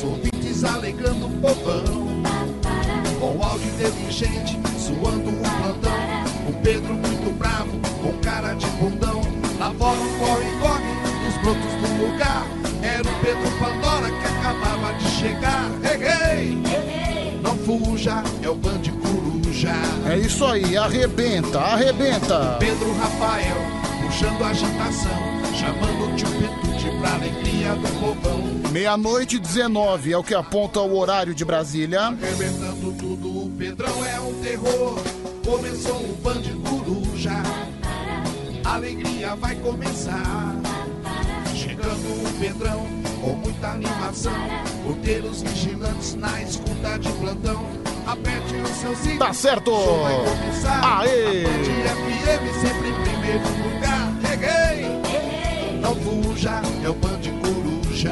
ouvintes alegrando o povão. Com áudio inteligente, zoando o plantão. O Pedro muito bravo, com cara de bundão. Lá fora um corre-corre, os brotos do lugar. Era o Pedro Pandora que acabava de chegar. Hey, hey! Não fuja, é o Band Coruja. É isso aí, arrebenta, arrebenta. Pedro Rafael, puxando a agitação, chamando o tio Petute pra alegria do povão. 00:19 é o que aponta o horário de Brasília. Arrebentando tudo, o Pedrão é um terror. Começou o Band Coruja, a alegria vai começar. Chegando o Pedrão, com muita animação. Porteiros vigilantes na escuta de plantão. Aperte o seu cinto. Tá certo! O show vai começar. Aê! A Band FM sempre em primeiro lugar. Hey, não fuja, é o Band Coruja.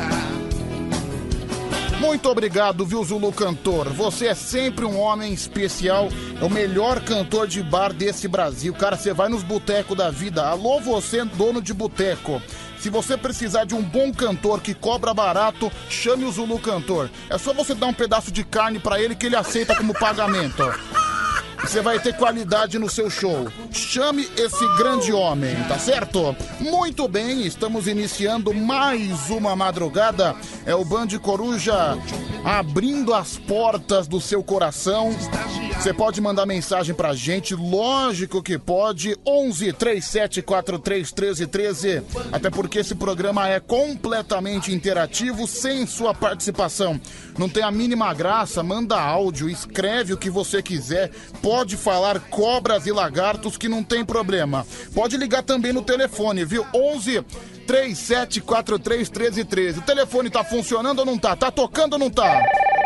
Muito obrigado, viu, Zulu Cantor? Você é sempre um homem especial, é o melhor cantor de bar desse Brasil. Cara, você vai nos botecos da vida. Alô, você, dono de boteco. Se você precisar de um bom cantor que cobra barato, chame o Zulu Cantor. É só você dar um pedaço de carne pra ele que ele aceita como pagamento. Você vai ter qualidade no seu show. Chame esse grande homem, tá certo? Muito bem, estamos iniciando mais uma madrugada. É o Band Coruja abrindo as portas do seu coração. Você pode mandar mensagem pra gente, lógico que pode. 11 3743 1313. Até porque esse programa é completamente interativo, sem sua participação. Não tem a mínima graça, manda áudio, escreve o que você quiser. Pode falar cobras e lagartos que não tem problema. Pode ligar também no telefone, viu? 11 3743 1313. O telefone tá funcionando ou não tá? Tá tocando ou não tá?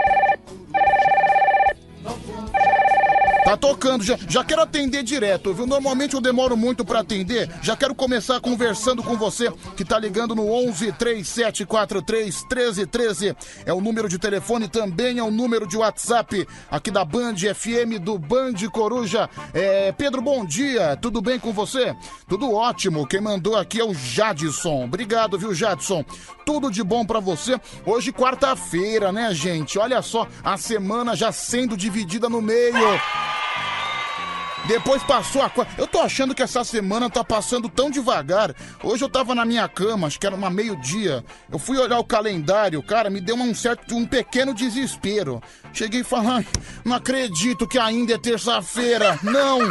Tá tocando, já quero atender direto, viu? Normalmente eu demoro muito pra atender, já quero começar conversando com você que tá ligando no 11 3743 1313. É o número de telefone, também é o número de WhatsApp aqui da Band FM, do Band Coruja. Pedro, bom dia, tudo bem com você? Tudo ótimo, quem mandou aqui é o Jadson. Obrigado, viu, Jadson? Tudo de bom pra você. Hoje, quarta-feira, né, gente? Olha só, a semana já sendo dividida no meio. Depois passou a... Eu tô achando que essa semana tá passando tão devagar. Hoje eu tava na minha cama, acho que era uma meio-dia. Eu fui olhar o calendário, cara, me deu um pequeno desespero. Cheguei e falei, não acredito que ainda é terça-feira.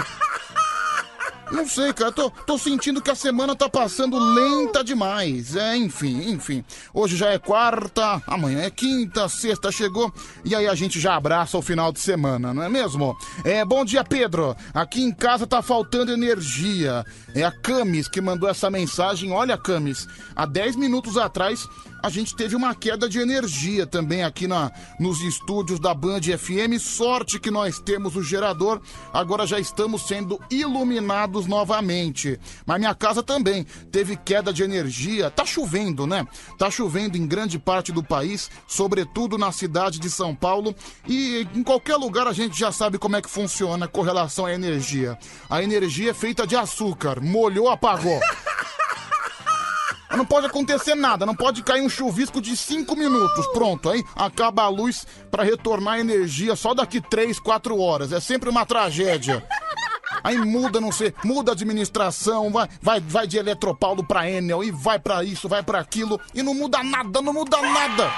Não sei, cara, tô sentindo que a semana tá passando lenta demais. Enfim. Hoje já é quarta, amanhã é quinta, sexta chegou, e aí a gente já abraça o final de semana, não é mesmo? Bom dia, Pedro. Aqui em casa tá faltando energia. É a Camis que mandou essa mensagem. Olha, Camis, há 10 minutos atrás a gente teve uma queda de energia também aqui nos estúdios da Band FM. Sorte que nós temos o gerador, agora já estamos sendo iluminados novamente. Mas minha casa também teve queda de energia. Tá chovendo, né? Tá chovendo em grande parte do país, sobretudo na cidade de São Paulo, e em qualquer lugar a gente já sabe como é que funciona com relação à energia. A energia é feita de açúcar, molhou, apagou. Não pode acontecer nada, não pode cair um chuvisco de 5 minutos, pronto, aí acaba a luz pra retornar a energia só daqui 3, 4 horas, é sempre uma tragédia. Aí muda, não sei, muda a administração, vai de Eletropaulo pra Enel, e vai pra isso, vai pra aquilo, e não muda nada.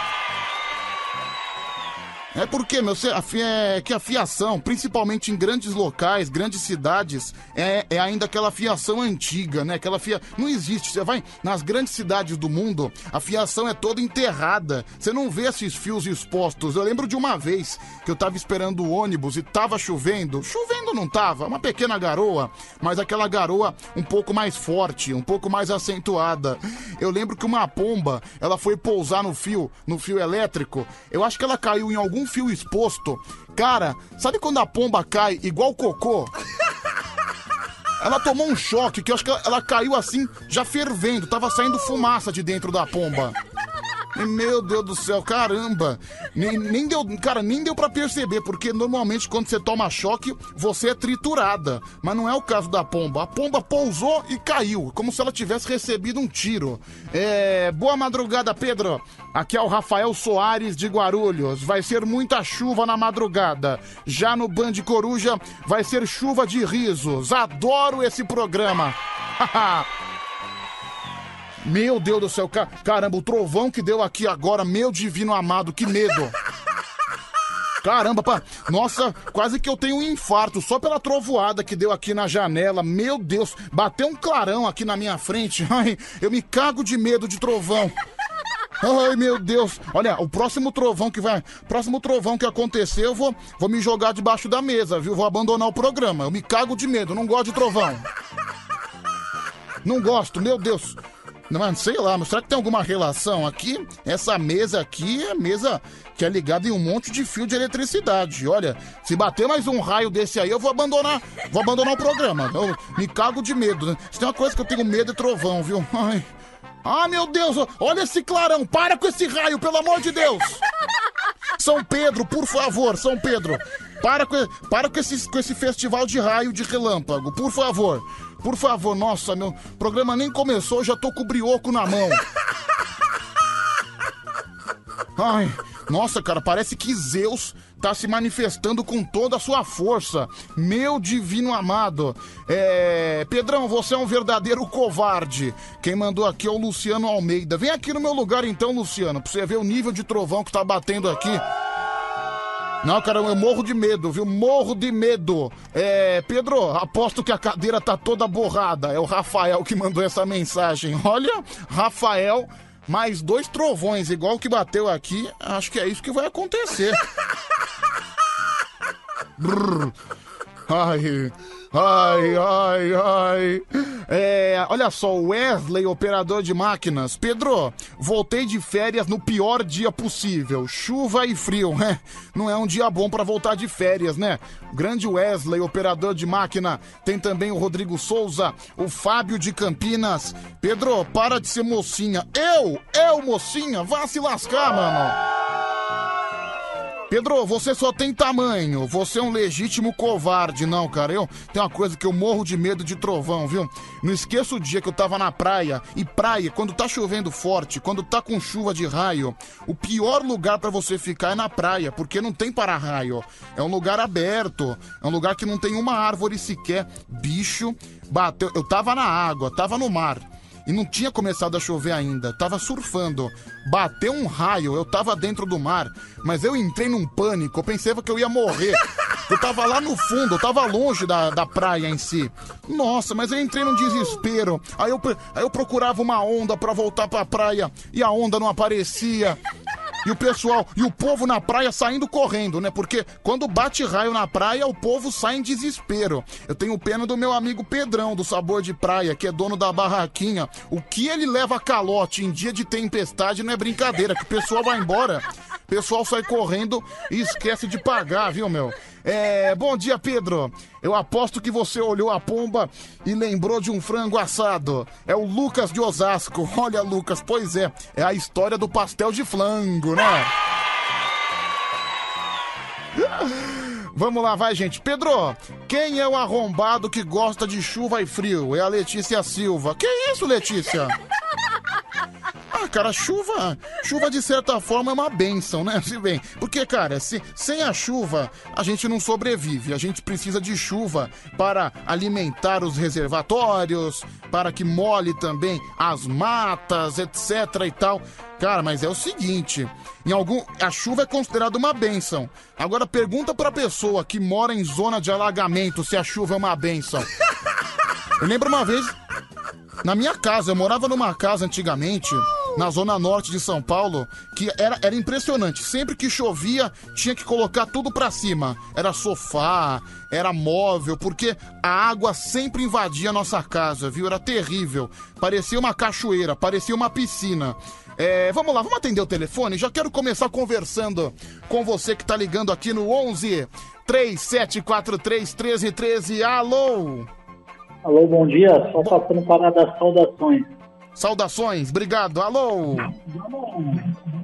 É porque, que a fiação, principalmente em grandes locais, grandes cidades, é ainda aquela fiação antiga, né? Não existe. Você vai nas grandes cidades do mundo, a fiação é toda enterrada. Você não vê esses fios expostos. Eu lembro de uma vez que eu tava esperando o ônibus e tava chovendo. Chovendo não tava, uma pequena garoa, mas aquela garoa um pouco mais forte, um pouco mais acentuada. Eu lembro que uma pomba, ela foi pousar no fio elétrico. Eu acho que ela caiu em algum fio exposto. Cara, sabe quando a pomba cai igual cocô? Ela tomou um choque, que eu acho que ela caiu assim, já fervendo, tava saindo fumaça de dentro da pomba. Meu Deus do céu, caramba. Nem deu pra perceber, porque normalmente quando você toma choque, você é triturada. Mas não é o caso da pomba. A pomba pousou e caiu, como se ela tivesse recebido um tiro. Boa madrugada, Pedro. Aqui é o Rafael Soares de Guarulhos. Vai ser muita chuva na madrugada. Já no Band Coruja vai ser chuva de risos. Adoro esse programa. Meu Deus do céu, caramba, o trovão que deu aqui agora, meu divino amado, que medo. Caramba, nossa, quase que eu tenho um infarto só pela trovoada que deu aqui na janela. Meu Deus, bateu um clarão aqui na minha frente. Ai, eu me cago de medo de trovão. Ai, meu Deus. Olha, o próximo trovão que acontecer, eu vou me jogar debaixo da mesa, viu? Vou abandonar o programa. Eu me cago de medo, não gosto de trovão. Não gosto, meu Deus. Não, sei lá, mas será que tem alguma relação aqui? Essa mesa aqui é mesa que é ligada em um monte de fio de eletricidade. Olha, se bater mais um raio desse aí, eu vou abandonar o programa. Eu me cago de medo, né? Se tem uma coisa que eu tenho medo é trovão, viu? Ai. Ah, meu Deus, olha esse clarão, para com esse raio, pelo amor de Deus. São Pedro, por favor, São Pedro, para com esse festival de raio de relâmpago, por favor. Por favor, nossa, meu programa nem começou, já tô com o brioco na mão. Ai, nossa, cara, parece que Zeus tá se manifestando com toda a sua força. Meu divino amado. Pedrão, você é um verdadeiro covarde. Quem mandou aqui é o Luciano Almeida. Vem aqui no meu lugar então, Luciano, pra você ver o nível de trovão que tá batendo aqui. Não, cara, eu morro de medo, viu? Morro de medo. Pedro, aposto que a cadeira tá toda borrada. É o Rafael que mandou essa mensagem. Olha, Rafael, mais 2 trovões, igual o que bateu aqui. Acho que é isso que vai acontecer. Brrr. Ai. Olha só, o Wesley, operador de máquinas. Pedro, voltei de férias no pior dia possível. Chuva e frio, né? Não é um dia bom pra voltar de férias, né? Grande Wesley, operador de máquina. Tem também o Rodrigo Souza, o Fábio de Campinas. Pedro, para de ser mocinha. Eu, mocinha? Vá se lascar, mano. Pedro, você só tem tamanho, você é um legítimo covarde. Não, cara, tem uma coisa que eu morro de medo de trovão, viu? Não esqueço o dia que eu tava na praia, e praia, quando tá chovendo forte, quando tá com chuva de raio, o pior lugar pra você ficar é na praia, porque não tem para-raio, é um lugar aberto, é um lugar que não tem uma árvore sequer. Bicho, bateu, eu tava na água, tava no mar. E não tinha começado a chover ainda, tava surfando. Bateu um raio, eu tava dentro do mar, mas eu entrei num pânico, eu pensava que eu ia morrer. Eu tava lá no fundo, eu tava longe da praia em si. Nossa, mas eu entrei num desespero. Aí eu procurava uma onda pra voltar pra praia, e a onda não aparecia. E o pessoal, e o povo na praia saindo correndo, né? Porque quando bate raio na praia, o povo sai em desespero. Eu tenho pena do meu amigo Pedrão, do Sabor de Praia, que é dono da barraquinha. O que ele leva calote em dia de tempestade não é brincadeira, que o pessoal vai embora, o pessoal sai correndo e esquece de pagar, viu, meu? Bom dia, Pedro. Eu aposto que você olhou a pomba e lembrou de um frango assado. É o Lucas de Osasco. Olha, Lucas, pois é a história do pastel de flango, né? Vamos lá, vai, gente. Pedro, quem é o arrombado que gosta de chuva e frio? É a Letícia Silva. Que isso, Letícia? Ah, cara, chuva de certa forma é uma bênção, né? Se bem, porque, cara, sem a chuva a gente não sobrevive. A gente precisa de chuva para alimentar os reservatórios, para que molhe também as matas, etc e tal. Cara, mas é o seguinte, a chuva é considerada uma bênção. Agora pergunta pra pessoa que mora em zona de alagamento se a chuva é uma bênção. Eu lembro uma vez, na minha casa, eu morava numa casa antigamente, na zona norte de São Paulo, que era impressionante. Sempre que chovia, tinha que colocar tudo pra cima. Era sofá, era móvel, porque a água sempre invadia a nossa casa, viu? Era terrível. Parecia uma cachoeira, parecia uma piscina. Vamos lá, vamos atender o telefone? Já quero começar conversando com você que tá ligando aqui no 11 3743 1313. Alô? Alô, bom dia. Só passando para dar saudações. Saudações, obrigado. Alô?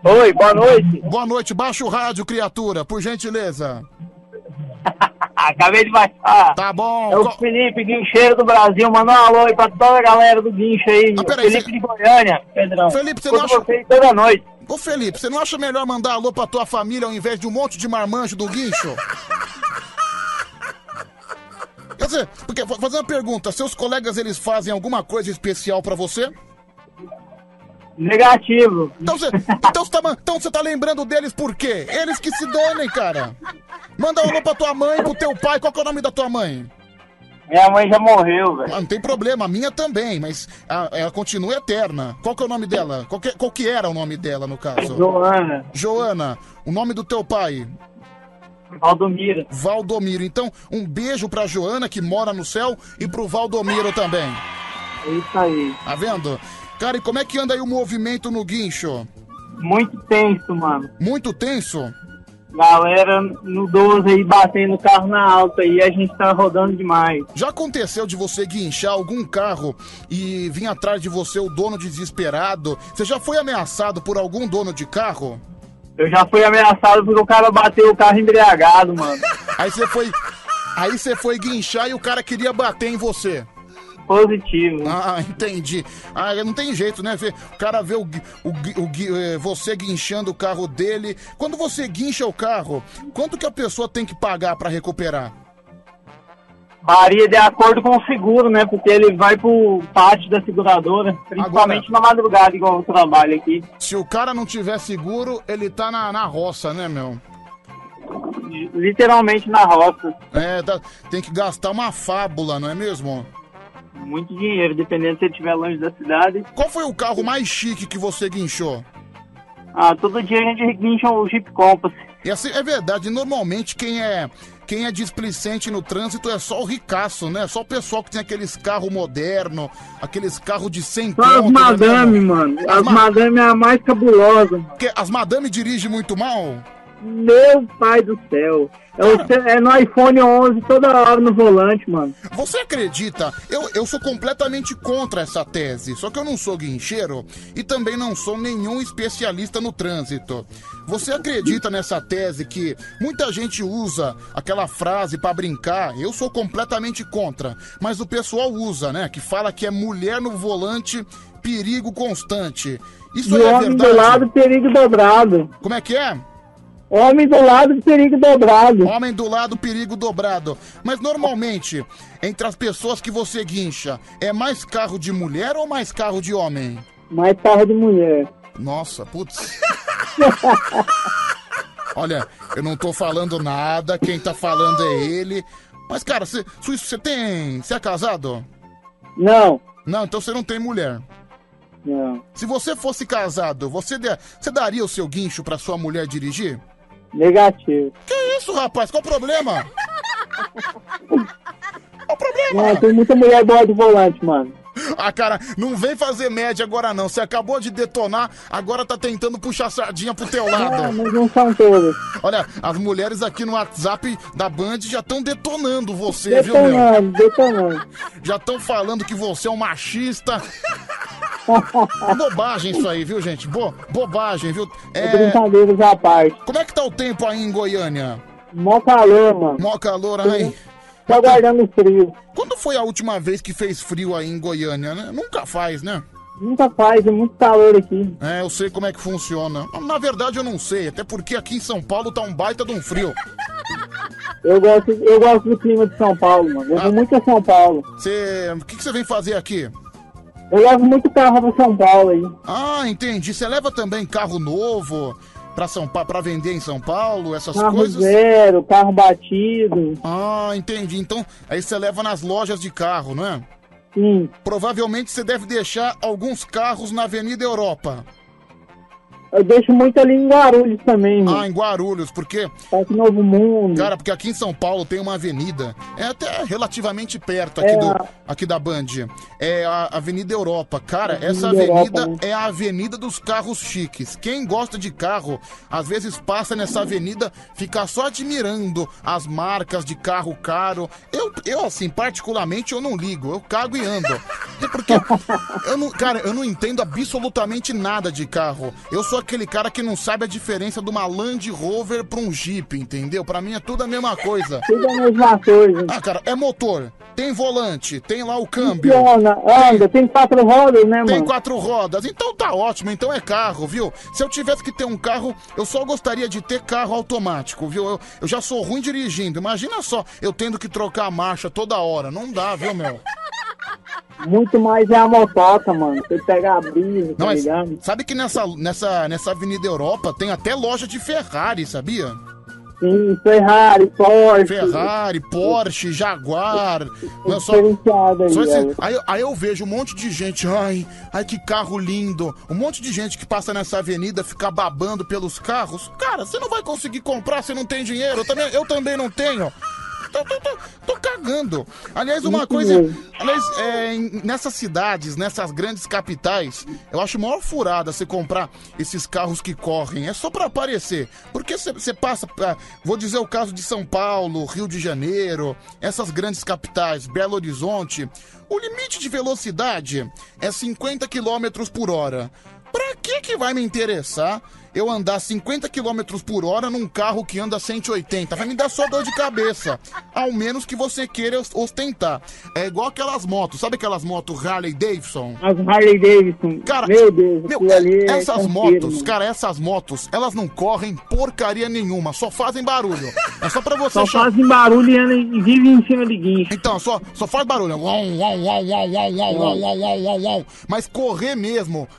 Oi, boa noite. Boa noite, baixa o rádio, criatura, por gentileza. Acabei de baixar. Tá bom. É o Felipe, guincheiro do Brasil. Manda um alô aí pra toda a galera do guincho aí. Peraí, Felipe de Goiânia, Pedrão. Felipe, você não acha... você toda noite. Ô, Felipe, você não acha melhor mandar alô pra tua família ao invés de um monte de marmanjo do guincho? Quer dizer, porque, vou fazer uma pergunta. Seus colegas, eles fazem alguma coisa especial pra você? Negativo. Então você tá lembrando deles por quê? Eles que se danem, cara. Manda um alô pra tua mãe, pro teu pai. Qual que é o nome da tua mãe? Minha mãe já morreu, velho. Não tem problema, a minha também, mas ela continua eterna. Qual que é o nome dela? Qual que era o nome dela, no caso? Joana. Joana. O nome do teu pai? Valdomiro. Valdomiro. Então, um beijo pra Joana, que mora no céu, e pro Valdomiro também. É isso aí. Tá vendo? Cara, e como é que anda aí o movimento no guincho? Muito tenso, mano. Muito tenso? Galera no 12 aí, batendo o carro na alta aí, a gente tá rodando demais. Já aconteceu de você guinchar algum carro e vir atrás de você o dono desesperado? Você já foi ameaçado por algum dono de carro? Eu já fui ameaçado porque o cara bateu o carro embriagado, mano. Aí você foi guinchar e o cara queria bater em você. Positivo. Ah, entendi. Ah, não tem jeito, né? O cara vê você guinchando o carro dele. Quando você guincha o carro, quanto que a pessoa tem que pagar pra recuperar? Varia de acordo com o seguro, né? Porque ele vai pro pátio da seguradora, principalmente na madrugada, igual eu trabalho aqui. Se o cara não tiver seguro, ele tá na roça, né, meu? Literalmente na roça. É, tem que gastar uma fábula, não é mesmo? Muito dinheiro, dependendo se ele estiver longe da cidade. Qual foi o carro mais chique que você guinchou? Ah, todo dia a gente guincha o Jeep Compass. E assim, é verdade, normalmente quem é displicente no trânsito é só o ricaço, né? Só o pessoal que tem aqueles carros modernos, aqueles carros de 100 conto. Só as madame, mano. As madame é a mais cabulosa. Porque as madame dirigem muito mal? Meu pai do céu. É no iPhone 11 toda hora no volante, mano. Você acredita? Eu sou completamente contra essa tese. Só que eu não sou guincheiro e também não sou nenhum especialista no trânsito. Você acredita nessa tese que muita gente usa aquela frase pra brincar? Eu sou completamente contra. Mas o pessoal usa, né? Que fala que é mulher no volante, perigo constante. Isso é verdade? Homem do lado, perigo dobrado. Como é que é? Homem do lado, perigo dobrado. Homem do lado, perigo dobrado. Mas normalmente, entre as pessoas que você guincha, é mais carro de mulher ou mais carro de homem? Mais carro de mulher. Nossa, putz. Olha, eu não tô falando nada, quem tá falando é ele. Mas, cara, você é casado? Não. Não, então você não tem mulher. Não. Se você fosse casado, você daria o seu guincho pra sua mulher dirigir? Negativo. Que isso, rapaz? Qual o problema? Qual o problema? Não, tem muita mulher boa de volante, mano. Ah, cara, não vem fazer média agora não. Você acabou de detonar, agora tá tentando puxar sardinha pro teu lado. Não, mas não são todas. Olha, as mulheres aqui no WhatsApp da Band já estão detonando você, viu, meu? Detonando. Já estão falando que você é um machista. Bobagem isso aí, viu, gente? Bobagem, viu? Brincadeiras à parte. Como é que tá o tempo aí em Goiânia? Mó calor, mano. Mó calor, ai. Tô aguardando frio. Quando foi a última vez que fez frio aí em Goiânia, né? Nunca faz, né? Nunca faz, é muito calor aqui. É, eu sei como é que funciona. Na verdade, eu não sei, até porque aqui em São Paulo tá um baita de um frio. Eu gosto do clima de São Paulo, mano. Eu vou muito a São Paulo. O que você vem fazer aqui? Eu levo muito carro pra São Paulo aí. Ah, entendi. Você leva também carro novo pra vender em São Paulo, essas carro coisas? Carro zero, carro batido. Ah, entendi. Então, aí você leva nas lojas de carro, não é? Sim. Provavelmente você deve deixar alguns carros na Avenida Europa. Eu deixo muito ali em Guarulhos também, mano. Ah, em Guarulhos, porque... Parque Novo Mundo. Cara, porque aqui em São Paulo tem uma avenida, é até relativamente perto aqui da Band, é a Avenida Europa. Cara, essa avenida Europa, né? É a avenida dos carros chiques. Quem gosta de carro, às vezes passa nessa avenida, fica só admirando as marcas de carro caro. Eu assim, particularmente, eu não ligo, eu cago e ando. Porque, eu não entendo absolutamente nada de carro. Eu só sou aquele cara que não sabe a diferença de uma Land Rover pra um Jeep, entendeu? Pra mim é tudo a mesma coisa. Tudo a mesma coisa. Ah, cara, é motor, tem volante, tem lá o câmbio. Funciona, anda, tem 4 rodas, né, mano? Tem 4 rodas, então tá ótimo, então é carro, viu? Se eu tivesse que ter um carro, eu só gostaria de ter carro automático, viu? Eu já sou ruim dirigindo, imagina só, eu tendo que trocar a marcha toda hora, não dá, viu, meu? Muito mais é a motoca, mano. Você pega a brisa, tá ligado? Sabe que nessa Avenida Europa tem até loja de Ferrari, sabia? Sim, Ferrari, Porsche, Jaguar. Aí eu vejo um monte de gente, ai, que carro lindo. Um monte de gente que passa nessa avenida, fica babando pelos carros. Cara, você não vai conseguir comprar se não tem dinheiro. Eu também não tenho. Tô cagando. Aliás, nessas cidades, nessas grandes capitais, eu acho maior furada você comprar esses carros que correm. É só pra aparecer. Porque você passa, vou dizer o caso de São Paulo, Rio de Janeiro, essas grandes capitais, Belo Horizonte, o limite de velocidade é 50 km por hora. Pra que vai me interessar eu andar 50 km por hora num carro que anda 180? Vai me dar só dor de cabeça. Ao menos que você queira ostentar. É igual aquelas motos. Sabe aquelas motos Harley Davidson? As Harley Davidson. Cara, meu Deus, essas motos, elas não correm porcaria nenhuma. Só fazem barulho. É só pra você... fazem barulho e vivem em cima de guincho. Então, só faz barulho. Mas correr mesmo...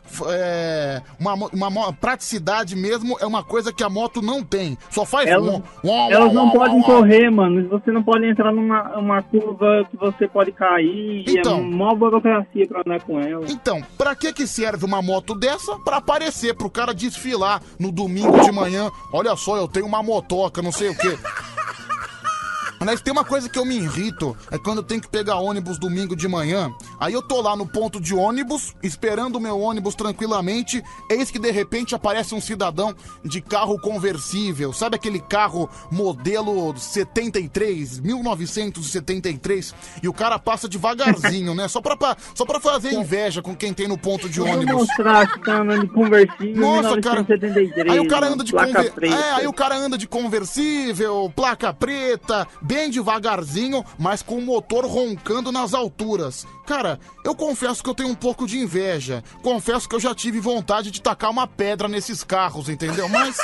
uma praticidade mesmo é uma coisa que a moto não tem. Só faz... Elas não podem correr, mano. Você não pode entrar numa curva que você pode cair. Então, é uma burocracia pra andar com ela. Então, pra que serve uma moto dessa? Pra aparecer, pro cara desfilar no domingo de manhã. Olha só, eu tenho uma motoca, não sei o quê. Mas tem uma coisa que eu me irrito, é quando eu tenho que pegar ônibus domingo de manhã, aí eu tô lá no ponto de ônibus, esperando o meu ônibus tranquilamente, eis que de repente aparece um cidadão de carro conversível, sabe aquele carro modelo 73, 1973, e o cara passa devagarzinho, né, só pra fazer inveja com quem tem no ponto de ônibus. Vou mostrar que tá andando de conversível. Nossa, 1973, cara, aí o cara anda de aí o cara anda de conversível, placa preta, bem devagarzinho, mas com o motor roncando nas alturas. Cara, eu confesso que eu tenho um pouco de inveja. Confesso que eu já tive vontade de tacar uma pedra nesses carros, entendeu? Mas...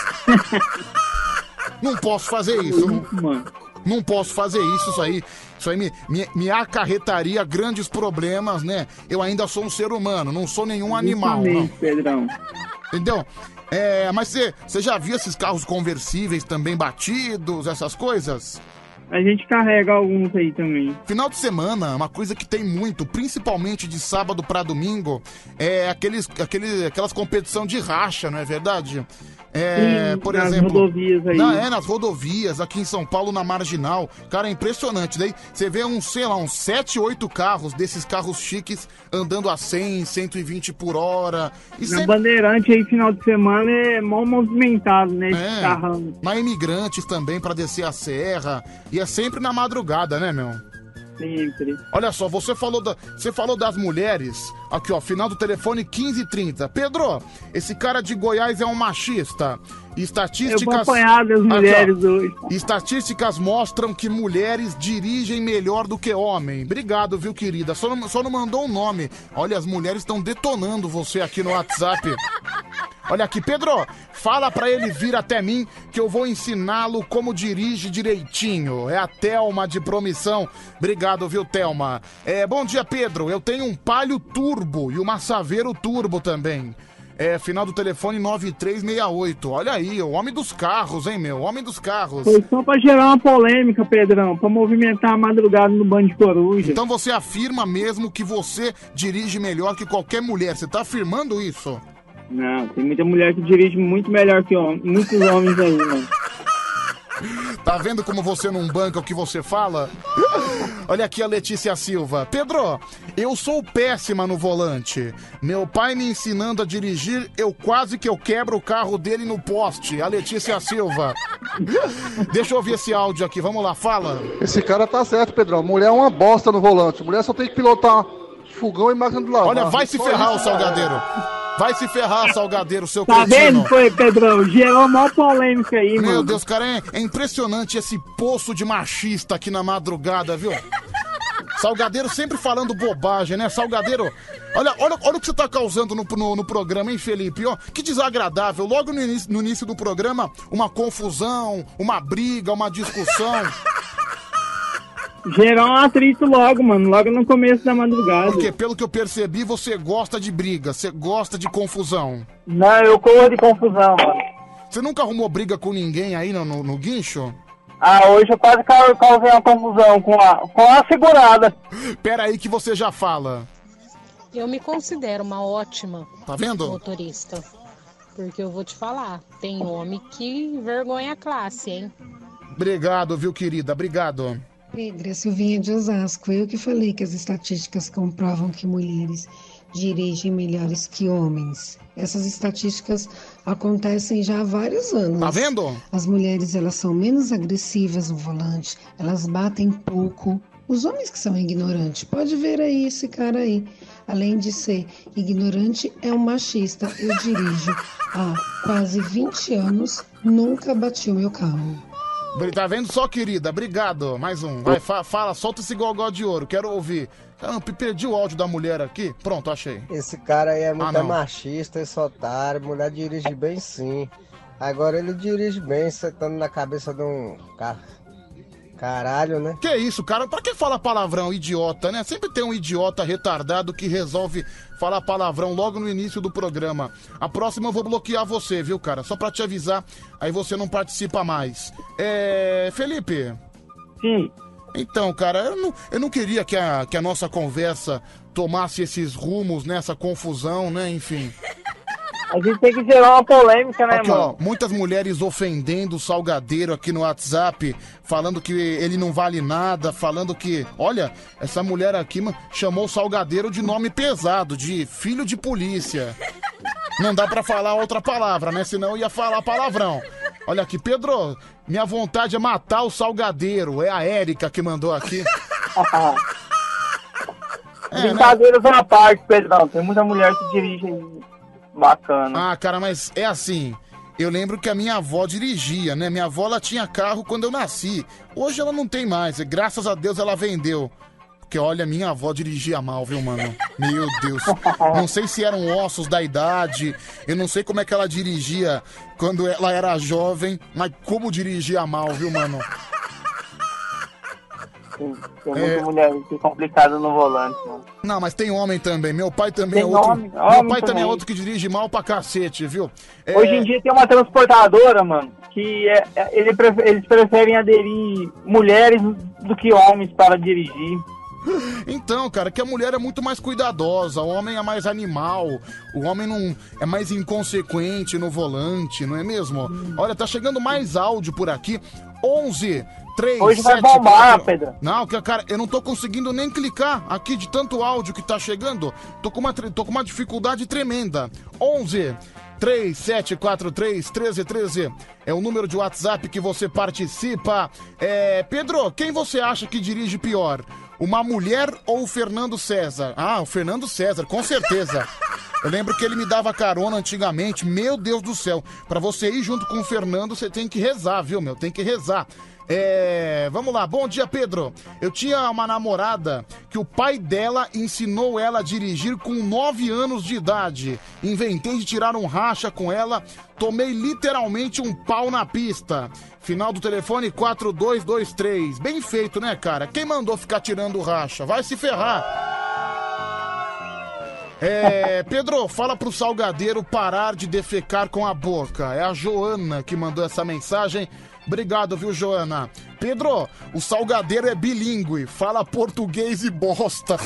não posso fazer isso. Não posso fazer isso, isso aí me acarretaria grandes problemas, né? Eu ainda sou um ser humano, não sou nenhum animal. Não. Pedrão. Entendeu? Mas você já viu esses carros conversíveis também batidos, essas coisas? A gente carrega alguns aí também. Final de semana, uma coisa que tem muito, principalmente de sábado pra domingo, é aquelas competição de racha, não é verdade? Sim, por nas exemplo, rodovias aí. Nas rodovias, aqui em São Paulo, na Marginal. Cara, é impressionante. Daí você vê uns 7, 8 carros, desses carros chiques, andando a 100, 120 por hora. E na Bandeirante aí, final de semana, é mal movimentado, né? Esse carrão. Na Imigrantes também, pra descer a serra. E é sempre na madrugada, né, meu? Sempre. Olha só, você falou das mulheres. Aqui, ó, final do telefone 1530. Pedro, esse cara de Goiás é um machista. Estatísticas... Eu vou apanhar das mulheres hoje. Estatísticas mostram que mulheres dirigem melhor do que homem. Obrigado, viu, querida? Só não mandou um nome. Olha, as mulheres estão detonando você aqui no WhatsApp. Olha aqui, Pedro, fala pra ele vir até mim que eu vou ensiná-lo como dirige direitinho. É a Thelma de Promissão. Obrigado, viu, Thelma? Bom dia, Pedro. Eu tenho um Palio Turbo e uma Saveiro Turbo também. Final do telefone 9368. Olha aí, o homem dos carros, hein, meu? O homem dos carros. Foi só pra gerar uma polêmica, Pedrão, pra movimentar a madrugada no Band de Coruja. Então você afirma mesmo que você dirige melhor que qualquer mulher. Você tá afirmando isso? Não, tem muita mulher que dirige muito melhor que homem. Muitos homens aí, mano. Tá vendo como você não banca o que você fala? Olha aqui a Letícia Silva. Pedro, eu sou péssima no volante. Meu pai me ensinando a dirigir, eu quebro o carro dele no poste. A Letícia Silva. Deixa eu ouvir esse áudio aqui, vamos lá, fala. Esse cara tá certo, Pedrão. Mulher é uma bosta no volante. Mulher só tem que pilotar fogão e máquina do lado. Olha, vai se ferrar, o Salgadeiro. Vai se ferrar, Salgadeiro, seu Tá cretino. vendo, foi, Pedrão? Gerou mó polêmica aí, mano. Meu Deus, cara, é impressionante esse poço de machista aqui na madrugada, viu? Salgadeiro sempre falando bobagem, né? Salgadeiro, olha o que você tá causando no programa, hein, Felipe? Ó, que desagradável. Logo no início do programa, uma confusão, uma briga, uma discussão. Gerou um atrito logo, mano. Logo no começo da madrugada. Porque, pelo que eu percebi, você gosta de briga, você gosta de confusão. Não, eu corro de confusão, mano. Você nunca arrumou briga com ninguém aí no guincho? Ah, hoje eu quase causei uma confusão com a segurada. Pera aí que você já fala. Eu me considero uma ótima Tá vendo? motorista. Porque eu vou te falar, tem homem que envergonha a classe, hein? Obrigado, viu, querida? Obrigado. Pedro, a Silvinha de Osasco. Eu que falei que as estatísticas comprovam que mulheres dirigem melhores que homens. Essas estatísticas acontecem já há vários anos. Tá vendo? As mulheres, elas são menos agressivas no volante, elas batem pouco. Os homens que são ignorantes, pode ver aí esse cara aí. Além de ser ignorante, é um machista. Eu dirijo há quase 20 anos, nunca bati o meu carro. Tá vendo só, querida? Obrigado. Mais um. Vai, fala, solta esse gogó de ouro. Quero ouvir. Caramba, perdi o áudio da mulher aqui. Pronto, achei. Esse cara aí é muito não. machista, esse otário. Mulher dirige bem sim. Agora ele dirige bem, sentando na cabeça de um caralho, né? Que isso, cara? Pra que falar palavrão, idiota, né? Sempre tem um idiota retardado que resolve falar palavrão logo no início do programa. A próxima eu vou bloquear você, viu, cara? Só pra te avisar, aí você não participa mais. Felipe? Sim. Então, cara, eu não queria que a nossa conversa tomasse esses rumos, nessa confusão, né? Enfim. A gente tem que gerar uma polêmica, né, Aqui, mano? ó, muitas mulheres ofendendo o Salgadeiro aqui no WhatsApp, falando que ele não vale nada, falando que... Olha, essa mulher aqui chamou o Salgadeiro de nome pesado, de filho de polícia. Não dá pra falar outra palavra, né? Senão ia falar palavrão. Olha aqui, Pedro, minha vontade é matar o Salgadeiro. É a Érica que mandou aqui. Brincadeiras à parte, Pedrão. Tem muita mulher que dirige bacana. Ah, cara, mas é assim... Eu lembro que a minha avó dirigia, né? Minha avó, ela tinha carro quando eu nasci. Hoje ela não tem mais, e graças a Deus ela vendeu. Porque, olha, minha avó dirigia mal, viu, mano? Meu Deus. Não sei se eram ossos da idade, eu não sei como é que ela dirigia quando ela era jovem, mas como dirigia mal, viu, mano? Tem muita mulher que é complicada no volante, mano. Não, mas tem homem também. Meu pai também Tem é outro. homem Meu pai também também. é outro que dirige mal pra cacete, viu? Hoje em dia tem uma transportadora, mano, que eles preferem aderir mulheres do que homens para dirigir. Então, cara, que a mulher é muito mais cuidadosa, o homem é mais animal, o homem não é mais inconsequente no volante, não é mesmo? Olha, tá chegando mais áudio por aqui. 11 3 Hoje 7 vai bombar, 4... Pedro. Não, cara, eu não tô conseguindo nem clicar aqui de tanto áudio que tá chegando. Tô com uma dificuldade tremenda. 11 3743 1313 é o número de WhatsApp que você participa. Pedro, quem você acha que dirige pior? Uma mulher ou o Fernando César? Ah, o Fernando César, com certeza. Eu lembro que ele me dava carona antigamente. Meu Deus do céu. Pra você ir junto com o Fernando, você tem que rezar, viu, meu? Tem que rezar. Vamos lá. Bom dia, Pedro. Eu tinha uma namorada que o pai dela ensinou ela a dirigir com 9 anos de idade. Inventei de tirar um racha com ela. Tomei literalmente um pau na pista. Final do telefone 4223. Bem feito, né, cara? Quem mandou ficar tirando racha? Vai se ferrar. Pedro, fala pro Salgadeiro parar de defecar com a boca. É a Joana que mandou essa mensagem. Obrigado, viu, Joana? Pedro, o Salgadeiro é bilíngue. Fala português e bosta.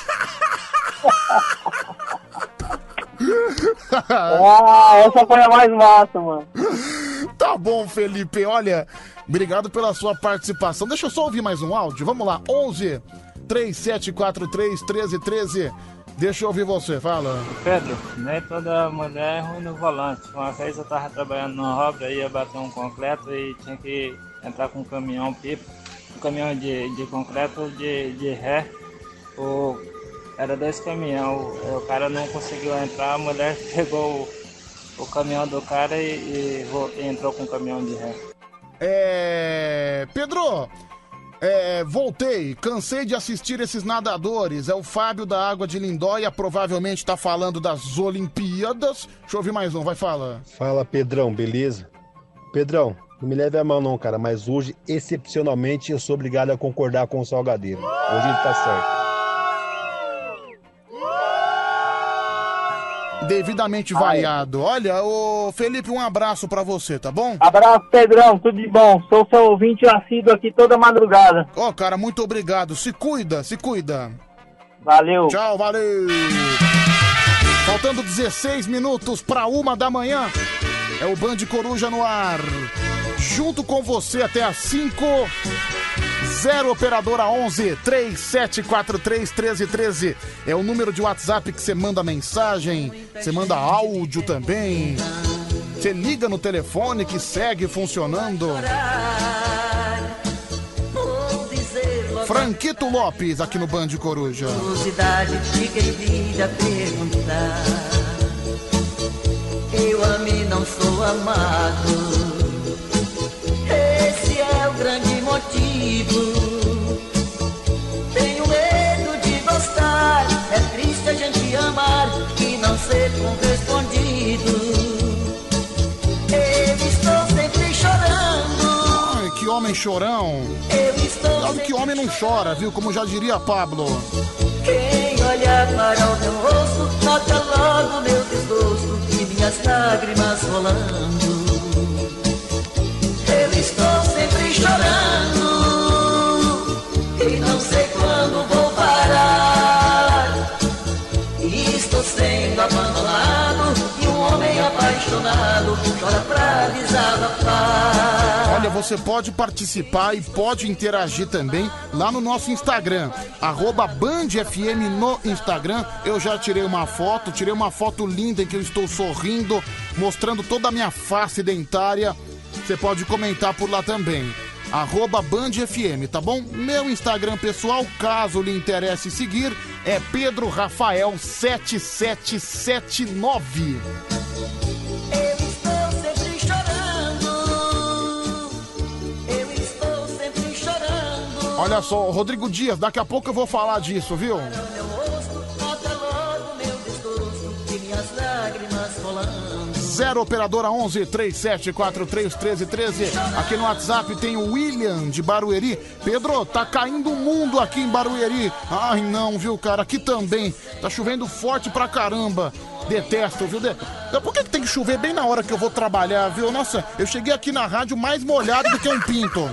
Essa foi a mais massa, mano. Tá bom, Felipe. Olha, obrigado pela sua participação. Deixa eu só ouvir mais um áudio. Vamos lá. 11 3743 1313. Deixa eu ouvir você, fala. Pedro, nem toda mulher é ruim no volante. Uma vez eu tava trabalhando numa obra, ia bater um concreto e tinha que entrar com um caminhão pipa, um caminhão de concreto de ré. O Era 2 caminhões. O cara não conseguiu entrar, a mulher pegou o caminhão do cara e entrou com o caminhão de ré. Pedro, voltei, cansei de assistir esses nadadores. É o Fábio da Água de Lindóia, provavelmente tá falando das Olimpíadas. Deixa eu ouvir mais um, vai falar. Fala, Pedrão, beleza? Pedrão, não me leve a mão não, cara, mas hoje, excepcionalmente, eu sou obrigado a concordar com o Salgadeiro. Hoje ele tá certo. Devidamente vaiado. Olha, ô Felipe, um abraço pra você, tá bom? Abraço, Pedrão, tudo de bom. Sou seu ouvinte assíduo aqui toda madrugada. Ó, cara, muito obrigado. Se cuida, se cuida. Valeu. Tchau, valeu. Faltando 16 minutos pra 1 da manhã. É o Band Coruja no ar. Junto com você até às 5. 0 operadora 11 3743 1313 é o número de WhatsApp que você manda mensagem, você manda áudio também. Você liga no telefone que segue funcionando. Franquito Lopes aqui no Band Coruja. Curiosidade de quem vive a perguntar. Eu amo e não sou amado. Esse é o grande motivo. Tenho medo de gostar. É triste a gente amar e não ser correspondido. Eu estou sempre chorando. Ai, que homem chorão. Eu estou Sabe que homem não chora, viu? Como já diria Pablo. Quem olha para o meu rosto nota logo meu desgosto e minhas lágrimas rolando. Eu estou sempre chorando e não sei quando vou parar. Estou sendo abandonado e um homem apaixonado chora pra desabafar. Olha, você pode participar e pode interagir também lá no nosso Instagram, @BandFM no Instagram. Eu já tirei uma foto linda em que eu estou sorrindo, mostrando toda a minha face dentária. Você pode comentar por lá também. @BandFM, tá bom? Meu Instagram pessoal, caso lhe interesse seguir, é Pedro Rafael 7779. Eu estou sempre chorando. Eu estou sempre chorando. Olha só, Rodrigo Dias, daqui a pouco eu vou falar disso, viu? Meu rosto nota logo meu desgosto e minhas lágrimas rolando. 0 operadora 11 3743 1313. Aqui no WhatsApp tem o William de Barueri. Pedro, tá caindo o mundo aqui em Barueri. Ai não, viu, cara? Aqui também. Tá chovendo forte pra caramba. Detesto, viu? Por que tem que chover bem na hora que eu vou trabalhar, viu? Nossa, eu cheguei aqui na rádio mais molhado do que um pinto.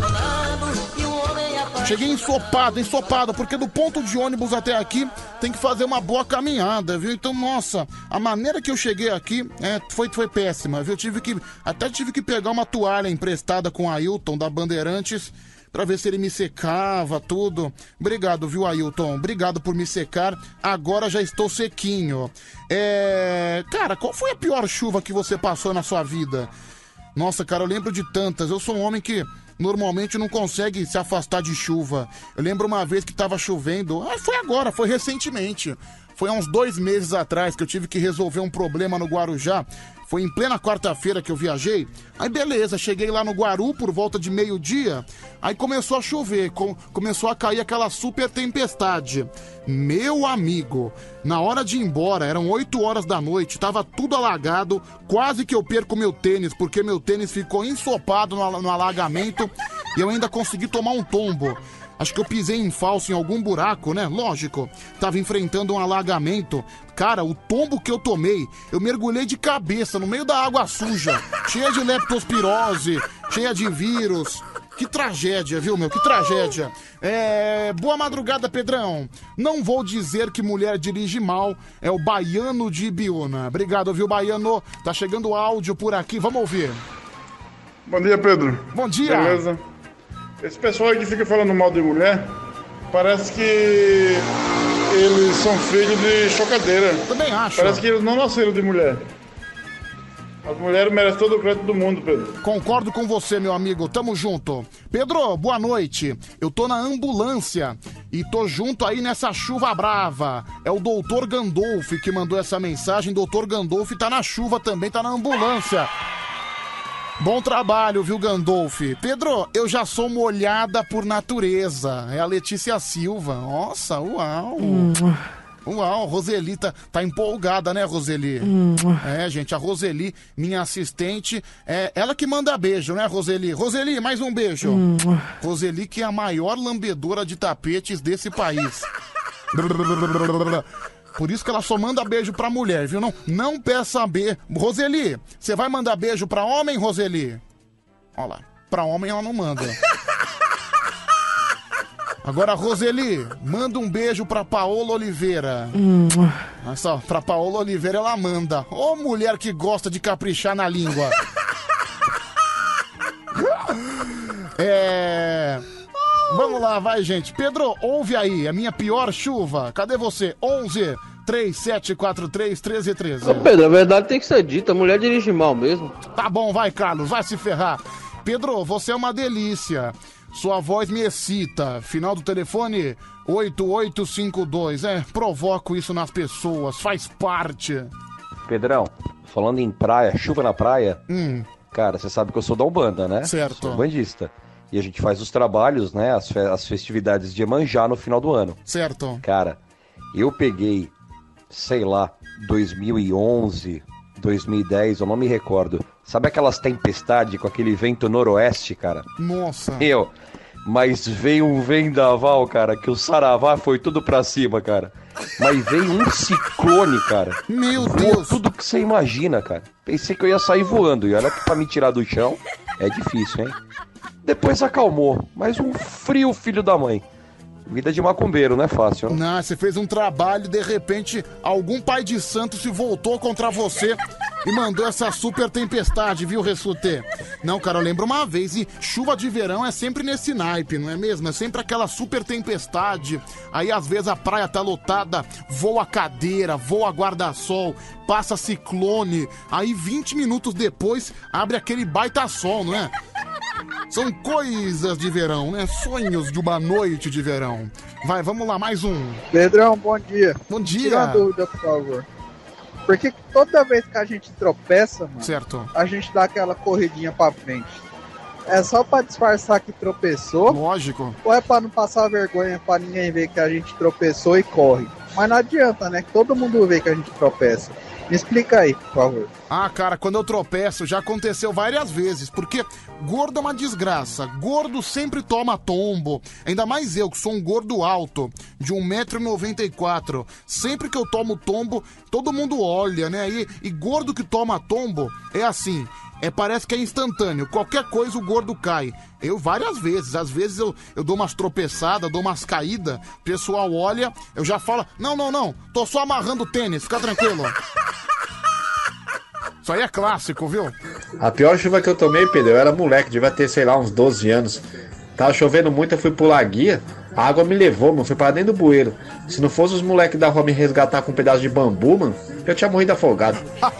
Cheguei ensopado, porque do ponto de ônibus até aqui tem que fazer uma boa caminhada, viu? Então, nossa, a maneira que eu cheguei aqui foi péssima, viu? Até tive que pegar uma toalha emprestada com o Ailton da Bandeirantes pra ver se ele me secava, tudo. Obrigado, viu, Ailton? Obrigado por me secar. Agora já estou sequinho. Cara, qual foi a pior chuva que você passou na sua vida? Nossa, cara, eu lembro de tantas. Eu sou um homem que normalmente não consegue se afastar de chuva. Eu lembro uma vez que tava chovendo. Foi recentemente. Foi há uns 2 meses atrás que eu tive que resolver um problema no Guarujá. Foi em plena quarta-feira que eu viajei. Aí beleza, cheguei lá no Guaru por volta de meio-dia. Aí começou a chover, começou a cair aquela super tempestade. Meu amigo, na hora de ir embora, eram 8 horas da noite, tava tudo alagado. Quase que eu perco meu tênis, porque meu tênis ficou ensopado no alagamento. E eu ainda consegui tomar um tombo. Acho que eu pisei em falso em algum buraco, né? Lógico. Tava enfrentando um alagamento. Cara, o tombo que eu tomei, eu mergulhei de cabeça no meio da água suja, cheia de leptospirose, cheia de vírus. Que tragédia, viu, meu? Que tragédia. Boa madrugada, Pedrão. Não vou dizer que mulher dirige mal. É o Baiano de Ibiúna. Obrigado, viu, Baiano? Tá chegando áudio por aqui. Vamos ouvir. Bom dia, Pedro. Bom dia. Beleza? Esse pessoal aí que fica falando mal de mulher, parece que eles são filhos de chocadeira. Também acho. Parece que eles não nasceram de mulher. As mulheres merecem todo o crédito do mundo, Pedro. Concordo com você, meu amigo. Tamo junto. Pedro, boa noite. Eu tô na ambulância e tô junto aí nessa chuva brava. É o doutor Gandolfi que mandou essa mensagem. Doutor Gandolfi tá na chuva também, tá na ambulância. Bom trabalho, viu, Gandolfi? Pedro, eu já sou molhada por natureza. É a Letícia Silva. Nossa, uau. Uau, Roseli tá empolgada, né, Roseli? É, gente, a Roseli, minha assistente, é ela que manda beijo, né, Roseli? Roseli, mais um beijo. Roseli, que é a maior lambedora de tapetes desse país. Por isso que ela só manda beijo pra mulher, viu? Não peça beijo. Roseli, você vai mandar beijo pra homem, Roseli? Olha lá, pra homem ela não manda. Agora, Roseli, manda um beijo pra Paola Oliveira. Olha só, pra Paola Oliveira ela manda. Ô, mulher que gosta de caprichar na língua. Vamos lá, vai, gente. Pedro, ouve aí, a minha pior chuva. Cadê você? 11 3743 1313. Ô, Pedro, a verdade tem que ser dita. A mulher dirige mal mesmo. Tá bom, vai, Carlos, vai se ferrar. Pedro, você é uma delícia. Sua voz me excita. Final do telefone 8852. Provoco isso nas pessoas, faz parte. Pedrão, falando em praia, chuva na praia, cara, você sabe que eu sou da Umbanda, né? Certo. Sou bandista. E a gente faz os trabalhos, né, as festividades de Iemanjá no final do ano. Certo. Cara, eu peguei, sei lá, 2011, 2010, eu não me recordo. Sabe aquelas tempestades com aquele vento noroeste, cara? Nossa. Mas veio um vendaval, cara, que o saravá foi tudo pra cima, cara. Mas veio um ciclone, cara. Meu Deus. Tudo que você imagina, cara. Pensei que eu ia sair voando. E olha que pra me tirar do chão é difícil, hein? Depois acalmou. Mas um frio, filho da mãe. Vida de macumbeiro, não é fácil, né? Não, você fez um trabalho, de repente, algum pai de santo se voltou contra você e mandou essa super tempestade, viu, Ressute? Não, cara, eu lembro uma vez, e chuva de verão é sempre nesse naipe, não é mesmo? É sempre aquela super tempestade, aí às vezes a praia tá lotada, voa cadeira, voa guarda-sol, passa ciclone, aí 20 minutos depois abre aquele baita sol, não é? São coisas de verão, né? Sonhos de uma noite de verão. Vai, vamos lá, mais um. Pedrão, bom dia. Bom dia. Tira uma dúvida, por favor. Porque toda vez que a gente tropeça, mano, certo, a gente dá aquela corridinha pra frente. É só pra disfarçar que tropeçou? Lógico. Ou é pra não passar vergonha pra ninguém ver que a gente tropeçou e corre? Mas não adianta, né? Que todo mundo vê que a gente tropeça. Me explica aí, por favor. Ah, cara, quando eu tropeço, já aconteceu várias vezes, porque gordo é uma desgraça. Gordo sempre toma tombo. Ainda mais eu, que sou um gordo alto, de 1,94 m. Sempre que eu tomo tombo, todo mundo olha, né? E gordo que toma tombo é assim... parece que é instantâneo. Qualquer coisa o gordo cai. Eu várias vezes. Às vezes eu dou umas tropeçadas, dou umas caídas. O pessoal olha, eu já falo... Não. Tô só amarrando o tênis. Fica tranquilo. Isso aí é clássico, viu? A pior chuva que eu tomei, Pedro, eu era moleque. Devia ter, sei lá, uns 12 anos. Tava chovendo muito, eu fui pular guia. A água me levou, mano. Fui para dentro do bueiro. Se não fosse os moleques da rua me resgatar com um pedaço de bambu, mano, eu tinha morrido afogado.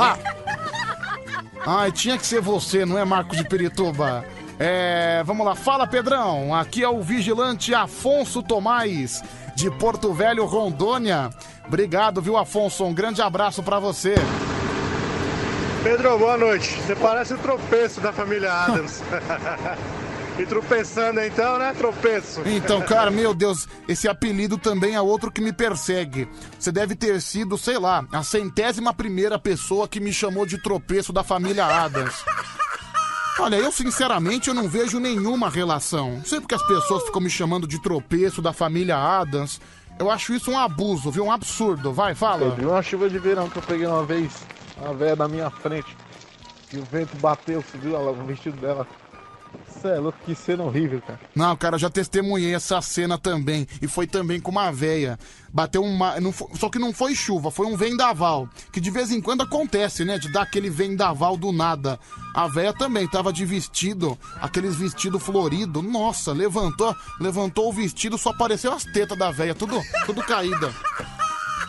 Ai, tinha que ser você, não é, Marcos de Pirituba? Vamos lá, fala, Pedrão. Aqui é o vigilante Afonso Tomás, de Porto Velho, Rondônia. Obrigado, viu, Afonso? Um grande abraço pra você. Pedro, boa noite. Você parece o tropeço da família Adams. E tropeçando então, né? Tropeço. Então, cara, meu Deus, esse apelido também é outro que me persegue. Você deve ter sido, sei lá, a 100ª pessoa que me chamou de tropeço da família Adams. Olha, eu sinceramente eu não vejo nenhuma relação. Sempre que as pessoas ficam me chamando de tropeço da família Adams, eu acho isso um abuso, viu? Um absurdo. Vai, fala. Teve uma chuva de verão que eu peguei uma vez, uma velha na minha frente, e o vento bateu, você viu o vestido dela. Você é louco, que cena horrível, cara. Não, cara, eu já testemunhei essa cena também. E foi também com uma véia. Bateu uma... Só que não foi chuva, foi um vendaval. Que de vez em quando acontece, né? De dar aquele vendaval do nada. A véia também tava de vestido, aqueles vestidos floridos. Nossa, levantou o vestido, só apareceu as tetas da véia, tudo caída.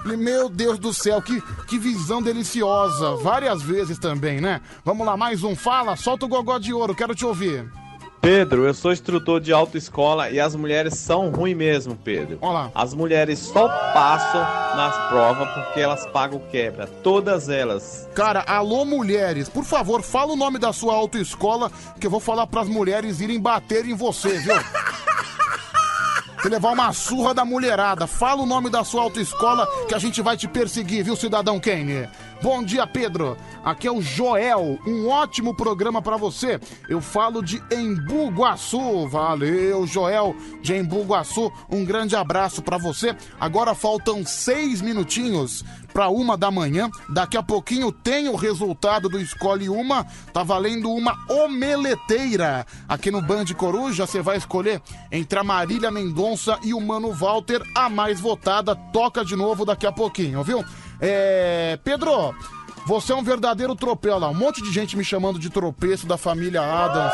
Meu Deus do céu, que visão deliciosa. Várias vezes também, né? Vamos lá, mais um. Fala, solta o gogó de ouro, quero te ouvir. Pedro, eu sou instrutor de autoescola e as mulheres são ruins mesmo, Pedro. Olá. As mulheres só passam nas provas porque elas pagam quebra. Todas elas. Cara, alô mulheres, por favor, fala o nome da sua autoescola que eu vou falar pras mulheres irem bater em você, viu? Você levar uma surra da mulherada. Fala o nome da sua autoescola que a gente vai te perseguir, viu, cidadão Kane? Bom dia, Pedro. Aqui é o Joel. Um ótimo programa pra você. Eu falo de Embu Guaçu. Valeu, Joel de Embu Guaçu. Um grande abraço pra você. Agora faltam 6 minutinhos pra 1 da manhã. Daqui a pouquinho tem o resultado do Escolhe Uma. Tá valendo uma omeleteira. Aqui no Band Coruja, você vai escolher entre a Marília Mendonça e o Mano Walter. A mais votada toca de novo daqui a pouquinho, viu? Pedro, você é um verdadeiro tropeiro lá. Um monte de gente me chamando de tropeço da família Adams.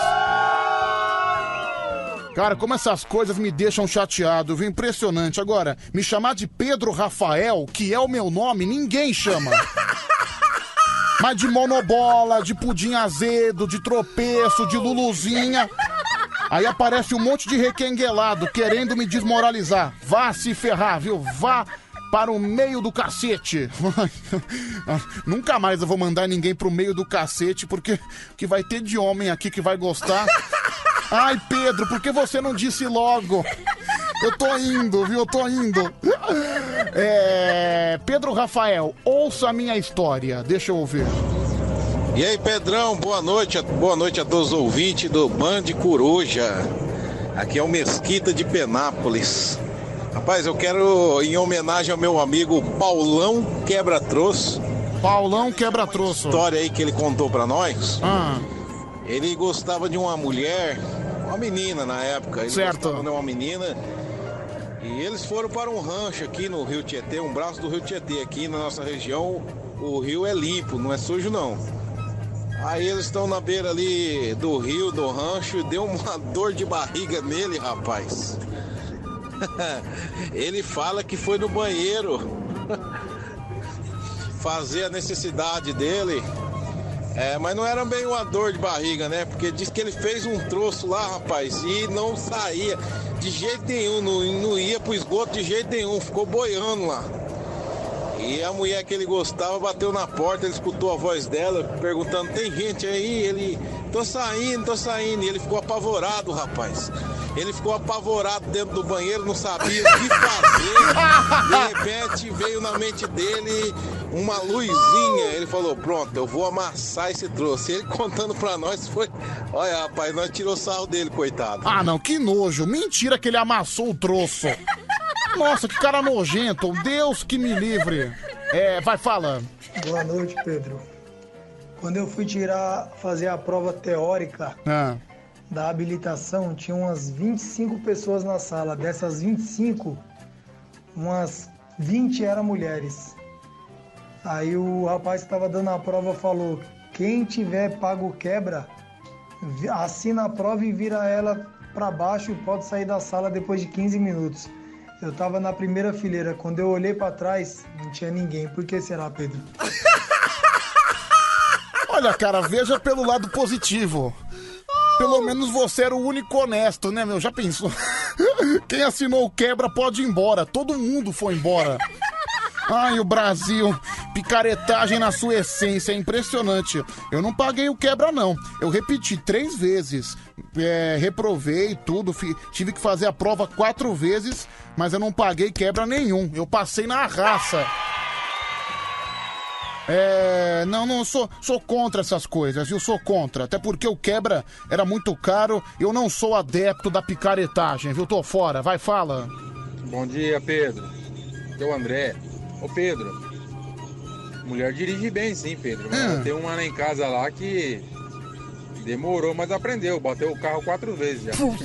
Cara, como essas coisas me deixam chateado, viu? Impressionante. Agora, me chamar de Pedro Rafael, que é o meu nome, ninguém chama. Mas de monobola, de pudim azedo, de tropeço, de luluzinha. Aí aparece um monte de requenguelado querendo me desmoralizar. Vá se ferrar, viu? Vá para o meio do cacete. Nunca mais eu vou mandar ninguém pro meio do cacete, porque que vai ter de homem aqui que vai gostar. Ai, Pedro, por que você não disse logo? Eu tô indo, viu? Eu tô indo. Pedro Rafael, ouça a minha história. Deixa eu ouvir. E aí, Pedrão, boa noite a todos os ouvintes do Band Coruja. Aqui é o Mesquita de Penápolis. Rapaz, eu quero, em homenagem ao meu amigo Paulão Quebra-Troço. Paulão Quebra-Troço. História aí que ele contou pra nós. Ele gostava de uma mulher, uma menina na época. Ele gostava de uma menina. E eles foram para um rancho aqui no Rio Tietê, um braço do Rio Tietê. Aqui na nossa região, o rio é limpo, não é sujo não. Aí eles estão na beira ali do rio, do rancho, deu uma dor de barriga nele, rapaz. Ele fala que foi no banheiro fazer a necessidade dele. Mas não era bem uma dor de barriga, né? Porque diz que ele fez um troço lá, rapaz, e não saía de jeito nenhum, não ia pro esgoto de jeito nenhum, ficou boiando lá. E a mulher que ele gostava bateu na porta, ele escutou a voz dela, perguntando, tem gente aí? Ele, tô saindo. E ele ficou apavorado, rapaz. Ele ficou apavorado dentro do banheiro, não sabia o que fazer. De repente veio na mente dele uma luzinha. Ele falou, pronto, eu vou amassar esse troço. E ele contando pra nós foi... Olha, rapaz, nós tirou sarro dele, coitado. Ah, não, que nojo. Mentira que ele amassou o troço. Nossa, que cara nojento. Deus que me livre. Vai, fala. Boa noite, Pedro. Quando eu fui fazer a prova teórica da habilitação, tinha umas 25 pessoas na sala. Dessas 25, umas 20 eram mulheres. Aí o rapaz que estava dando a prova falou, quem tiver pago quebra, assina a prova e vira ela para baixo e pode sair da sala depois de 15 minutos. Eu tava na primeira fileira, quando eu olhei pra trás, não tinha ninguém. Por que será, Pedro? Olha, cara, veja pelo lado positivo. Pelo menos você era o único honesto, né, meu? Já pensou? Quem assinou o quebra pode ir embora. Todo mundo foi embora. Ai, o Brasil, picaretagem na sua essência, é impressionante. Eu não paguei o quebra, não. Eu repeti 3 vezes, reprovei tudo, tive que fazer a prova 4 vezes, mas eu não paguei quebra nenhum. Eu passei na raça. Não, sou contra essas coisas, viu? Sou contra. Até porque o quebra era muito caro. Eu não sou adepto da picaretagem, viu? Tô fora. Vai, fala. Bom dia, Pedro. Aqui é o André. Ô, Pedro, mulher dirige bem sim, Pedro. Mas tem uma lá em casa lá que demorou, mas aprendeu. Bateu o carro 4 vezes já. O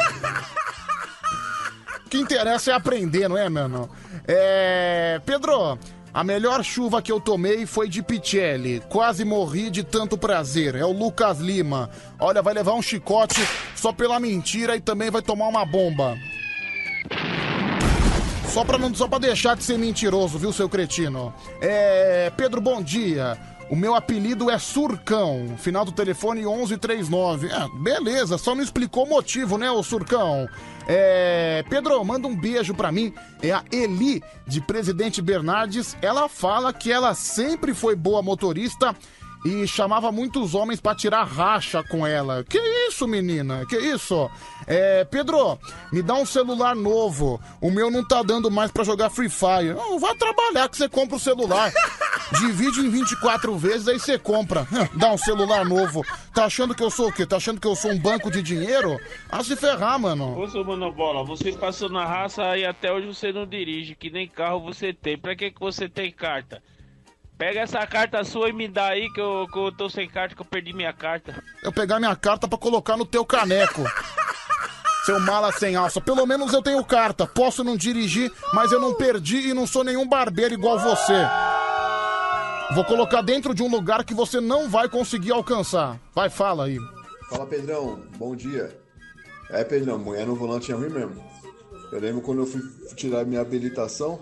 que interessa é aprender, não é, mano? Pedro, a melhor chuva que eu tomei foi de Pichelli. Quase morri de tanto prazer. É o Lucas Lima. Olha, vai levar um chicote só pela mentira e também vai tomar uma bomba. Só pra deixar de ser mentiroso, viu, seu cretino? Pedro, bom dia. O meu apelido é Surcão, final do telefone 1139. Beleza, só não explicou o motivo, né, ô Surcão? Pedro, manda um beijo pra mim. É a Eli, de Presidente Bernardes. Ela fala que ela sempre foi boa motorista e chamava muitos homens pra tirar racha com ela. Que isso, menina? Que isso? Pedro, me dá um celular novo. O meu não tá dando mais pra jogar Free Fire. Não, vai trabalhar que você compra o celular. Divide em 24 vezes, aí você compra. Dá um celular novo. Tá achando que eu sou o quê? Tá achando que eu sou um banco de dinheiro? Ah, se ferrar, mano. Ô, seu Monobola, você passou na raça e até hoje você não dirige, que nem carro você tem. Pra que você tem carta? Pega essa carta sua e me dá aí que eu tô sem carta, que eu perdi minha carta. Eu pegar minha carta pra colocar no teu caneco. Seu mala sem alça. Pelo menos eu tenho carta. Posso não dirigir, mas eu não perdi e não sou nenhum barbeiro igual você. Vou colocar dentro de um lugar que você não vai conseguir alcançar. Vai, fala aí. Fala, Pedrão. Bom dia. Pedrão, mulher no volante é ruim mesmo. Eu lembro quando eu fui tirar minha habilitação,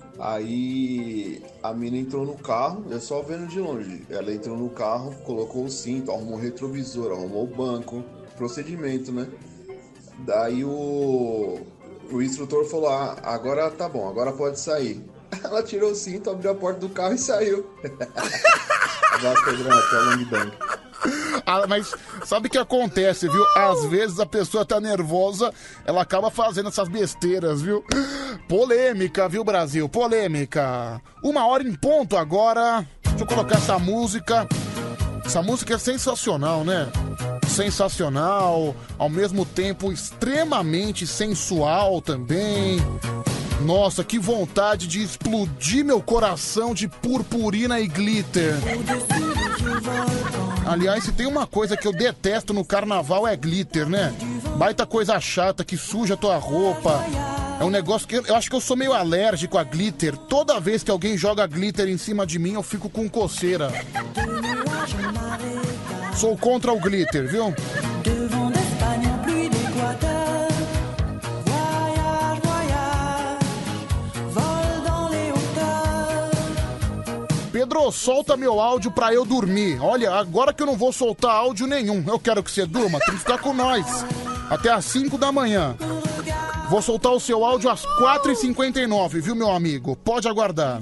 aí a mina entrou no carro, eu só vendo de longe. Ela entrou no carro, colocou o cinto, arrumou o retrovisor, arrumou o banco, procedimento, né? Daí o instrutor falou, agora tá bom, agora pode sair. Ela tirou o cinto, abriu a porta do carro e saiu. Abraço, Pedrão, até o Long Bank. Mas sabe o que acontece, viu? Às vezes a pessoa tá nervosa, ela acaba fazendo essas besteiras, viu? Polêmica, viu, Brasil? Polêmica. 1h em ponto agora. Deixa eu colocar essa música. Essa música é sensacional, né? Sensacional, ao mesmo tempo extremamente sensual também. Nossa, que vontade de explodir meu coração de purpurina e glitter. Aliás, se tem uma coisa que eu detesto no carnaval é glitter, né? Baita coisa chata que suja a tua roupa. É um negócio que eu acho que eu sou meio alérgico a glitter. Toda vez que alguém joga glitter em cima de mim, eu fico com coceira. Sou contra o glitter, viu? Pedro, solta meu áudio pra eu dormir. Olha, agora que eu não vou soltar áudio nenhum. Eu quero que você durma, tem que ficar com nós. Até às 5 da manhã. Vou soltar o seu áudio às 4h59, viu, meu amigo? Pode aguardar.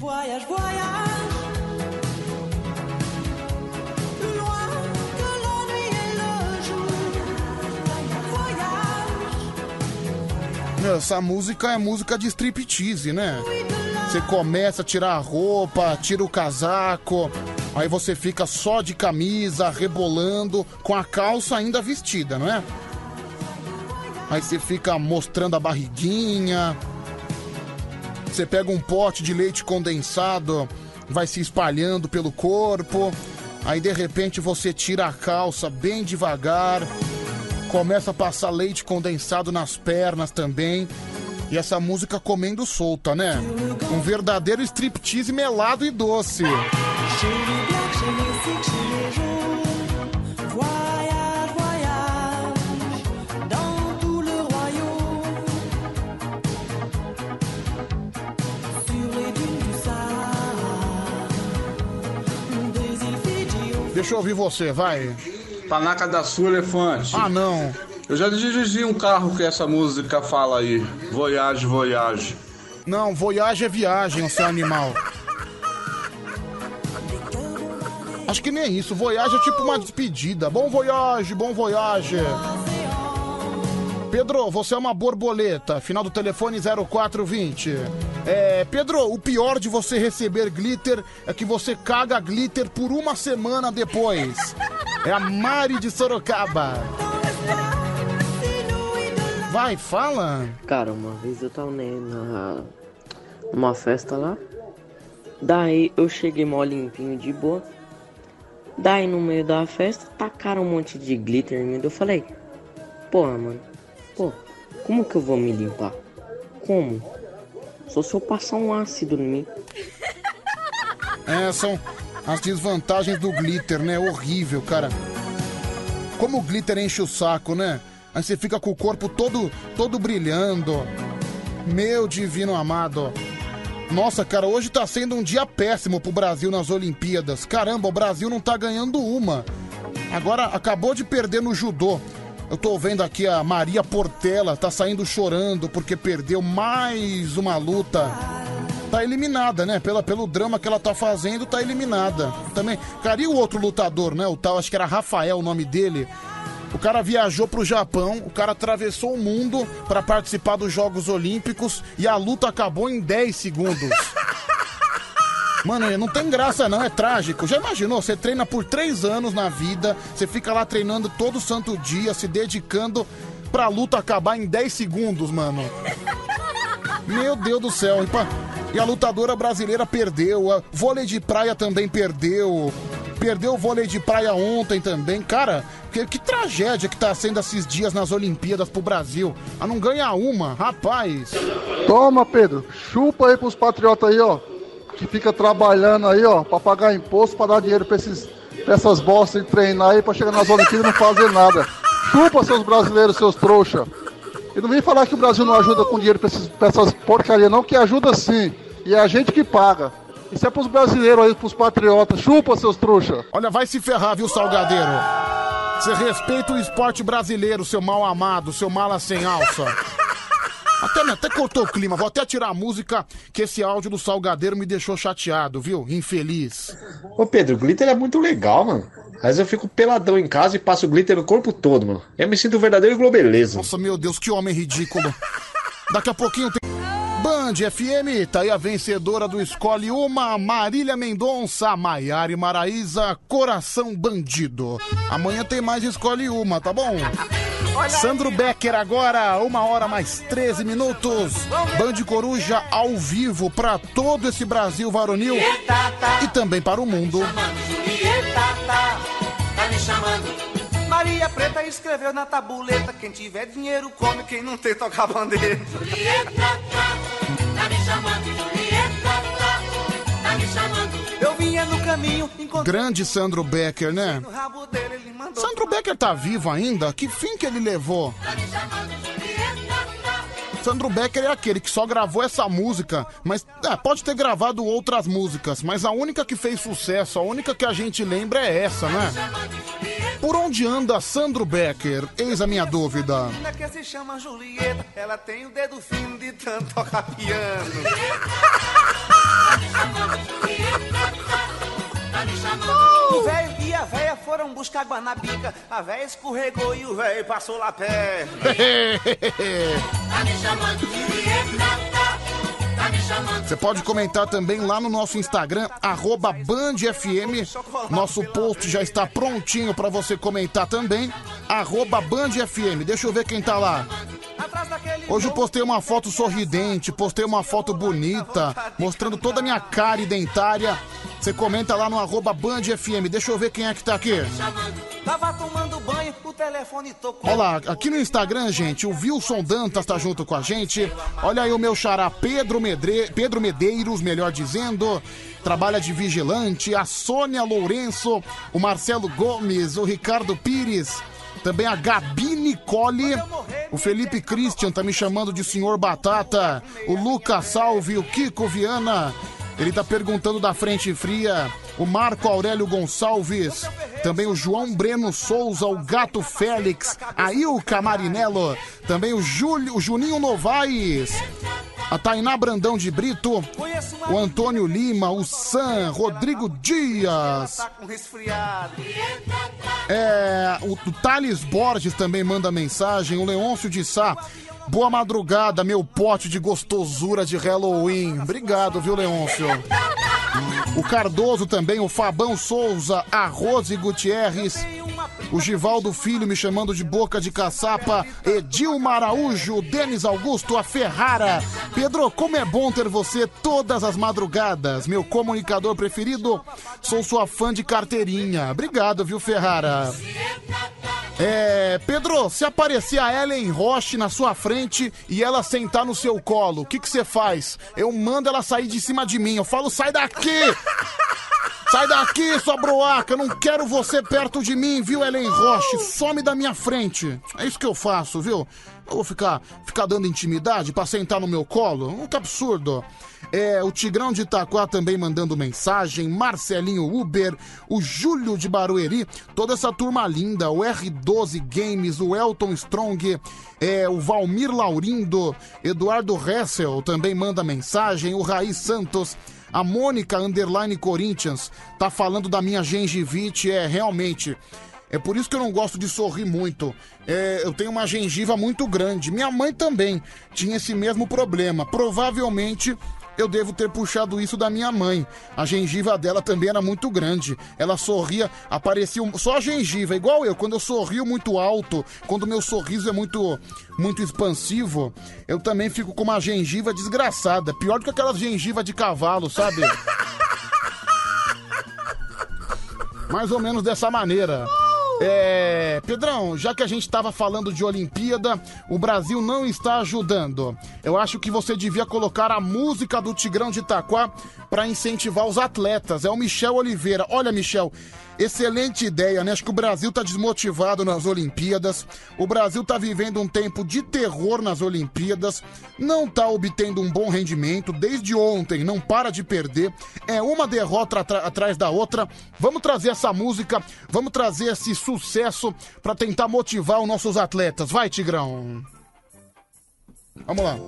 Meu, essa música é música de striptease, né? Você começa a tirar a roupa, tira o casaco, aí você fica só de camisa, rebolando, com a calça ainda vestida, não é? Aí você fica mostrando a barriguinha, você pega um pote de leite condensado, vai se espalhando pelo corpo, aí de repente você tira a calça bem devagar, começa a passar leite condensado nas pernas também. E essa música comendo solta, né? Um verdadeiro striptease melado e doce. Deixa eu ouvir você, vai. Panaca da sua, elefante. Ah, não. Eu já dirigi um carro que essa música fala aí. Voyage, voyage. Não, voyage é viagem, o seu animal. Acho que nem isso. Voyage é tipo uma despedida. Bom voyage, bom voyage. Pedro, você é uma borboleta. Final do telefone 0420. Pedro, o pior de você receber glitter é que você caga glitter por uma semana depois. É a Mari de Sorocaba. Vai, fala. Cara, uma vez eu tava numa festa lá. Daí eu cheguei mó limpinho de boa. Daí no meio da festa tacaram um monte de glitter em mim. Eu falei, porra, mano, como que eu vou me limpar? Como? Só se eu passar um ácido em mim. São as desvantagens do glitter, né? Horrível, cara. Como o glitter enche o saco, né? Aí você fica com o corpo todo brilhando. Meu divino amado. Nossa, cara, hoje tá sendo um dia péssimo pro Brasil nas Olimpíadas. Caramba, o Brasil não tá ganhando uma. Agora, acabou de perder no judô. Eu tô vendo aqui a Maria Portela, tá saindo chorando porque perdeu mais uma luta. Tá eliminada, né? Pelo drama que ela tá fazendo, tá eliminada. Também, cara, e o outro lutador, né? O tal, acho que era Rafael o nome dele. O cara viajou pro Japão, o cara atravessou o mundo pra participar dos Jogos Olímpicos e a luta acabou em 10 segundos. Mano, não tem graça não, é trágico. Já imaginou? Você treina por 3 anos na vida, você fica lá treinando todo santo dia, se dedicando pra luta acabar em 10 segundos, mano. Meu Deus do céu. E a lutadora brasileira perdeu, a vôlei de praia também perdeu. Perdeu o vôlei de praia ontem também. Cara, que tragédia que tá sendo esses dias nas Olimpíadas pro Brasil. A não ganha uma, rapaz. Toma, Pedro. Chupa aí pros patriotas aí, ó. Que fica trabalhando aí, ó, pra pagar imposto, pra dar dinheiro pra essas bostas de treinar aí, pra chegar nas Olimpíadas e não fazer nada. Chupa, seus brasileiros, seus trouxa. E não vem falar que o Brasil não ajuda com dinheiro pra essas porcarias não, que ajuda sim. E é a gente que paga. Isso é pros brasileiros aí, pros patriotas. Chupa, seus trouxa. Olha, vai se ferrar, viu, Salgadeiro? Você respeita o esporte brasileiro, seu mal amado, seu mala sem alça. Até cortou o clima, vou até tirar a música, que esse áudio do Salgadeiro me deixou chateado, viu? Infeliz. Ô Pedro, o glitter é muito legal, mano. Às vezes eu fico peladão em casa e passo glitter no corpo todo, mano. Eu me sinto um verdadeiro globeleza. Nossa, meu Deus, que homem ridículo. Daqui a pouquinho tem... Band FM, tá aí a vencedora do Escolhe Uma, Marília Mendonça, Maiara e Maraísa, Coração Bandido. Amanhã tem mais Escolhe Uma, tá bom? Sandro Becker agora, 1h mais 13 minutos. Band Coruja ao vivo pra todo esse Brasil varonil e também para o mundo. Tá me chamando. Maria Preta escreveu na tabuleta: quem tiver dinheiro come, quem não tem toca bandeira. Julieta, tá me chamando. Julieta, tá me chamando. Eu vinha no caminho, encontrei... Grande Sandro Becker, né? No rabo dele, ele mandou... Sandro Becker tá vivo ainda? Que fim que ele levou? Tá me chamando, Julieta. Sandro Becker é aquele que só gravou essa música, mas pode ter gravado outras músicas, mas a única que fez sucesso, a única que a gente lembra é essa, né? Por onde anda Sandro Becker? Eis a minha dúvida. A menina que se chama Julieta, ela tem o dedo fino de tanto tocar piano. O velho e a véia foram buscar água na bica, a véia escorregou e o velho passou lá perto. Você pode comentar também lá no nosso Instagram, @BandFM. Nosso post já está prontinho para você comentar também, @BandFM. Deixa eu ver quem tá lá. Hoje eu postei uma foto sorridente, postei uma foto bonita, mostrando toda a minha cárie dentária. Você comenta lá no @BandFM. Deixa eu ver quem é que tá aqui. Tava tomando banho, o telefone tocou. Olha lá, aqui no Instagram, gente, o Wilson Dantas tá junto com a gente. Olha aí o meu xará Pedro Medeiros, melhor dizendo. Trabalha de vigilante. A Sônia Lourenço, o Marcelo Gomes, o Ricardo Pires. Também a Gabi Nicole, o Felipe Christian tá me chamando de Senhor Batata, o Lucas Salve, o Kiko Viana, ele tá perguntando da Frente Fria, o Marco Aurélio Gonçalves, também o João Breno Souza, o Gato Félix, a Ilka Marinello, também o Juninho Novaes, a Tainá Brandão de Brito, o Antônio Lima, o Sam, Rodrigo Dias, o Thales Borges também manda mensagem, o Leôncio de Sá, boa madrugada, meu pote de gostosura de Halloween. Obrigado, viu, Leôncio? O Cardoso também, o Fabão Souza, a Rose Gutierrez, o Givaldo Filho me chamando de boca de caçapa, Edilma Araújo, Denis Augusto, a Ferrara. Pedro, como é bom ter você todas as madrugadas, meu comunicador preferido, sou sua fã de carteirinha. Obrigado, viu, Ferrara? Pedro, se aparecer a Ellen Roche na sua frente e ela sentar no seu colo, o que você faz? Eu mando ela sair de cima de mim, eu falo, sai daqui! Sai daqui, sua broaca, não quero você perto de mim, viu, Ellen Roche? Some da minha frente. É isso que eu faço, viu? Eu vou ficar dando intimidade pra sentar no meu colo? Que absurdo. O Tigrão de Itaquá também mandando mensagem, Marcelinho Uber, o Júlio de Barueri, toda essa turma linda, o R12 Games, o Elton Strong, o Valmir Laurindo, Eduardo Hessel também manda mensagem, o Raiz Santos, a Mônica Corinthians tá falando da minha gengivite, realmente... É por isso que eu não gosto de sorrir muito. Eu tenho uma gengiva muito grande. Minha mãe também tinha esse mesmo problema. Provavelmente eu devo ter puxado isso da minha mãe. A gengiva dela também era muito grande. Ela sorria, aparecia só a gengiva, igual eu. Quando eu sorrio muito alto, quando meu sorriso é muito expansivo, eu também fico com uma gengiva desgraçada. Pior do que aquelas gengivas de cavalo, sabe? Mais ou menos dessa maneira. Pedrão, já que a gente tava falando de Olimpíada, o Brasil não está ajudando. Eu acho que você devia colocar a música do Tigrão de Itaquá pra incentivar os atletas. É o Michel Oliveira. Olha, Michel, excelente ideia, né? Acho que o Brasil tá desmotivado nas Olimpíadas. O Brasil tá vivendo um tempo de terror nas Olimpíadas. Não tá obtendo um bom rendimento. Desde ontem, não para de perder. É uma derrota atrás da outra. Vamos trazer essa música, vamos trazer esse sucesso pra tentar motivar os nossos atletas. Vai, Tigrão. Vamos lá.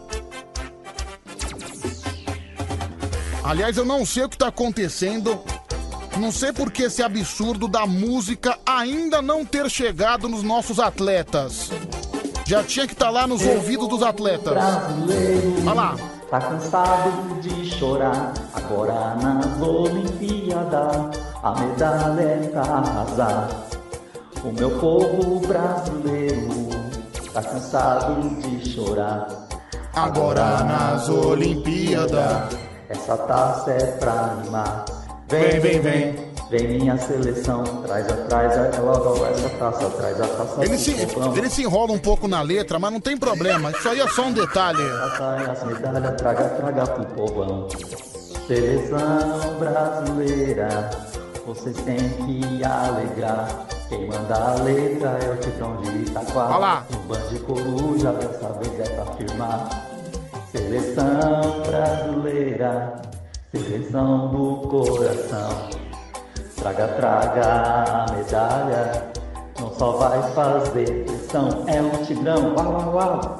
Aliás, eu não sei o que tá acontecendo. Não sei por que esse absurdo da música ainda não ter chegado nos nossos atletas. Já tinha que estar lá nos ouvidos dos atletas. Olha lá. Tá cansado de chorar, agora nas Olimpíadas a medalha é pra arrasar. O meu povo brasileiro tá cansado de chorar, agora nas Olimpíadas essa taça é pra animar. Vem, vem, vem. Vem minha seleção, traz logo essa taça, traz a taça. Ele se enrola um pouco na letra, mas não tem problema, isso aí é só um detalhe. As medalhas, traga pro povão. Seleção brasileira, vocês têm que alegrar. Quem manda a letra é o Tigrão de Itaquá. Olha lá. No Band Coruja, dessa vez é pra firmar. Seleção brasileira, seleção do coração. Traga a medalha, não só vai fazer pressão, é um Tigrão, uau, uau, uau.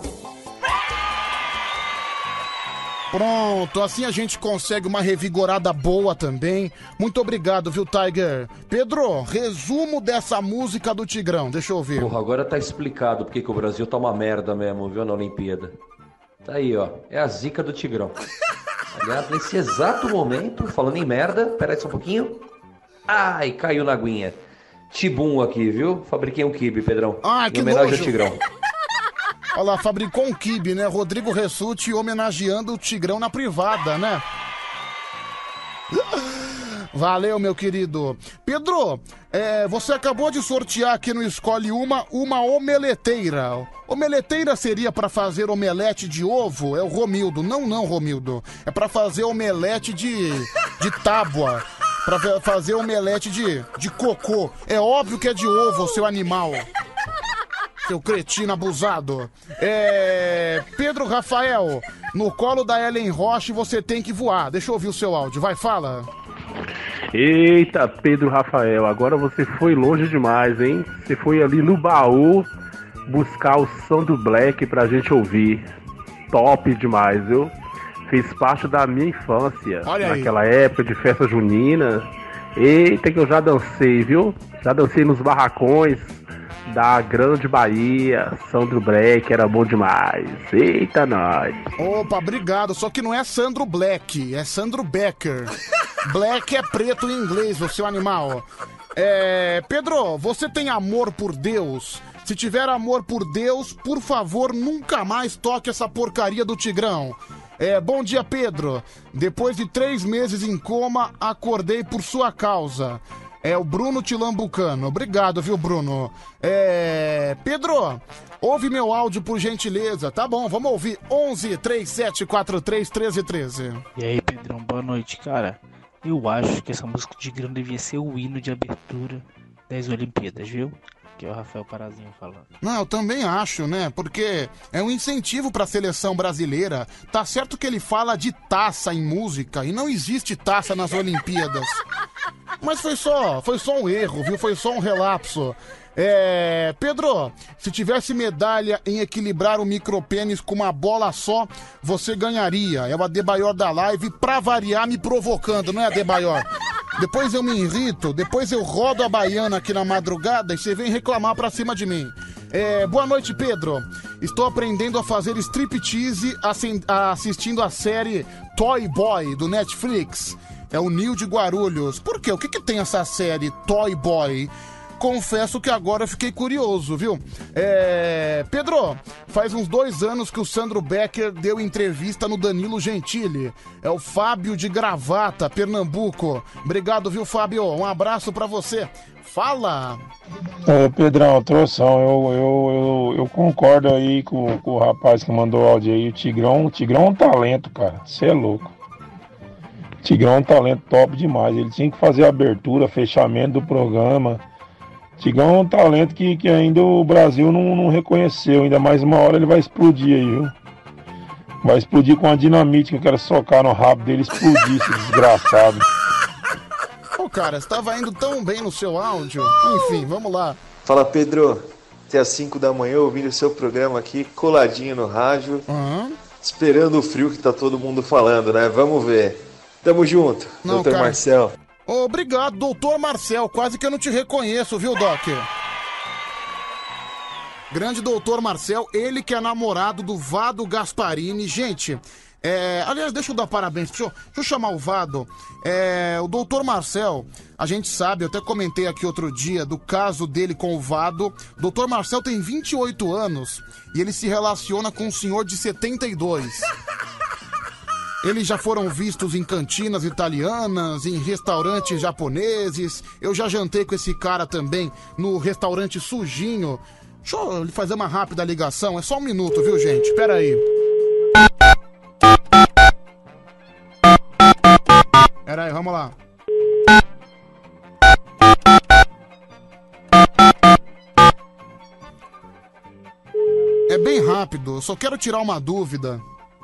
Pronto, assim a gente consegue uma revigorada boa também. Muito obrigado, viu, Tiger? Pedro, resumo dessa música do Tigrão, deixa eu ver. Porra, agora tá explicado porque que o Brasil tá uma merda mesmo, viu, na Olimpíada. Tá aí, ó, é a zica do Tigrão. Aliás, nesse exato momento, falando em merda, peraí só um pouquinho. Ai, caiu na aguinha. Tibum aqui, viu? Fabriquei um quibe, Pedrão. Ah, que em homenagem nojo. ao Tigrão. Olha lá, fabricou um quibe, né? Rodrigo Ressuti homenageando o Tigrão na privada, né? Valeu, meu querido. Pedro, você acabou de sortear aqui no Escolhe uma omeleteira. Omeleteira seria pra fazer omelete de ovo? É o Romildo. Não, Romildo. É pra fazer omelete de tábua. Pra fazer omelete de cocô. É óbvio que é de ovo, seu animal. Seu cretino abusado. Pedro Rafael, no colo da Ellen Roche você tem que voar. Deixa eu ouvir o seu áudio. Vai, fala. Eita, Pedro Rafael, agora você foi longe demais, hein? Você foi ali no baú buscar o som do Black pra gente ouvir. Top demais, viu? Fez parte da minha infância. Olha aí. Naquela época de festa junina. Eita, que eu já dancei, viu? Já dancei nos barracões da Grande Bahia. Sandro Black, era bom demais. Eita, nós. Opa, obrigado. Só que não é Sandro Black, é Sandro Becker. Black é preto em inglês, o seu animal. Pedro, você tem amor por Deus? Se tiver amor por Deus, por favor, nunca mais toque essa porcaria do Tigrão. Bom dia, Pedro. Depois de 3 meses em coma, acordei por sua causa. É o Bruno Tilambucano. Obrigado, viu, Bruno? Pedro, ouve meu áudio por gentileza. Tá bom, vamos ouvir. 11 3743 1313. E aí, Pedrão, boa noite, cara. Eu acho que essa música do Tigrão devia ser o hino de abertura das Olimpíadas, viu? Que é o Rafael Parazinho falando. Não, eu também acho, né? Porque é um incentivo pra seleção brasileira. Tá certo que ele fala de taça em música e não existe taça nas Olimpíadas. Mas foi só um erro, viu? Foi só um relapso. Pedro, se tivesse medalha em equilibrar o micropênis com uma bola só, você ganharia. É o Adebayor da live, pra variar, me provocando, não é, Adebayor? Depois eu me irrito, depois eu rodo a baiana aqui na madrugada e você vem reclamar pra cima de mim. Boa noite, Pedro. Estou aprendendo a fazer striptease assistindo a série Toy Boy, do Netflix. É o Nil de Guarulhos. Por quê? O que tem essa série Toy Boy? Confesso que agora eu fiquei curioso, viu? Pedro, faz uns 2 anos que o Sandro Becker deu entrevista no Danilo Gentili. É o Fábio de Gravata, Pernambuco. Obrigado, viu, Fábio? Um abraço pra você. Fala! Pedrão, trouxão, eu concordo aí com o rapaz que mandou o áudio aí. O Tigrão é um talento, cara. Você é louco. O Tigrão é um talento top demais. Ele tinha que fazer a abertura, fechamento do programa. Tigrão é um talento que ainda o Brasil não reconheceu. Ainda mais uma hora ele vai explodir aí, viu? Vai explodir com a dinamite que eu quero socar no rabo dele, explodir esse desgraçado. Ô, cara, você tava indo tão bem no seu áudio. Enfim, vamos lá. Fala, Pedro. Até às 5 da manhã ouvindo o seu programa aqui, coladinho no rádio. Esperando o frio que tá todo mundo falando, né? Vamos ver. Tamo junto, doutor Marcel. Obrigado, doutor Marcel. Quase que eu não te reconheço, viu, Doc? Grande doutor Marcel, ele que é namorado do Vado Gasparini. Gente, aliás, deixa eu dar parabéns. Deixa eu chamar o Vado. O doutor Marcel, a gente sabe, eu até comentei aqui outro dia do caso dele com o Vado. O doutor Marcel tem 28 anos e ele se relaciona com um senhor de 72. Eles já foram vistos em cantinas italianas, em restaurantes japoneses. Eu já jantei com esse cara também no restaurante Sujinho. Deixa eu fazer uma rápida ligação. É só 1 minuto, viu, gente? Pera aí. Pera aí, vamos lá. É bem rápido, eu só quero tirar uma dúvida.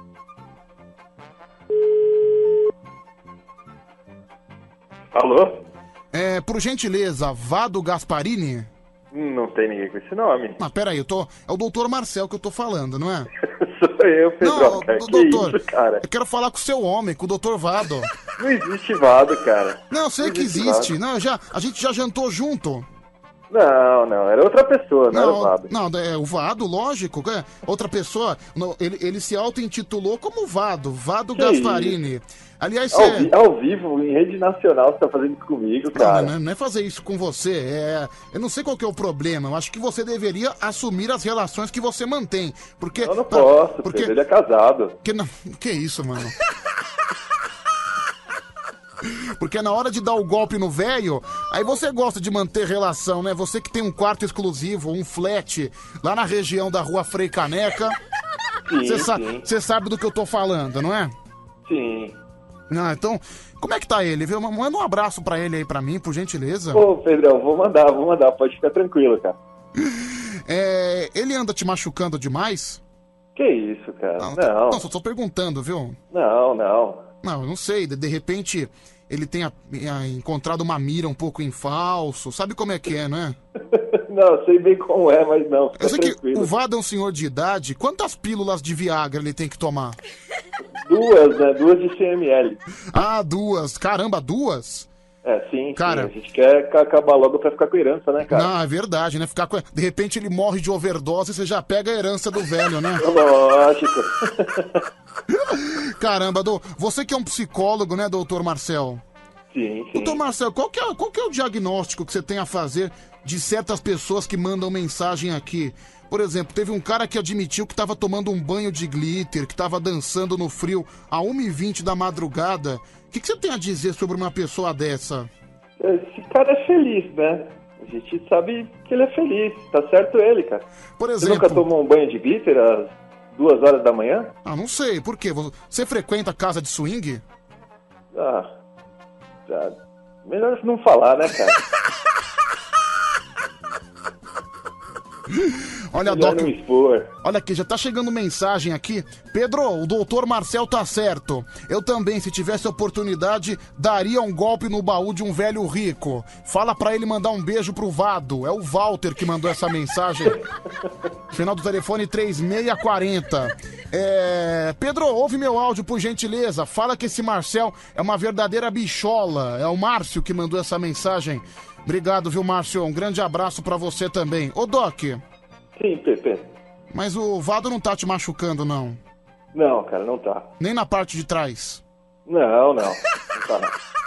Alô? Por gentileza, Vado Gasparini? Não tem ninguém com esse nome. Pera aí, é o doutor Marcel que eu tô falando, não é? Sou eu, Pedro. Não, doutor, isso, cara? Eu quero falar com o seu homem, com o doutor Vado. Não existe Vado, cara. Não, eu sei que existe. Não, a gente já jantou junto. Não, era outra pessoa, não era o Vado. Não, o Vado, lógico. Outra pessoa, ele se auto-intitulou como Vado Gasparini. Isso? Aliás, ao vivo, em rede nacional, você tá fazendo isso comigo, cara. Não é fazer isso com você. Eu não sei qual que é o problema. Eu acho que você deveria assumir as relações que você mantém. Porque, eu não posso, porque ele é casado. Que isso, mano? Porque na hora de dar o golpe no velho, aí você gosta de manter relação, né? Você que tem um quarto exclusivo, um flat, lá na região da rua Frei Caneca. Você sabe do que eu tô falando, não é? Sim. Então, como é que tá ele, viu? Manda um abraço pra ele aí pra mim, por gentileza. Ô, Pedrão, vou mandar, pode ficar tranquilo, cara. Ele anda te machucando demais? Que isso, cara? Não. Só tô perguntando, viu? Não. Não, eu não sei, de repente ele tenha encontrado uma mira um pouco em falso, sabe como é que é, não é? Não, sei bem como é, mas não. Eu sei tranquilo. Que o Vado é um senhor de idade, quantas pílulas de Viagra ele tem que tomar? 2, né? 2 de 100 ml. 2. Caramba, 2? Sim, cara, sim. A gente quer acabar logo pra ficar com a herança, né, cara? Não, é verdade, né? De repente ele morre de overdose e você já pega a herança do velho, né? Lógico. Caramba, você que é um psicólogo, né, doutor Marcel? Sim. Doutor Marcel, qual que é o diagnóstico que você tem a fazer de certas pessoas que mandam mensagem aqui? Por exemplo, teve um cara que admitiu que estava tomando um banho de glitter, que estava dançando no frio a 1h20 da madrugada. O que você tem a dizer sobre uma pessoa dessa? Esse cara é feliz, né? A gente sabe que ele é feliz. Tá certo ele, cara. Por exemplo... Você nunca tomou um banho de glitter às 2 horas da manhã? Não sei. Por quê? Você frequenta casa de swing? melhor não falar, né, cara? Olha, melhor Doc, não expor. olha aqui, já tá chegando mensagem aqui. Pedro, o doutor Marcel tá certo. Eu também, se tivesse oportunidade, daria um golpe no baú de um velho rico. Fala pra ele mandar um beijo pro Vado. É o Walter que mandou essa mensagem. Final do telefone 3640. Pedro, ouve meu áudio, por gentileza. Fala que esse Marcel é uma verdadeira bichola. É o Márcio que mandou essa mensagem. Obrigado, viu, Márcio? Um grande abraço pra você também. Ô, Doc. Sim, Pepe. Mas o Vado não tá te machucando, não? Não, cara, não tá. Nem na parte de trás? Não tá não.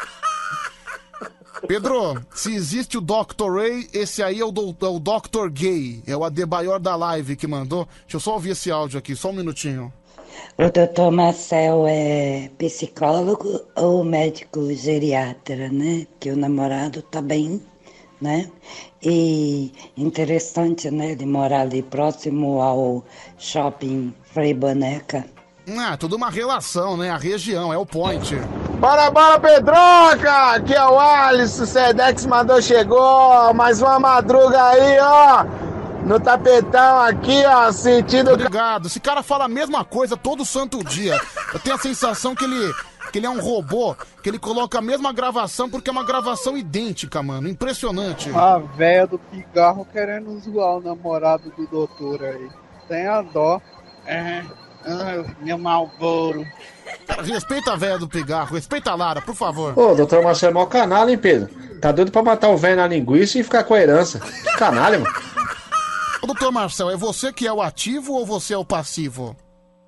Pedro, se existe o Dr. Ray, esse aí é o Dr. Gay. É o Adebayor da live que mandou. Deixa eu só ouvir esse áudio aqui, só um minutinho. O doutor Marcel é psicólogo ou médico geriatra, né? Que o namorado tá bem, né? E interessante, né? Ele morar ali próximo ao shopping Frei Boneca. Tudo uma relação, né? A região, é o point. Bora, Pedroca! Aqui é o Alisson, o Sedex mandou, chegou. Mais uma madruga aí, ó. No tapetão aqui, ó, sentido... Obrigado. Esse cara fala a mesma coisa todo santo dia. Eu tenho a sensação que ele é um robô, que ele coloca a mesma gravação porque é uma gravação idêntica, mano. Impressionante. A véia do pigarro querendo zoar o namorado do doutor aí. Tem a dó. Meu Malboro. Cara, respeita a véia do pigarro, respeita a Lara, por favor. Ô, doutor Marcelo é mó canalha, hein, Pedro? Tá doido pra matar o velho na linguiça e ficar com a herança. Que canalha, mano. Ô, doutor Marcel, é você que é o ativo ou você é o passivo?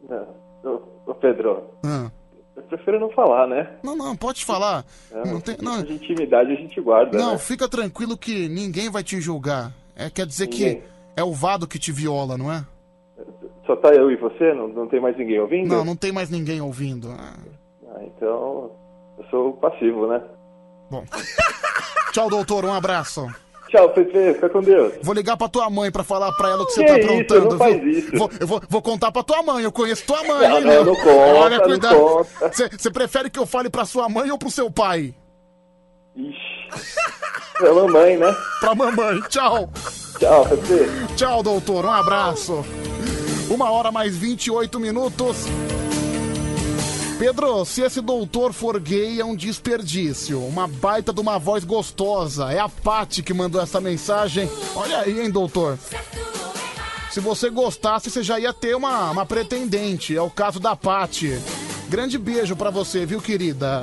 Ô, Pedro. Eu prefiro não falar, né? Não, pode falar. De intimidade a gente guarda, Não, né? fica tranquilo que ninguém vai te julgar. Quer dizer que é o Vado que te viola, não é? Só tá eu e você? Não tem mais ninguém ouvindo? Não tem mais ninguém ouvindo. Então eu sou o passivo, né? Bom. Tchau, doutor, um abraço. Tchau, Pepe, fica com Deus. Vou ligar pra tua mãe pra falar pra ela o que você tá aprontando, não viu? faz isso. Vou contar pra tua mãe, eu conheço tua mãe. Não conta, olha, cuidado. não conta. Você prefere que eu fale pra sua mãe ou pro seu pai? Ixi, pra mamãe, né? Pra mamãe, tchau. Tchau, Pepe. Tchau, doutor, um abraço. 1h mais 28 minutos. Pedro, se esse doutor for gay, é um desperdício. Uma baita de uma voz gostosa. É a Paty que mandou essa mensagem. Olha aí, hein, doutor. Se você gostasse, você já ia ter uma pretendente. É o caso da Paty. Grande beijo pra você, viu, querida?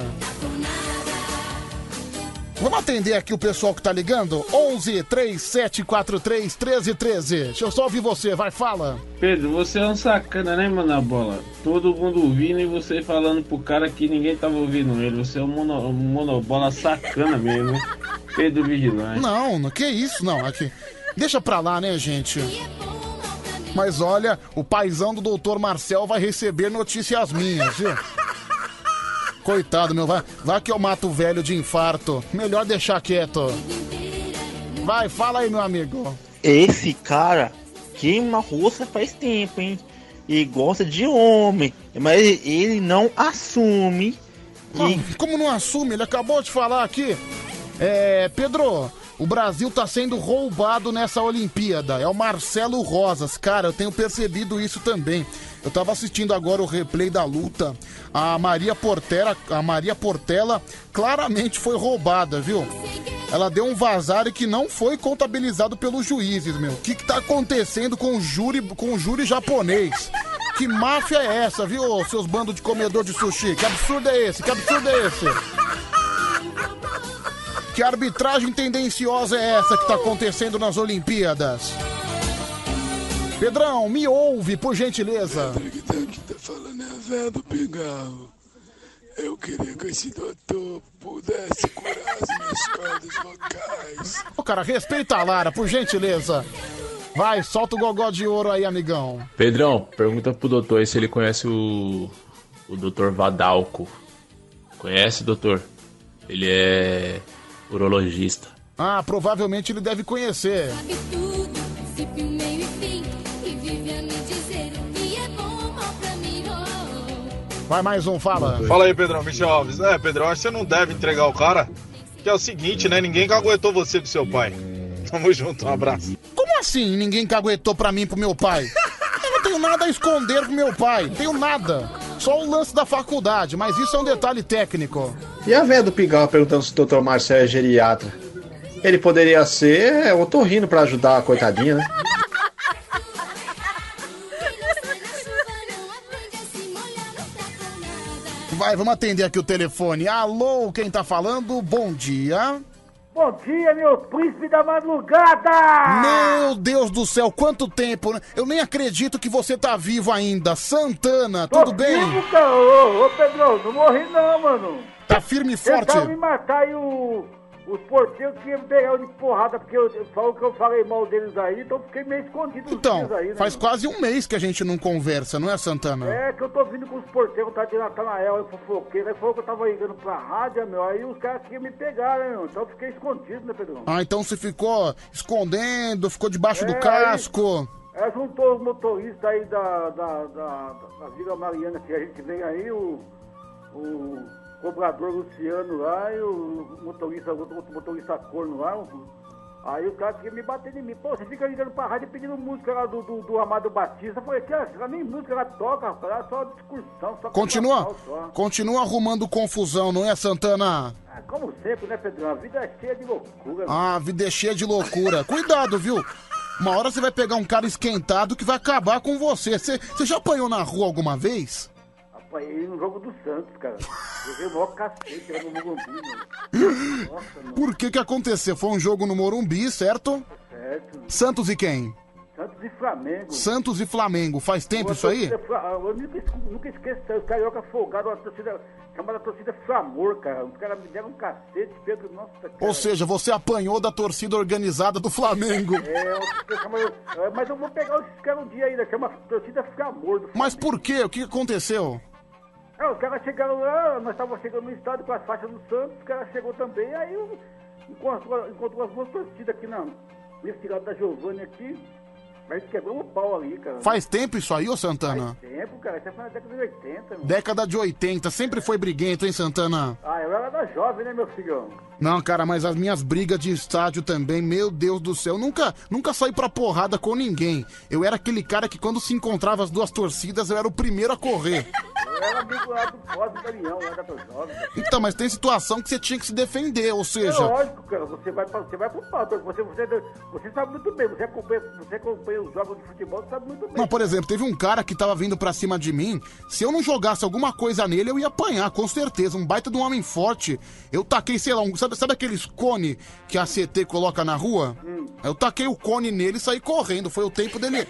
Vamos atender aqui o pessoal que tá ligando? 11 3743 1313. Deixa eu só ouvir você, vai, fala. Pedro, você é um sacana, né, mano, a bola? Todo mundo ouvindo e você falando pro cara que ninguém tava ouvindo ele. Você é um monobola sacana mesmo, né? Pedro Vigilante. Não, que isso, não. Aqui. Deixa pra lá, né, gente? Mas olha, o paizão do doutor Marcel vai receber notícias minhas, viu? Coitado, meu, vai que eu mato o velho de infarto. Melhor deixar quieto. Vai, fala aí, meu amigo. Esse cara queima roça faz tempo, hein? E gosta de homem, mas ele não assume. Como não assume? Ele acabou de falar aqui. Pedro, o Brasil tá sendo roubado nessa Olimpíada. É o Marcelo Rosas. Cara, eu tenho percebido isso também. Eu tava assistindo agora o replay da luta. A Maria Portela claramente foi roubada, viu? Ela deu um vazare que não foi contabilizado pelos juízes, meu. O que tá acontecendo com o júri japonês? Que máfia é essa, viu, seus bandos de comedor de sushi? Que absurdo é esse? Que arbitragem tendenciosa é essa que tá acontecendo nas Olimpíadas? Pedrão, me ouve, por gentileza. Quem tá falando é a véia do pigarro. Eu queria que esse doutor pudesse curar as minhas cordas vocais. Ô, cara, respeita a Lara, por gentileza. Vai, solta o gogó de ouro aí, amigão. Pedrão, pergunta pro doutor aí se ele conhece o doutor Vadalco. Conhece, doutor? Ele é urologista. Provavelmente ele deve conhecer. Vai mais um, fala. Fala aí, Pedrão, Michel Alves. Pedrão, acho que você não deve entregar o cara, que é o seguinte, né? Ninguém caguetou você do seu pai. Tamo junto, um abraço. Como assim ninguém caguetou pra mim e pro meu pai? Eu não tenho nada a esconder com meu pai, não tenho nada. Só o lance da faculdade, mas isso é um detalhe técnico. E a velha do Pigarro perguntando se o Dr. Marcelo é geriatra. Ele poderia ser otorrino pra ajudar a coitadinha, né? Vai, vamos atender aqui o telefone. Alô, quem tá falando? Bom dia. Bom dia, meu príncipe da madrugada! Meu Deus do céu, quanto tempo, né? Eu nem acredito que você tá vivo ainda. Santana, tudo bem? Vivo, cara. Ô, Pedrão, não morri não, mano. Tá firme e forte? Tentaram me matar e os porteiros que iam me pegar de porrada, porque eu falo que eu falei mal deles aí, então fiquei meio escondido então, dias aí, né, faz mano? quase um mês que a gente não conversa, não é, Santana? É, que eu tô vindo com os porteiros, tá de Natanael, eu fofoqueiro, aí falou que eu tava ligando pra rádio, meu, aí os caras queriam me pegar, né, meu? Então eu fiquei escondido, né, Pedrão? Ah, então você ficou escondendo, ficou debaixo do casco. Aí juntou os motoristas aí da Vila Mariana, que a gente vem aí, o cobrador Luciano lá e o outro motorista corno lá. Aí o cara queria me bater em mim. Pô, você fica ligando pra rádio pedindo música lá do Amado Batista. Eu falei, cara, nem música ela toca, rapaz, é só discussão. Só Continua arrumando confusão, não é, Santana? Como sempre, né, Pedrão? A vida é cheia de loucura. Ah, a vida é cheia de loucura. Cuidado, viu? Uma hora você vai pegar um cara esquentado que vai acabar com você. Você já apanhou na rua alguma vez? Apanhei no jogo do Santos, cara. Eu vi o maior cacete lá no Morumbi, mano. Nossa, mano. Por que aconteceu? Foi um jogo no Morumbi, certo? Certo. Santos e quem? Santos e Flamengo. Santos e Flamengo. Faz tempo isso aí? Eu nunca esqueço. Os carioca folgados, uma torcida chamada torcida Flamor, cara. Os caras me deram um cacete, Pedro. Nossa, cara. Ou seja, você apanhou da torcida organizada do Flamengo. Mas eu vou pegar esses caras um dia ainda. Chama torcida Flamor do Flamengo. Mas por quê? O que aconteceu? Os caras chegaram lá, nós estávamos chegando no estádio com as faixas do Santos, os caras chegou também, aí encontrou as duas torcidas aqui nesse lado da Giovanni aqui, mas quebrou o pau ali, cara. Faz tempo isso aí, ô Santana? Faz tempo, cara, isso foi na década de 80. Mano. Década de 80, sempre foi briguento, hein, Santana? Eu era da jovem, né, meu filhão? Não, cara, mas as minhas brigas de estádio também, meu Deus do céu, nunca saí pra porrada com ninguém. Eu era aquele cara que quando se encontrava as duas torcidas, eu era o primeiro a correr. Eu era amigo lá do Cosme da Leão, lá da jovem. Então, mas tem situação que você tinha que se defender, ou seja... É lógico, cara, você vai pro pau, você sabe muito bem, você acompanha os jogos de futebol, você sabe muito bem. Não, por exemplo, teve um cara que tava vindo pra cima de mim, se eu não jogasse alguma coisa nele, eu ia apanhar, com certeza, um baita de um homem forte. Eu taquei, sei lá, sabe aqueles cone que a CT coloca na rua? Eu taquei o cone nele e saí correndo, foi o tempo dele...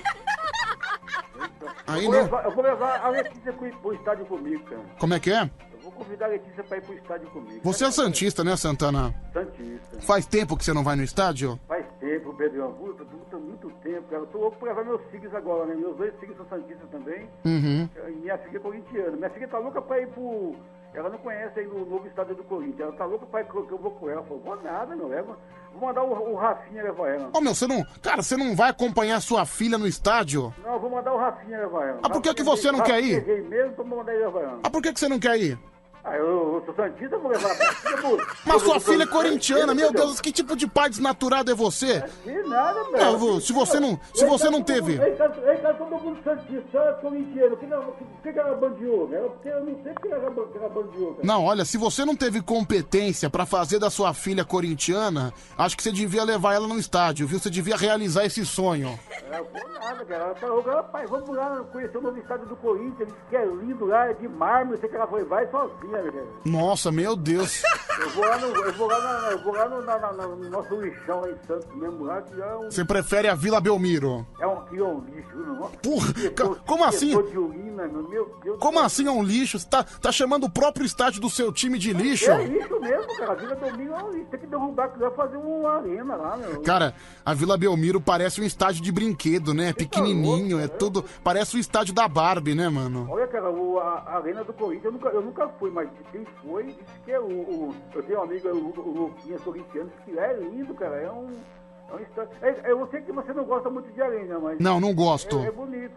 Eu vou levar a Letícia pro estádio comigo, cara. Como é que é? Eu vou convidar a Letícia pra ir pro estádio comigo. Você é santista, né, Santana? Santista. Faz tempo que você não vai no estádio? Faz tempo, Pedro. Muito tempo, cara. Eu tô louco pra levar meus filhos agora, né? Meus dois filhos são santistas também. Uhum. E minha filha é corintiana. Minha filha tá louca pra ir pro... Ela não conhece aí o novo estádio do Corinthians. Ela tá louca pra ir que eu vou com ela. Falou, vou nada, meu. Vou mandar o Rafinha levar ela. Ô, meu, você não vai acompanhar sua filha no estádio? Não, eu vou mandar o Rafinha levar ela. Ah, por que você não quer ir? Mesmo, então vou mandar ele levar ela. Ah, por que você não quer ir? Eu sou santista, vou levar Mas sua filha é corintiana, meu Deus, que tipo de pai desnaturado é você? Nada, velho. Não, se você não teve... Ele tá todo mundo santista, corintiano. Por que ela bandiou? Porque eu não sei porque ela bandiou. Não, olha, se você não teve competência pra fazer da sua filha corintiana, acho que você devia levar ela no estádio, viu? Você devia realizar esse sonho. Eu vou nada, cara. Ela falou, pai, vamos lá conhecer o novo estádio do Corinthians, que é lindo lá, é de mármore, eu sei que ela vai sozinha. Nossa, meu Deus. Eu vou lá no nosso lixão lá em Santos mesmo, lá que é um... Você prefere a Vila Belmiro? É um lixo, não? Porra, como assim? Meu Deus. Como assim é um lixo? Você tá chamando o próprio estádio do seu time de lixo? É lixo mesmo, cara. A Vila Belmiro é um lixo. Tem que derrubar aquilo lá e fazer uma arena lá, meu. Cara, a Vila Belmiro parece um estádio de brinquedo, né? Pequenininho, é tudo... Parece o estádio da Barbie, né, mano? Olha, cara, a arena do Corinthians, eu nunca fui, mas quem foi, disse que é eu tenho um amigo, o Luquinha Corintiano, que é lindo, cara, é um estádio. Eu sei que você não gosta muito de arena, mas... Não gosto. É bonito.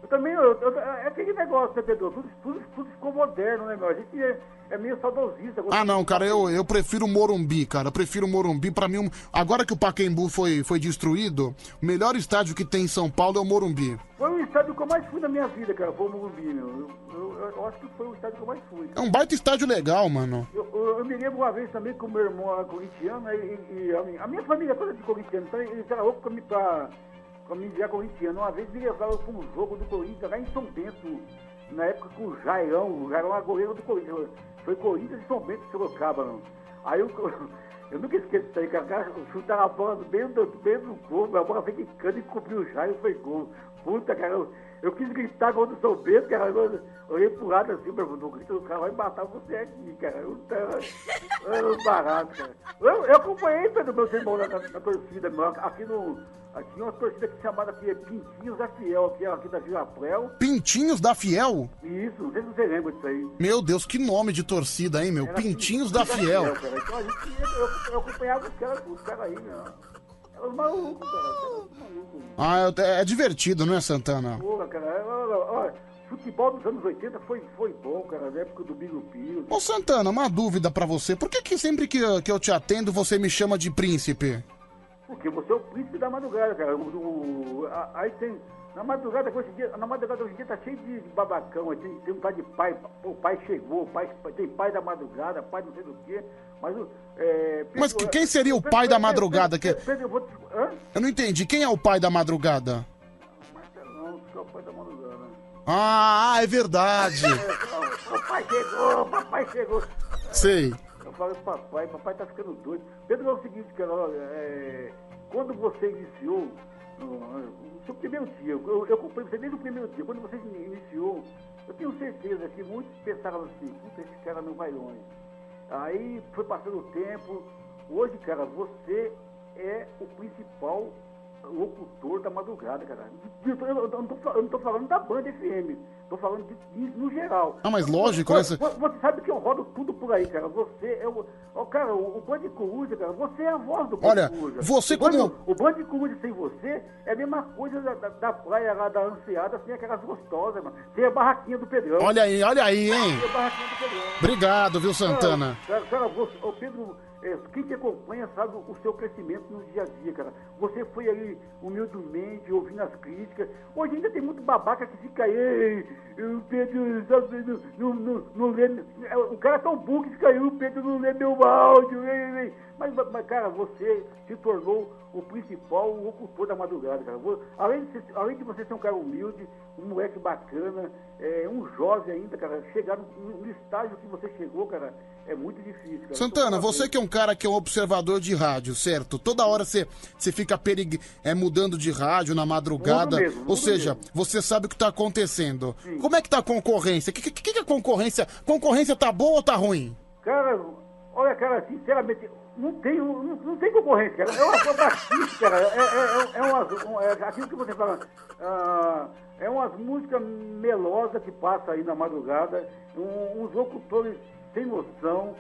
Eu também, é aquele negócio, né, Pedro? Tudo ficou moderno, né, meu? A gente é meio saudosista. Ah, não, cara, eu prefiro o Morumbi, cara. Eu prefiro o Morumbi. Pra mim, agora que o Pacaembu foi destruído, o melhor estádio que tem em São Paulo é o Morumbi. Foi o estádio que eu mais fui na minha vida, cara. Foi o Morumbi, meu. Eu acho que foi o estádio que eu mais fui. É um baita estádio legal, mano. Eu me lembro uma vez também que o meu irmão era corintiano, e a minha família toda de corintiano, então eles eram loucos pra mim virar corintiano. Uma vez me levaram pra um jogo do Corinthians lá em São Bento, na época com o Jairão era goleiro do Corinthians. Foi Corinthians e São Bento de Sorocaba, não. Aí eu nunca esqueço disso aí, cara. Chutaram a bola bem do gol, a bola veio quicando e cobriu o Jair e foi gol. Puta, cara, eu quis gritar gol do São Bento, cara. Eu olhei pro lado assim, meu irmão, o cara vai matar você aqui, cara. Eu barato, cara. Eu acompanhei, Pedro, meus irmãos na torcida, meu. Aqui tinha uma torcida que chamada aqui Pintinhos da Fiel, aqui da Vila Prel. Pintinhos da Fiel? Isso, não sei se você lembra disso aí. Meu Deus, que nome de torcida, hein, meu? Pintinhos da Fiel. Cara. Então a gente eu acompanhava os caras aí, né? Eram os malucos, cara. É divertido, não é, Santana? Porra, cara. Olha, futebol dos anos 80 foi bom, cara, na época do Bigo Pio. Ô, Santana, uma dúvida pra você. Por que sempre que eu te atendo, você me chama de príncipe? Porque você é o príncipe da madrugada, cara. Aí tem... Na madrugada hoje em dia tá cheio de babacão. Tem um tal de pai. O pai chegou, tem pai da madrugada, pai não sei do quê. Mas quem seria o pai da madrugada? Eu não entendi. Quem é o pai da madrugada? Marcelão, que é o pai da madrugada. Ah, é verdade. Papai chegou. Sei. Eu falei pro papai tá ficando doido. Pedro, é o seguinte, cara, quando você iniciou, no seu primeiro dia, eu acompanhei você desde o primeiro dia, quando você iniciou, eu tenho certeza que muitos pensaram assim, puta, esse cara não vai longe. Aí foi passando o tempo, hoje, cara, você é o principal locutor da madrugada, cara. Eu não tô falando da Band FM, tô falando no geral. Ah, mas lógico, você sabe que eu rodo tudo por aí, cara. Você é o Band Coruja, cara, você é a voz do Band Coruja. Você o Band Coruja sem você é a mesma coisa da praia lá da Anseada, sem aquelas gostosas, mano. Tem a barraquinha do Pedrão. Olha aí, hein? Tem a barraquinha do Pedrão. Obrigado, viu, Santana? Cara, o Pedro... Quem te acompanha sabe o seu crescimento no dia a dia, cara. Você foi aí humildemente, ouvindo as críticas. Hoje ainda tem muito babaca que fica aí, o Pedro não lê... O cara é tão burro que fica aí, o Pedro não lê meu áudio. Mas, cara, você se tornou o principal locutor da madrugada, cara. Além de você ser um cara humilde, um moleque bacana, um jovem ainda, cara, chegar no estágio que você chegou, cara, é muito difícil, cara. Santana, você que é um cara que é um observador de rádio, certo? Toda hora você fica mudando de rádio na madrugada. Ou seja, você sabe o que tá acontecendo. Sim. Como é que tá a concorrência? O que é a concorrência? Concorrência tá boa ou tá ruim? Cara, olha, cara, sinceramente... Não tem concorrência, cara. É uma baixista, cara. Aquilo que você fala. É umas músicas melosas que passa aí na madrugada. Uns locutores sem noção.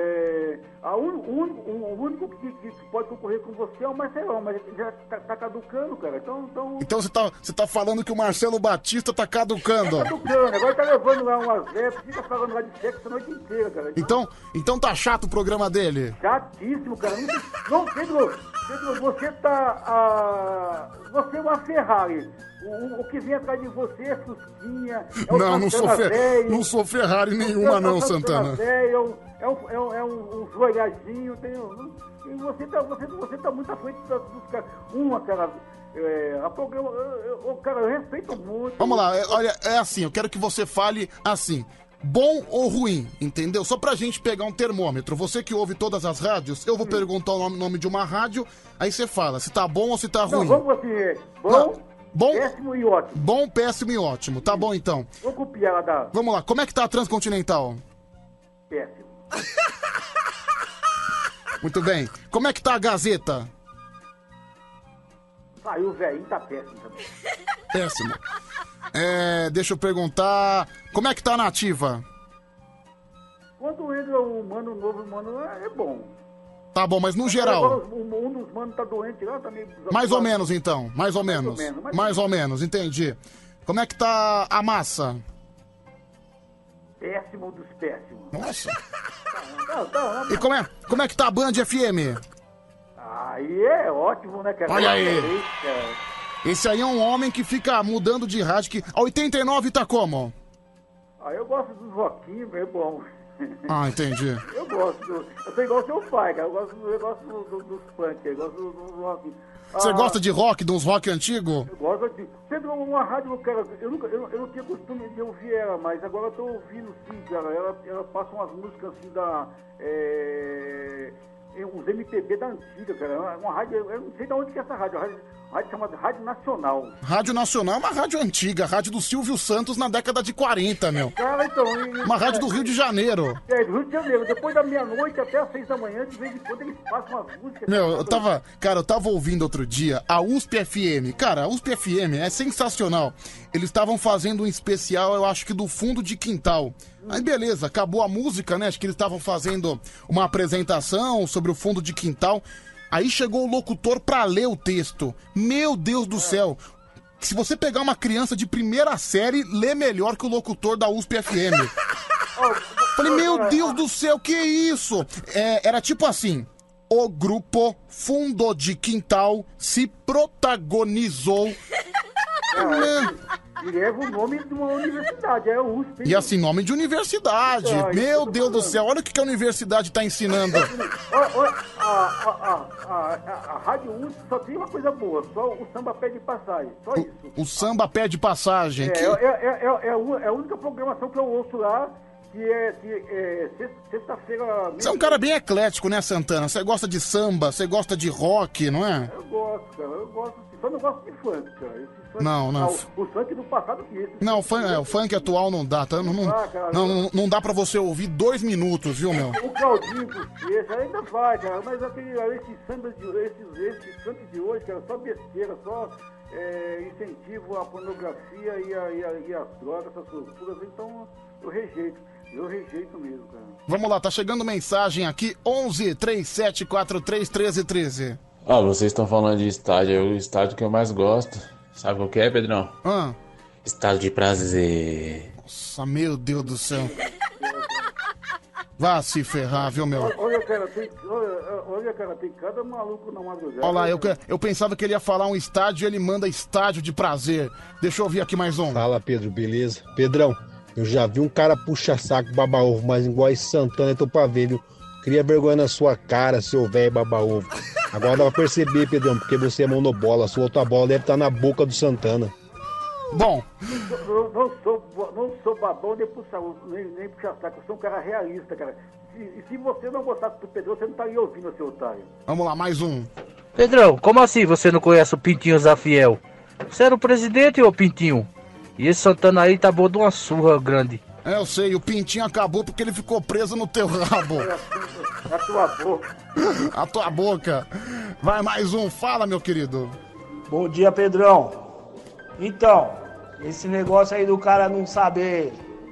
O único que pode concorrer com você é o Marcelão, mas ele já tá caducando, cara. Então você tá falando que o Marcelo Batista tá caducando. Tá caducando, agora tá levando lá umas épocas, fica falando lá de sexo a noite inteira, cara. Então tá chato o programa dele? Chatíssimo, cara. Não, Pedro, você tá... Você é uma Ferrari. O que vem atrás de você é Fusquinha, não sou Ferrari nenhuma não, Santana. É um joelhadinho, e você tá muito à frente dos caras. Cara, eu respeito muito. Vamos lá, olha, é assim, eu quero que você fale assim, bom ou ruim, entendeu? Só pra gente pegar um termômetro. Você que ouve todas as rádios, eu vou perguntar o nome de uma rádio, aí você fala se tá bom ou se tá ruim. Vamos assim, bom, péssimo e ótimo. Bom, péssimo e ótimo. Tá bom, então. Vou copiar ela da... Vamos lá, como é que tá a Transcontinental? Péssimo. Muito bem. Como é que tá a Gazeta? Saiu, velho, tá péssimo também. Péssimo. Deixa eu perguntar, como é que tá a Nativa? Quando entra um mano novo, é bom. Tá bom, mas no geral... Agora um dos manos tá doente lá, tá meio... Mais ou menos, então. Mais ou menos, entendi. Como é que tá a massa? Péssimo dos péssimos. Nossa. Tá. E como é que tá a Band FM? Aí é ótimo, né, cara? Olha aí. Esse aí é um homem que fica mudando de rádio. Que... A 89 tá como? Eu gosto dos rockinhos, é bom. Ah, entendi. Eu sou igual o seu pai, cara. Eu gosto dos funk, eu gosto dos rock. Você gosta de rock, de uns rock antigos? Eu gosto de... Sempre uma rádio, cara, eu não tinha costume de ouvir ela, mas agora eu tô ouvindo sim, cara. Ela passa umas músicas assim da... uns MPB da antiga, cara. Uma rádio, eu não sei de onde que é essa rádio. Rádio chamada Rádio Nacional. Rádio Nacional é uma rádio antiga, rádio do Silvio Santos na década de 40, meu. Cara, então... Uma rádio do Rio de Janeiro. Do Rio de Janeiro. Depois da meia-noite até as 6 da manhã, de vez em quando eles passam umas músicas... Meu, eu tava ouvindo outro dia a USP FM. Cara, a USP FM é sensacional. Eles estavam fazendo um especial, eu acho que do fundo de quintal. Aí beleza, acabou a música, né? Acho que eles estavam fazendo uma apresentação sobre o fundo de quintal. Aí chegou o locutor pra ler o texto. Meu Deus do céu. Se você pegar uma criança de primeira série, lê melhor que o locutor da USP FM. Falei, meu Deus do céu, que isso? Era tipo assim: o grupo Fundo de Quintal se protagonizou. E leva o nome de uma universidade, é a USP. E assim, nome de universidade. Meu Deus do céu, olha o que a universidade tá ensinando. A Rádio USP só tem uma coisa boa, só o samba pé de passagem, só isso. O samba pé de passagem. É a única programação que eu ouço lá, que é sexta-feira... Você é um cara bem eclético, né, Santana? Você gosta de samba, você gosta de rock, não é? Eu gosto, cara, só não gosto de funk, cara. Esse funk, não. O funk do passado que esse. Não, o funk atual não dá, tá? Não dá pra você ouvir 2 minutos, viu, meu? O Claudinho Bochecha ainda vai, cara, mas esses sambas esses funk de hoje, cara, só besteira, só incentivo à pornografia e às drogas, essas loucuras, então eu rejeito. Eu rejeito mesmo, cara. Vamos lá, tá chegando mensagem aqui, 11 3743 1313. Vocês estão falando de estádio, é o estádio que eu mais gosto. Sabe o que é, Pedrão? Estádio de prazer. Nossa, meu Deus do céu. Vá se ferrar, viu, meu? Olha, cara, tem cada maluco na madrugada. Olha lá, eu pensava que ele ia falar um estádio e ele manda estádio de prazer. Deixa eu ouvir aqui mais um. Fala, Pedro, beleza? Pedrão, eu já vi um cara puxa-saco baba-ovo, mas igual esse Santana eu tô pra ver, viu? Cria vergonha na sua cara, seu velho baba-ovo. Agora dá pra perceber, Pedrão, porque você é monobola. Sua outra bola deve estar na boca do Santana. Bom. Não sou babão nem puxa-saco. Eu sou um cara realista, cara. E se você não gostasse do Pedrão, você não estaria ouvindo, seu otário. Vamos lá, mais um. Pedrão, como assim você não conhece o Pintinho Zafiel? Você era o presidente, ô Pintinho? E esse Santana aí tá bom de uma surra grande. Eu sei, o Pintinho acabou porque ele ficou preso no teu rabo. A tua boca. A tua boca. Vai, mais um. Fala, meu querido. Bom dia, Pedrão. Então, esse negócio aí do cara não saber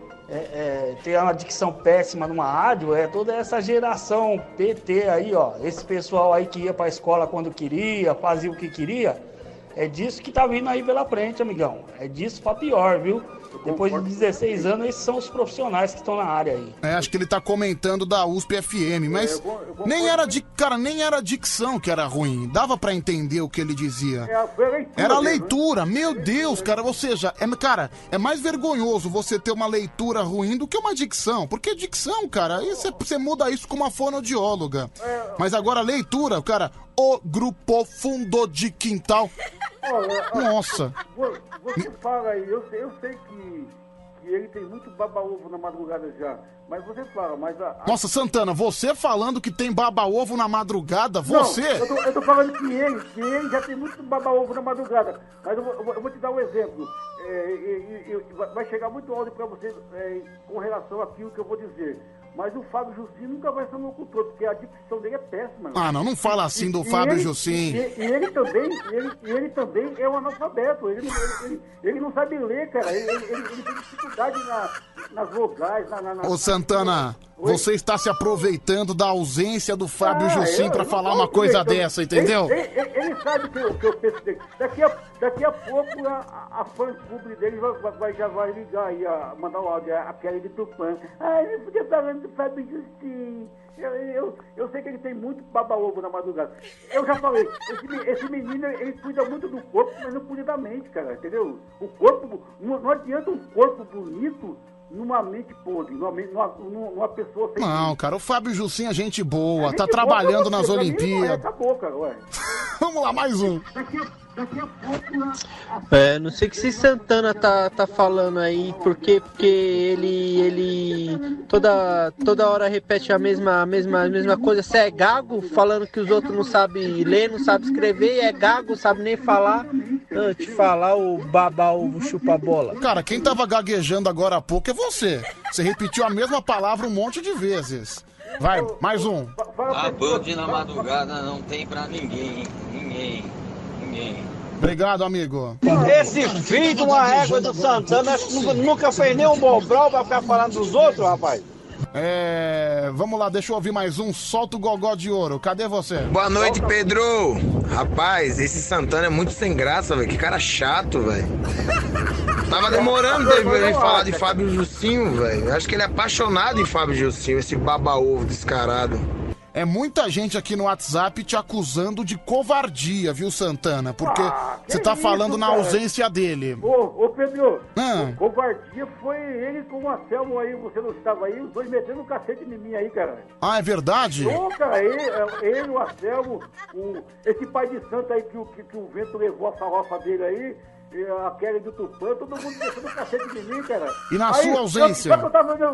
ter uma dicção péssima numa rádio, é toda essa geração PT aí, ó. Esse pessoal aí que ia pra escola quando queria, fazia o que queria. É disso que tá vindo aí pela frente, amigão. É disso pra pior, viu? Depois de 16 anos, esses são os profissionais que estão na área aí. Acho que ele tá comentando da USP FM, mas nem era a dicção que era ruim. Dava pra entender o que ele dizia. Era a leitura, meu Deus, cara. Ou seja, é mais vergonhoso você ter uma leitura ruim do que uma dicção. Porque dicção, cara, aí você muda isso com uma fonoaudióloga. Mas agora leitura, cara, o grupo Fundo de Quintal. Nossa. Você fala aí, eu sei que ele tem muito baba-ovo na madrugada já, mas você fala, mas Nossa, Santana, você falando que tem baba-ovo na madrugada, você? Não, eu tô falando que ele já tem muito baba-ovo na madrugada, mas eu vou te dar um exemplo. Vai chegar muito áudio pra você com relação àquilo que eu vou dizer. Mas o Fábio Jussim nunca vai ser um locutor, porque a dicção dele é péssima. Não fala assim do Fábio Jussim. E ele também é um analfabeto. Ele não sabe ler, cara. Ele tem dificuldade nas vogais, Ô Santana, você está se aproveitando da ausência do Fábio Jussim pra falar uma coisa dessa, entendeu? Ele sabe que eu penso dele. Daqui a pouco a fã-clube dele já vai ligar aí, mandar um áudio, a Kelly de Tupã. Ele podia falando do Fábio Jussim. Eu sei que ele tem muito baba-ovo na madrugada. Eu já falei, esse menino, ele cuida muito do corpo, mas não cuida da mente, cara, entendeu? O corpo, não adianta um corpo bonito numa mente podre, numa pessoa sem... Não, cara, o Fábio Jussim é gente boa, tá trabalhando nas Olimpíadas. Acabou, cara, ué. Vamos lá, mais um. Daqui a pouco... Não sei o que esse Santana tá falando aí, porque ele toda hora repete a mesma coisa. Você é gago, falando que os outros não sabem ler, não sabem escrever, é gago, sabe nem falar. Eu te falar, o baba-ovo chupa-bola. Cara, quem tava gaguejando agora há pouco é você. Você repetiu a mesma palavra um monte de vezes. Vai, mais um. A Band na madrugada não tem pra ninguém. Ninguém. Obrigado, amigo. Esse filho de uma égua do Santana nunca fez nenhum bobrol pra ficar falando dos outros, rapaz. Vamos lá, deixa eu ouvir mais um. Solta o gogó de ouro. Cadê você? Boa noite, Pedro. Rapaz, esse Santana é muito sem graça, velho. Que cara chato, velho. Tava demorando dele falar de Fábio Jussim, velho. Acho que ele é apaixonado em Fábio Jussim, esse baba-ovo descarado. É muita gente aqui no WhatsApp te acusando de covardia, viu, Santana? Porque você tá falando na ausência dele. Ô Pedro, covardia foi ele com o Anselmo aí, você não estava aí, os dois metendo um cacete em mim aí, cara. Ah, é verdade? Ô, cara, ele, o Anselmo, esse pai de santo aí que o vento levou a farofa dele aí, a Kelly do Tupã, todo mundo descendo o cacete de mim, cara. E na sua ausência? Eu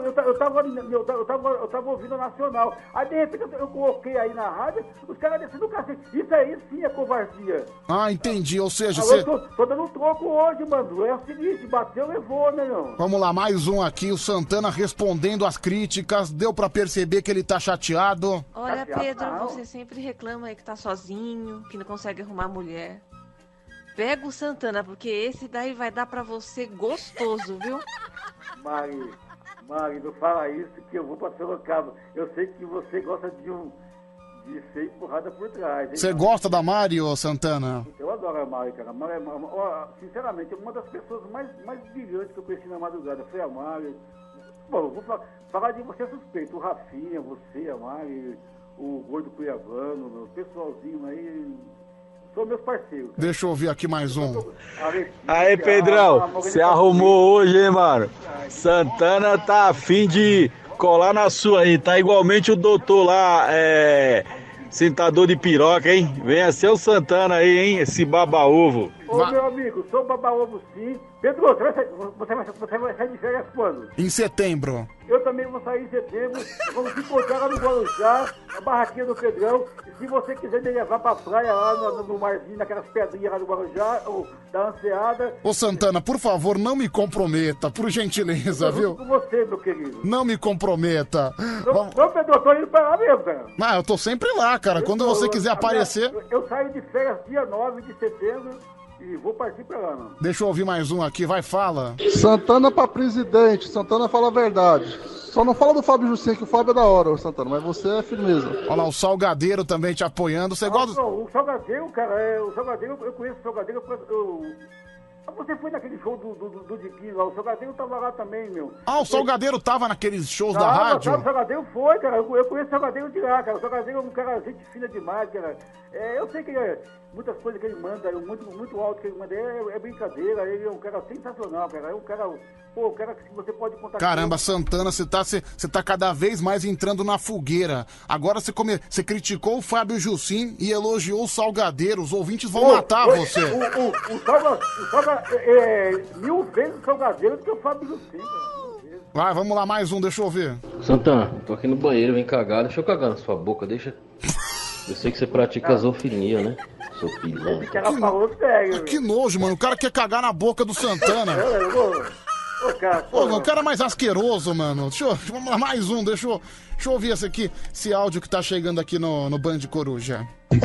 tava ouvindo a Nacional. Aí, de repente, eu coloquei aí na rádio, os caras descendo o cacete. Isso aí sim é covardia. Ah, entendi. Ou seja, você... Tô dando um troco hoje, mano. É o seguinte, bateu, levou, né, não? Vamos lá, mais um aqui. O Santana respondendo às críticas. Deu pra perceber que ele tá chateado. Olha, Pedro, você sempre reclama aí que tá sozinho, que não consegue arrumar mulher. Pega o Santana, porque esse daí vai dar pra você gostoso, viu? Mari, não fala isso que eu vou pra Sorocaba. Eu sei que você gosta de ser empurrada por trás. Você gosta da Mari, ô Santana? Eu adoro a Mari, cara. A Mari sinceramente, é uma das pessoas mais brilhantes que eu conheci na madrugada. Foi a Mari. Bom, eu vou falar de você suspeito. O Rafinha, você, a Mari, o Gordo Cuiabano, o pessoalzinho aí... São meus parceiros. Cara. Deixa eu ouvir aqui mais um. Aí, Pedrão, você arrumou hoje, hein, mano? Santana tá a fim de colar na sua aí. Tá igualmente o doutor lá, sentador de piroca, hein? Venha ser o Santana aí, hein? Esse baba-ovo. Ô, meu amigo, sou baba-ovo sim. Pedro, você vai sair de férias quando? Em setembro. Eu também vou sair em setembro. Vamos se encontrar lá no Guarujá, na barraquinha do Pedrão. E se você quiser me levar pra praia lá no marzinho, naquelas pedrinhas lá do Guarujá, ou da Anseada... Ô, Santana, por favor, não me comprometa, por gentileza, viu? Com você, meu querido. Não me comprometa. Ô, Pedro, eu tô indo pra lá mesmo, cara. Mas eu tô sempre lá, cara. Quando você quiser aparecer... Eu saio de férias dia 9 de setembro... E vou partir pra lá, mano. Deixa eu ouvir mais um aqui, vai, fala. Santana pra presidente, Santana fala a verdade. Só não fala do Fábio Jussim, que o Fábio é da hora, Santana, mas você é firmeza. Olha lá, o Salgadeiro também te apoiando. Você gosta... O Salgadeiro, cara, o Salgadeiro, eu conheço o Salgadeiro, você foi naquele show do Diquinho lá, o Salgadeiro tava lá também, meu. Ah, o Salgadeiro tava naqueles shows da rádio? O Salgadeiro foi, cara, eu conheço o Salgadeiro de lá, cara. O Salgadeiro é um cara, gente fina demais, cara. Eu sei que muitas coisas que ele manda, muito alto que ele manda, é brincadeira, ele é um cara sensacional, cara. É um cara, um cara que você pode contar. Caramba, Santana, você tá cada vez mais entrando na fogueira. Agora você criticou o Fábio Jussim e elogiou o Salgadeiro. Os ouvintes vão matar você. O Salgadeiro mil vezes o Salgadeiro do que o Fábio Jussim, cara. Vai, vamos lá, mais um, deixa eu ver. Santana, tô aqui no banheiro, vem cagar. Deixa eu cagar na sua boca, deixa. Eu sei que você pratica zoofilia, né? Seu pilantra. Esse cara falou sério. Que nojo, mano. O cara quer cagar na boca do Santana. O cara é mais asqueroso, mano. Vamos lá, mais um. Deixa eu ouvir esse áudio que tá chegando aqui no Band Coruja.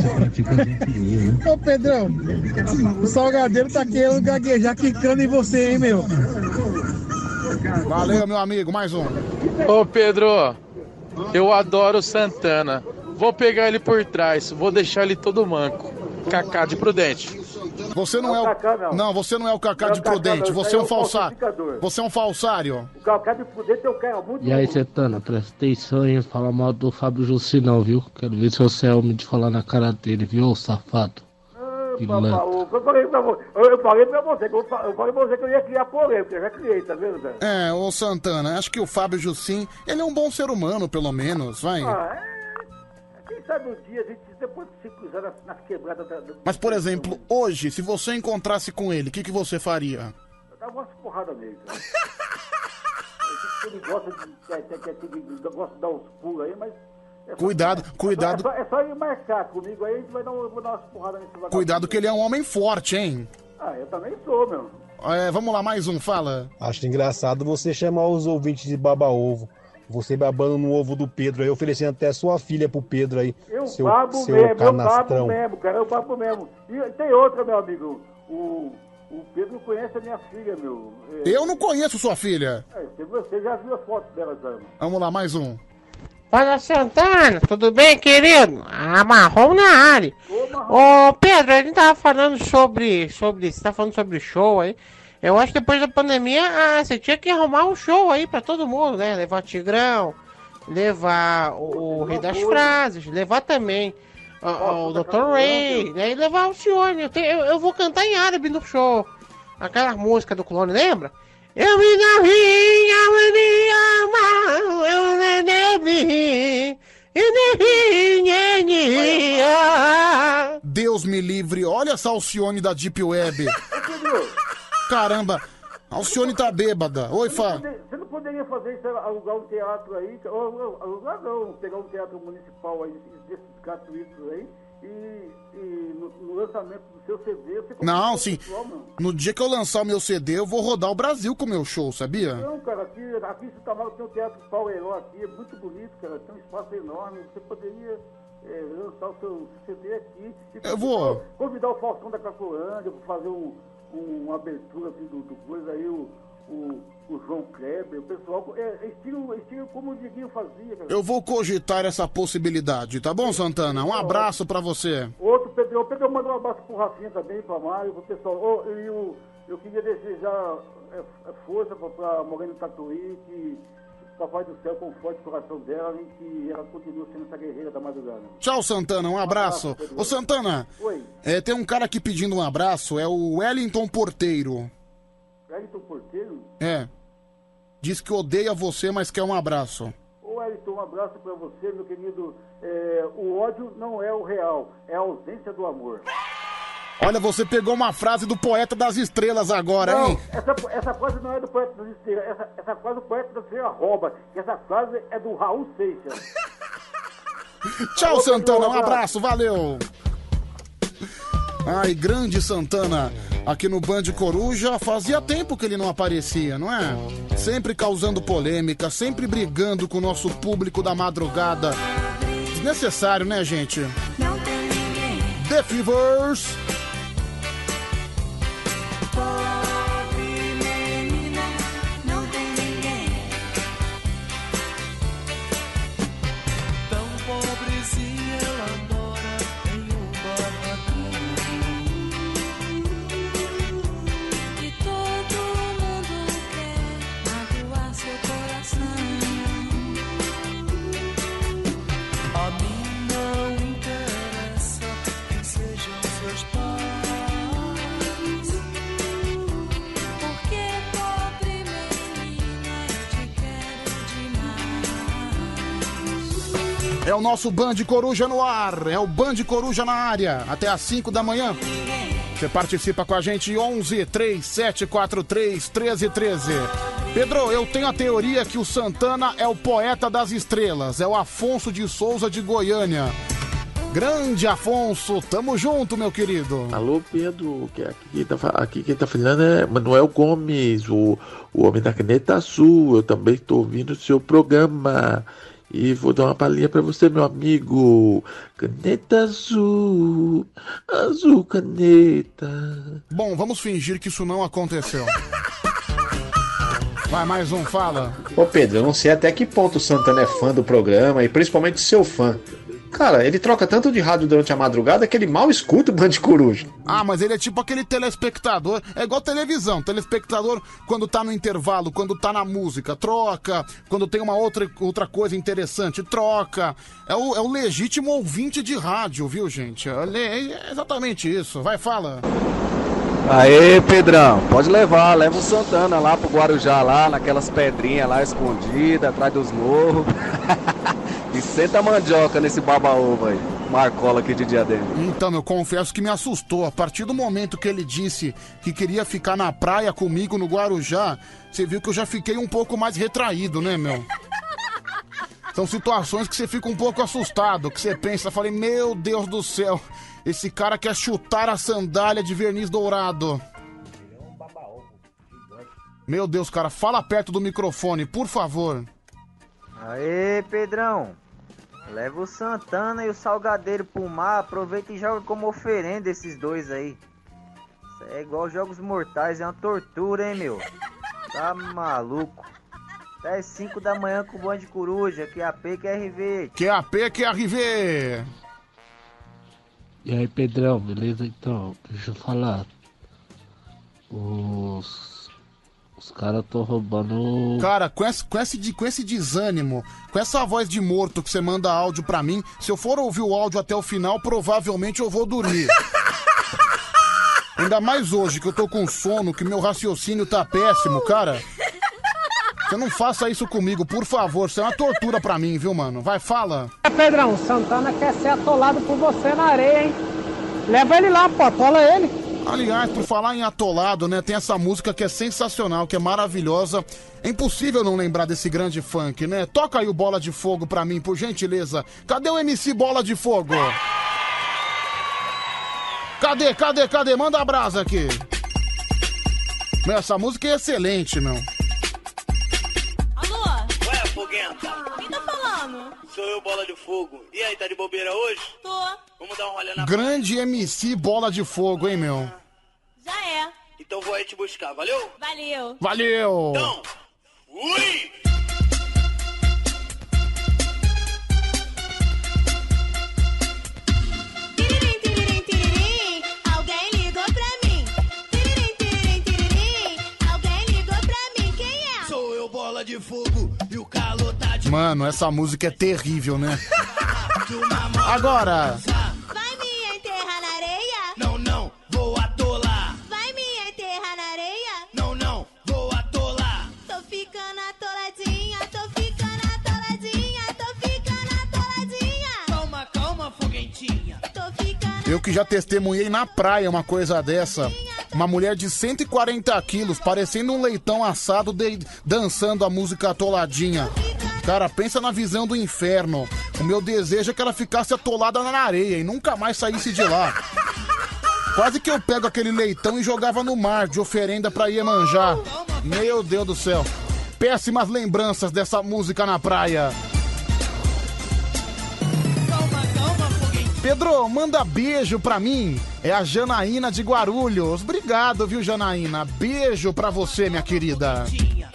Ô, Pedrão, o Salgadeiro tá querendo gaguejar quicando em você, hein, meu? Valeu, meu amigo, mais um. Ô Pedro, eu adoro o Santana. Vou pegar ele por trás, vou deixar ele todo manco. Kaká de Prudente. Você não é o... Não, você não é o Kaká de Prudente, você é um falsário. Você é um falsário. O Kaká de Prudente eu quero muito. E aí, Santana, presta atenção em falar mal do Fábio Jussi não, viu? Quero ver se você é homem de falar na cara dele, viu, safado? Pilantra. Eu falei pra você que eu ia criar polêmica, eu já criei, tá vendo, velho? Ô Santana, acho que o Fábio Jussim, ele é um bom ser humano, pelo menos, vai. Quem sabe um dia, a gente, depois que se cruzar nas quebradas Mas, por exemplo, hoje, se você encontrasse com ele, o que você faria? Eu dava umas porradas nele, cara. Ele gosta de dar uns pulos aí, mas... Cuidado. É só ele marcar comigo aí, a gente vou dar umas porradas nesse vagabundo. Cuidado que ele é um homem forte, hein? Eu também sou, meu. Vamos lá, mais um, fala. Acho engraçado você chamar os ouvintes de baba-ovo. Você babando no ovo do Pedro aí, oferecendo até sua filha pro Pedro aí. Eu seu babo mesmo, cara, eu babo mesmo. E tem outra, meu amigo, o Pedro conhece a minha filha, meu. Eu não conheço sua filha. Você já viu as fotos dela, Zé? Vamos lá, mais um. Fala, Santana, tudo bem, querido? Marrom na área. Ô, Pedro, a gente tava falando sobre, você tá falando sobre o show aí. Eu acho que depois da pandemia, você tinha que arrumar um show aí pra todo mundo, né? Levar o Tigrão, levar o Rei das Frases, levar também o Dr. Ray, né? E levar o Cione. Eu vou cantar em árabe no show. Aquela música do Clone, lembra? Eu me Deus me livre, olha essa Alcione da Deep Web. Caramba, a Alcione tá bêbada. Oi, Fá. Você não poderia fazer isso, alugar um teatro aí, alugar não, pegar um teatro municipal aí, desses gratuitos aí, e no lançamento do seu CD... Você não, sim. No dia que eu lançar o meu CD, eu vou rodar o Brasil com o meu show, sabia? Não, cara, aqui em Sutamal tem um teatro Paueró aqui, é muito bonito, cara, tem um espaço enorme, você poderia lançar o seu CD aqui. Eu vou... Convidar o Faustão da Cracolândia para fazer uma abertura assim, do coisa aí, o João Kleber, o pessoal, estilo como o Diguinho fazia. Cara. Eu vou cogitar essa possibilidade, tá bom, Santana? Um abraço pra você. Outro, Pedro mandou um abraço pro Rafinha também, pra Mário, pro pessoal. Eu queria desejar força pra Morena Tatuí, que o Papai do Céu conforte o coração dela e que ela continue sendo essa guerreira da madrugada. Tchau, Santana, um abraço. Ô, Santana, oi. Tem um cara aqui pedindo um abraço, é o Wellington Porteiro. Wellington Porteiro? Diz que odeia você, mas quer um abraço. Ô, Wellington, um abraço pra você, meu querido. O ódio não é o real, é a ausência do amor. Olha, você pegou uma frase do Poeta das Estrelas agora, não, hein? Essa frase não é do Poeta das Estrelas, essa frase do Poeta das Estrelas rouba, essa frase é do Raul Seixas. Tchau, Santana, um abraço, valeu! Ai, grande Santana, aqui no Band Coruja, fazia tempo que ele não aparecia, não é? Sempre causando polêmica, sempre brigando com o nosso público da madrugada. Desnecessário, né, gente? The Fevers. É o nosso Band Coruja no ar, é o Band Coruja na área, até às 5 da manhã. Você participa com a gente, 11 3743 1313. Pedro, eu tenho a teoria que o Santana é o Poeta das Estrelas, é o Afonso de Souza de Goiânia. Grande Afonso, tamo junto, meu querido. Alô, Pedro, aqui quem tá falando é Manuel Gomes, o homem da caneta azul. Eu também tô ouvindo o seu programa. E vou dar uma palhinha pra você, meu amigo. Caneta azul, azul caneta. Bom, vamos fingir que isso não aconteceu. Vai, mais um, fala. Ô Pedro, eu não sei até que ponto o Santana é fã do programa e principalmente seu fã. Cara, ele troca tanto de rádio durante a madrugada que ele mal escuta o Band Coruja. Ah, mas ele é tipo aquele telespectador, é igual televisão, telespectador quando tá no intervalo, quando tá na música, troca, quando tem uma outra coisa interessante, troca. É o legítimo ouvinte de rádio, viu, gente? É exatamente isso, vai, fala. Aê, Pedrão, pode levar, leva o Santana lá pro Guarujá, lá naquelas pedrinhas lá escondidas, atrás dos morros. E senta a mandioca nesse baba-ovo aí, Marcola aqui de Diadema. Então, eu confesso que me assustou. A partir do momento que ele disse que queria ficar na praia comigo no Guarujá, você viu que eu já fiquei um pouco mais retraído, né, meu? São situações que você fica um pouco assustado, que você pensa, falei, meu Deus do céu, esse cara quer chutar a sandália de verniz dourado. Meu Deus, cara, fala perto do microfone, por favor. Aê, Pedrão. Leva o Santana e o Salgadeiro pro mar, aproveita e joga como oferenda esses dois aí. Isso é igual Jogos Mortais, é uma tortura, hein, meu? Tá maluco. Até 5 da manhã com o Band Coruja, QAP, QRV. QAP, QRV. E aí, Pedrão, beleza? Então, deixa eu falar. Os caras estão roubando... Cara, com esse desânimo, com essa voz de morto que você manda áudio pra mim, se eu for ouvir o áudio até o final, provavelmente eu vou dormir. Ainda mais hoje, que eu tô com sono, que meu raciocínio tá péssimo, cara. Você não faça isso comigo, por favor. Isso é uma tortura pra mim, viu, mano? Vai, fala. Pedrão, Santana quer ser atolado por você na areia, hein? Leva ele lá, pô, atola ele. Aliás, por falar em atolado, né, tem essa música que é sensacional, que é maravilhosa. É impossível não lembrar desse grande funk, né? Toca aí o Bola de Fogo pra mim, por gentileza. Cadê o MC Bola de Fogo? Cadê? Manda a brasa aqui. Meu, essa música é excelente, meu. Alô? Ué, foguenta. Quem tá falando? Sou eu, Bola de Fogo. E aí, tá de bobeira hoje? Tô. Vamos dar um rolê na... Grande MC Bola de Fogo, hein, meu? Já é. Então vou aí te buscar, valeu? Valeu. Valeu! Então, fui! Tiririm, alguém ligou pra mim. Tiririm, alguém ligou pra mim. Quem é? Sou eu, Bola de Fogo, e o calor tá de... Mano, essa música é terrível, né? Agora! Vai me enterrar na areia? Não, vou atolar. Vai me enterrar na areia? Não, vou atolar. Tô ficando atoladinha, tô ficando atoladinha, tô ficando atoladinha. Calma, foguentinha. Tô ficando... Eu que já testemunhei na praia uma coisa dessa. Uma mulher de 140 quilos, parecendo um leitão assado, dançando a música atoladinha. Cara, pensa na visão do inferno. O meu desejo é que ela ficasse atolada na areia e nunca mais saísse de lá. Quase que eu pego aquele leitão e jogava no mar de oferenda pra Iemanjá. Meu Deus do céu. Péssimas lembranças dessa música na praia. Pedro, manda beijo pra mim. É a Janaína de Guarulhos. Obrigado, viu, Janaína? Beijo pra você, minha querida.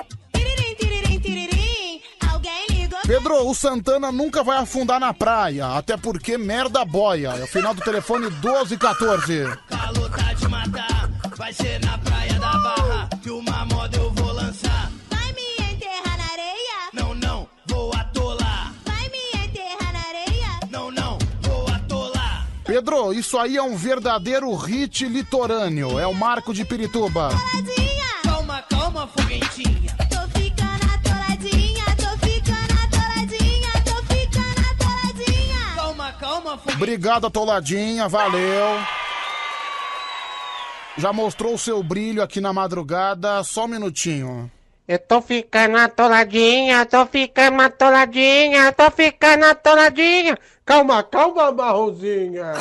Pedro, o Santana nunca vai afundar na praia, até porque merda boia. É o final do telefone 1214. Calor tá de matar, vai ser na praia da Barra que uma moda eu vou lançar. Vai me enterrar na areia? Não, vou atolar. Vai me enterrar na areia? Não, vou atolar. Pedro, isso aí é um verdadeiro hit litorâneo. É o Marco de Pirituba. Calma, foguentinha. Tô ficando atoladinha, tô ficando atoladinha, tô ficando atoladinha. Calma, foguentinha. Obrigado, atoladinha, valeu. Já mostrou o seu brilho aqui na madrugada, só um minutinho. Eu tô ficando atoladinha, tô ficando atoladinha, tô ficando atoladinha. Calma, Marronzinha.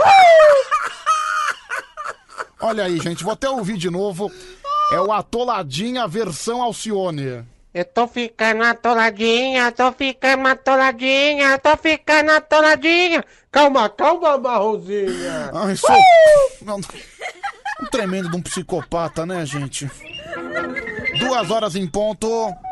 Olha aí, gente, vou até ouvir de novo. É o Atoladinha versão Alcione. Eu tô ficando atoladinha, tô ficando atoladinha, tô ficando atoladinha. Calma, Marronzinha. Ai, sou... Um tremendo de um psicopata, né, gente? 2 horas em ponto.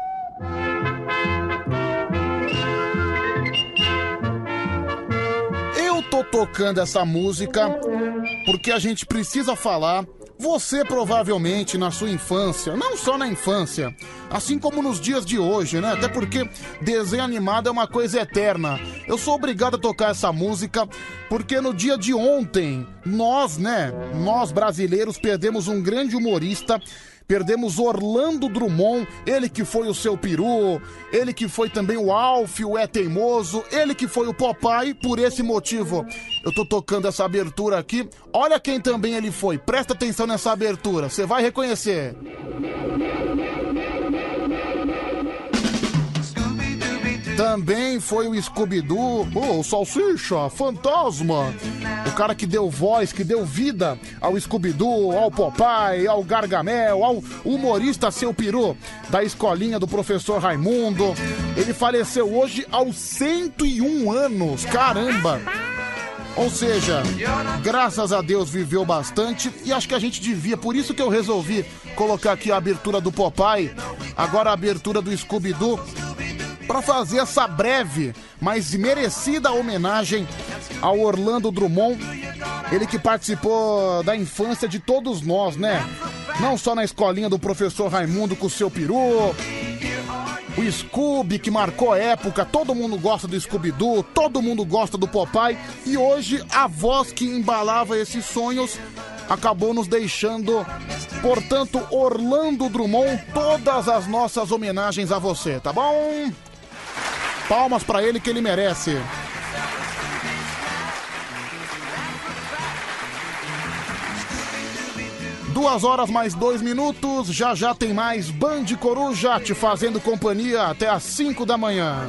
Eu tô tocando essa música porque a gente precisa falar. Você provavelmente na sua infância, não só na infância, assim como nos dias de hoje, né? Até porque desenho animado é uma coisa eterna. Eu sou obrigado a tocar essa música porque no dia de ontem, nós brasileiros perdemos um grande humorista. Perdemos Orlando Drummond, ele que foi o Seu Peru, ele que foi também o Alf, o É Teimoso, ele que foi o Popeye. Por esse motivo, eu tô tocando essa abertura aqui. Olha quem também ele foi, presta atenção nessa abertura, você vai reconhecer. Também foi o Scooby-Doo, o Salsicha, Fantasma. O cara que deu voz, que deu vida ao Scooby-Doo, ao Popeye, ao Gargamel, ao humorista Seu Peru, da escolinha do professor Raimundo. Ele faleceu hoje aos 101 anos, caramba! Ou seja, graças a Deus viveu bastante e acho que a gente devia, por isso que eu resolvi colocar aqui a abertura do Popeye, agora a abertura do Scooby-Doo, para fazer essa breve, mas merecida homenagem ao Orlando Drummond, ele que participou da infância de todos nós, né? Não só na escolinha do professor Raimundo com o Seu Peru, o Scooby que marcou época, todo mundo gosta do Scooby-Doo, todo mundo gosta do Popeye, e hoje a voz que embalava esses sonhos acabou nos deixando. Portanto, Orlando Drummond, todas as nossas homenagens a você, tá bom? Palmas pra ele que ele merece. Duas horas mais 2 minutos, já tem mais Band Coruja te fazendo companhia até às 5 da manhã.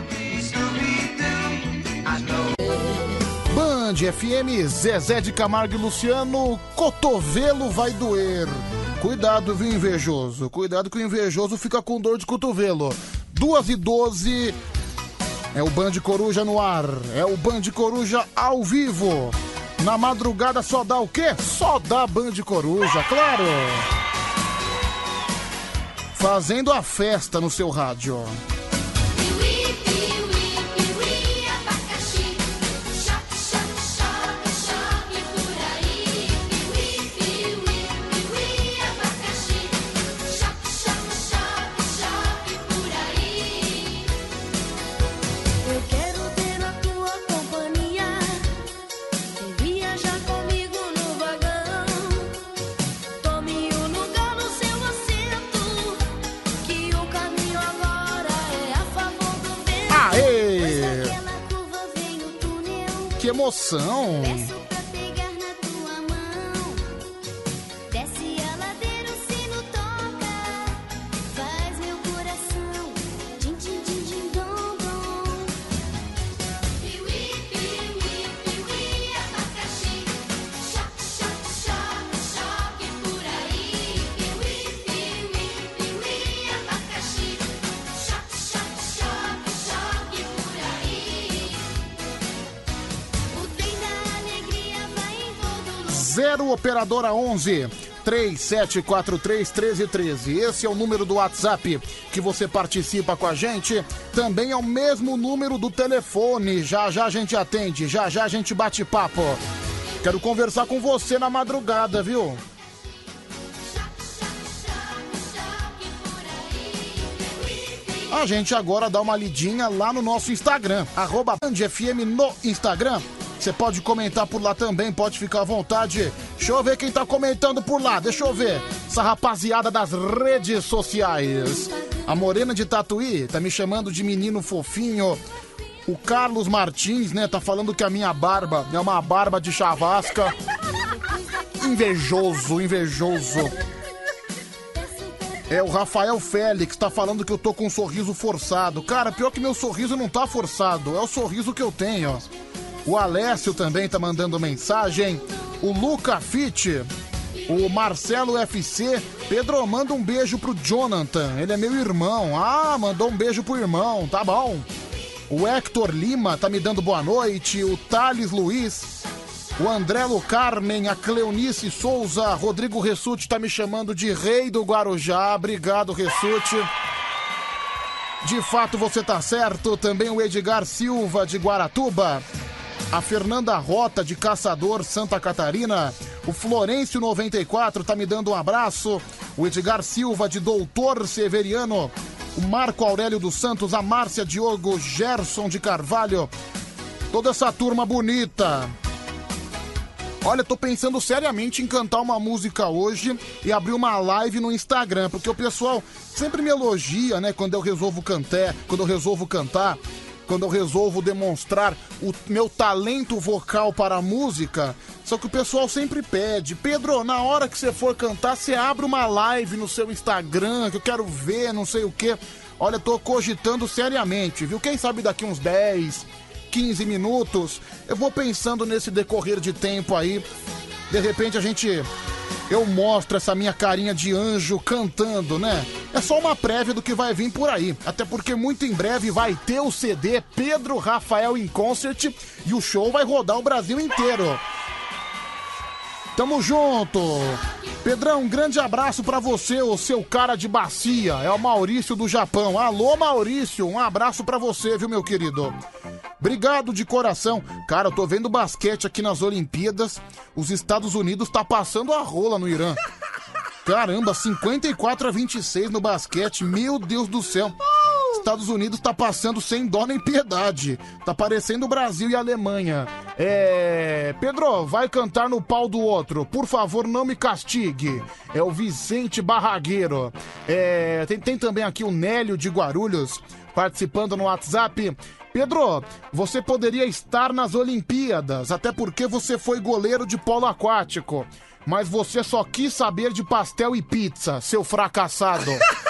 Band FM, Zezé de Camargo e Luciano, cotovelo vai doer. Cuidado, viu, invejoso? Cuidado que o invejoso fica com dor de cotovelo. 2h12, é o Band Coruja no ar, é o Band Coruja ao vivo. Na madrugada só dá o quê? Só dá Band Coruja, claro! Fazendo a festa no seu rádio. Que emoção! Operadora 11 3743 1313. Esse é o número do WhatsApp que você participa com a gente. Também é o mesmo número do telefone. Já a gente atende, já a gente bate papo. Quero conversar com você na madrugada, viu? A gente agora dá uma lidinha lá no nosso Instagram, @BandFM no Instagram. Você pode comentar por lá também, pode ficar à vontade. Deixa eu ver quem tá comentando por lá, deixa eu ver. Essa rapaziada das redes sociais. A Morena de Tatuí tá me chamando de menino fofinho. O Carlos Martins, né, tá falando que a minha barba é uma barba de chavasca. Invejoso. É, o Rafael Félix tá falando que eu tô com um sorriso forçado. Cara, pior que meu sorriso não tá forçado, é o sorriso que eu tenho, ó. O Alessio também tá mandando mensagem. O Luca Fitt, o Marcelo FC. Pedro, manda um beijo pro Jonathan, ele é meu irmão. Ah, mandou um beijo pro irmão, tá bom. O Hector Lima tá me dando boa noite. O Thales Luiz, O Andrelo Carmen, a Cleonice Souza, Rodrigo Ressuti tá me chamando de rei do Guarujá. Obrigado, Ressuti. De fato, você tá certo. Também o Edgar Silva, de Guaratuba. A Fernanda Rota, de Caçador, Santa Catarina. O Florencio 94 tá me dando um abraço. O Edgar Silva, de Doutor Severiano. O Marco Aurélio dos Santos, a Márcia Diogo, Gerson de Carvalho. Toda essa turma bonita. Olha, tô pensando seriamente em cantar uma música hoje e abrir uma live no Instagram, porque o pessoal sempre me elogia, né, quando eu resolvo cantar, quando eu resolvo demonstrar o meu talento vocal para a música. Só que o pessoal sempre pede: Pedro, na hora que você for cantar, você abre uma live no seu Instagram, que eu quero ver, não sei o quê. Olha, tô cogitando seriamente, viu? Quem sabe daqui uns 10, 15 minutos, eu vou pensando nesse decorrer de tempo aí. De repente eu mostro essa minha carinha de anjo cantando, né? É só uma prévia do que vai vir por aí. Até porque muito em breve vai ter o CD Pedro Rafael in Concert e o show vai rodar o Brasil inteiro. Tamo junto! Pedrão, um grande abraço pra você, o seu cara de bacia. É o Maurício do Japão. Alô, Maurício, um abraço pra você, viu, meu querido? Obrigado de coração. Cara, eu tô vendo basquete aqui nas Olimpíadas. Os Estados Unidos tá passando a rola no Irã. Caramba, 54-26 no basquete. Meu Deus do céu. Estados Unidos tá passando sem dó nem piedade. Tá parecendo o Brasil e a Alemanha. Pedro, vai cantar no pau do outro. Por favor, não me castigue. É o Vicente Barragueiro. Tem também aqui o Nélio de Guarulhos participando no WhatsApp. Pedro, você poderia estar nas Olimpíadas, até porque você foi goleiro de polo aquático. Mas você só quis saber de pastel e pizza, seu fracassado.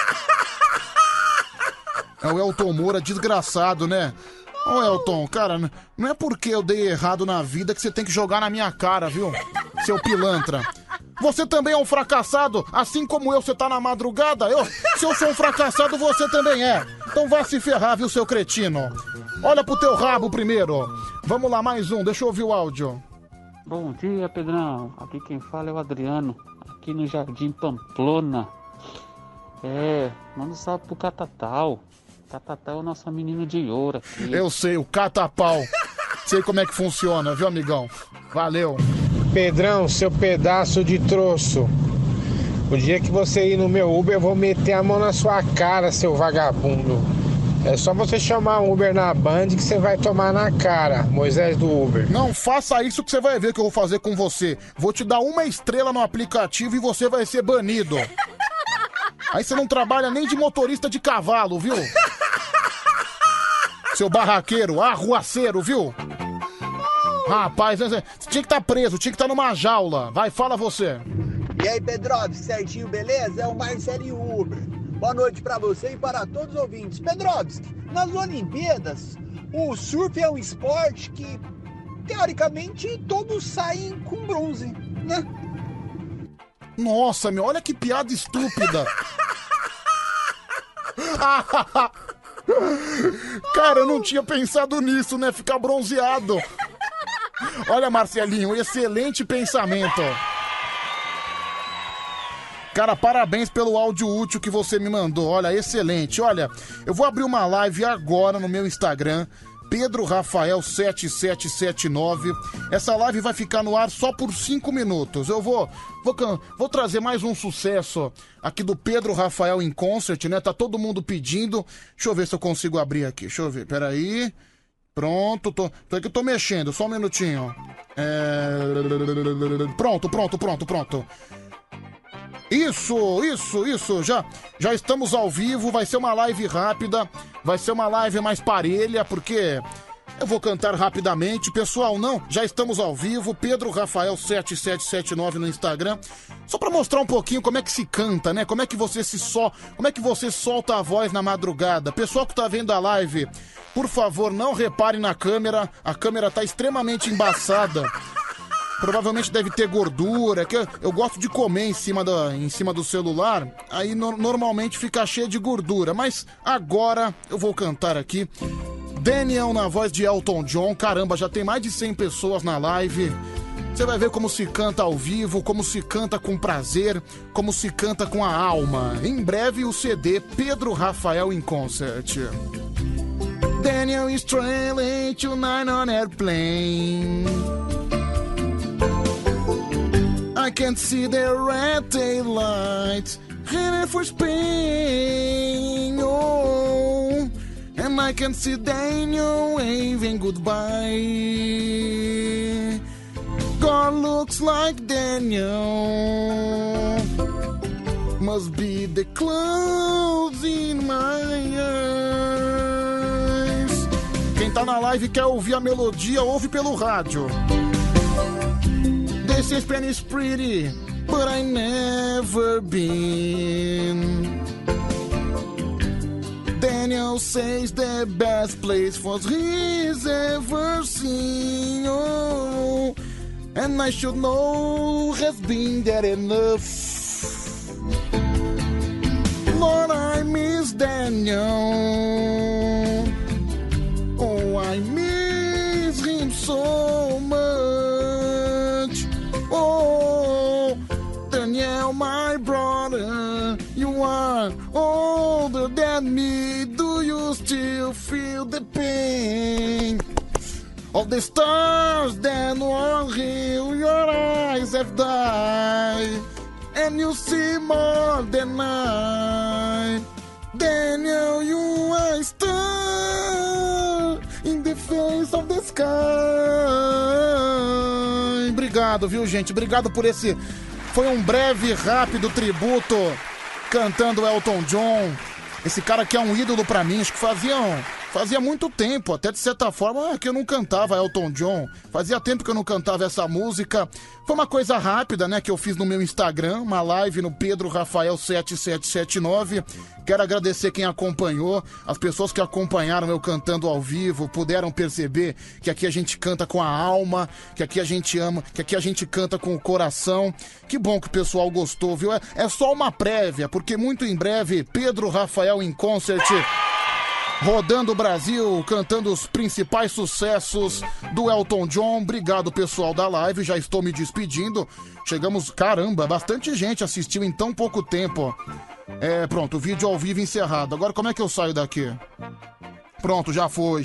É o Elton Moura, desgraçado, né? Ô Elton, cara, não é porque eu dei errado na vida que você tem que jogar na minha cara, viu? Seu pilantra. Você também é um fracassado, assim como eu, você tá na madrugada. Se eu sou um fracassado, você também é. Então vá se ferrar, viu, seu cretino? Olha pro teu rabo primeiro. Vamos lá, mais um, deixa eu ouvir o áudio. Bom dia, Pedrão. Aqui quem fala é o Adriano, aqui no Jardim Pamplona. Manda um salve pro Catatal. Catatal é o nosso menino de ouro aqui. Eu sei, o catapau. Sei como é que funciona, viu, amigão? Valeu. Pedrão, seu pedaço de troço. O dia que você ir no meu Uber, eu vou meter a mão na sua cara, seu vagabundo. É só você chamar um Uber na Band que você vai tomar na cara, Moisés do Uber. Não faça isso que você vai ver o que eu vou fazer com você. Vou te dar 1 estrela no aplicativo e você vai ser banido. Aí você não trabalha nem de motorista de cavalo, viu? Seu barraqueiro, arruaceiro, viu? Rapaz, você tinha que estar preso, tinha que estar numa jaula. Vai, fala você. E aí, Pedrovski, certinho, beleza? É o Marcelinho Uber. Boa noite pra você e para todos os ouvintes. Pedrovski, nas Olimpíadas, o surf é um esporte que, teoricamente, todos saem com bronze, né? Nossa, meu, olha que piada estúpida. Cara, eu não tinha pensado nisso, né? Ficar bronzeado. Olha, Marcelinho, excelente pensamento. Cara, parabéns pelo áudio útil que você me mandou. Olha, excelente. Olha, eu vou abrir uma live agora no meu Instagram, Pedro Rafael 7779. Essa live vai ficar no ar só por 5 minutos. Eu vou trazer mais um sucesso aqui do Pedro Rafael in Concert, né? Tá todo mundo pedindo. Deixa eu ver se eu consigo abrir aqui. Deixa eu ver, peraí. Pronto, tô aqui, tô mexendo, só um minutinho. Pronto. Isso, já estamos ao vivo, vai ser uma live rápida, vai ser uma live mais parelha, porque eu vou cantar rapidamente. Pessoal, já estamos ao vivo, Pedro Rafael 7779 no Instagram, só pra mostrar um pouquinho como é que se canta, né? Como é que você solta a voz na madrugada. Pessoal que tá vendo a live, por favor, não repare na câmera, a câmera tá extremamente embaçada. Provavelmente deve ter gordura, que eu gosto de comer em cima do celular, aí normalmente fica cheio de gordura. Mas agora eu vou cantar aqui. Daniel na voz de Elton John. Caramba, já tem mais de 100 pessoas na live. Você vai ver como se canta ao vivo, como se canta com prazer, como se canta com a alma. Em breve o CD Pedro Rafael in Concert. Daniel is trailing tonight on airplane. I can see the red tail lights headed for Spain. Oh, and I can see Daniel waving goodbye. God looks like Daniel. Must be the clouds in my eyes. Quem tá na live e quer ouvir a melodia, ouve pelo rádio. This is Penny's pretty, but I never been. Daniel says the best place for he's ever seen. Oh, and I should know has been there enough. Lord, I miss Daniel. Oh, I miss him so much. Oh, Daniel, my brother, you are older than me. Do you still feel the pain of the stars that were here? Your eyes have died, and you see more than I. Daniel, you are a star in the face of the sky. Obrigado, viu, gente? Obrigado por esse... Foi um breve e rápido tributo cantando Elton John. Esse cara que é um ídolo pra mim. Acho que fazia muito tempo, até de certa forma, que eu não cantava Elton John. Fazia tempo que eu não cantava essa música. Foi uma coisa rápida, né, que eu fiz no meu Instagram, uma live no Pedro Rafael 7779. Quero agradecer quem acompanhou, as pessoas que acompanharam eu cantando ao vivo, puderam perceber que aqui a gente canta com a alma, que aqui a gente ama, que aqui a gente canta com o coração. Que bom que o pessoal gostou, viu? É só uma prévia, porque muito em breve, Pedro Rafael in Concert... rodando o Brasil, cantando os principais sucessos do Elton John. Obrigado, pessoal da live, já estou me despedindo. Chegamos, caramba, bastante gente assistiu em tão pouco tempo. Pronto, o vídeo ao vivo encerrado. Agora como é que eu saio daqui? Pronto, já foi.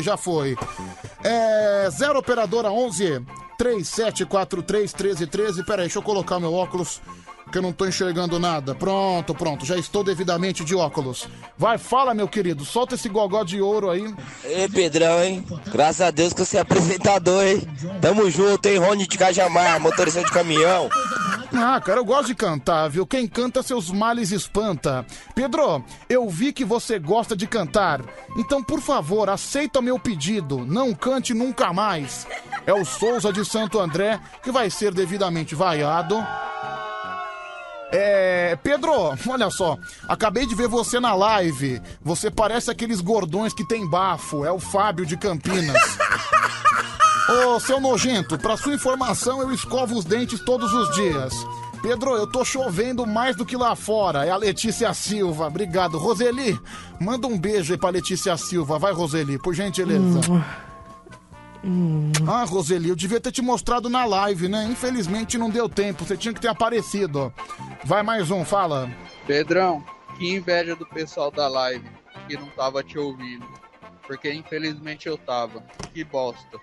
0 operadora 11 3743 1313. Pera aí, deixa eu colocar meu óculos, que eu não tô enxergando nada. Pronto, já estou devidamente de óculos. Vai, fala, meu querido, solta esse gogó de ouro aí. Ei, Pedrão, hein? Graças a Deus que você é apresentador, hein? Tamo junto, hein? Rony de Cajamar, motorista de caminhão. Ah, cara, eu gosto de cantar, viu? Quem canta seus males espanta. Pedro, eu vi que você gosta de cantar. Então, por favor, aceita o meu pedido. Não cante nunca mais. É o Souza de Santo André, que vai ser devidamente vaiado. Pedro, olha só, acabei de ver você na live. Você parece aqueles gordões que tem bafo. É o Fábio de Campinas. Ô, seu nojento, pra sua informação, eu escovo os dentes todos os dias. Pedro, eu tô chovendo mais do que lá fora. É a Letícia Silva, obrigado. Roseli, manda um beijo aí pra Letícia Silva. Vai, Roseli, por gentileza. Ah, Roseli, eu devia ter te mostrado na live, né? Infelizmente não deu tempo, você tinha que ter aparecido. Vai, mais um, fala. Pedrão, que inveja do pessoal da live que não tava te ouvindo. Porque infelizmente eu tava. Que bosta.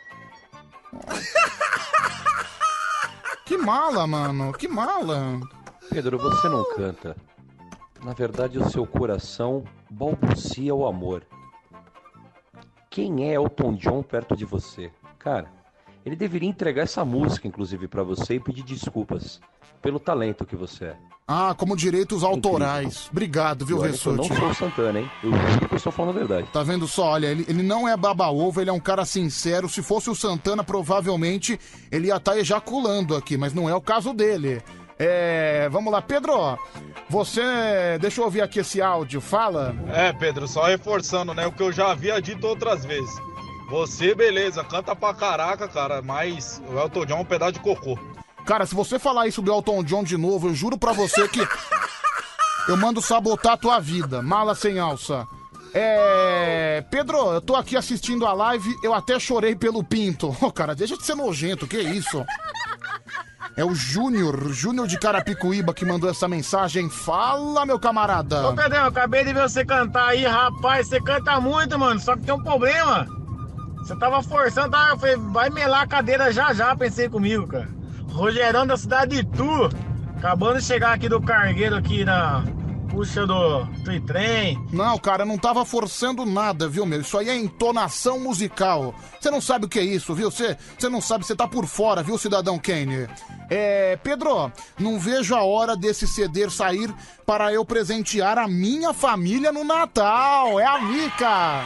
Que mala, mano, que mala. Pedro, você não canta. Na verdade, o seu coração balbucia o amor. Quem é Elton John perto de você? Cara, ele deveria entregar essa música, inclusive, pra você e pedir desculpas pelo talento que você é. Ah, como direitos autorais. Obrigado, viu, Ressurte? Eu não sou o Santana, hein? Eu juro que eu estou falando a verdade. Tá vendo só? Olha, ele não é baba-ovo, ele é um cara sincero. Se fosse o Santana, provavelmente ele ia estar ejaculando aqui, mas não é o caso dele. Vamos lá, Pedro, você... Deixa eu ouvir aqui esse áudio, fala. Pedro, só reforçando, né, o que eu já havia dito outras vezes. Você, beleza, canta pra caraca, cara, mas o Elton John é um pedaço de cocô. Cara, se você falar isso do Elton John de novo, eu juro pra você que eu mando sabotar a tua vida, mala sem alça. Pedro, eu tô aqui assistindo a live, eu até chorei pelo pinto. Cara, deixa de ser nojento, que isso? É o Júnior de Carapicuíba que mandou essa mensagem. Fala, meu camarada. Ô, Pedrão, eu acabei de ver você cantar aí, rapaz. Você canta muito, mano. Só que tem um problema. Você tava forçando, eu falei, vai melar a cadeira já, pensei comigo, cara. Rogerão da cidade de Itu. Acabando de chegar aqui do cargueiro aqui na puxa do trem. Não, cara, eu não tava forçando nada, viu, meu? Isso aí é entonação musical. Você não sabe o que é isso, viu? Você não sabe, você tá por fora, viu, cidadão Kane? Pedro, não vejo a hora desse CD sair para eu presentear a minha família no Natal. É a Mica.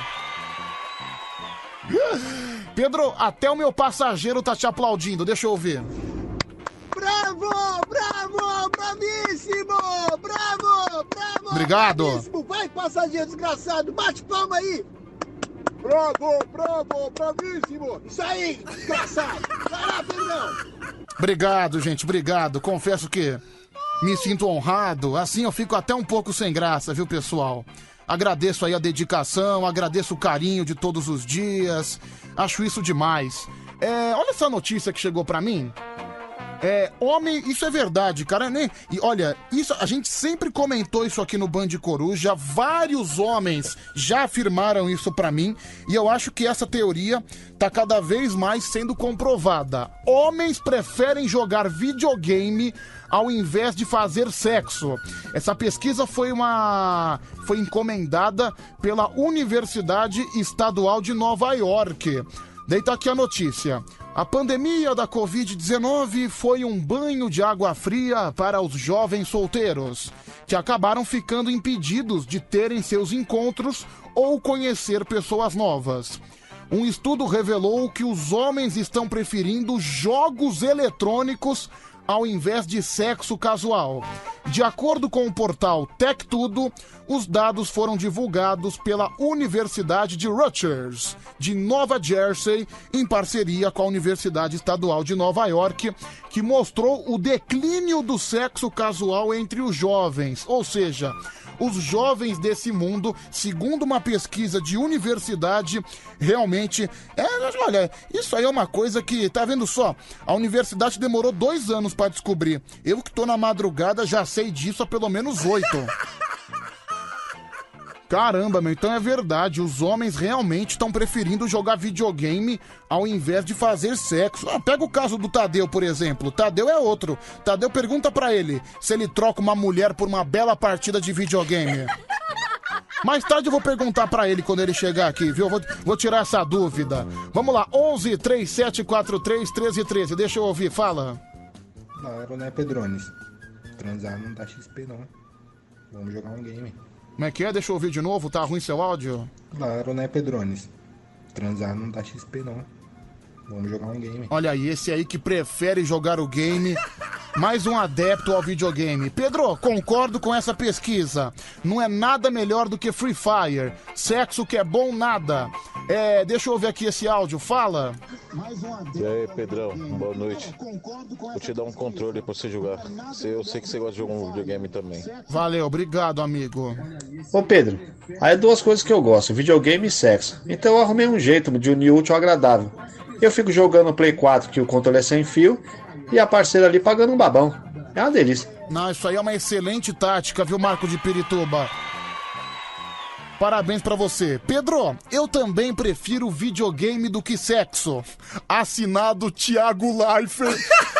Pedro, até o meu passageiro tá te aplaudindo, deixa eu ouvir. Bravo, bravíssimo, bravo. Obrigado. Bravíssimo. Vai, passageiro desgraçado, bate palma aí. Bravo, bravíssimo. Isso aí, desgraçado. Vai lá, Pedrão. Obrigado, gente, obrigado. Confesso que me sinto honrado. Assim eu fico até um pouco sem graça, viu, pessoal? Agradeço aí a dedicação, agradeço o carinho de todos os dias. Acho isso demais. Olha essa notícia que chegou pra mim. Homem, isso é verdade, cara, né? E olha, isso, a gente sempre comentou isso aqui no Band Coruja, vários homens já afirmaram isso pra mim, e eu acho que essa teoria tá cada vez mais sendo comprovada. Homens preferem jogar videogame ao invés de fazer sexo. Essa pesquisa foi encomendada pela Universidade Estadual de Nova York. Daí tá aqui a notícia. A pandemia da Covid-19 foi um banho de água fria para os jovens solteiros, que acabaram ficando impedidos de terem seus encontros ou conhecer pessoas novas. Um estudo revelou que os homens estão preferindo jogos eletrônicos ao invés de sexo casual. De acordo com o portal TechTudo, os dados foram divulgados pela Universidade de Rutgers, de Nova Jersey, em parceria com a Universidade Estadual de Nova York, que mostrou o declínio do sexo casual entre os jovens, ou seja, os jovens desse mundo, segundo uma pesquisa de universidade, realmente... olha, isso aí é uma coisa que, tá vendo só? A universidade demorou 2 anos pra descobrir. Eu que tô na madrugada já sei disso há pelo menos 8. Caramba, meu, então é verdade, os homens realmente estão preferindo jogar videogame ao invés de fazer sexo. Pega o caso do Tadeu, por exemplo. Tadeu é outro. Tadeu pergunta pra ele se ele troca uma mulher por uma bela partida de videogame. Mais tarde eu vou perguntar pra ele quando ele chegar aqui, viu? Vou tirar essa dúvida. Vamos lá, 11 3743 1313, deixa eu ouvir, fala. Claro, né, Pedrones? Transar não dá XP, não. Vamos jogar um game. Como é que é? Deixa eu ouvir de novo, tá ruim seu áudio? Claro, né, Pedrones? Transar não dá XP, não. Vamos jogar um game. Olha aí, esse aí que prefere jogar o game, mais um adepto ao videogame. Pedro, concordo com essa pesquisa. Não é nada melhor do que Free Fire. Sexo que é bom, nada. Deixa eu ouvir aqui esse áudio, fala. E aí, Pedrão, boa noite. Vou te dar um controle pra você jogar. Eu sei que você gosta de jogar um videogame também. Valeu, obrigado, amigo. Ô Pedro, aí é 2 coisas que eu gosto, videogame e sexo. Então eu arrumei um jeito de unir útil ao agradável. Eu fico jogando no Play 4, que o controle é sem fio, e a parceira ali pagando um babão. É uma delícia. Não, isso aí é uma excelente tática, viu, Marco de Pirituba? Parabéns pra você. Pedro, eu também prefiro videogame do que sexo. Assinado Thiago Leifert.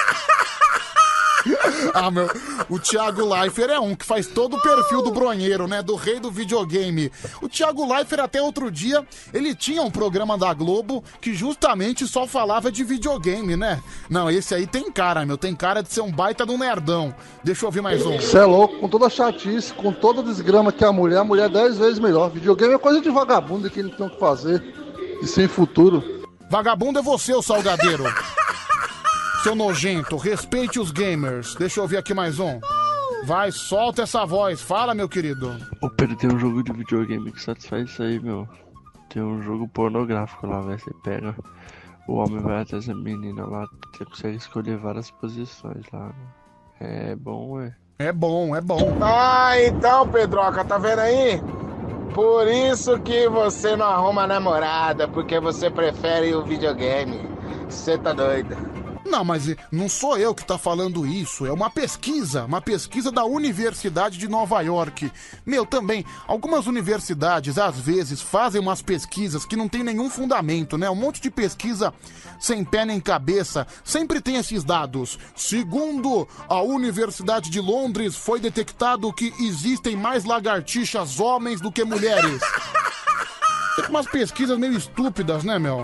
Meu, o Thiago Leifert é um que faz todo o perfil do bronheiro, né? Do rei do videogame. O Thiago Leifert, até outro dia, ele tinha um programa da Globo que justamente só falava de videogame, né? Não, esse aí tem cara, meu. Tem cara de ser um baita de um nerdão. Deixa eu ouvir mais um. Você é louco, com toda a chatice, com toda a desgrama que a mulher 10 vezes melhor. Videogame é coisa de vagabundo que ele tem que fazer e sem futuro. Vagabundo é você, o salgadeiro. Seu nojento, respeite os gamers. Deixa eu ouvir aqui mais um. Vai, solta essa voz. Fala, meu querido. Ô, Pedro, tem um jogo de videogame que satisfaz isso aí, meu. Tem um jogo pornográfico lá, velho. Você pega, o homem vai até essa menina lá, você consegue escolher várias posições lá, né? É bom, ué. É bom, é bom. Então, Pedroca, tá vendo aí? Por isso que você não arruma namorada, porque você prefere o videogame. Você tá doido. Não, mas não sou eu que tá falando isso, é uma pesquisa da Universidade de Nova York. Meu, também, algumas universidades, às vezes, fazem umas pesquisas que não tem nenhum fundamento, né? Um monte de pesquisa sem pé nem cabeça, sempre tem esses dados. Segundo a Universidade de Londres, foi detectado que existem mais lagartixas homens do que mulheres. Tem umas pesquisas meio estúpidas, né, meu?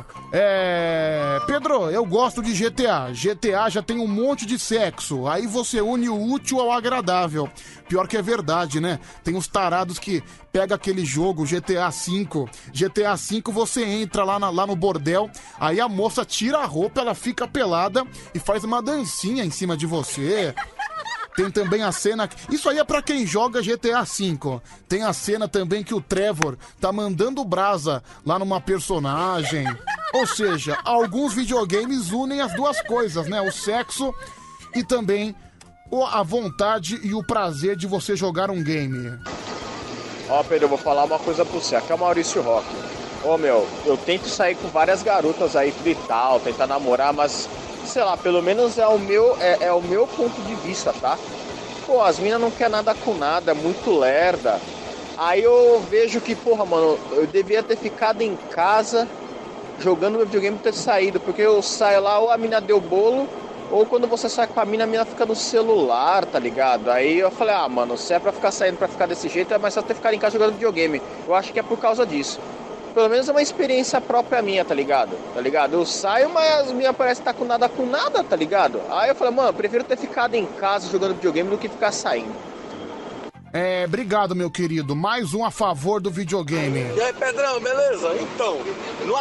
Pedro, eu gosto de GTA. GTA já tem um monte de sexo. Aí você une o útil ao agradável. Pior que é verdade, né? Tem uns tarados que pega aquele jogo, GTA V. GTA V você entra lá no bordel, aí a moça tira a roupa, ela fica pelada e faz uma dancinha em cima de você. Tem também a cena... Isso aí é pra quem joga GTA V. Tem a cena também que o Trevor tá mandando brasa lá numa personagem. Ou seja, alguns videogames unem as duas coisas, né? O sexo e também a vontade e o prazer de você jogar um game. Ó, Pedro, eu vou falar uma coisa pra você. Aqui é o Maurício Roque. Ô, meu, eu tento sair com várias garotas aí e tal, tentar namorar, mas... sei lá, pelo menos é o meu ponto de vista, tá? Pô, as minas não querem nada com nada, é muito lerda. Aí eu vejo que, porra, mano, eu devia ter ficado em casa jogando meu videogame e ter saído, porque eu saio lá, ou a mina deu bolo, ou quando você sai com a mina fica no celular, tá ligado? Aí eu falei, mano, se é pra ficar saindo pra ficar desse jeito, é mais só ter ficado em casa jogando videogame. Eu acho que é por causa disso. Pelo menos é uma experiência própria minha, tá ligado? Eu saio, mas as minhas parecem estar com nada, tá ligado? Aí eu falei, mano, eu prefiro ter ficado em casa jogando videogame do que ficar saindo. Obrigado, meu querido. Mais um a favor do videogame. E aí, Pedrão, beleza? Então, no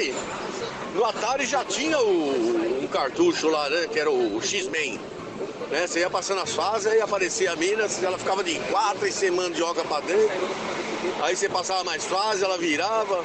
Atari já tinha um cartucho lá, né? Que era o X-Men. Né? Você ia passando as fases, aí aparecia a mina, ela ficava de 4 e você mandioca pra dentro. Aí você passava mais fase, ela virava.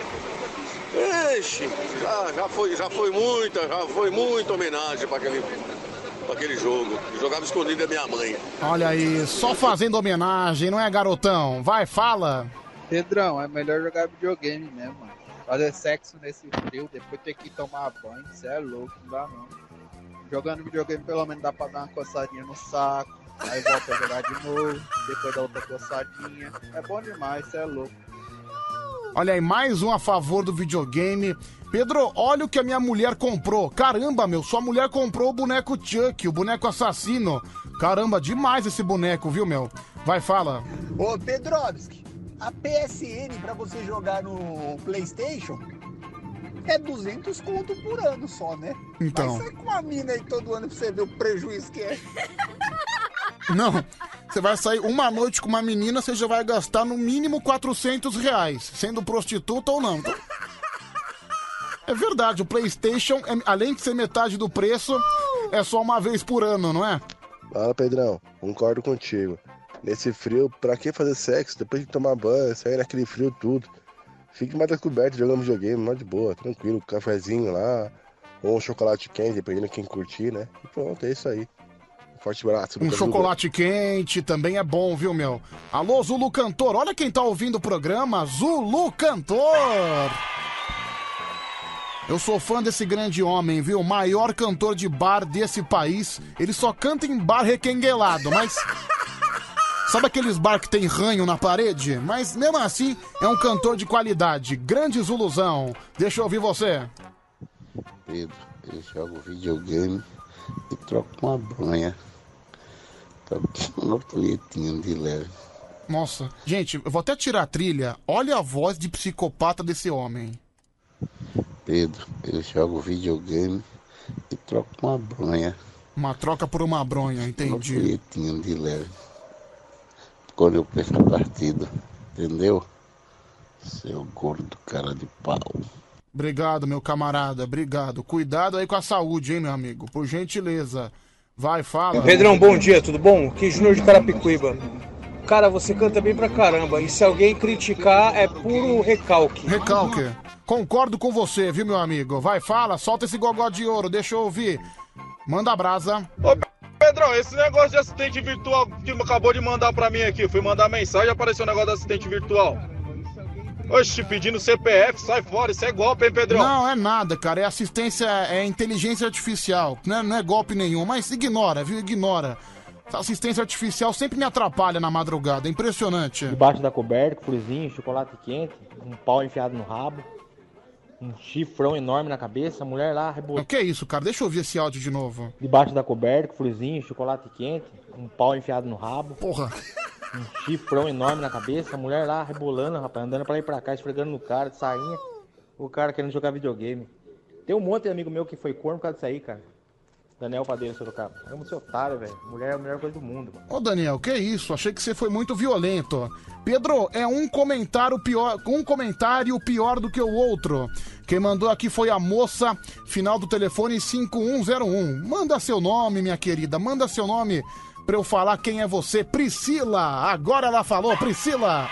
Ixi, já foi muita homenagem para aquele jogo. Eu jogava escondido da minha mãe. Olha aí, só fazendo homenagem, não é, garotão? Vai, fala. Pedrão, é melhor jogar videogame mesmo, mano. Fazer sexo nesse frio, depois ter que tomar banho, isso é louco, não dá não. Jogando videogame pelo menos dá pra dar uma coçadinha no saco. Aí volta a jogar de novo, depois da outra coçadinha. É bom demais, isso é louco. Olha aí, mais um a favor do videogame. Pedro, olha o que a minha mulher comprou. Caramba, meu, sua mulher comprou o boneco Chuck, o boneco assassino. Caramba, demais esse boneco, viu, meu? Vai, fala. Ô, Pedrovski, a PSN pra você jogar no PlayStation é 200 conto por ano só, né? Então. Vai sair com a mina aí todo ano pra você ver o prejuízo que é. Não, você vai sair uma noite com uma menina, você já vai gastar no mínimo R$400, sendo prostituta ou não. Então, é verdade, o PlayStation, além de ser metade do preço, é só uma vez por ano, não é? Fala, Pedrão, concordo contigo. Nesse frio, pra que fazer sexo? Depois de tomar banho, sair naquele frio tudo. Fique mais descoberto jogando videogame, mais de boa, tranquilo, cafezinho lá, ou um chocolate quente, dependendo de quem curtir, né? E pronto, é isso aí. Forte abraço. Um chocolate quente também é bom, viu, meu? Alô, Zulu Cantor, olha quem tá ouvindo o programa, Zulu Cantor! Eu sou fã desse grande homem, viu? O maior cantor de bar desse país. Ele só canta em bar requenguelado, mas... sabe aqueles bar que tem ranho na parede? Mas mesmo assim, é um cantor de qualidade. Grande Zuluzão. Deixa eu ouvir você. Pedro, eu jogo videogame e troco uma bronha. Tá um punhetinho de leve. Nossa, gente, eu vou até tirar a trilha. Olha a voz de psicopata desse homem. Pedro, eu jogo videogame e troco uma bronha. Uma troca por uma bronha, entendi. Um punhetinho de leve. Quando eu perco a partida, entendeu? Seu gordo cara de pau. Obrigado, meu camarada, obrigado. Cuidado aí com a saúde, hein, meu amigo, por gentileza. Vai, fala. Pedrão, bom dia, tudo bom? Aqui é Júnior de Carapicuíba. Cara, você canta bem pra caramba, e se alguém criticar, é puro recalque. Recalque. Concordo com você, viu, meu amigo? Vai, fala, solta esse gogó de ouro, deixa eu ouvir. Manda brasa. Ô, Pedrão, esse negócio de assistente virtual que acabou de mandar pra mim aqui, fui mandar mensagem e apareceu um negócio de assistente virtual. Oxe, pedindo CPF, sai fora, isso é golpe, hein, Pedrão? Não, é nada, cara. É assistência, é inteligência artificial. Não é golpe nenhum, mas ignora, viu? Ignora. Essa assistência artificial sempre me atrapalha na madrugada, é impressionante. Debaixo da coberta, fruzinho, chocolate quente, um pau enfiado no rabo, um chifrão enorme na cabeça, a mulher lá rebolando. O que é isso, cara? Deixa eu ouvir esse áudio de novo. Debaixo da coberta, fruzinho, chocolate quente, um pau enfiado no rabo. Porra. Um chifrão enorme na cabeça, a mulher lá rebolando, rapaz, andando pra lá e pra cá, esfregando no cara, de sainha. O cara querendo jogar videogame. Tem um monte de amigo meu que foi corno por causa disso aí, cara. Daniel Padeiro, Sorocaba. Amo seu otário, velho. Mulher é a melhor coisa do mundo, mano. Ô, Daniel, que isso? Achei que você foi muito violento. Pedro, é um comentário pior do que o outro. Quem mandou aqui foi a moça, final do telefone 5101. Manda seu nome, minha querida, manda seu nome pra eu falar quem é você. Priscila, agora ela falou, Priscila.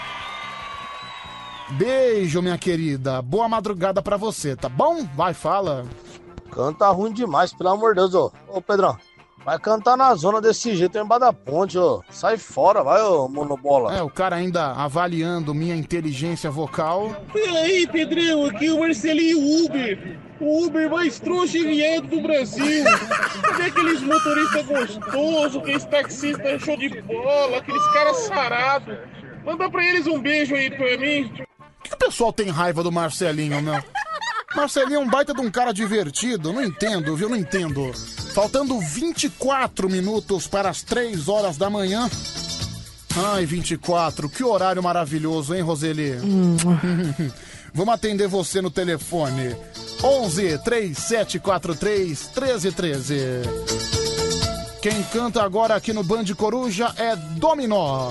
Beijo, minha querida. Boa madrugada pra você, tá bom? Vai, fala. Canta ruim demais, pelo amor de Deus, ô. Ô, Pedrão, vai cantar na zona desse jeito, embaixo da ponte, ô. Sai fora, vai, ô, monobola. É, o cara ainda avaliando minha inteligência vocal. Peraí, Pedrão, aqui é o Marcelinho Uber. O Uber mais trouxa e viado do Brasil. Cadê aqueles motoristas gostosos, aqueles taxistas show de bola, aqueles caras sarados? Manda pra eles um beijo aí pra mim. Por que o pessoal tem raiva do Marcelinho, meu? Marcelinho é um baita de um cara divertido, não entendo, viu? Não entendo. Faltando 24 minutos para as 3 horas da manhã. Ai, 24, que horário maravilhoso, hein, Roseli? Vamos atender você no telefone. 11 3743 1313. Quem canta agora aqui no Band Coruja é Dominó.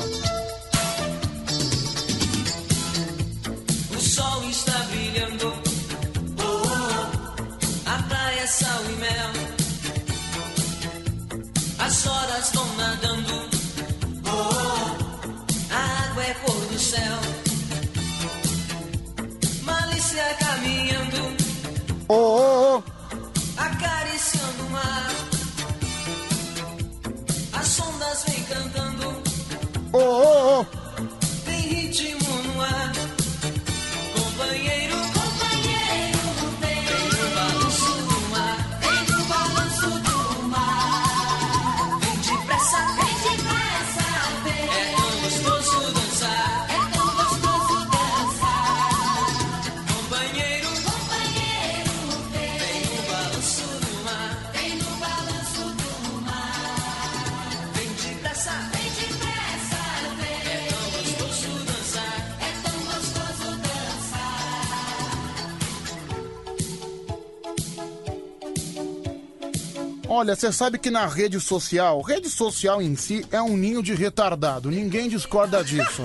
O sol está brilhando. Sal e mel, as horas vão nadando, a água é cor do céu, malícia caminhando, acariciando o mar, as ondas vêm cantando, tem ritmo no ar, companheiro. Olha, você sabe que na rede social em si é um ninho de retardado, ninguém discorda disso.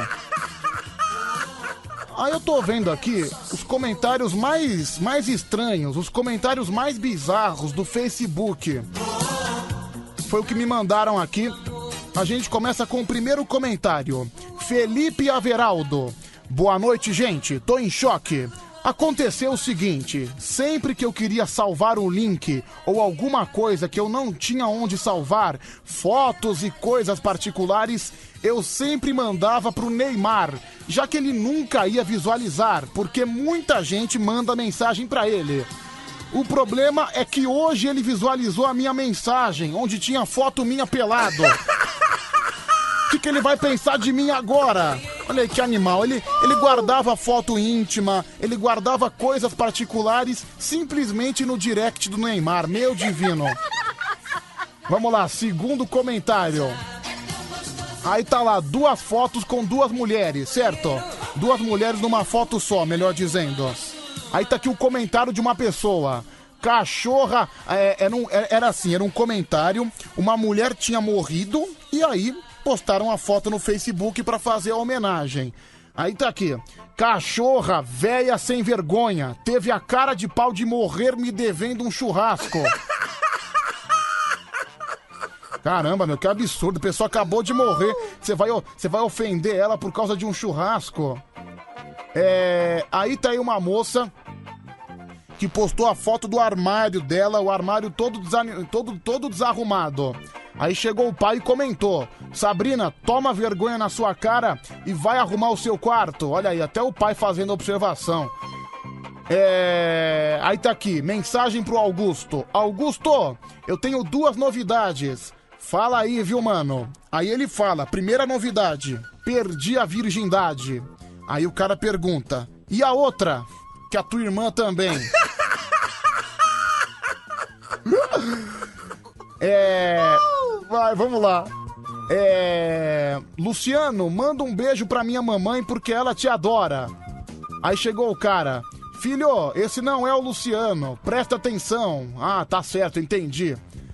Aí eu tô vendo aqui os comentários mais estranhos, os comentários mais bizarros do Facebook. Foi o que me mandaram aqui. A gente começa com o primeiro comentário. Felipe Averaldo. Boa noite, gente. Tô em choque. Aconteceu o seguinte, sempre que eu queria salvar um link ou alguma coisa que eu não tinha onde salvar, fotos e coisas particulares, eu sempre mandava pro Neymar, já que ele nunca ia visualizar, porque muita gente manda mensagem pra ele. O problema é que hoje ele visualizou a minha mensagem, onde tinha foto minha pelado. O que ele vai pensar de mim agora? Olha aí que animal, ele guardava foto íntima, ele guardava coisas particulares simplesmente no direct do Neymar, meu divino. Vamos lá, segundo comentário. Aí tá lá, 2 fotos com 2 mulheres, certo? 2 mulheres numa foto só, melhor dizendo. Aí tá aqui o comentário de uma pessoa. Cachorra, era assim, era um comentário, uma mulher tinha morrido e aí postaram a foto no Facebook pra fazer a homenagem. Aí tá aqui, cachorra, véia sem vergonha, teve a cara de pau de morrer me devendo um churrasco. Caramba, meu, que absurdo, a pessoa acabou de morrer, você vai ofender ela por causa de um churrasco. Aí tá aí uma moça que postou a foto do armário dela, o armário todo desarrumado. Aí chegou o pai e comentou: Sabrina, toma vergonha na sua cara e vai arrumar o seu quarto. Olha aí, até o pai fazendo observação. Aí tá aqui, mensagem pro Augusto. Augusto, eu tenho 2 novidades. Fala aí, viu, mano? Aí ele fala, primeira novidade, perdi a virgindade. Aí o cara pergunta, e a outra? Que a tua irmã também. Vai, vamos lá. Luciano, manda um beijo pra minha mamãe porque ela te adora. Aí chegou o cara, filho, esse não é o Luciano, presta atenção. Ah, tá certo, entendi.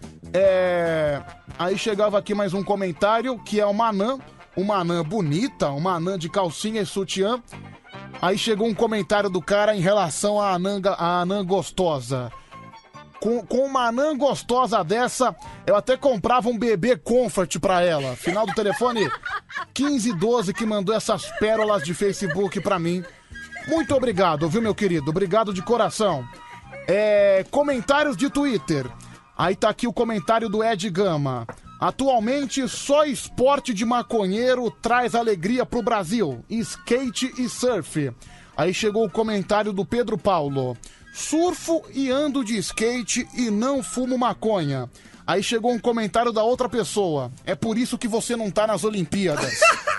Aí chegava aqui mais um comentário, que é uma anã bonita, uma anã de calcinha e sutiã. Aí chegou um comentário do cara em relação à anã gostosa. Com uma anã gostosa dessa, eu até comprava um bebê comfort pra ela. Final do telefone 1512, que mandou essas pérolas de Facebook pra mim. Muito obrigado, viu, meu querido? Obrigado de coração. Comentários de Twitter. Aí tá aqui o comentário do Ed Gama. Atualmente, só esporte de maconheiro traz alegria pro Brasil. Skate e surf. Aí chegou o comentário do Pedro Paulo. Surfo e ando de skate e não fumo maconha. Aí chegou um comentário da outra pessoa. É por isso que você não tá nas Olimpíadas.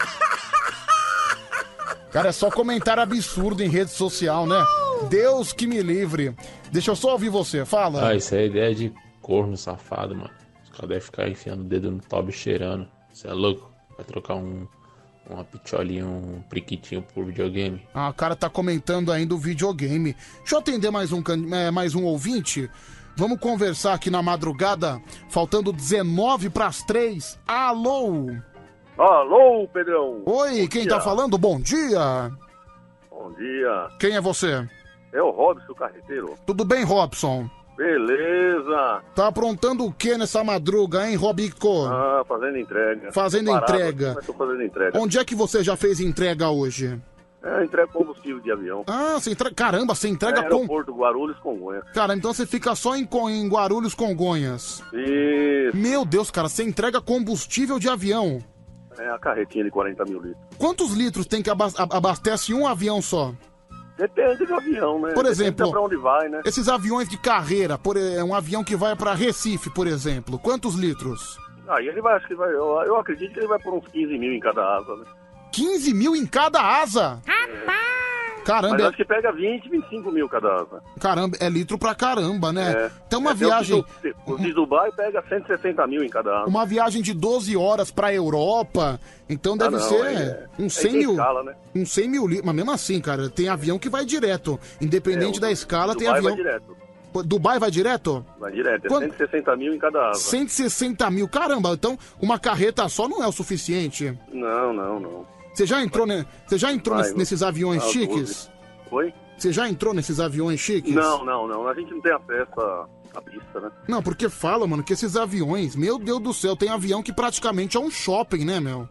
Cara, é só comentário absurdo em rede social, né? Deus que me livre. Deixa eu só ouvir você, fala. Isso é ideia de corno safado, mano. Os caras devem ficar enfiando o dedo no toba e cheirando. Você é louco? Vai trocar uma pitiolinha, um priquitinho por videogame. O cara tá comentando ainda o videogame. Deixa eu atender mais um ouvinte. Vamos conversar aqui na madrugada, faltando 2:49. Alô? Alô, Pedrão. Oi, Bom quem dia. tá falando? Bom dia. Bom dia. Quem é você? É o Robson Carreteiro. Tudo bem, Robson? Beleza. Tá aprontando o que nessa madruga, hein, Robico? Fazendo entrega. Fazendo entrega. Mas tô fazendo entrega. Onde é que você já fez entrega hoje? Entrega combustível de avião. Você entrega... Caramba, você entrega Aeroporto Guarulhos, Congonhas. Cara, então você fica só em Guarulhos, Congonhas. Isso. Meu Deus, cara, você entrega combustível de avião. A carretinha de 40 mil litros. Quantos litros tem que abastece um avião só? Depende do avião, né? Por exemplo, Depende pra onde vai, né? Esses aviões de carreira, um avião que vai pra Recife, por exemplo, quantos litros? Aí ele vai, acho que vai, eu acredito que ele vai por uns 15 mil em cada asa, né? 15 mil em cada asa? Caramba. Mas acho que pega 20, 25 mil cada asa. Caramba, é litro pra caramba, né? Então uma viagem... O de Dubai pega 160 mil em cada asa. Uma viagem de 12 horas pra Europa, então deve ser uns 100 mil. Escala, né? Uns 100 mil litros, mas mesmo assim, cara, tem avião que vai direto. Independente da escala, tem avião... Vai direto. Dubai vai direto? Vai direto, 160 mil em cada asa. 160 mil, caramba, então uma carreta só não é o suficiente? Não. Você já entrou nesses aviões chiques? Oi? Você já entrou nesses aviões chiques? Não. A gente não tem acesso à pista, né? Não, porque fala, mano, que esses aviões, meu Deus do céu, tem avião que praticamente é um shopping, né, meu?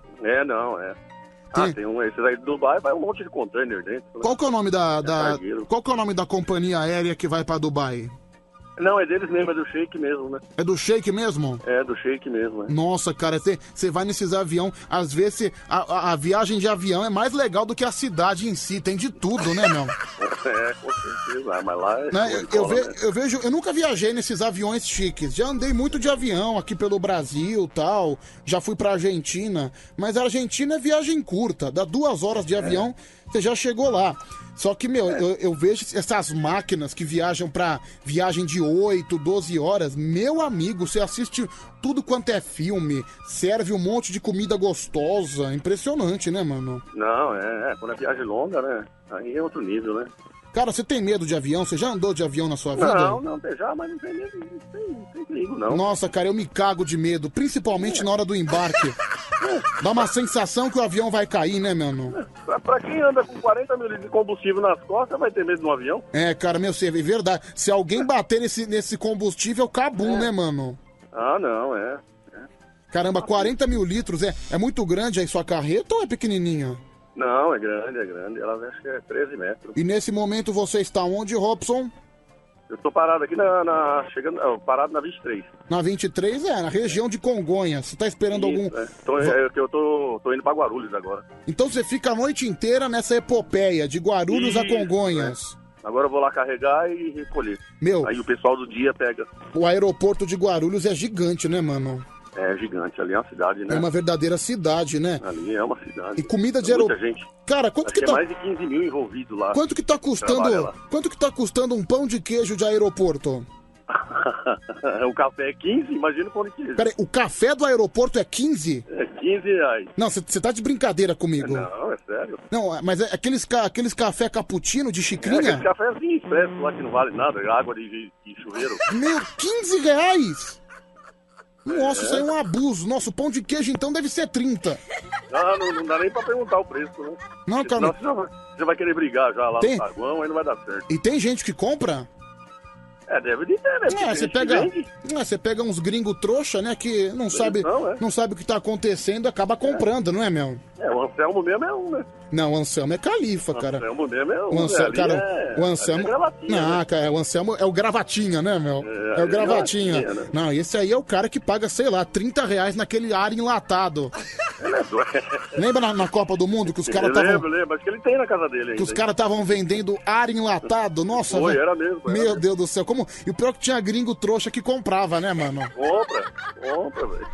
Tem um, esses aí do Dubai, vai um monte de container dentro. Né? Qual que é o nome qual que é o nome da companhia aérea que vai pra Dubai? Não, é deles mesmo, é do Sheik mesmo, né? É do Sheik mesmo? É, do Sheik mesmo, né? Nossa, cara, você vai nesses aviões, às vezes a viagem de avião é mais legal do que a cidade em si, tem de tudo, né, meu? Com certeza, mas lá é eu nunca viajei nesses aviões chiques, já andei muito de avião aqui pelo Brasil, tal, já fui pra Argentina, mas a Argentina é viagem curta, dá 2 horas de avião, você já chegou lá. Só que, eu vejo essas máquinas que viajam pra viagem de 8, 12 horas. Meu amigo, você assiste tudo quanto é filme, serve um monte de comida gostosa. Impressionante, né, mano? Não, quando é viagem longa, né? Aí é outro nível, né? Cara, você tem medo de avião? Você já andou de avião na sua vida? Não, já, mas não tem medo, não tem perigo, não. Nossa, cara, eu me cago de medo, principalmente na hora do embarque. Dá uma sensação que o avião vai cair, né, mano? Pra quem anda com 40 mil litros de combustível nas costas, vai ter medo de um avião? Cara, meu, é verdade. Se alguém bater nesse combustível, cabum, né, mano? Não, Caramba, 40 mil litros, é muito grande aí sua carreta ou é pequenininha? Não, é grande. Ela acho que é 13 metros. E nesse momento você está onde, Robson? Eu tô parado aqui parado na 23. Na 23 na região de Congonhas. Você tá esperando algum... Eu tô indo pra Guarulhos agora. Então você fica a noite inteira nessa epopeia de Guarulhos a Congonhas. Agora eu vou lá carregar e recolher. Meu... Aí o pessoal do dia pega. O aeroporto de Guarulhos é gigante, né, mano? É gigante, ali é uma cidade, né? É uma verdadeira cidade, né? Ali é uma cidade. E comida de aeroporto. Muita gente. Cara, quanto que tá... mais de 15 mil envolvidos lá. Quanto que tá custando um pão de queijo de aeroporto? O café é 15, imagina o pão de queijo. Peraí, o café do aeroporto é 15? É 15 reais. Não, você tá de brincadeira comigo. Não, é sério. Não, mas é aqueles café cappuccino de xicrinha? Aquele cafezinho expresso lá que não vale nada, água de chuveiro. Meu, 15 reais? Nossa, isso aí é um abuso. Nosso pão de queijo, então, deve ser 30. Não dá nem pra perguntar o preço, né? Não, cara. Senão você vai querer brigar já lá no saguão, aí não vai dar certo. E tem gente que compra? Deve ter, né? Você pega uns gringos trouxa, né, que não sabe o que tá acontecendo e acaba comprando, não é, meu? O Anselmo mesmo é um, né? Não, o Anselmo é califa, cara. O Anselmo mesmo é um. O Anselmo... cara, o Anselmo é o gravatinha, né, meu? É o gravatinha. Né? Não, esse aí é o cara que paga, sei lá, 30 reais naquele ar enlatado. Lembra na Copa do Mundo que os caras estavam... Lembro, acho que ele tem na casa dele ainda. Que os caras estavam vendendo ar enlatado, nossa. Era mesmo. Meu Deus do céu, como... E o pior é que tinha gringo trouxa que comprava, né, mano? Compra, velho.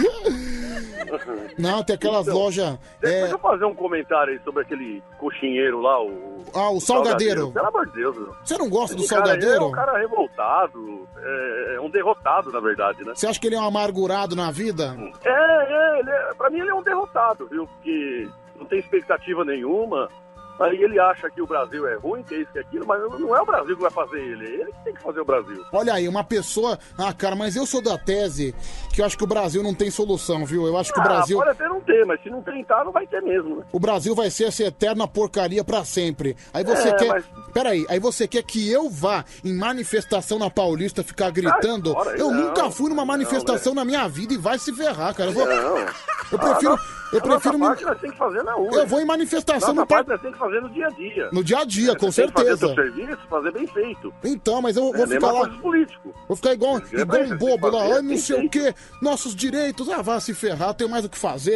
Não, tem aquelas lojas... Deixa eu fazer um comentário aí sobre aquele coxinheiro lá, o salgadeiro. Pelo amor de Deus. Você não gosta do cara, salgadeiro? Ele é um cara revoltado, é um derrotado, na verdade, né? Você acha que ele é um amargurado na vida? Pra mim ele é um derrotado, viu? Porque não tem expectativa nenhuma. Aí ele acha que o Brasil é ruim, que é isso, que é aquilo, mas não é o Brasil que vai fazer ele, é ele que tem que fazer o Brasil. Olha aí, uma pessoa... cara, mas eu sou da tese que eu acho que o Brasil não tem solução, viu? Eu acho que o Brasil... Pode até não ter, mas se não tentar, não vai ter mesmo, né? O Brasil vai ser essa eterna porcaria pra sempre. Aí você quer... Peraí, aí você quer que eu vá em manifestação na Paulista ficar gritando? Eu nunca fui numa manifestação na minha vida e vai se ferrar, cara. Eu prefiro... parte nós temos que fazer na rua. Eu vou em manifestação no parque. Nós temos que fazer no dia a dia. No dia a dia, com certeza. Fazer seu serviço, fazer bem feito. Então, mas eu vou ficar lá. Vou ficar igual um bobo lá. Ai, não sei o quê. Nossos direitos. Vá se ferrar. Tenho mais o que fazer.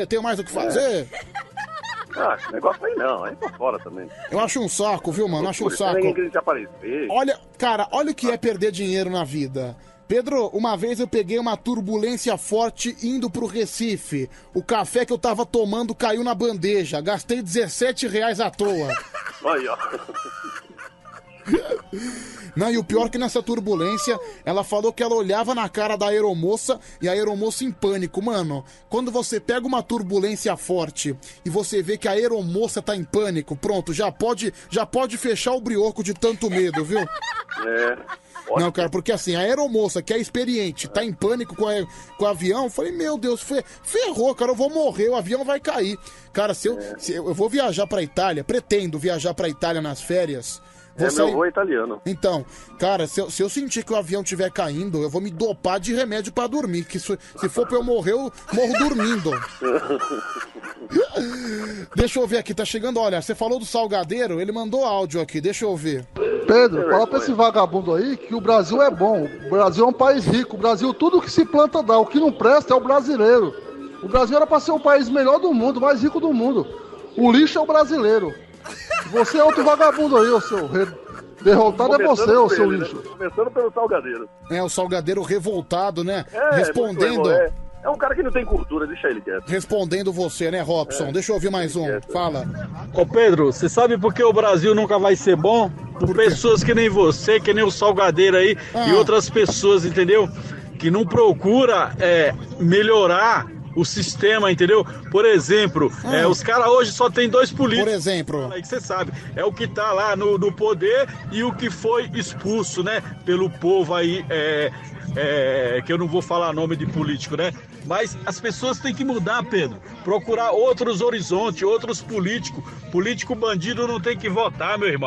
Esse negócio aí não. Aí tô fora também. Eu acho um saco, viu, mano? Acho um saco. Ninguém queria te aparecer. Olha, cara, olha o que é perder dinheiro na vida. Pedro, uma vez eu peguei uma turbulência forte indo pro Recife. O café que eu tava tomando caiu na bandeja. Gastei 17 reais à toa. Aí, ó. Não, e o pior é que nessa turbulência, ela falou que ela olhava na cara da aeromoça e a aeromoça em pânico. Mano, quando você pega uma turbulência forte e você vê que a aeromoça tá em pânico, pronto, já pode fechar o brioco de tanto medo, viu? Não, cara, porque assim, a aeromoça, que é experiente, tá em pânico com o avião, eu falei, meu Deus, ferrou, cara, eu vou morrer, o avião vai cair. Cara, se eu vou viajar pra Itália, pretendo viajar pra Itália nas férias... Meu avô é italiano. Então, cara, se eu sentir que o avião estiver caindo, eu vou me dopar de remédio pra dormir, que se for pra eu morrer, eu morro dormindo. Deixa eu ver aqui, tá chegando, olha, você falou do salgadeiro, ele mandou áudio aqui, deixa eu ver. Pedro, fala pra esse vagabundo aí que o Brasil é bom, o Brasil é um país rico, o Brasil tudo que se planta dá, o que não presta é o brasileiro. O Brasil era pra ser o país melhor do mundo, mais rico do mundo. O lixo é o brasileiro. Você é outro vagabundo aí, o seu derrotado é você, o seu lixo. Começando pelo salgadeiro. O salgadeiro revoltado, né? Respondendo. É um cara que não tem cultura, deixa ele quieto. Respondendo você, né, Robson? Deixa eu ouvir mais um. Fala. Ô Pedro, você sabe por que o Brasil nunca vai ser bom? Por pessoas que nem você, que nem o salgadeiro aí e outras pessoas, entendeu? Que não procura melhorar o sistema, entendeu? Por exemplo, os caras hoje só tem 2 políticos. Por exemplo. Aí que você sabe, é o que tá lá no poder e o que foi expulso, né? Pelo povo aí, que eu não vou falar nome de político, né? Mas as pessoas têm que mudar, Pedro. Procurar outros horizontes, outros políticos. Político bandido não tem que votar, meu irmão.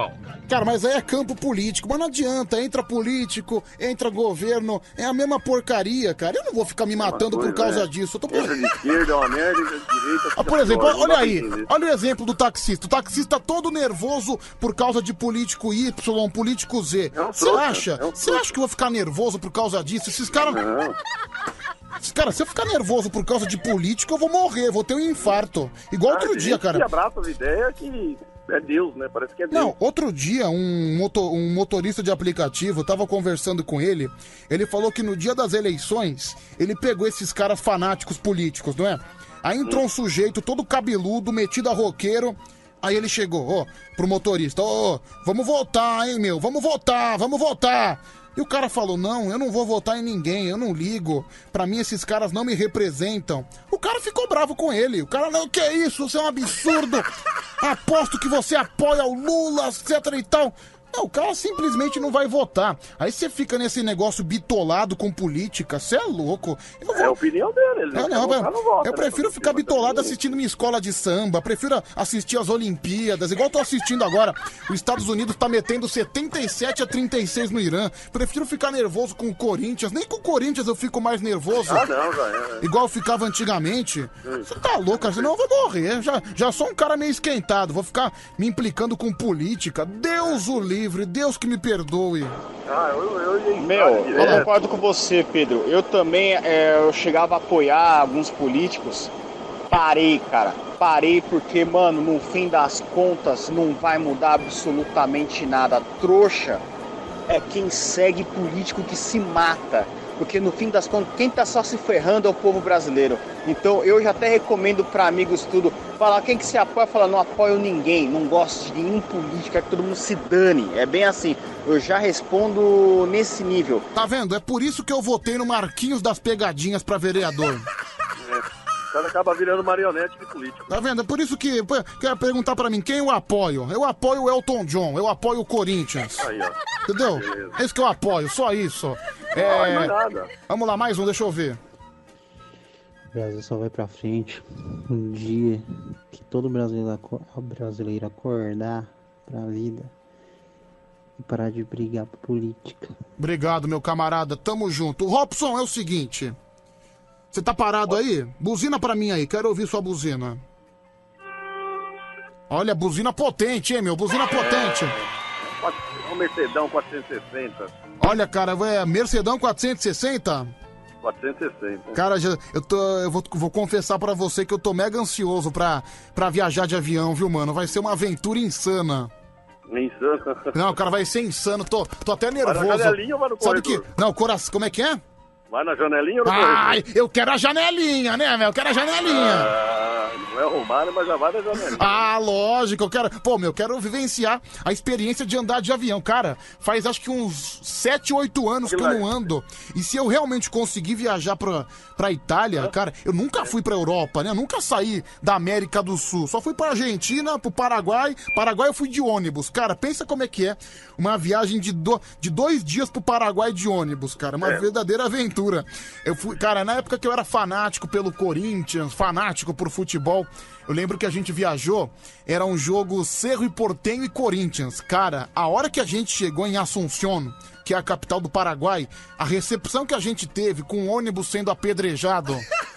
Cara, mas aí é campo político, mas não adianta, entra político, entra governo, é a mesma porcaria, cara. Eu não vou ficar me matando por causa disso. Eu tô... Entra de esquerda é uma merda, entra de direita... Por exemplo, pior, não olha dá pra aí, entender. olha o exemplo do taxista. O taxista todo nervoso por causa de político Y, político Z. Você acha que eu vou ficar nervoso por causa disso? Esses caras... Cara, se eu ficar nervoso por causa de político, eu vou morrer, vou ter um infarto. Igual outro dia, cara. Que abraça a ideia que é Deus, né? Parece que é Deus. Não, outro dia, um motorista de aplicativo, eu tava conversando com ele, ele falou que no dia das eleições, ele pegou esses caras fanáticos políticos, não é? Aí entrou um sujeito todo cabeludo, metido a roqueiro, aí ele chegou, pro motorista, vamos votar, hein, meu, vamos votar. E o cara falou, não, eu não vou votar em ninguém, eu não ligo. Pra mim, esses caras não me representam. O cara ficou bravo com ele. O cara, não, que é isso? Isso é um absurdo. Aposto que você apoia o Lula, etc e tal. Não, o cara simplesmente não vai votar. Aí você fica nesse negócio bitolado com política, você é louco. É a opinião dele. Eu prefiro ficar bitolado assistindo minha escola de samba, prefiro assistir as Olimpíadas, igual eu tô assistindo agora. Os Estados Unidos tá metendo 77-36 no Irã. Prefiro ficar nervoso com o Corinthians. Nem com o Corinthians eu fico mais nervoso. Igual eu ficava antigamente. Você tá louco, cara, senão eu vou morrer. Já sou um cara meio esquentado, vou ficar me implicando com política. Deus o livre. Deus que me perdoe. Eu concordo com você, Pedro. Eu também, eu chegava a apoiar alguns políticos. Parei, cara. Parei porque, mano, no fim das contas, não vai mudar absolutamente nada. Trouxa é quem segue político que se mata. Porque no fim das contas, quem tá só se ferrando é o povo brasileiro. Então eu já até recomendo pra amigos tudo, falar quem que se apoia, falar não apoio ninguém, não gosto de nenhum político, é que todo mundo se dane. É bem assim, eu já respondo nesse nível. Tá vendo? É por isso que eu votei no Marquinhos das Pegadinhas pra vereador. O cara acaba virando marionete de político. Tá vendo? É por isso que quer perguntar pra mim quem eu apoio. Eu apoio o Elton John, eu apoio o Corinthians. Aí, ó. Entendeu? Beleza. É isso que eu apoio, só isso. Não, nada. Vamos lá, mais um, deixa eu ver. O Brasil só vai pra frente um dia que todo brasileiro acordar pra vida e parar de brigar por política. Obrigado, meu camarada, tamo junto. Robson, é o seguinte... Você tá parado aí? Buzina pra mim aí, quero ouvir sua buzina. Olha, buzina potente, hein, meu? Buzina potente. É um Mercedão 460. Olha, cara, é Mercedão 460? 460. Cara, eu vou confessar pra você que eu tô mega ansioso pra viajar de avião, viu, mano? Vai ser uma aventura insana. Insana? Não, cara, vai ser insano, tô até nervoso. Vai na janelinha ou vai no Sabe corredor? que... Não, coração, como é que é? Vai na janelinha ou no Ai, corredor? eu quero a janelinha, né, meu? Eu quero a janelinha. Não é Romário, mas já vai na janelinha. Ah, lógico, eu quero... Pô, meu, eu quero vivenciar a experiência de andar de avião. Cara, faz acho que uns 7, 8 anos que eu não ando. E se eu realmente conseguir viajar pra Itália, cara, eu nunca fui pra Europa, né? Eu nunca saí da América do Sul. Só fui pra Argentina, pro Paraguai. Paraguai eu fui de ônibus. Cara, pensa como é que é uma viagem de 2 dias pro Paraguai de ônibus, cara. Uma verdadeira aventura. Eu fui, cara, na época que eu era fanático pelo Corinthians, fanático por futebol, eu lembro que a gente viajou, era um jogo Cerro e Porteño e Corinthians. Cara, a hora que a gente chegou em Asunción, que é a capital do Paraguai, a recepção que a gente teve com o ônibus sendo apedrejado...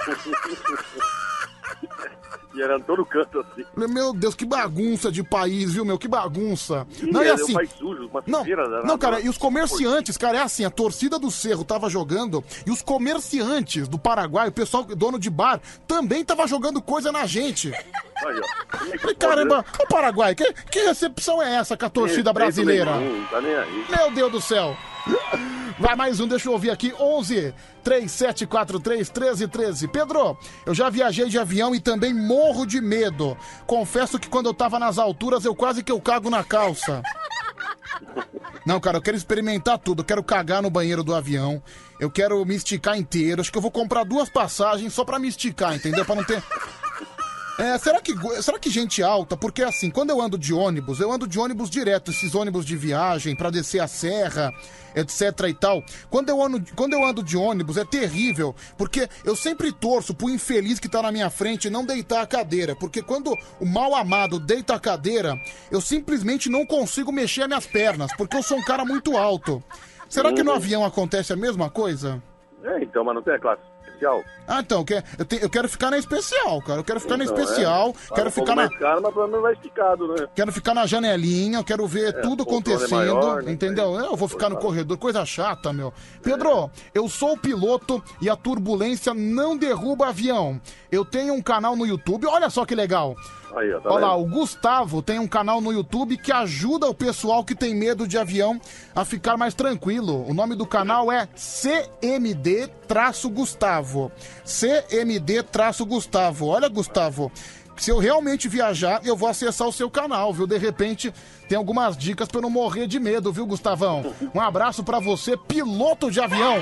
E era em todo canto assim. Meu Deus, que bagunça de país, viu, meu? Que bagunça. Não, é assim. Um país sujo, uma não, cara, e os comerciantes, cara, é assim, a torcida do Cerro tava jogando e os comerciantes do Paraguai, o pessoal dono de bar, também tava jogando coisa na gente. Aí, ó. Falei, caramba, o Paraguai, que recepção é essa com a torcida brasileira? Não tá nem aí. Meu Deus do céu. Vai mais um, deixa eu ouvir aqui, 11 3743 1313. Pedro, eu já viajei de avião e também morro de medo. Confesso que quando eu tava nas alturas eu quase que eu cago na calça. Não, cara, eu quero experimentar tudo. Eu quero cagar no banheiro do avião. Eu quero me esticar inteiro. Acho que eu vou comprar 2 passagens só pra me esticar, entendeu? Pra não ter... Será que gente alta, porque assim, quando eu ando de ônibus direto, esses ônibus de viagem pra descer a serra, etc e tal. Quando eu ando de ônibus é terrível, porque eu sempre torço pro infeliz que tá na minha frente não deitar a cadeira, porque quando o mal amado deita a cadeira, eu simplesmente não consigo mexer as minhas pernas, porque eu sou um cara muito alto. Será que no avião acontece a mesma coisa? Então, mas não tem a classe especial? Ah, então, eu quero ficar na especial, cara. Eu quero ficar na especial, quero ficar na... Cara, mas pelo menos vai esticado, né? Quero ficar na janelinha, eu quero ver tudo acontecendo, maior, né? Entendeu? Eu vou ficar no corredor, coisa chata, meu. Pedro, eu sou o piloto e a turbulência não derruba avião. Eu tenho um canal no YouTube, olha só que legal. Aí, ó, tá olha lá, vendo? o Gustavo tem um canal no YouTube que ajuda o pessoal que tem medo de avião a ficar mais tranquilo. O nome do canal é CMD-Gustavo. CMD-Gustavo. Olha, Gustavo, se eu realmente viajar, eu vou acessar o seu canal, viu? De repente, tem algumas dicas pra eu não morrer de medo, viu, Gustavão? Um abraço pra você, piloto de avião.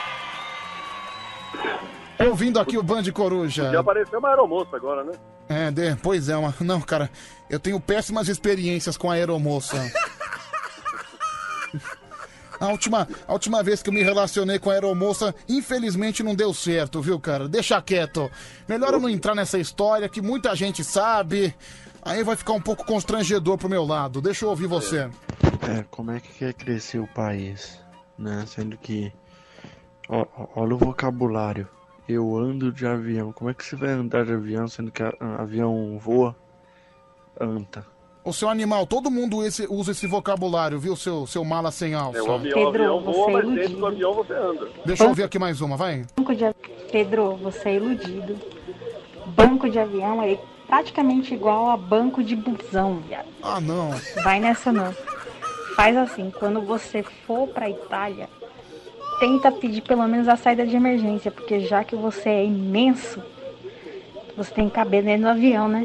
Ouvindo aqui o Band Coruja. Já apareceu uma aeromoça agora, né? Pois é, não, cara, eu tenho péssimas experiências com a aeromoça. A última vez que eu me relacionei com a aeromoça, infelizmente não deu certo, viu, cara? Deixa quieto. Melhor eu não entrar nessa história que muita gente sabe. Aí vai ficar um pouco constrangedor pro meu lado. Deixa eu ouvir você. Como é que quer crescer o país, né? Sendo que... Olha o vocabulário. Eu ando de avião. Como é que você vai andar de avião, sendo que avião voa? Anda. Ô, seu animal, todo mundo usa esse vocabulário, viu, seu mala sem alça? O avião voa, mas dentro do avião você anda. Deixa eu ouvir aqui mais uma, vai. Pedro, você é iludido. Banco de avião é praticamente igual a banco de busão, viado. Ah, não. Vai nessa não. Faz assim, quando você for pra Itália, tenta pedir pelo menos a saída de emergência, porque já que você é imenso, você tem que caber dentro do avião, né?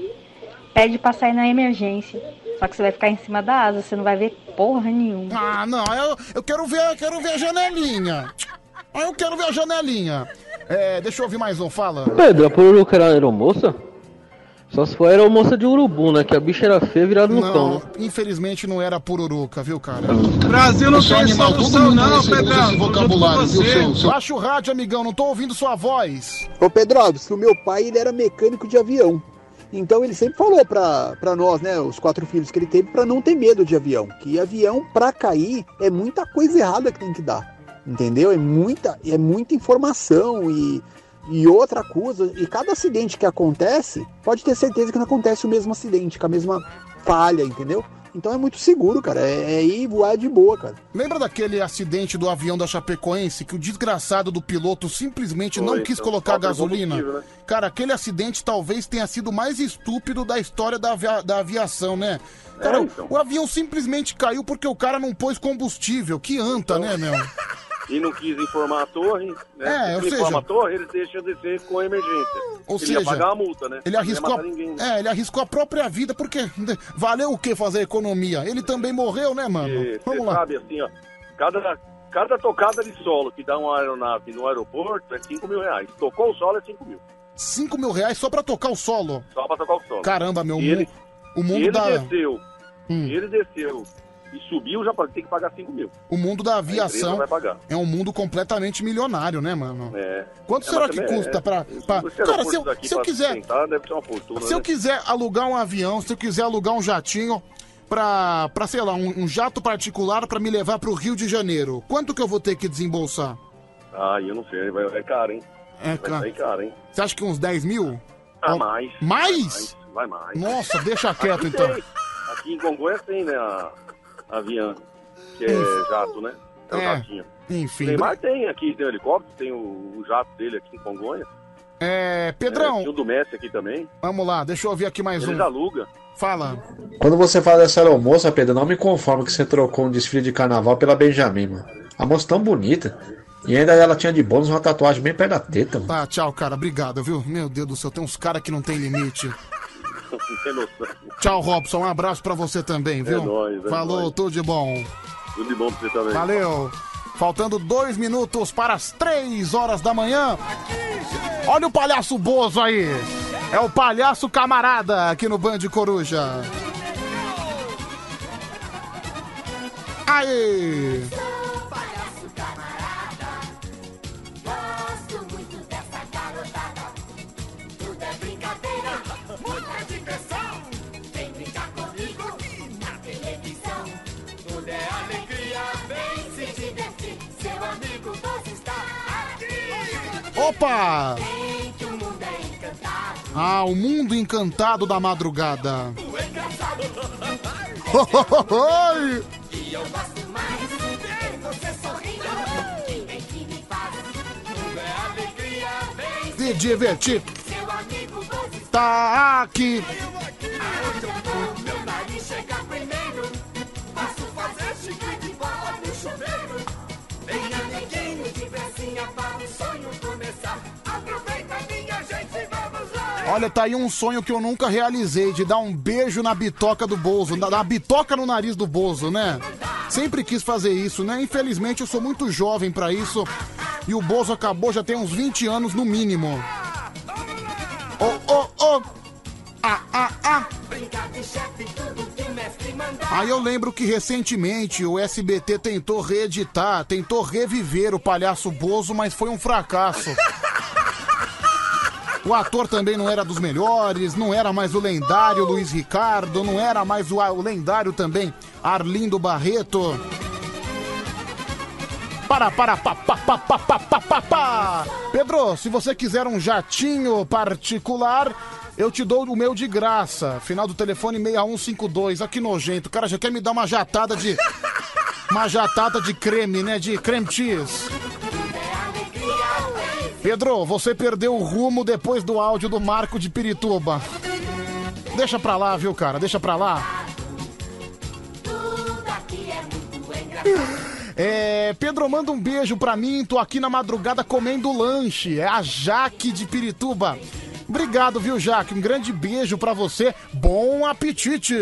Pede pra sair na emergência. Só que você vai ficar em cima da asa, você não vai ver porra nenhuma. Ah, não, eu quero ver a janelinha. Eu quero ver a janelinha. Deixa eu ouvir mais um, fala. Pedro, a Pururuca era aeromoça? Só se for aeromoça de urubu, né? Que a bicha era feia virada no cão, né? Infelizmente não era pururuca, viu, cara? Brasil não tem solução não, Pedrão. Esse vocabulário, viu, seu... Baixa o rádio, amigão, não tô ouvindo sua voz. Ô, Pedrovski, o meu pai, ele era mecânico de avião. Então ele sempre falou pra nós, né, os 4 filhos que ele teve, pra não ter medo de avião. Que avião, pra cair, é muita coisa errada que tem que dar. Entendeu? É muita informação e outra coisa. E cada acidente que acontece, pode ter certeza que não acontece o mesmo acidente, com a mesma falha, entendeu? Então é muito seguro, cara. É ir voar de boa, cara. Lembra daquele acidente do avião da Chapecoense que o desgraçado do piloto simplesmente não quis colocar gasolina? Né? Cara, aquele acidente talvez tenha sido o mais estúpido da história da aviação, né? Cara, então. O avião simplesmente caiu porque o cara não pôs combustível. Que anta, né, meu? E não quis informar a torre, né? Se informa a torre, eles deixam descer com emergência. Ou ele seja, ia pagar a multa, né? Ele arriscou a própria vida, porque valeu o que fazer economia? Ele também morreu, né, mano? Vamos lá. Sabe, assim, ó, cada tocada de solo que dá uma aeronave no aeroporto é 5 mil reais. Tocou o solo é 5 mil. 5 mil reais só pra tocar o solo? Só pra tocar o solo. Caramba, meu, o mundo ele da... Ele desceu e subiu, já tem que pagar 5 mil. O mundo da aviação vai pagar. É um mundo completamente milionário, né, mano? Quanto É, será mas que também custa pra... Cara, se eu quiser... Deve ser uma fortuna, se eu quiser alugar um avião, se eu quiser alugar um jatinho pra sei lá, um jato particular pra me levar pro Rio de Janeiro, quanto que eu vou ter que desembolsar? Ah, eu não sei, é caro, hein? Vai sair caro, hein? Você acha que uns 10 mil? Ah, mais. Mais? Vai mais. Nossa, deixa quieto, então. Aqui em Congonhas tem, né, a Avian, que é jato, né? É o jatinho. Enfim. O Neymar tem aqui, tem o helicóptero, tem o jato dele aqui em Congonhas. Pedrão. Tem o do Messi aqui também. Vamos lá, deixa eu ouvir aqui mais Eles um. aluga. Fala. Quando você fala dessa aeromoça, Pedro, não me conformo que você trocou um desfile de carnaval pela Benjamin, mano. A moça tão bonita. E ainda ela tinha de bônus uma tatuagem bem perto da teta, mano. Tá, tchau, cara. Obrigado, viu? Meu Deus do céu, tem uns caras que não tem limite. Não tem noção. Tchau, Robson. Um abraço pra você também, viu? Nóis, Falou, nóis. tudo de bom. Tudo de bom pra você também. Valeu. Faltando 2 minutos para as 3 horas da manhã. Olha o palhaço Bozo aí. É o palhaço camarada aqui no Band Coruja. Aê! Palhaço camarada, gosto muito dessa garotada. Tudo é brincadeira, muita diversão. Vem brincar comigo na televisão. Tudo é alegria, vem se divertir. Seu amigo Bozo está aqui. Opa! Vem que o mundo é encantado. Ah, o mundo encantado da madrugada. O engraçado. Oi! E eu gosto mais de ver você sorrindo. Que vem que me faz. Tudo é alegria, vem Se divertir. seu amigo Bozo Tá aqui. aonde eu vou, meu nariz chega primeiro. Posso fazer xixi de bola no chuveiro. Vem amiguinho, de bracinha para o sonho começar. Aproveita minha gente, vamos lá. Olha, tá aí um sonho que eu nunca realizei, de dar um beijo na bitoca do Bozo, na bitoca no nariz do Bozo, né? Sempre quis fazer isso, né? Infelizmente eu sou muito jovem pra isso e o Bozo acabou já tem uns 20 anos no mínimo. Oh. Ah. Brincar de chefe, tudo que o mestre mandar. Aí eu lembro que recentemente o SBT tentou reeditar, tentou reviver o palhaço Bozo, mas foi um fracasso. O ator também não era dos melhores, não era mais o lendário Luiz Ricardo, não era mais o lendário também Arlindo Barreto. Pedro, se você quiser um jatinho particular, eu te dou o meu de graça. Final do telefone 6152. Olha que nojento. O cara já quer me dar uma jatada de... Uma jatada de creme, né? De creme cheese. Pedro, você perdeu o rumo depois do áudio do Marco de Pirituba. Deixa pra lá, viu, cara? Deixa pra lá. Pedro, manda um beijo pra mim. Tô aqui na madrugada comendo lanche. É a Jaque de Pirituba. Obrigado, viu, Jaque? Um grande beijo pra você. Bom apetite.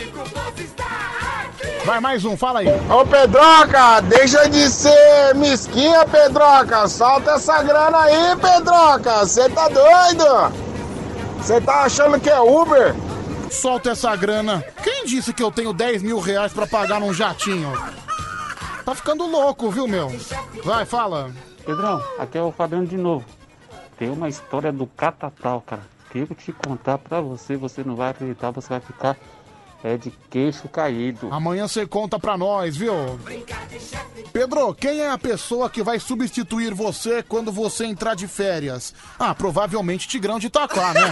Vai, mais um, fala aí. Ô Pedroca, deixa de ser mesquinha, Pedroca. Solta essa grana aí, Pedroca. Você tá doido? Você tá achando que é Uber? Solta essa grana. Quem disse que eu tenho 10 mil reais pra pagar num jatinho? Tá ficando louco, viu, meu? Vai, fala. Pedrão, aqui é o Fabiano de novo. Tem uma história do Catatal, cara. Que eu vou te contar pra você, você não vai acreditar, você vai ficar de queixo caído. Amanhã você conta pra nós, viu? Pedro, quem é a pessoa que vai substituir você quando você entrar de férias? Ah, provavelmente Tigrão de Itaquá, né?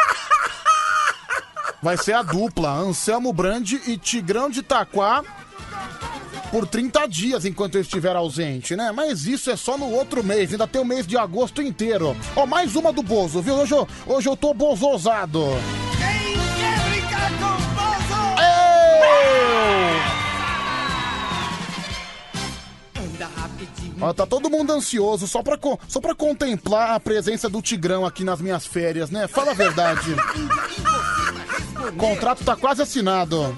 Vai ser a dupla, Anselmo Brandi e Tigrão de Itaquá por 30 dias enquanto eu estiver ausente, né? Mas isso é só no outro mês, ainda tem o mês de agosto inteiro. Ó, mais uma do Bozo, viu? Hoje eu tô bozosado. Quem quer brincar com o Bozo? Anda rapidinho. Ó, tá todo mundo ansioso só pra contemplar a presença do Tigrão aqui nas minhas férias, né? Fala a verdade. O contrato tá quase assinado.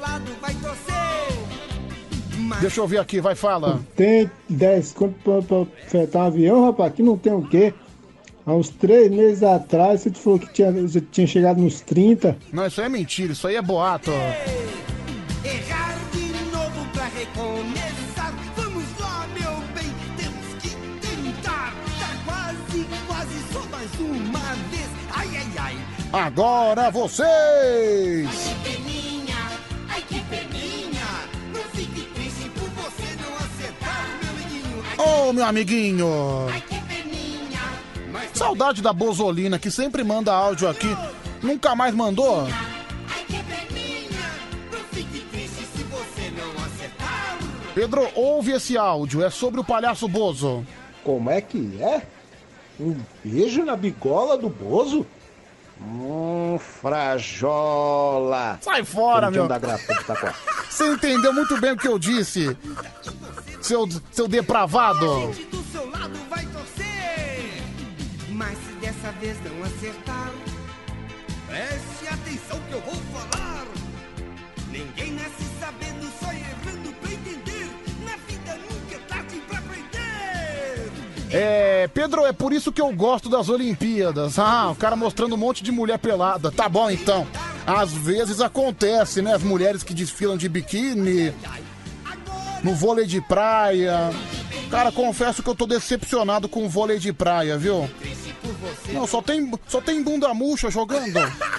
Deixa eu ver aqui, vai, fala. Tem 10 conto pra fretar um avião, rapaz? Aqui não tem o quê? Há uns 3 meses atrás você falou que você tinha chegado nos 30. Não, isso aí é mentira, isso aí é boato. Errar de novo pra recomeçar. Vamos lá, meu bem, temos que tentar. Tá quase, só mais uma vez. Ai, ai, ai. Agora vocês! Ai, que peninha, ai, que peninha. Não fique triste por você não acertar, meu amiguinho. Ô, meu amiguinho! Ai, que peninha. Mas Saudade da Bozolina, que sempre manda áudio aqui. Nunca mais mandou? ai, que peninha. Não fique triste se você não acertar. Pedro, ouve esse áudio, é sobre o palhaço Bozo. Como é que é? Um beijo na bigola do Bozo? Frajola. Sai fora, meu. Da grapa de Itaquá. Você entendeu muito bem o que eu disse, seu depravado. Do seu lado vai torcer. Mas se dessa vez não acertar, preste atenção que eu vou falar. Ninguém nasce sabendo, só errando pra entender. Na vida nunca é tarde pra aprender. Pedro, é por isso que eu gosto das Olimpíadas. Ah, o cara mostrando um monte de mulher pelada. Tá bom, então. Às vezes acontece, né? As mulheres que desfilam de biquíni, no vôlei de praia. Cara, confesso que eu tô decepcionado com o vôlei de praia, viu? Não, só tem bunda murcha jogando.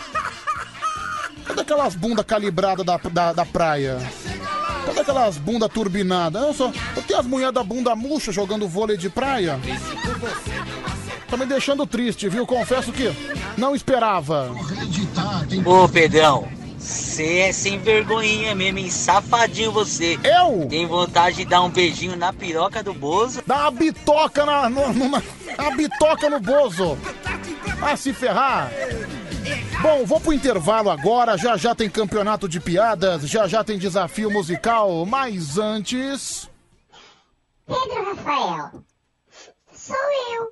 Cadê aquelas bundas calibradas da praia? Cadê aquelas bundas turbinadas? Eu tenho as mulheres da bunda murcha jogando vôlei de praia. Tá me deixando triste, viu? Confesso que não esperava. Ô, Pedrão, você é sem vergonhinha mesmo, hein? Safadinho você. Eu? Tem vontade de dar um beijinho na piroca do Bozo? Dá uma bitoca a bitoca no Bozo. Ah, se ferrar. Bom, vou pro intervalo agora, já tem campeonato de piadas, já tem desafio musical, mas antes... Pedro Rafael, sou eu,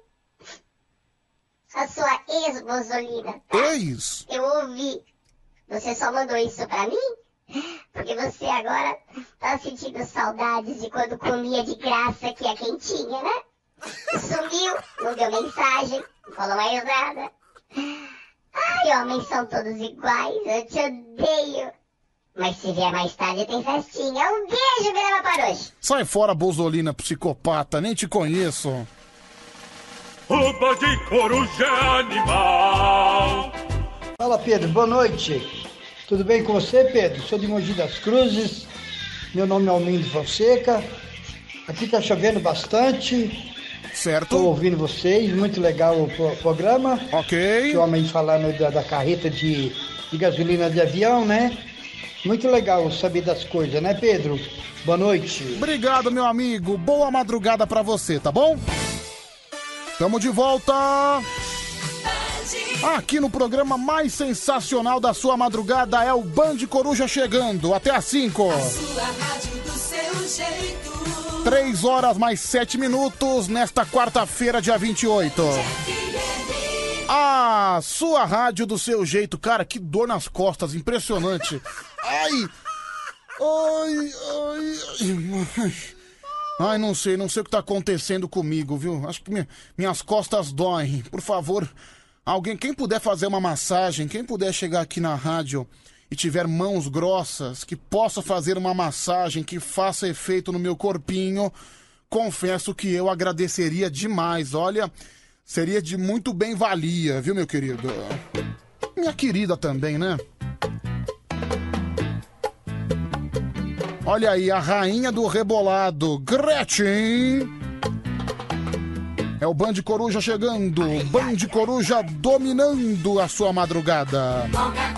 a sua ex-bozolina, tá? Ex? Eu ouvi, você só mandou isso pra mim? Porque você agora tá sentindo saudades de quando comia de graça que é quentinha, né? Sumiu, não deu mensagem, não falou mais nada. Ai, homens são todos iguais, eu te odeio. Mas se vier mais tarde tem festinha. Um beijo, Grama Paroche. Sai fora, Bozolina, psicopata, nem te conheço. O Bande Coruja é animal. Fala, Pedro, boa noite. Tudo bem com você, Pedro? Sou de Mogi das Cruzes. Meu nome é Almindo Fonseca. Aqui tá chovendo bastante. Certo. Estou ouvindo vocês, muito legal o programa. Ok. Que o homem falando da carreta de gasolina de avião, né? Muito legal saber das coisas, né, Pedro? Boa noite. Obrigado, meu amigo. Boa madrugada pra você, tá bom? Tamo de volta. Aqui no programa mais sensacional da sua madrugada é o Band Coruja chegando. Até às 5. A sua rádio do seu jeito. 3 horas mais 7 minutos nesta quarta-feira, dia 28. A sua rádio do seu jeito. Cara, que dor nas costas, impressionante. Ai, não sei o que tá acontecendo comigo, viu? Acho que minhas costas doem. Por favor, quem puder fazer uma massagem, quem puder chegar aqui na rádio e tiver mãos grossas, que possa fazer uma massagem que faça efeito no meu corpinho, confesso que eu agradeceria demais. Olha, seria de muito bem-valia, viu, meu querido? Minha querida também, né? Olha aí, a rainha do rebolado, Gretchen. É o Band Coruja chegando, Band Coruja dominando a sua madrugada.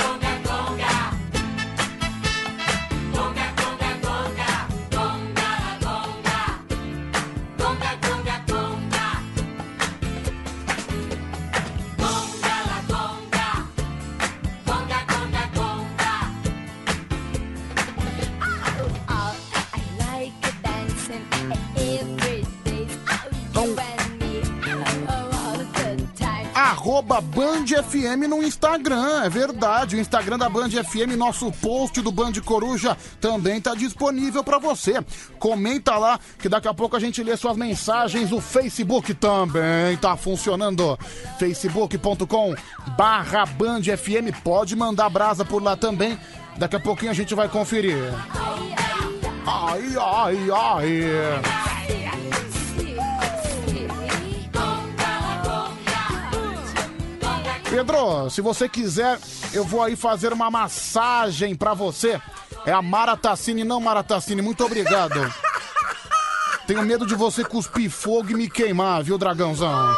Arroba Band FM no Instagram, é verdade, o Instagram da Band FM, nosso post do Band Coruja também tá disponível pra você. Comenta lá que daqui a pouco a gente lê suas mensagens. O Facebook também tá funcionando, facebook.com/Band FM, pode mandar brasa por lá também, daqui a pouquinho a gente vai conferir. Ai, ai, ai. Pedro, se você quiser, eu vou aí fazer uma massagem pra você. É a Maratacine, não Maratacine, muito obrigado. Tenho medo de você cuspir fogo e me queimar, viu, dragãozão?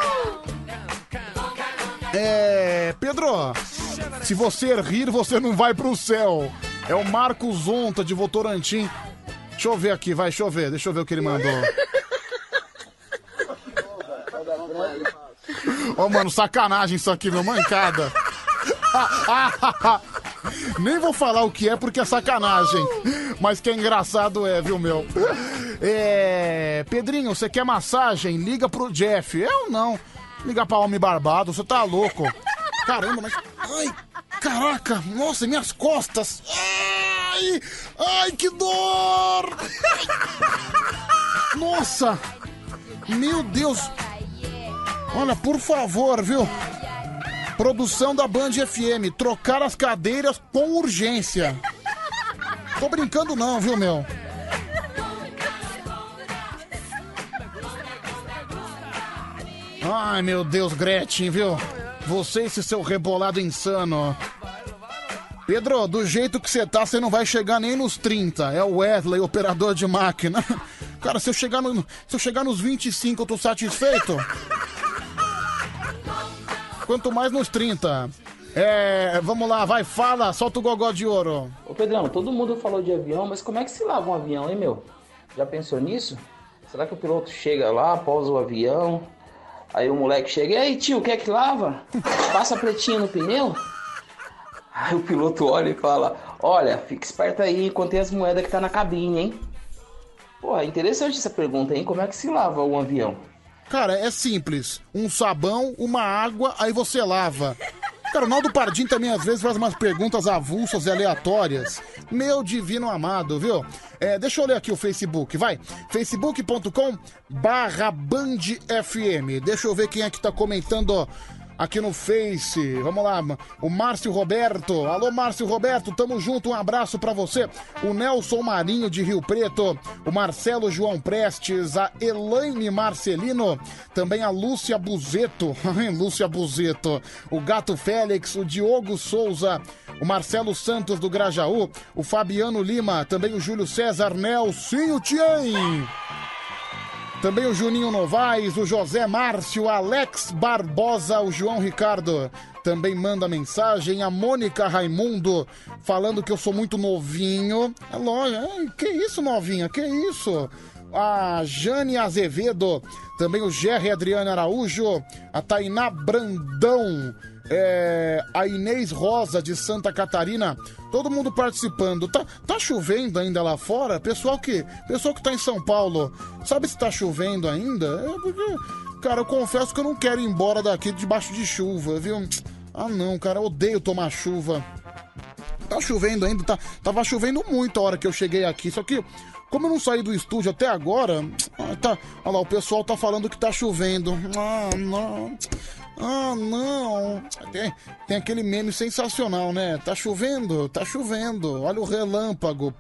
Pedro, se você rir, você não vai pro céu. É o Marcos Onta, de Votorantim. Deixa eu ver aqui, deixa eu ver o que ele mandou. Ô, mano, sacanagem isso aqui, meu, mancada. Nem vou falar o que é porque é sacanagem. Mas que é engraçado viu, meu? Pedrinho, você quer massagem? Liga pro Jeff. Eu não. Liga pra Homem Barbado, você tá louco. Caramba, mas... Ai, caraca, nossa, minhas costas. Ai, que dor. Nossa. Meu Deus. Olha, por favor, viu? Produção da Band FM, trocar as cadeiras com urgência. Tô brincando não, viu, meu? Ai, meu Deus, Gretchen, viu? Você e esse seu rebolado insano. Pedro, do jeito que você tá, você não vai chegar nem nos 30. É o Wesley, operador de máquina. Cara, se eu chegar nos 25, eu tô satisfeito. Quanto mais nos 30. Vamos lá, vai, fala, solta o gogó de ouro. Ô Pedrão, todo mundo falou de avião, mas como é que se lava um avião, hein, meu? Já pensou nisso? Será que o piloto chega lá, pousa o avião, aí o moleque chega, e aí tio, quer que lava? Passa pretinho no pneu? Aí o piloto olha e fala, olha, fica esperto aí, contém as moedas que tá na cabine, hein? Pô, é interessante essa pergunta, hein? Como é que se lava um avião? Cara, é simples. Um sabão, uma água, aí você lava. Cara, o Naldo Pardim também às vezes faz umas perguntas avulsas e aleatórias. Meu divino amado, viu? Deixa eu ler aqui o Facebook, vai. facebook.com/BandFM. Deixa eu ver quem é que tá comentando aqui no Face. Vamos lá, o Márcio Roberto. Alô, Márcio Roberto, tamo junto, um abraço pra você. O Nelson Marinho de Rio Preto, o Marcelo João Prestes, a Elaine Marcelino, também a Lúcia Buzeto, Lúcia Buzeto, o Gato Félix, o Diogo Souza, o Marcelo Santos do Grajaú, o Fabiano Lima, também o Júlio César Nelsinho Tien. Também o Juninho Novaes, o José Márcio, Alex Barbosa, o João Ricardo também manda mensagem, a Mônica Raimundo falando que eu sou muito novinho. É lógico, que isso, novinha, que isso? A Jane Azevedo, também o Gerry Adriano Araújo, a Tainá Brandão, a Inês Rosa de Santa Catarina, todo mundo participando. Tá chovendo ainda lá fora? Pessoal que tá em São Paulo, sabe se tá chovendo ainda? Porque, cara, eu confesso que eu não quero ir embora daqui debaixo de chuva, viu? Ah não, cara, eu odeio tomar chuva. Tá chovendo ainda, tava chovendo muito a hora que eu cheguei aqui, só que como eu não saí do estúdio até agora, olha lá, o pessoal tá falando que tá chovendo. Ah, não. Tem aquele meme sensacional, né? Tá chovendo. Olha o relâmpago.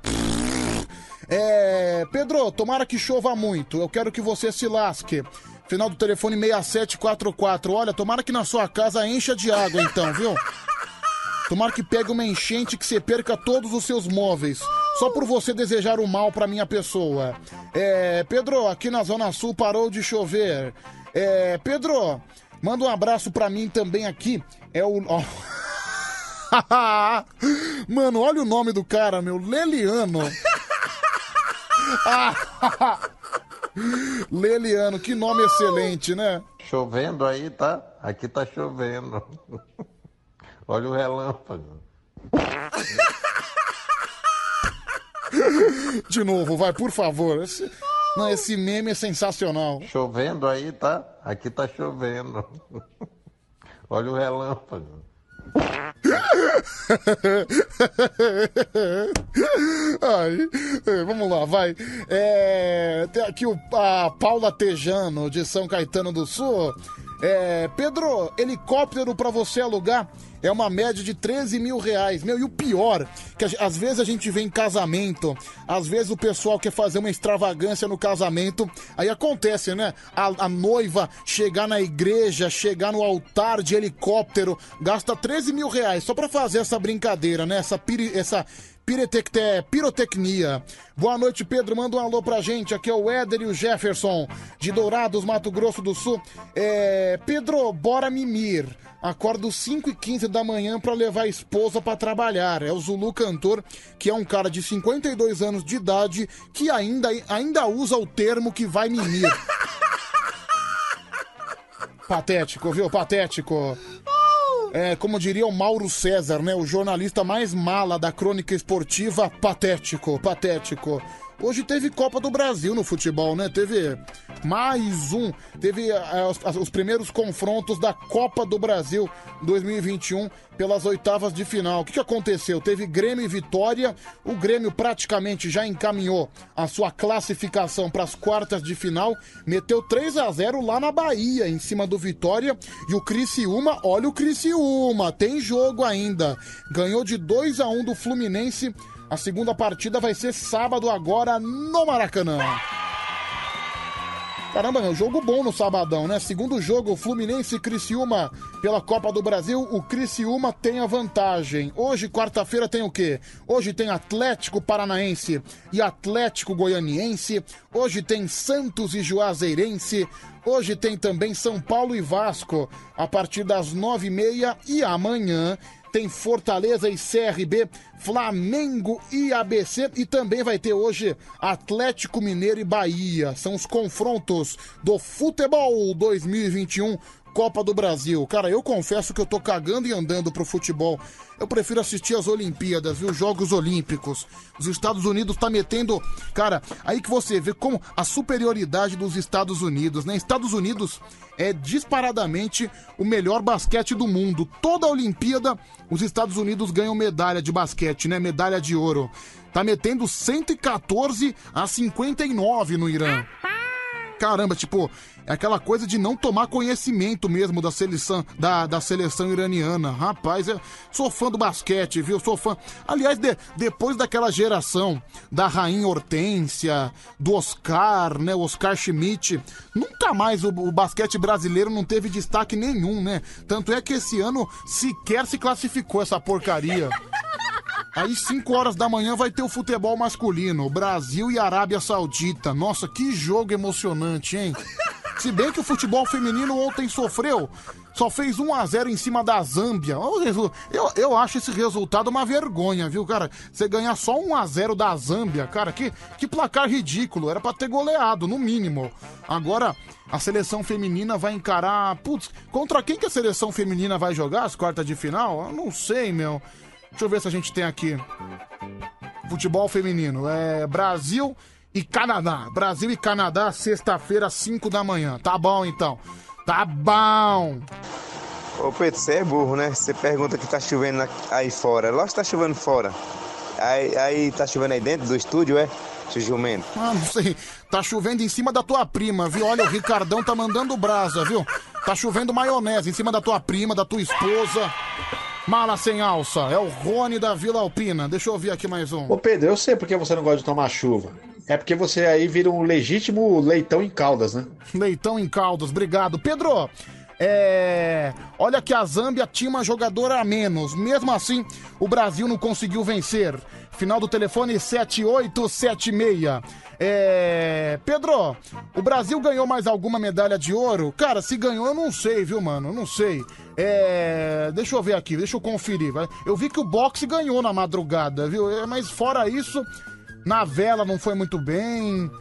Pedro, tomara que chova muito. Eu quero que você se lasque. Final do telefone 6744. Olha, tomara que na sua casa encha de água então, viu? Tomara que pegue uma enchente que você perca todos os seus móveis. Só por você desejar o mal pra minha pessoa. Pedro, aqui na Zona Sul parou de chover. Pedro, manda um abraço pra mim também aqui. Mano, olha o nome do cara, meu. Leliano. Leliano, que nome excelente, né? Chovendo aí, tá? Aqui tá chovendo. Olha o relâmpago. De novo, vai, por favor. Esse meme é sensacional. Chovendo aí, tá? Aqui tá chovendo. Olha o relâmpago. Vamos lá, vai. Tem aqui a Paula Tejano, de São Caetano do Sul. Pedro, helicóptero pra você alugar é uma média de 13 mil reais. Meu, e o pior, que às vezes a gente vê em casamento, às vezes o pessoal quer fazer uma extravagância no casamento, aí acontece, né? A noiva chegar na igreja, chegar no altar de helicóptero, gasta 13 mil reais só pra fazer essa brincadeira, né? Essa pirotecnia. Boa noite, Pedro. Manda um alô pra gente. Aqui é o Éder e o Jefferson, de Dourados, Mato Grosso do Sul. Pedro, bora mimir. Acordo 5h15 da manhã pra levar a esposa pra trabalhar. É o Zulu Cantor, que é um cara de 52 anos de idade, que ainda usa o termo que vai mimir. Patético, viu? Patético. Como diria o Mauro César, né? O jornalista mais mala da crônica esportiva. Patético. Hoje teve Copa do Brasil no futebol, né? Teve mais um. Teve os primeiros confrontos da Copa do Brasil 2021 pelas oitavas de final. O que aconteceu? Teve Grêmio e Vitória. O Grêmio praticamente já encaminhou a sua classificação para as quartas de final. Meteu 3-0 lá na Bahia, em cima do Vitória. E o Criciúma, olha o Criciúma, tem jogo ainda. Ganhou de 2-1 do Fluminense. A segunda partida vai ser sábado agora no Maracanã. Caramba, meu, jogo bom no sabadão, né? Segundo jogo, Fluminense e Criciúma pela Copa do Brasil. O Criciúma tem a vantagem. Hoje, quarta-feira, tem o quê? Hoje tem Atlético Paranaense e Atlético Goianiense. Hoje tem Santos e Juazeirense. Hoje tem também São Paulo e Vasco a partir das 9h30. E amanhã tem Fortaleza e CRB, Flamengo e ABC, e também vai ter hoje Atlético Mineiro e Bahia. São os confrontos do futebol 2021, Copa do Brasil. Cara, eu confesso que eu tô cagando e andando pro futebol. Eu prefiro assistir as Olimpíadas, viu? Jogos Olímpicos. Os Estados Unidos tá metendo... Cara, aí que você vê como a superioridade dos Estados Unidos, né? Estados Unidos é disparadamente o melhor basquete do mundo. Toda a Olimpíada, os Estados Unidos ganham medalha de basquete, né? Medalha de ouro. Tá metendo 114-59 no Irã. Caramba, tipo, é aquela coisa de não tomar conhecimento mesmo da seleção, da seleção iraniana. Rapaz, eu sou fã do basquete, viu? Sou fã. Aliás, depois daquela geração da Rainha Hortência, do Oscar, né? O Oscar Schmidt, nunca mais o basquete brasileiro não teve destaque nenhum, né? Tanto é que esse ano sequer se classificou essa porcaria. Aí 5 horas da manhã vai ter o futebol masculino, Brasil e Arábia Saudita. Nossa, que jogo emocionante, hein? Se bem que o futebol feminino ontem sofreu, só fez 1-0 em cima da Zâmbia. Eu acho esse resultado uma vergonha, viu, cara? Você ganhar só 1-0 da Zâmbia, cara, que placar ridículo. Era pra ter goleado, no mínimo. Agora, a seleção feminina vai encarar... Putz, contra quem que a seleção feminina vai jogar as quartas de final? Eu não sei, meu. Deixa eu ver se a gente tem aqui. Futebol feminino. É Brasil e Canadá. Brasil e Canadá, sexta-feira, 5 da manhã. Tá bom, então. Tá bom. Ô, Pedro, você é burro, né? Você pergunta que tá chovendo aí fora. Lógico que tá chovendo fora. Aí tá chovendo aí dentro do estúdio, é? Seu jumento. Ah, não sei. Tá chovendo em cima da tua prima, viu? Olha, o Ricardão tá mandando brasa, viu? Tá chovendo maionese em cima da tua prima, da tua esposa. Mala sem alça, é o Rony da Vila Alpina. Deixa eu ouvir aqui mais um. Ô Pedro, eu sei porque você não gosta de tomar chuva. É porque você aí vira um legítimo leitão em Caldas, né? Leitão em Caldas, obrigado. Pedro, olha que a Zâmbia tinha uma jogadora a menos. Mesmo assim, o Brasil não conseguiu vencer. Final do telefone 7876. Pedro, o Brasil ganhou mais alguma medalha de ouro? Cara, se ganhou, eu não sei, viu, mano? Eu não sei. Deixa eu ver aqui, deixa eu conferir. Eu vi que o boxe ganhou na madrugada, viu? Mas fora isso, na vela não foi muito bem.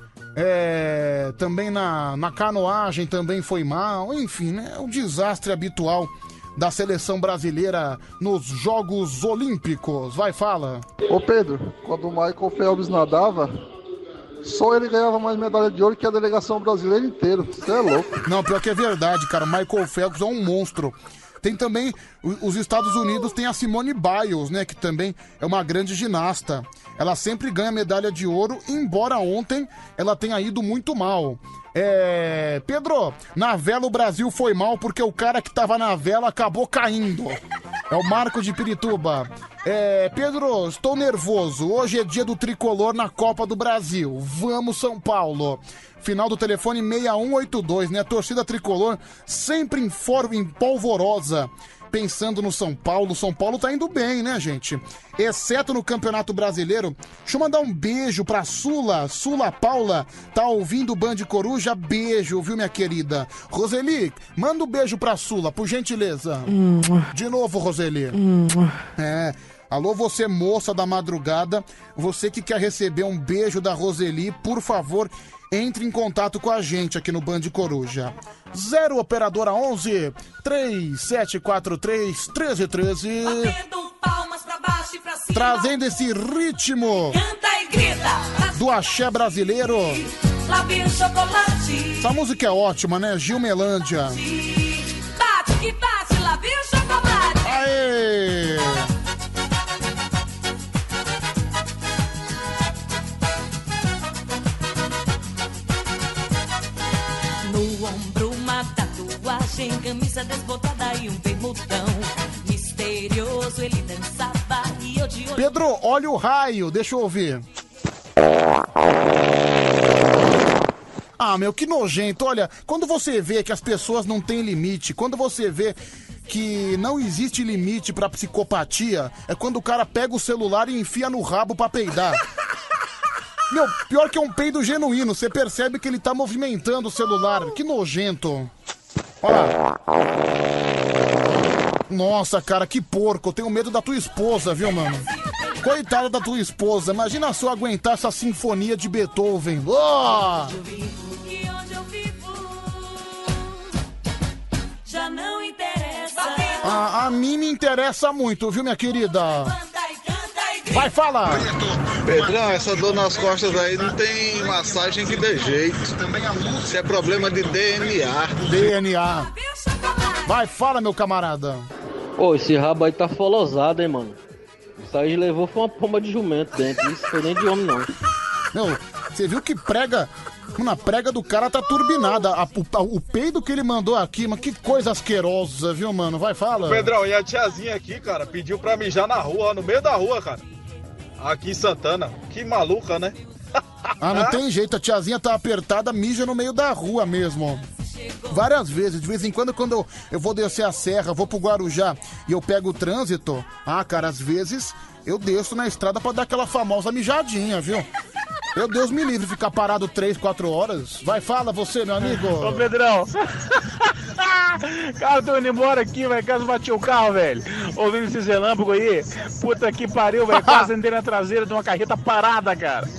Também na canoagem também foi mal. Enfim, né? É um desastre habitual da seleção brasileira nos Jogos Olímpicos. Vai, fala. Ô Pedro, quando o Michael Phelps nadava, só ele ganhava mais medalha de ouro que a delegação brasileira inteira. Você é louco. Não, pior que é verdade, cara. O Michael Phelps é um monstro. Tem também, os Estados Unidos tem a Simone Biles, né, que também é uma grande ginasta. Ela sempre ganha medalha de ouro, embora ontem ela tenha ido muito mal. Pedro, na vela o Brasil foi mal porque o cara que tava na vela acabou caindo. É o Marco de Pirituba. Pedro, estou nervoso. Hoje é dia do tricolor na Copa do Brasil. Vamos, São Paulo. Final do telefone 6182, né? A torcida tricolor sempre em polvorosa. Pensando no São Paulo. São Paulo tá indo bem, né, gente? Exceto no Campeonato Brasileiro. Deixa eu mandar um beijo pra Sula Paula. Tá ouvindo o Band Coruja? Beijo, viu, minha querida? Roseli, manda um beijo pra Sula, por gentileza. De novo, Roseli. Alô, você moça da madrugada. Você que quer receber um beijo da Roseli, por favor, entre em contato com a gente aqui no Band Coruja. 0 operadora 11 3743 1313. Batendo palmas pra baixo e pra cima. Trazendo esse ritmo. Canta e grita. do axé brasileiro. Lavei o chocolate. Essa música é ótima, né? Gilmelândia. Bate que bate, lavei o chocolate. Aê! No ombro uma tatuagem, camisa desbotada e um bermudão. Misterioso ele dançava e eu de olho. Pedro, olha o raio, deixa eu ouvir. Ah, meu, que nojento. Olha, quando você vê que as pessoas não têm limite, quando você vê que não existe limite pra psicopatia, é quando o cara pega o celular e enfia no rabo pra peidar. Meu, pior que é um peido genuíno, você percebe que ele tá movimentando o celular. Que nojento. Olha lá. Nossa, cara, que porco. Eu tenho medo da tua esposa, viu, mano? Coitada da tua esposa. Imagina só aguentar essa sinfonia de Beethoven. Oh! Já não interessa. A mim me interessa muito, viu, minha querida? Vai, fala! Pedrão, essa dor nas costas aí não tem massagem que dê jeito. Isso é problema de DNA. DNA. Vai, fala, meu camarada. Ô, esse rabo aí tá folosado, hein, mano. Isso aí levou foi uma pomba de jumento dentro. Isso foi nem de homem, não. Meu, você viu que prega... Mano, a prega do cara tá turbinada. O peido que ele mandou aqui, mas que coisa asquerosa, viu, mano? Vai, fala. Pedrão, e a tiazinha aqui, cara, pediu pra mijar na rua, no meio da rua, cara. Aqui em Santana. Que maluca, né? Ah, não tem jeito. A tiazinha tá apertada, mija no meio da rua mesmo. Várias vezes. De vez em quando eu vou descer a serra, vou pro Guarujá e eu pego o trânsito. Ah, cara, às vezes eu desço na estrada pra dar aquela famosa mijadinha, viu? Meu Deus me livre ficar parado 3, 4 horas. Vai, fala você, meu amigo. Ô, Pedrão. Cara, tô indo embora aqui, velho. Quase bati o carro, velho. Ouvindo esse relâmpago aí. Puta que pariu, velho. Quase entrei na traseira de uma carreta parada, cara.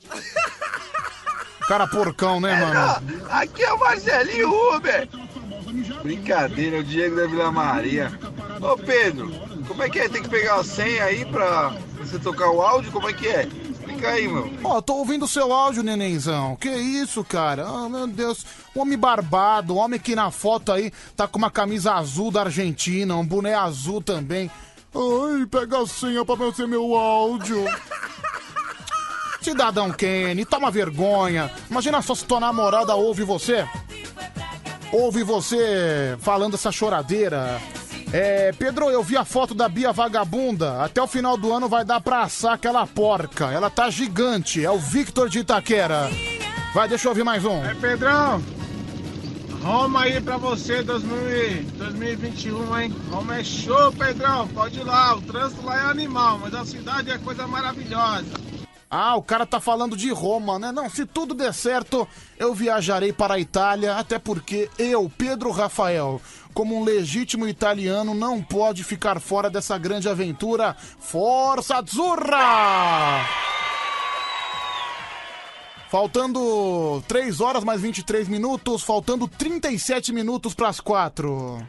Cara porcão, né, mano? Aqui é o Marcelinho Uber. Brincadeira, é o Diego da Vila Maria. Ô, Pedro, como é que é? Tem que pegar a senha aí pra você tocar o áudio? Como é que é? Fica aí, meu. Ó, tô ouvindo o seu áudio, nenenzão. Que isso, cara? Ah, meu Deus. Um homem barbado, um homem que na foto aí tá com uma camisa azul da Argentina, um boné azul também. Ai, pega a senha pra ver meu áudio. Cidadão Kenny, toma vergonha. Imagina só se tua namorada ouve você. Ouve você falando essa choradeira. Pedro, eu vi a foto da Bia vagabunda. Até o final do ano vai dar pra assar aquela porca. Ela tá gigante. É o Victor de Itaquera. Vai, deixa eu ouvir mais um. Pedrão, Roma aí pra você 2021, hein? Roma é show, Pedrão. Pode ir lá. O trânsito lá é animal, mas a cidade é coisa maravilhosa. Ah, o cara tá falando de Roma, né? Não, se tudo der certo, eu viajarei para a Itália, até porque eu, Pedro Rafael, como um legítimo italiano, não pode ficar fora dessa grande aventura. Força Azzurra! Faltando 3 horas mais 23 minutos, faltando 37 minutos para as 4.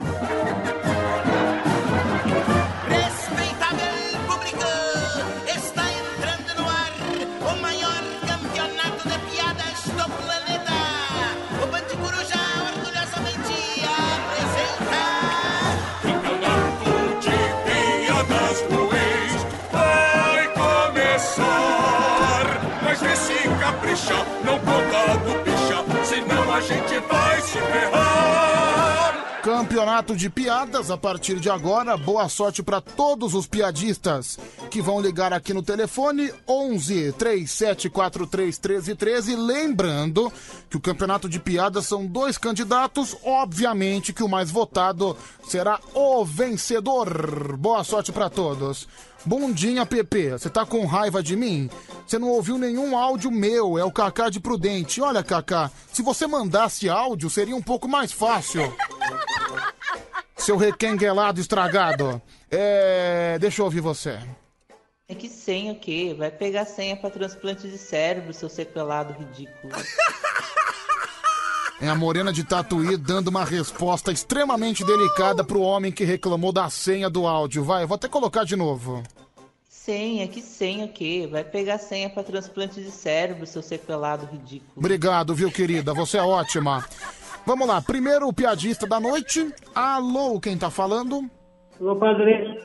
Não conta do picha, senão a gente vai se ferrar. Campeonato de piadas a partir de agora. Boa sorte para todos os piadistas que vão ligar aqui no telefone 11 3743 1313. Lembrando que o campeonato de piadas são 2 candidatos. Obviamente que o mais votado será o vencedor. Boa sorte para todos. Bundinha Pepe, você tá com raiva de mim? Você não ouviu nenhum áudio meu, é o Cacá de Prudente. Olha, Cacá, se você mandasse áudio, seria um pouco mais fácil. Seu requenguelado estragado. Deixa eu ouvir você. É que senha o quê? Vai pegar senha pra transplante de cérebro, seu sequelado ridículo. É a Morena de Tatuí dando uma resposta extremamente delicada pro homem que reclamou da senha do áudio. Vai, eu vou até colocar de novo. Que senha o quê? Vai pegar senha pra transplante de cérebro, seu sequelado ridículo. Obrigado, viu, querida? Você é ótima. Vamos lá, primeiro o piadista da noite. Alô, quem tá falando? Alô, padre.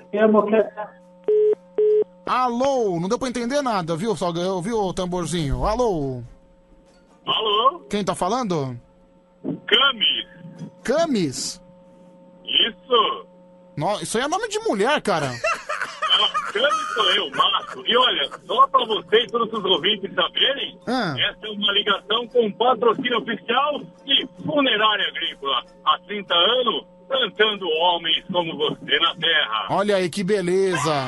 Alô, não deu pra entender nada, viu, Salgado? Viu, tamborzinho? Alô? Alô? Quem tá falando? Camis. Camis? Isso. Isso aí é nome de mulher, cara. Camis sou eu, Márcio. E olha, só pra vocês, todos os ouvintes saberem, essa é uma ligação com patrocínio oficial de Funerária Agrícola. Há 30 anos, plantando homens como você na terra. Olha aí, que beleza.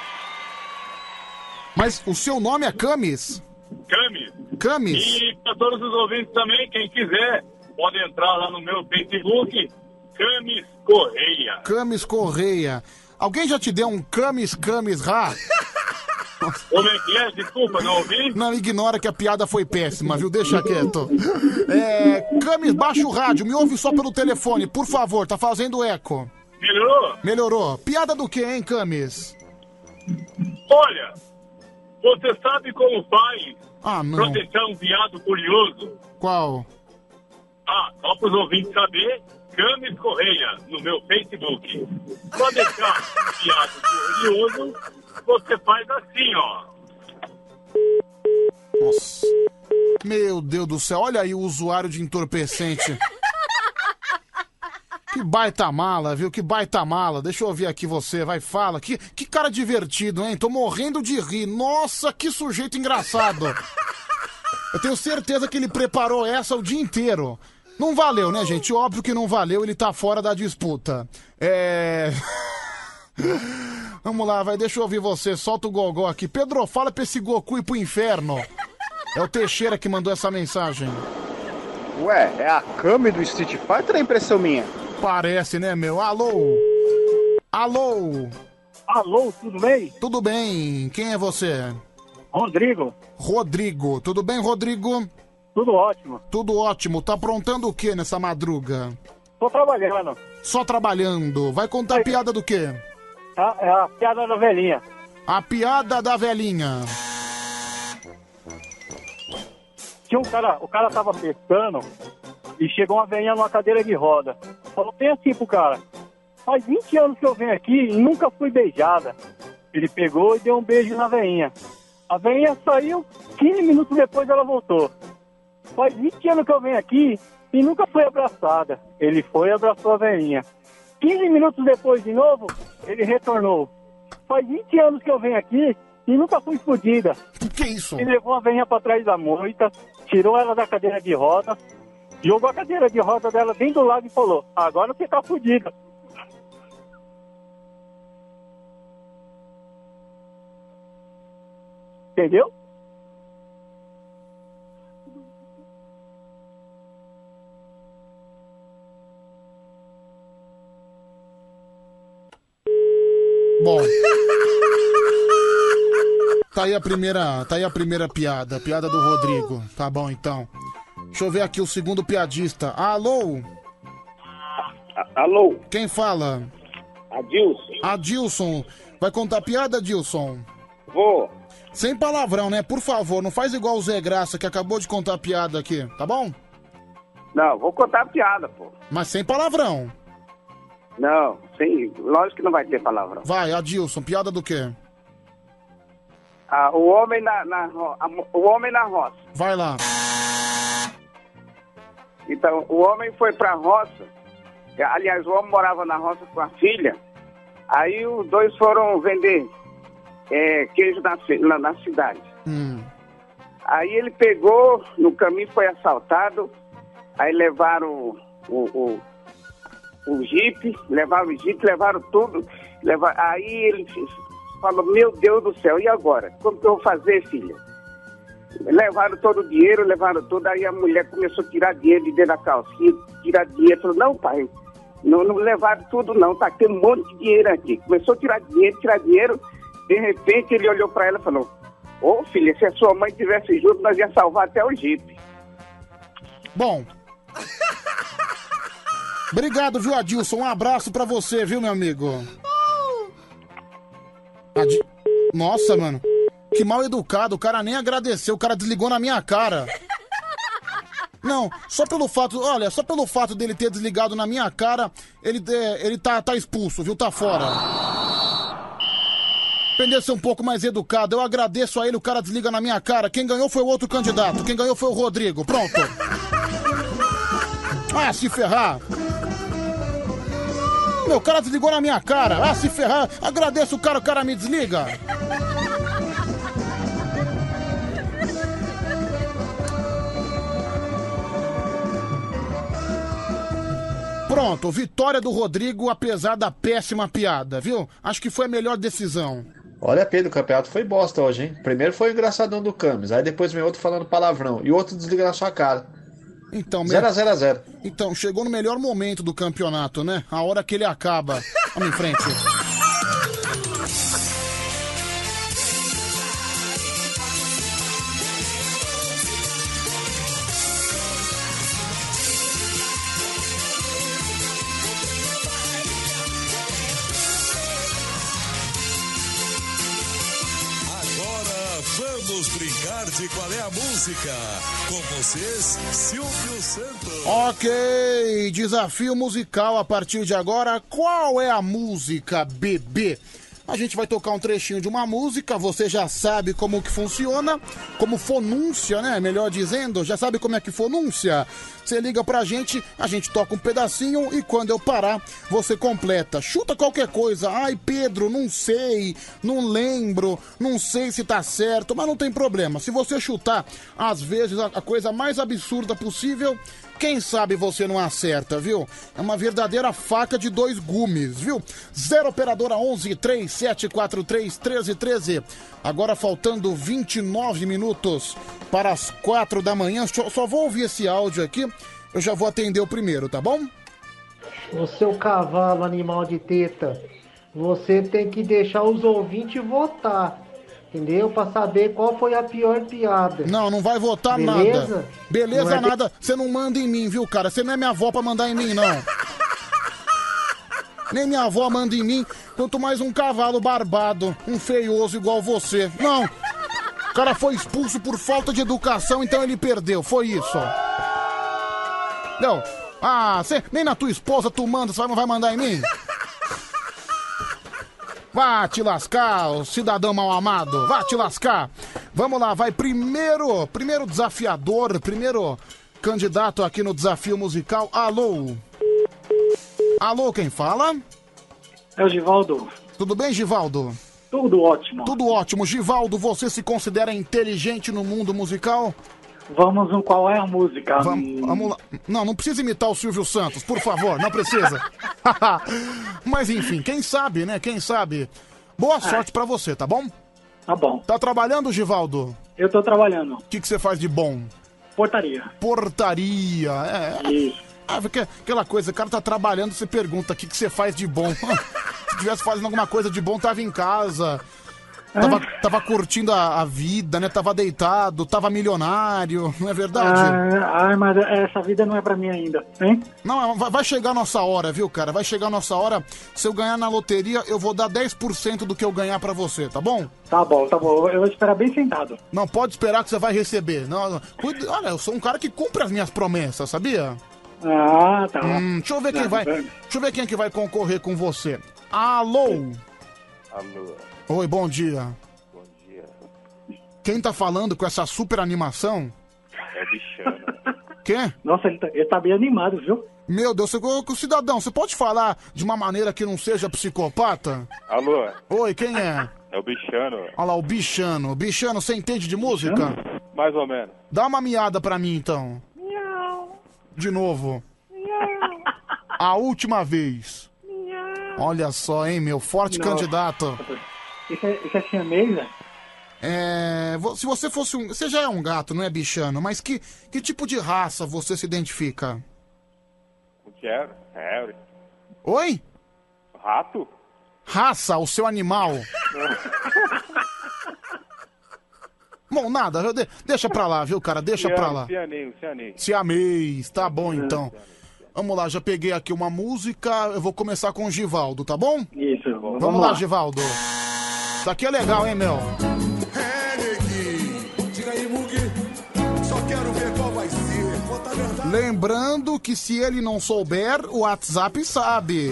Mas o seu nome é Camis? Camis. Camis. E para todos os ouvintes também, quem quiser, pode entrar lá no meu Facebook, Camis Correia. Camis Correia. Alguém já te deu um Camis Ra? Como é que é? Desculpa, não ouvi? Não, ignora que a piada foi péssima, viu? Deixa quieto. Camis, baixa o rádio, me ouve só pelo telefone, por favor, tá fazendo eco. Melhorou? Melhorou. Piada do quê, hein, Camis? Olha, você sabe como faz não. pra deixar um viado curioso? Qual? Só pros ouvintes saber, Camis Correia, no meu Facebook. Pra deixar um viado curioso, você faz assim, ó. Nossa. Meu Deus do céu, olha aí o usuário de entorpecente. Que baita mala, viu? Que baita mala. Deixa eu ouvir aqui você, vai, fala. Que cara divertido, hein? Tô morrendo de rir. Nossa, que sujeito engraçado. Eu tenho certeza que ele preparou essa o dia inteiro. Não valeu, né, gente? Óbvio que não valeu, ele tá fora da disputa. Vamos lá, vai, deixa eu ouvir você. Solta o gogó aqui. Pedro, fala pra esse Goku ir pro inferno. É o Teixeira que mandou essa mensagem. Ué, é a Kami do Street Fighter ou é impressão minha? Parece, né, meu? Alô? Alô? Alô, tudo bem? Tudo bem. Quem é você? Rodrigo. Rodrigo. Tudo bem, Rodrigo? Tudo ótimo. Tudo ótimo. Tá aprontando o que nessa madruga? Tô trabalhando. Só trabalhando. Vai contar piada do quê? É a piada da velhinha. A piada da velhinha. Tinha o cara tava pescando e chegou uma velhinha numa cadeira de roda. Falou bem assim pro cara: faz 20 anos que eu venho aqui e nunca fui beijada. Ele pegou e deu um beijo na velhinha. A velhinha saiu, 15 minutos depois ela voltou. Faz 20 anos que eu venho aqui e nunca fui abraçada. Ele foi e abraçou a velhinha. 15 minutos depois de novo, ele retornou. Faz 20 anos que eu venho aqui e nunca fui fodida. Que isso? Ele levou a velhinha pra trás da moita, tirou ela da cadeira de roda, jogou a cadeira de roda dela dentro do lago e falou: agora você tá fodida. Entendeu? Bom. Tá aí a primeira piada, a piada do Rodrigo. Tá bom, então. Deixa eu ver aqui o segundo piadista. Alô? Alô? Quem fala? Adilson. Adilson. Vai contar piada, Adilson? Vou. Sem palavrão, né? Por favor, não faz igual o Zé Graça, que acabou de contar piada aqui, tá bom? Não, vou contar piada, pô. Mas sem palavrão. Não, sim, lógico que não vai ter palavrão. Vai, Adilson, piada do quê? O homem na roça. Vai lá. Então, o homem foi pra roça. Aliás, o homem morava na roça com a filha. Aí os dois foram vender queijo na cidade. Aí ele pegou, no caminho foi assaltado. Aí levaram o jipe, levaram tudo. Aí ele falou: meu Deus do céu, e agora? Como que eu vou fazer, filha? Levaram todo o dinheiro, levaram tudo. Aí a mulher começou a tirar dinheiro de dentro da calcinha, tirar dinheiro. Falou: não, pai, não levaram tudo não, tá aqui um monte de dinheiro aqui. Começou a tirar dinheiro. De repente ele olhou pra ela e falou: ô filha, se a sua mãe tivesse junto, nós ia salvar até o jipe. Bom. Obrigado, viu, Adilson? Um abraço pra você, viu, meu amigo? Nossa, mano. Que mal educado, o cara nem agradeceu, o cara desligou na minha cara. Não, só pelo fato dele ter desligado na minha cara, ele tá expulso, viu? Tá fora. Aprender a ser um pouco mais educado. Eu agradeço a ele, o cara desliga na minha cara. Quem ganhou foi o outro candidato. Quem ganhou foi o Rodrigo. Pronto. Ah, se ferrar. Meu, o cara desligou na minha cara. Ah, se ferrar. Agradeço o cara me desliga. Pronto, vitória do Rodrigo, apesar da péssima piada, viu? Acho que foi a melhor decisão. Olha, Pedro, o campeonato foi bosta hoje, hein? Primeiro foi o engraçadão do Camis, aí depois vem outro falando palavrão e outro desliga na sua cara. Então, 0-0-0. Então, chegou no melhor momento do campeonato, né? A hora que ele acaba. Vamos em frente. Vamos brincar de qual é a música. Com vocês, Silvio Santos. Ok, desafio musical a partir de agora. Qual é a música, bebê? A gente vai tocar um trechinho de uma música, você já sabe como que funciona, como fonúncia, né? Melhor dizendo, já sabe como é que fonúncia? Você liga pra gente, a gente toca um pedacinho e quando eu parar, você completa. Chuta qualquer coisa. Ai, Pedro, não sei, não lembro, não sei se tá certo, mas não tem problema. Se você chutar, às vezes, a coisa mais absurda possível, quem sabe você não acerta, viu? É uma verdadeira faca de dois gumes, viu? 0 operadora 11 3743 1313. Agora faltando 29 minutos para as 4 da manhã. Só vou ouvir esse áudio aqui, eu já vou atender o primeiro, tá bom? O seu cavalo, animal de teta, você tem que deixar os ouvintes votar. Entendeu? Pra saber qual foi a pior piada. Não vai votar. Beleza? Nada. Beleza, não é nada. Você não manda em mim, viu, cara? Você não é minha avó pra mandar em mim, não. Nem minha avó manda em mim, quanto mais um cavalo barbado, um feioso igual você. Não. O cara foi expulso por falta de educação, então ele perdeu. Foi isso. Não. Ah, nem na tua esposa tu manda, você não vai mandar em mim? Vá te lascar, o cidadão mal amado. Vá te lascar. Vamos lá, vai primeiro desafiador, primeiro candidato aqui no desafio musical. Alô? Alô, quem fala? É o Givaldo. Tudo bem, Givaldo? Tudo ótimo. Tudo ótimo. Givaldo, você se considera inteligente no mundo musical? Vamos no qual é a música. Vamos lá. Não precisa imitar o Silvio Santos, por favor, não precisa. Mas enfim, quem sabe, né? Quem sabe. Boa sorte pra você, tá bom? Tá bom. Tá trabalhando, Givaldo? Eu tô trabalhando. O que você faz de bom? Portaria. Portaria, Isso. Porque aquela coisa, o cara tá trabalhando, você pergunta o que você faz de bom. Se tivesse fazendo alguma coisa de bom, tava em casa. Tava curtindo a vida, né? Tava deitado, tava milionário, não é verdade? Mas essa vida não é pra mim ainda, hein? Não, vai chegar a nossa hora, viu, cara? Vai chegar a nossa hora. Se eu ganhar na loteria, eu vou dar 10% do que eu ganhar pra você, tá bom? Tá bom. Eu vou esperar bem sentado. Não pode esperar que você vai receber. Não. Olha, eu sou um cara que cumpre as minhas promessas, sabia? Tá. Deixa eu ver quem vai. Deixa eu ver quem é que vai concorrer com você. Alô? Alô. Oi, bom dia. Bom dia. Quem tá falando com essa super animação? É o Bichano. Quê? Nossa, ele tá bem animado, viu? Meu Deus, cidadão, você pode falar de uma maneira que não seja psicopata? Alô? Oi, quem é? É o Bichano. Olha lá, o Bichano. Bichano, você entende de música? Mais ou menos. Dá uma miada pra mim, então. Miau. De novo. Miau. A última vez. Miau. Olha só, hein, meu forte candidato. Isso é siamês, né? Se você fosse um... Você já é um gato, não é, Bichano? Mas que tipo de raça você se identifica? O que é? Harry. Oi? Rato? Raça, o seu animal. Bom, nada, deixa pra lá, viu, cara? Deixa pra lá. Siamês, tá bom então. Vamos lá, já peguei aqui uma música, eu vou começar com o Givaldo, tá bom? Isso, Vamos lá, Givaldo. Isso aqui é legal, hein, meu? Diga aí, Mugi. Só quero ver qual vai ser. Conta a verdade. Lembrando que se ele não souber, o WhatsApp sabe.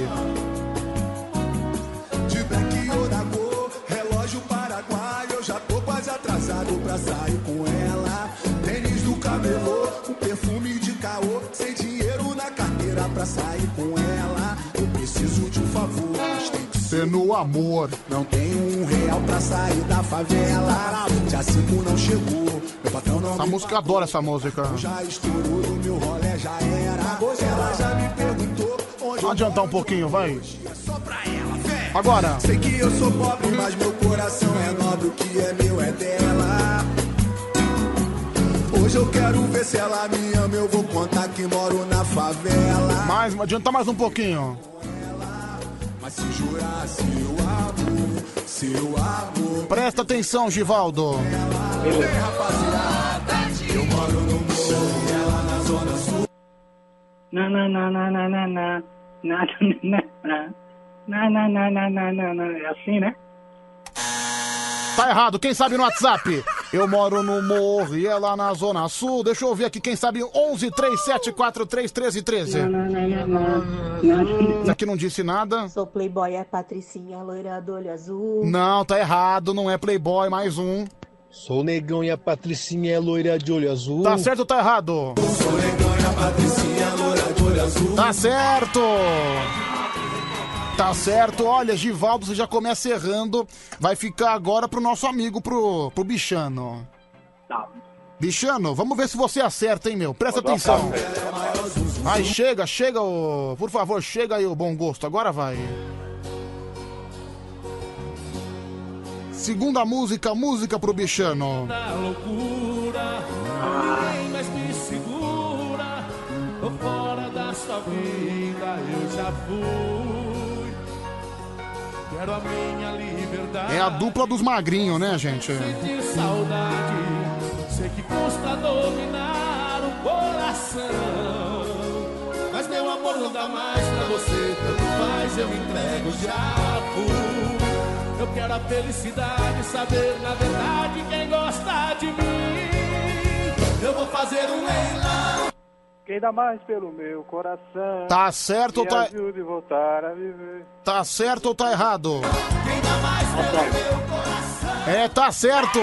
De black ou da cor, relógio paraguaio. Eu já tô quase atrasado pra sair com ela. Tênis do camelô, um perfume de caô. Sem dinheiro na carteira pra sair com ela. Eu preciso de um favor, mas tem que ser no amor. Não tenho R$1 pra sair da favela. Dia 5 não chegou. Meu patrão não. Essa música, adora essa música. Já estourou do meu rolê, já era. Ela já me perguntou onde. Vamos adiantar um pouquinho, vai. Agora. Sei que eu sou pobre, mas meu coração é nobre. O que é meu é dela. Hoje eu quero ver se ela me ama. Eu vou contar que moro na favela. Mais, adianta mais um pouquinho. Mas se jurar seu amor. Presta atenção, Givaldo. Rapaziada, eu moro no morro e ela na zona sul. É assim, né? Tá errado, quem sabe no WhatsApp? Eu moro no morro e ela na zona sul. Deixa eu ver aqui, quem sabe 11 3743 1313. Isso aqui não disse nada. Sou playboy, é Patricinha, loira do olho azul. Não, tá errado, não é playboy, mais um. Sou negão e a Patricinha é loira de olho azul. Tá certo ou tá errado? Sou negão e a Patricinha é loira de olho azul. Tá certo! Tá certo, olha, Givaldo, você já começa errando. Vai ficar agora pro nosso amigo, pro Bichano. Tá. Bichano, vamos ver se você acerta, hein, meu? Presta atenção. Ai, chega, por favor, chega aí o bom gosto, agora vai. Segunda música pro Bichano. Na loucura, ninguém mais me segura. Tô fora da sua vida, eu já fui. Quero a minha liberdade. É a dupla dos magrinhos, né, gente? Sentir saudade, sei que custa dominar o coração. Mas meu amor não dá mais pra você, tanto faz, eu me entrego, já fui. Eu quero a felicidade, saber na verdade quem gosta de mim. Eu vou fazer um leilão. Quem dá mais pelo meu coração? Tá certo ou tá... Me ajude a voltar a viver. Tá certo ou tá errado? Quem dá mais pelo meu coração? É, tá certo.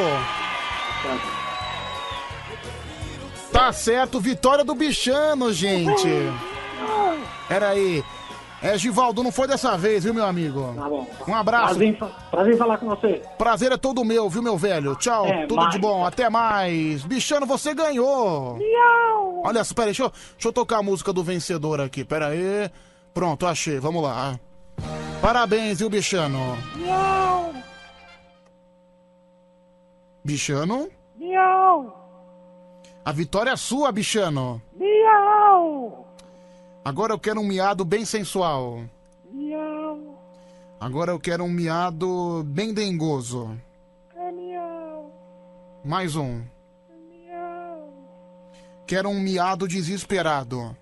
Tá certo, vitória do Bichano, gente. Era aí. É, Givaldo, não foi dessa vez, viu, meu amigo? Tá bom. Um abraço. Prazer em falar com você. Prazer é todo meu, viu, meu velho? Tchau, tudo mais. de bom, até mais. Bichano, você ganhou. Miau. Olha, espera aí, deixa eu tocar a música do vencedor aqui, pera aí. Pronto, achei, vamos lá. Parabéns, viu, Bichano? Miau. Bichano? Miau. A vitória é sua, Bichano. Miau. Agora eu quero um miado bem sensual. Miau. Agora eu quero um miado bem dengoso. É miau. Mais um. Miau. Quero um miado desesperado.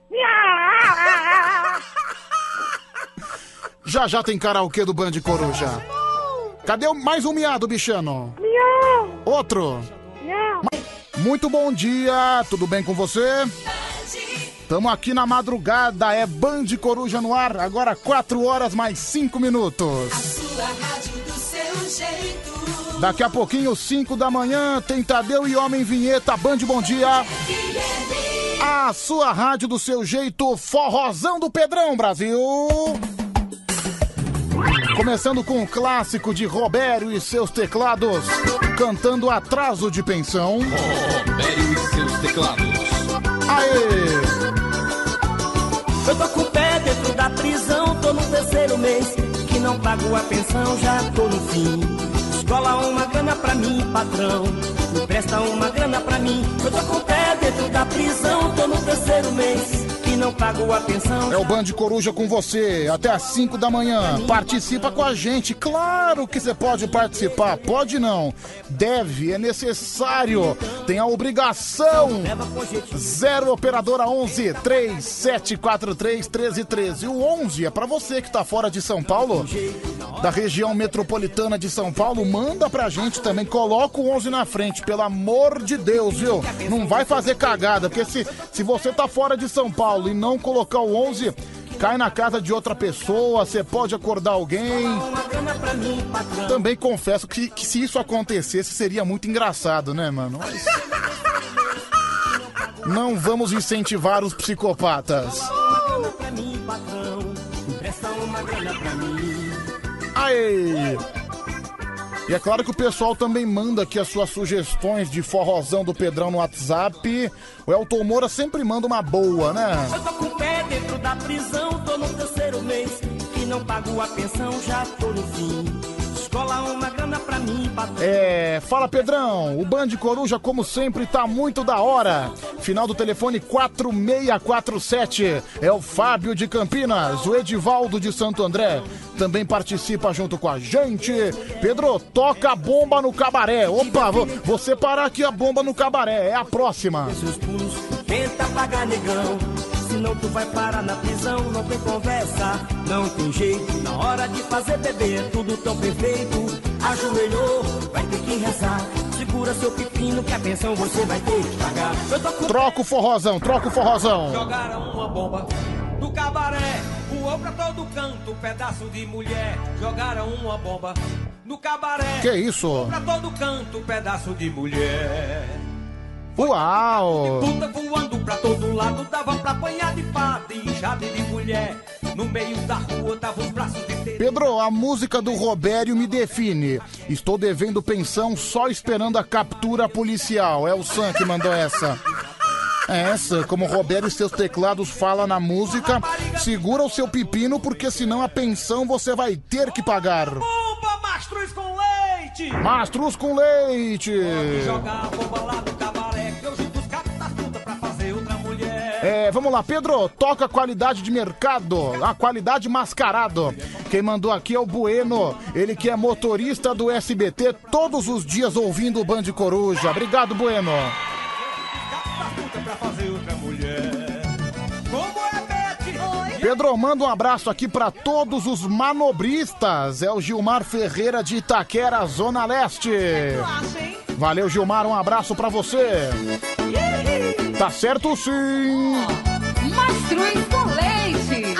Já tem karaokê do Band Coruja. Cadê mais um miado, Bichano? Miau. Outro. Miau. Muito bom dia, tudo bem com você? Tamo aqui na madrugada, é Band Coruja no ar, agora 4 horas mais 5 minutos. A sua rádio do seu jeito. Daqui a pouquinho, 5 da manhã, tem Tadeu e Homem Vinheta, Band Bom Dia. A sua rádio do seu jeito, forrozão do Pedrão, Brasil. Começando com um clássico de Robério e seus teclados, cantando Atraso de Pensão. Robério e seus teclados. Aê! Eu tô com o pé dentro da prisão, tô no 3º mês, que não pago a pensão, já tô no fim. Escola uma grana pra mim, patrão, me presta uma grana pra mim. Eu tô com o pé dentro da prisão, tô no 3º mês, que não pago a pensão. É o Band Coruja com você, até às 5 da manhã. Participa com a gente, claro que você pode participar. Pode não, deve, é necessário, tem a obrigação. 0 operadora 11 3743 1313. O 11 é pra você que tá fora de São Paulo. da região metropolitana de São Paulo, manda pra gente também, coloca o 11 na frente, pelo amor de Deus, viu? Não vai fazer cagada, porque se você tá fora de São Paulo e não colocar o 11, cai na casa de outra pessoa, você pode acordar alguém. Também confesso que se isso acontecesse, seria muito engraçado, né, mano? Mas não vamos incentivar os psicopatas. Aê! E é claro que o pessoal também manda aqui as suas sugestões de forrozão do Pedrão no WhatsApp. O Elton Moura sempre manda uma boa, né? Eu tô com o pé dentro da prisão, tô no terceiro mês que não pago a pensão, já tô no fim. Escola uma grana pra mim, patrão. Fala Pedrão, o Band Coruja como sempre tá muito da hora. Final do telefone 4647, é o Fábio de Campinas, o Edivaldo de Santo André também participa junto com a gente. Pedro, toca a bomba no cabaré. Opa, vou separar aqui a bomba no cabaré, é a próxima. Tenta pagar, negão, senão tu vai parar na prisão. Não tem conversa, não tem jeito. Na hora de fazer bebê é tudo tão perfeito. Ajoelhou, vai ter que rezar. Segura seu pepino que a pensão você vai ter que pagar. Troca o forrozão, troca o forrozão. Jogaram uma bomba no cabaré, voou pra todo canto, pedaço de mulher. Jogaram uma bomba no cabaré. Que isso? Voou pra todo canto, pedaço de mulher. Uau! Puta voando pra todo lado, dava pra apanhar de fada e chave de mulher. No meio da rua tava os braços de ter... Pedro, a música do Robério me define. Estou devendo pensão só esperando a captura policial. É o Sam que mandou essa. Essa, como o Robério e seus teclados fala na música, segura o seu pepino porque senão a pensão você vai ter que pagar. Bomba, mastruz com leite! Mastruz com leite! Pode jogar a bomba lá no cabaré, que eu junto os cabos da fruta pra fazer outra mulher. Vamos lá, Pedro, toca a qualidade de mercado, a qualidade mascarado. Quem mandou aqui é o Bueno, ele que é motorista do SBT, todos os dias ouvindo o Band Coruja. Obrigado, Bueno. Pra fazer outra mulher. Como é, Bete? Pedro, manda um abraço aqui pra todos os manobristas. É o Gilmar Ferreira de Itaquera, Zona Leste. Valeu, Gilmar, um abraço pra você. Tá certo sim. Mastruz com leite.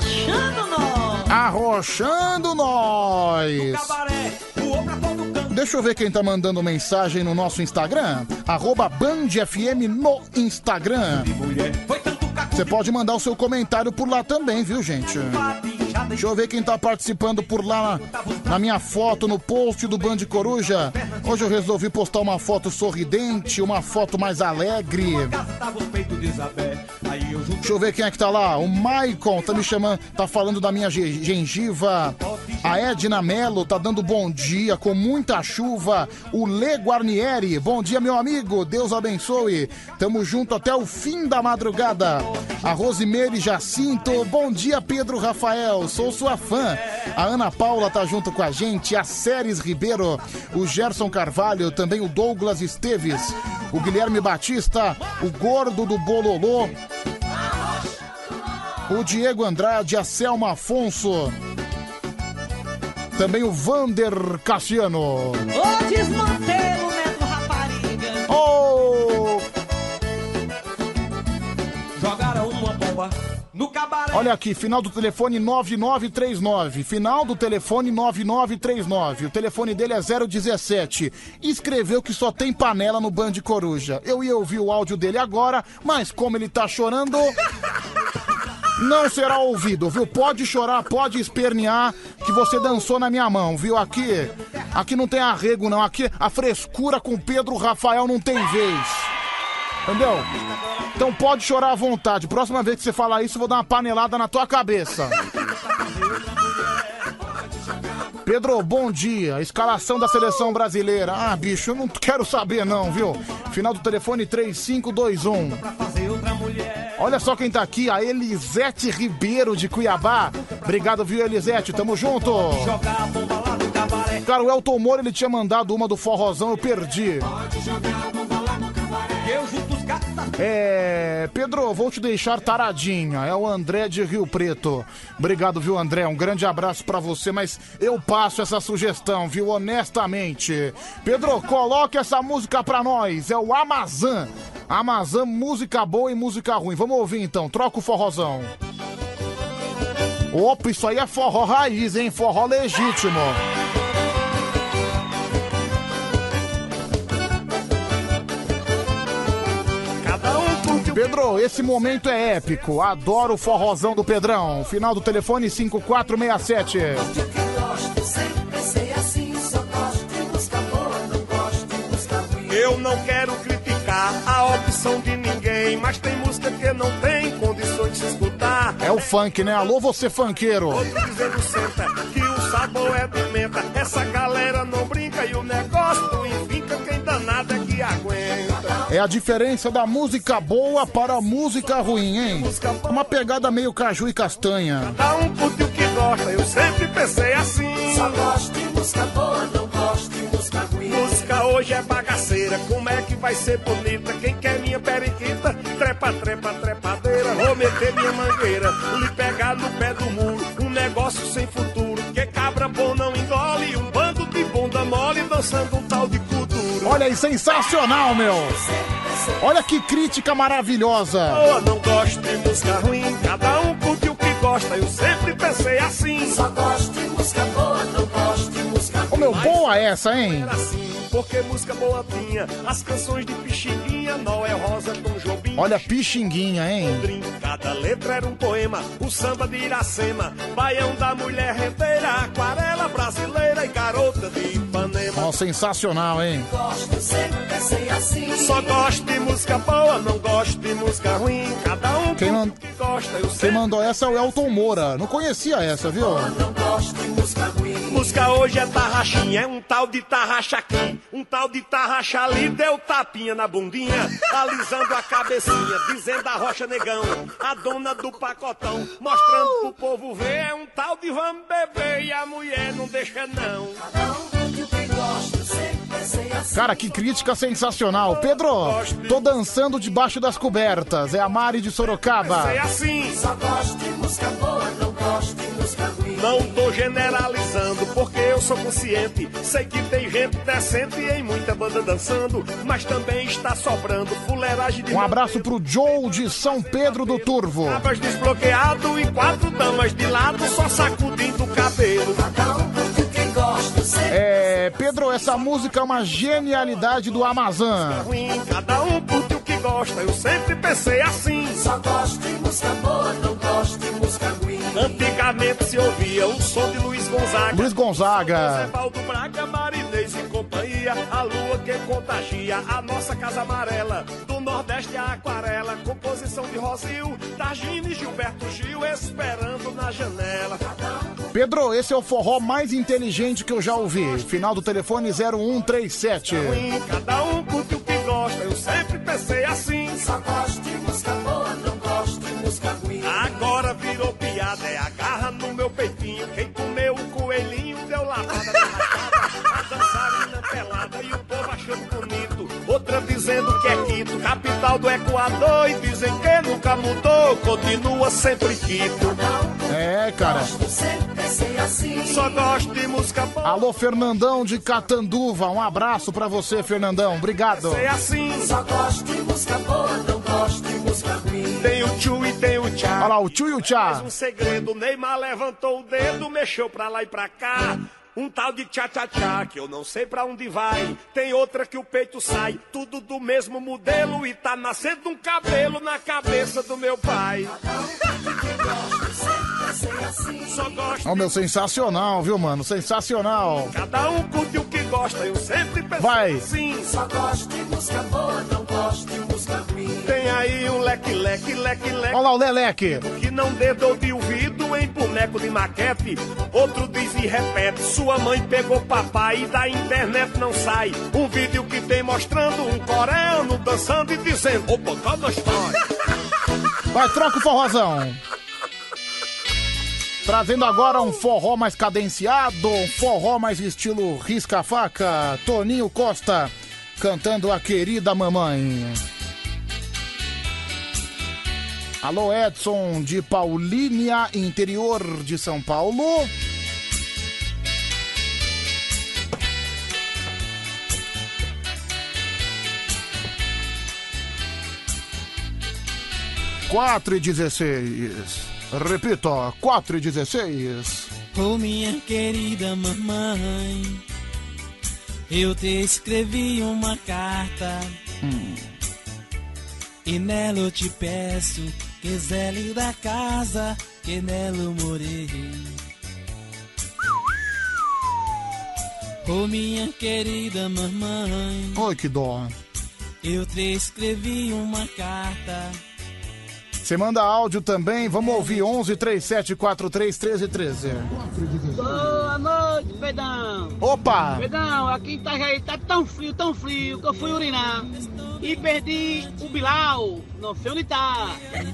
Arrochando nós. Deixa eu ver quem tá mandando mensagem no nosso Instagram. @BandFM no Instagram. Você pode mandar o seu comentário por lá também, viu, gente? Deixa eu ver quem tá participando por lá na minha foto, no post do Band Coruja. Hoje eu resolvi postar uma foto sorridente, uma foto mais alegre. Deixa eu ver quem é que tá lá. O Maicon tá me chamando, tá falando da minha gengiva. A Edna Mello tá dando bom dia com muita chuva. O Lê Guarnieri, bom dia, meu amigo. Deus abençoe. Tamo junto até o fim da madrugada. A Rosimeire Jacinto, bom dia, Pedro Rafael. Sou sua fã. A Ana Paula tá junto com a gente. A Ceres Ribeiro, o Gerson Carvalho, também o Douglas Esteves, o Guilherme Batista, o Gordo do Bololô, o Diego Andrade, a Selma Afonso, também o Vander Cassiano. Ô, desmantelo, neto rapariga. Oh! Jogaram uma bomba no cabaré. Olha aqui, final do telefone 9939. Final do telefone 9939. O telefone dele é 017. Escreveu que só tem panela no Band Coruja. Eu ia ouvir o áudio dele agora, mas como ele tá chorando, não será ouvido, viu? Pode chorar, pode espernear, que você dançou na minha mão, viu? Aqui não tem arrego, não. Aqui a frescura com Pedro Rafael não tem vez. Entendeu? Então pode chorar à vontade. Próxima vez que você falar isso, eu vou dar uma panelada na tua cabeça. Pedro, bom dia. Escalação da seleção brasileira. Ah, bicho, eu não quero saber não, viu? Final do telefone 3521. Olha só quem tá aqui, a Elisete Ribeiro de Cuiabá. Obrigado, viu, Elisete? Tamo junto. Cara, o Elton Moura, ele tinha mandado uma do forrozão, eu perdi. Eu junto os gatos da Pedro, vou te deixar taradinha. É o André de Rio Preto. Obrigado, viu, André? Um grande abraço pra você, mas eu passo essa sugestão, viu? Honestamente. Pedro, coloque essa música pra nós. É o Amazon. Amazon, música boa e música ruim. Vamos ouvir então. Troca o forrozão. Opa, isso aí é forró raiz, hein? Forró legítimo. Pedro, esse momento é épico. Adoro o forrozão do Pedrão. Final do telefone 5467. Eu não quero criticar a opção de ninguém, mas tem música que não tem condições de se escutar. É o funk, né? Alô, você funkeiro. Outro dizendo senta, que o sabor é de menta. Essa galera não brinca e o negócio enfinca, quem danado é que aguenta. É a diferença da música boa para a música ruim, hein? Uma pegada meio caju e castanha. Cada um curte o que gosta, eu sempre pensei assim. Só gosto de música boa, não gosto de música ruim. Música hoje é bagaceira, como é que vai ser bonita? Quem quer minha periquita? Trepa, trepa, trepadeira. Vou meter minha mangueira, lhe pegar no pé do muro. Um negócio sem futuro, que cabra bom não engole. Um bando de bunda mole dançando um tal de kuduro. Olha aí, sensacional, meu! Olha que crítica maravilhosa! Eu não gosto de música ruim, cada um curte o que gosta, eu sempre pensei assim. Só gosto de música boa, não gosto de música ruim. Ô meu, boa essa, hein? Era assim, porque música boa tinha as canções de Pixinguinha, Noel Rosa, Tom Jobim. Olha, Pixinguinha, hein? Cada letra era um poema, o samba de Iracema, Baião da Mulher Rendeira, Aquarela Brasileira e Garota de Ipanema. Ó, sensacional, hein? Gosto, sempre pensei assim. Só gosto de música boa, não gosto de música ruim. Cada um que gosta, eu sei. Quem mandou essa é o Elton Moura. Não conhecia essa, viu? Não gosto de música ruim. Música hoje é tarraxinha, é um tal de tarraxa aqui, um tal de tarraxa ali, deu tapinha na bundinha, alisando a cabecinha, dizendo a Rocha Negão, a dona do pacotão, mostrando pro povo ver, é um tal de vamos beber e a mulher não deixa não. Cada um curte o que gosta, sempre pensei assim. Cara, que crítica sensacional. Pedro, tô dançando debaixo das cobertas. É a Mari de Sorocaba. Pensei assim. Só gosto de música boa, não gosto de música ruim. Não tô generalizando, porque eu sou consciente. Sei que tem gente decente em muita banda dançando, mas também está sobrando fuleiragem de... Um abraço pro Joe de São Pedro do Turvo. Cabas desbloqueado e 4 damas de lado só sacudindo o cabelo. Cada um curte o que gosta, sempre Pedro, essa música é uma genialidade do Amazon. Cada um curte o que gosta, eu sempre pensei assim. Só gosto de música boa, não gosto de música ruim. Antigamente se ouvia o som de Luiz Gonzaga. Luiz Gonzaga. José Valdo Braga, Marinês e companhia. A lua que contagia a nossa casa amarela. Do Nordeste a Aquarela, composição de Rosil, Targine e Gilberto Gil, esperando na janela. Pedro, esse é o forró mais inteligente que eu já ouvi. Final do telefone 0137. Cada um curte o que gosta, eu sempre pensei assim. Só gosto de música boa, não gosto de música ruim. Agora virou piada, é a garra no meu peitinho. Quem comeu o coelhinho deu lavada na rachada. A dançarina pelada e o povo achando bonito. Outra dizendo que é Quito, capital do Equador. E dizem que nunca mudou, continua sempre Quito. É, cara. Só gosto de música boa. Alô, Fernandão de Catanduva. Um abraço pra você, Fernandão. Obrigado. É assim. Só gosto de música boa, não gosto de música ruim. Tem o tchu e tem o tchá. Olha lá, o tchu e o tchá. Mais um segredo, Neymar levantou o dedo, mexeu pra lá e pra cá. Um tal de tchá-tchá-tchá, que eu não sei pra onde vai. Tem outra que o peito sai, tudo do mesmo modelo. E tá nascendo um cabelo na cabeça do meu pai. Só gosto. Ó, meu, sensacional, viu, mano? Sensacional. Cada um curte o que gosta, eu sempre penso assim. Só gosto de música boa, não gosto de música ruim. Tem aí um leque-leque, leque-leque. Olha lá o Leleque. Que não dedou de ouvido em boneco de maquete. Outro diz e repete, sua mãe pegou papai e da internet não sai. Um vídeo que tem mostrando um coreano dançando e dizendo, opa, cada história. Vai, troca o forrozão. Trazendo agora um forró mais cadenciado, um forró mais estilo risca-faca. Toninho Costa cantando A Querida Mamãe. Alô, Edson de Paulínia, interior de São Paulo. Quatro e 16. Repito, 4h16. Ô minha querida mamãe, eu te escrevi uma carta e nela eu te peço que zele da casa que nela eu morei. Ô minha querida mamãe, oi, que dó. Eu te escrevi uma carta. Você manda áudio também, vamos ouvir 11 37 43 13 13. Boa noite, Pedrão. Opa! Pedrão, aqui em Itajaí tá tão frio que eu fui urinar e perdi o Bilal, não sei onde tá.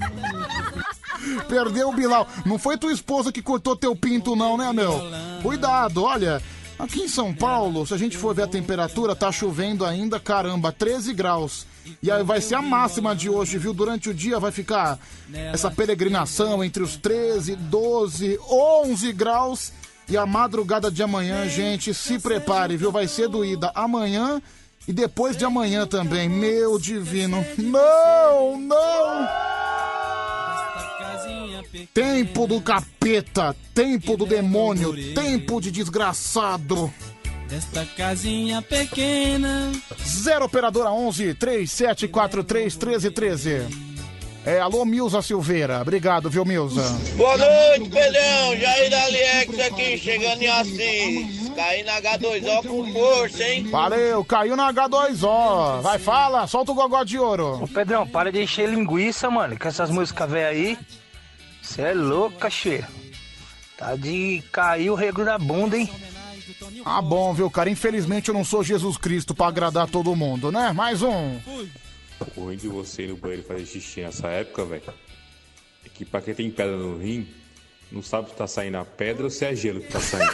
Perdeu o Bilal. Não foi tua esposa que cortou teu pinto não, né, meu? Cuidado, olha, aqui em São Paulo, se a gente for ver a temperatura, tá chovendo ainda, caramba, 13 graus. E aí vai ser a máxima de hoje, viu? Durante o dia vai ficar essa peregrinação entre os 13, 12, 11 graus. E a madrugada de amanhã, gente, se prepare, viu? Vai ser doída amanhã e depois de amanhã também. Meu divino. Não, não! Tempo do capeta, tempo do demônio, tempo de desgraçado. Desta casinha pequena. 0 operadora 11 3743 1313. Alô, Milza Silveira. Obrigado, viu, Milza? Boa noite, Pedrão. Jair da Aliex aqui, chegando em Assis. Caí na H2O com força, hein? Valeu, caiu na H2O. Vai, fala, solta o gogó de ouro. Ô, Pedrão, para de encher linguiça, mano, com essas músicas velhas aí. Você é louca, cheiro. Tá de cair o rego da bunda, hein? Ah, bom, viu, cara? Infelizmente eu não sou Jesus Cristo pra agradar todo mundo, né? Mais um. O ruim de você ir no banheiro fazer xixi nessa época, velho, é que pra quem tem pedra no rim, não sabe se tá saindo a pedra ou se é gelo que tá saindo.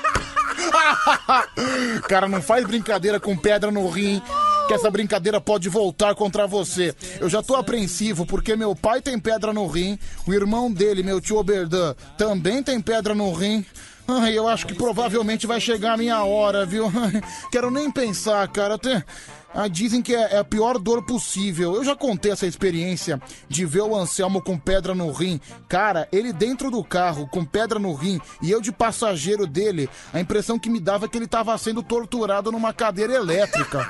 Cara, não faz brincadeira com pedra no rim, que essa brincadeira pode voltar contra você. Eu já tô apreensivo porque meu pai tem pedra no rim, o irmão dele, meu tio Oberdan, também tem pedra no rim. Ai, eu acho que provavelmente vai chegar a minha hora, viu? Quero nem pensar, cara. Dizem que é a pior dor possível. Eu já contei essa experiência de ver o Anselmo com pedra no rim. Cara, ele dentro do carro com pedra no rim e eu de passageiro dele, a impressão que me dava é que ele tava sendo torturado numa cadeira elétrica.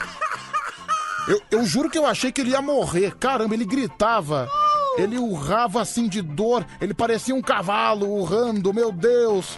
Eu juro que eu achei que ele ia morrer. Caramba, ele gritava. Ele urrava assim de dor, ele parecia um cavalo urrando, meu Deus.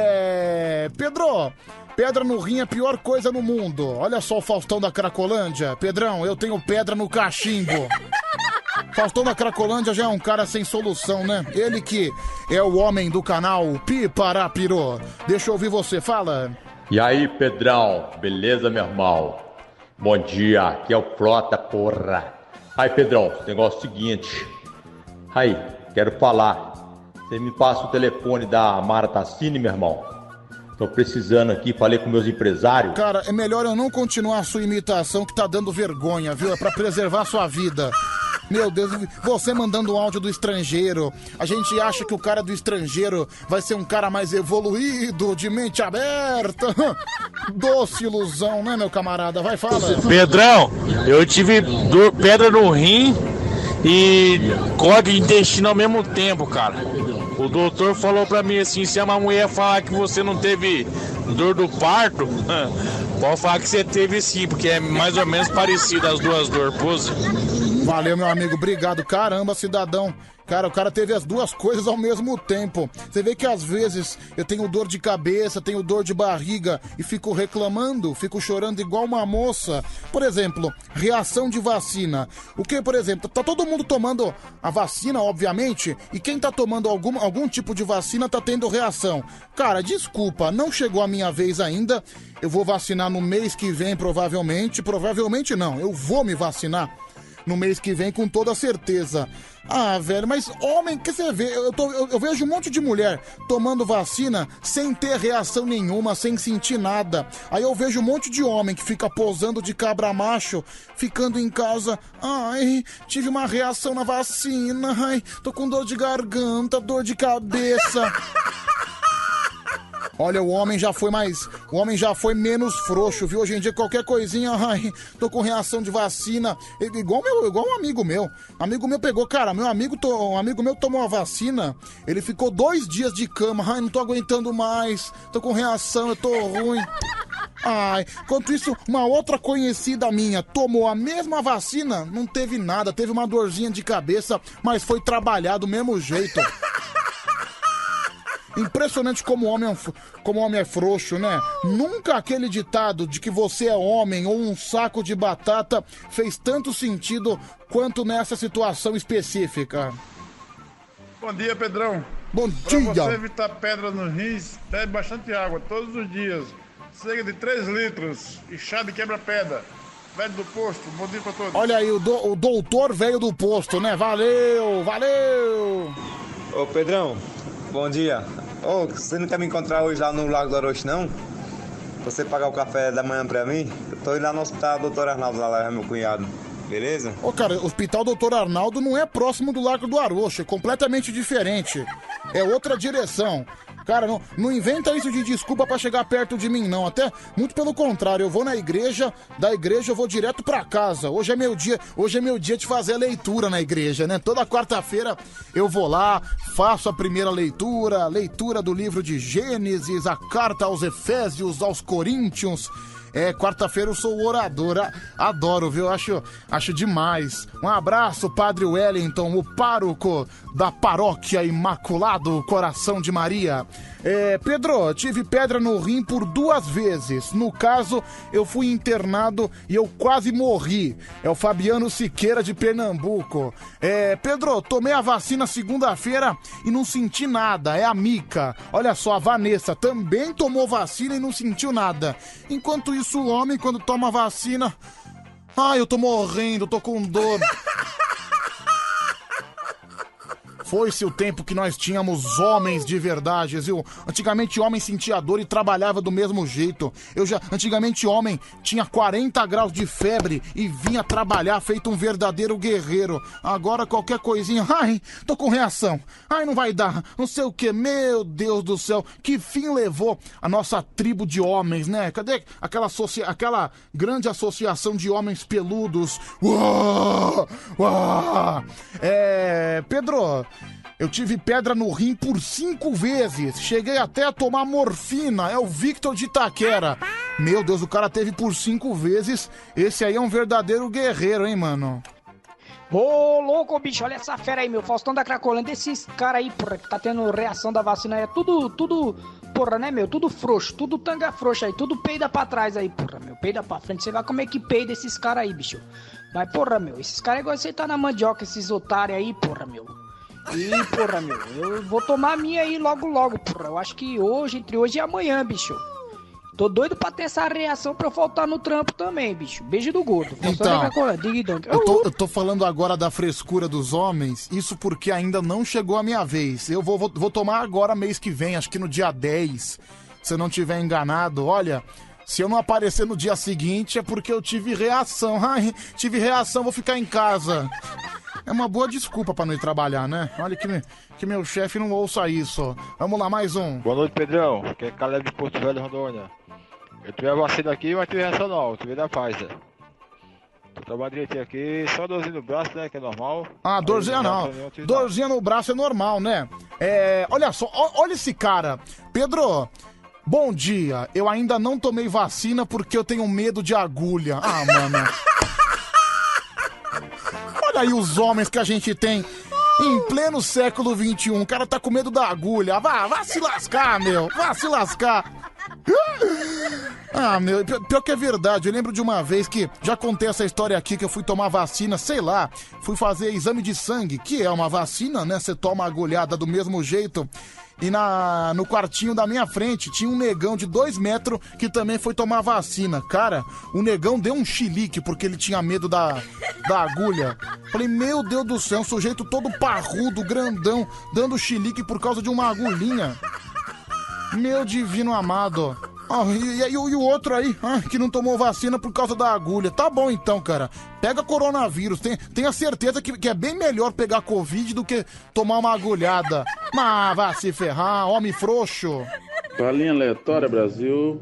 Pedro, pedra no rim é a pior coisa no mundo. Olha só o Faustão da Cracolândia. Pedrão, eu tenho pedra no cachimbo. Faustão da Cracolândia já é um cara sem solução, né? Ele que é o homem do canal Piparapirô. Deixa eu ouvir você, fala. E aí, Pedrão, beleza, meu irmão? Bom dia, aqui é o Frota, porra. Aí, Pedrão, o negócio é o seguinte... Aí, quero falar. Você me passa o telefone da Mara Tassini, meu irmão? Tô precisando aqui, falei com meus empresários. Cara, é melhor eu não continuar a sua imitação que tá dando vergonha, viu? É pra preservar a sua vida. Meu Deus, você mandando um áudio do estrangeiro. A gente acha que o cara do estrangeiro vai ser um cara mais evoluído, de mente aberta. Doce ilusão, né, meu camarada? Vai, fala. Pedrão, eu tive pedra no rim e cólica de intestino ao mesmo tempo, cara. O doutor falou pra mim assim, se uma mulher falar que você não teve dor do parto, pode falar que você teve sim, porque é mais ou menos parecido as duas dores, pose. Valeu, meu amigo, obrigado. Caramba, cidadão. Cara, o cara teve as duas coisas ao mesmo tempo. Você vê que às vezes eu tenho dor de cabeça, tenho dor de barriga e fico reclamando, fico chorando igual uma moça. Por exemplo, reação de vacina. O que, por exemplo, tá todo mundo tomando a vacina, obviamente, e quem tá tomando algum tipo de vacina tá tendo reação. Cara, desculpa, não chegou a minha vez ainda. Eu vou vacinar no mês que vem, provavelmente. Provavelmente não, eu vou me vacinar. no mês que vem com toda certeza. Ah, velho, mas homem, que você vê? Eu vejo um monte de mulher tomando vacina sem ter reação nenhuma, sem sentir nada. Aí eu vejo um monte de homem que fica posando de cabra macho, ficando em casa. Ai, tive uma reação na vacina. Ai, tô com dor de garganta, dor de cabeça. Olha, o homem já foi menos frouxo, viu? Hoje em dia qualquer coisinha, ai, tô com reação de vacina. Igual um amigo meu. Amigo meu pegou, cara, um amigo meu tomou a vacina, ele ficou 2 dias de cama. Ai, não tô aguentando mais, tô com reação, eu tô ruim. Ai, enquanto isso, uma outra conhecida minha tomou a mesma vacina, não teve nada, teve uma dorzinha de cabeça, mas foi trabalhar do mesmo jeito. Impressionante como o homem é frouxo, né? Nunca aquele ditado de que você é homem ou um saco de batata fez tanto sentido quanto nessa situação específica. Bom dia, Pedrão. Bom dia. Pra você evitar pedra nos rins, bebe bastante água todos os dias. Cerca de 3 litros e chá de quebra-pedra. Velho do posto, bom dia pra todos. Olha aí, o doutor velho do posto, né? Valeu, valeu. Ô, Pedrão, bom dia. Ô, você não quer me encontrar hoje lá no Lago do Orochi, não? Você pagar o café da manhã pra mim? Eu tô indo lá no hospital Dr. Arnaldo, lá é meu cunhado. Beleza? Ô, cara, o Hospital Dr. Arnaldo não é próximo do Lago do Orochi, é completamente diferente. É outra direção. Cara, não inventa isso de desculpa pra chegar perto de mim, não. Até, muito pelo contrário, eu vou na igreja, da igreja eu vou direto pra casa. Hoje é meu dia de fazer a leitura na igreja, né? Toda quarta-feira eu vou lá, faço a primeira leitura do livro de Gênesis, a carta aos Efésios, aos Coríntios. Quarta-feira eu sou o orador, adoro, viu? Acho demais. Um abraço, Padre Wellington, o pároco da Paróquia Imaculado Coração de Maria. Pedro, tive pedra no rim por 2 vezes. No caso, eu fui internado e eu quase morri. É o Fabiano Siqueira de Pernambuco. Pedro, tomei a vacina segunda-feira e não senti nada. É a Mica. Olha só, a Vanessa também tomou vacina e não sentiu nada. Enquanto isso, o homem, quando toma vacina... Ai, eu tô morrendo, tô com dor. Foi-se o tempo que nós tínhamos homens de verdade, viu? Antigamente homem sentia dor e trabalhava do mesmo jeito. Antigamente homem tinha 40 graus de febre e vinha trabalhar feito um verdadeiro guerreiro. Agora qualquer coisinha, ai, tô com reação. Ai, não vai dar, não sei o que. Meu Deus do céu, que fim levou a nossa tribo de homens, né? Cadê aquela grande associação de homens peludos? Uau! Uau! Pedro... Eu tive pedra no rim por 5 vezes. Cheguei até a tomar morfina. É o Victor de Itaquera. Meu Deus, o cara teve por 5 vezes. Esse aí é um verdadeiro guerreiro, hein, mano? Ô, louco, bicho, olha essa fera aí, meu. Faustão da Cracolândia. Esses caras aí, porra, que tá tendo reação da vacina aí. É tudo, porra, né, meu? Tudo frouxo, tudo tanga frouxa aí. Tudo peida pra trás aí, porra, meu. Peida pra frente. Você vai como é que peida esses caras aí, bicho. Mas, porra, meu, esses caras é igual você tá na mandioca, esses otários aí, porra, meu. E, porra, meu, eu vou tomar a minha aí logo, porra. Eu acho que entre hoje e amanhã, bicho. Tô doido pra ter essa reação pra eu faltar no trampo também, bicho. Beijo do gordo. Então, eu tô falando agora da frescura dos homens, isso porque ainda não chegou a minha vez. Eu vou tomar agora mês que vem, acho que no dia 10, se eu não tiver enganado. Olha... Se eu não aparecer no dia seguinte é porque eu tive reação. Ai, tive reação, vou ficar em casa. É uma boa desculpa pra não ir trabalhar, né? Olha que meu chefe não ouça isso. Vamos lá, mais um. Boa noite, Pedrão. Aqui é Caleb de Porto Velho, Rondônia. Eu tive a vacina aqui, mas tive reação não. Eu tive da Pfizer. Tô trabalhando direitinho aqui, só dorzinha no braço, né? Que é normal. Ah, dorzinha não. Dorzinha no braço é normal, né? Olha só, olha esse cara. Pedro... Bom dia, eu ainda não tomei vacina porque eu tenho medo de agulha. Ah, mano. Olha aí os homens que a gente tem em pleno século XXI. O cara tá com medo da agulha. Vá se lascar, meu. Vá se lascar. Ah, meu, pior que é verdade. Eu lembro de uma vez que, já contei essa história aqui, que eu fui tomar vacina, sei lá, fui fazer exame de sangue, que é uma vacina, né? Você toma a agulhada do mesmo jeito. E no quartinho da minha frente tinha um negão de 2 metros que também foi tomar vacina. Cara, o negão deu um chilique porque ele tinha medo da agulha. Falei, meu Deus do céu, um sujeito todo parrudo, grandão, dando chilique por causa de uma agulhinha. Meu divino amado. E o outro aí, que não tomou vacina por causa da agulha. Tá bom então, cara. Pega coronavírus. Tenha certeza que é bem melhor pegar Covid do que tomar uma agulhada. Mas vá se ferrar, homem frouxo. Palhinha aleatória, Brasil.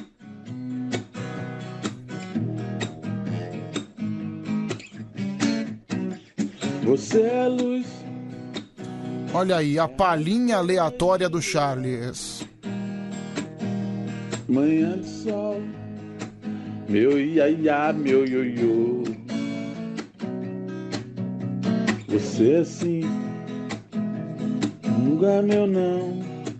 Você é a luz. Olha aí, a palhinha aleatória do Charles. Manhã de sol, meu iaiá, meu ioiô. Você assim, um lugar meu não.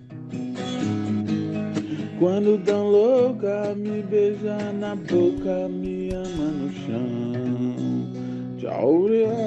Quando dão louca, me beija na boca, me ama no chão. Tchau,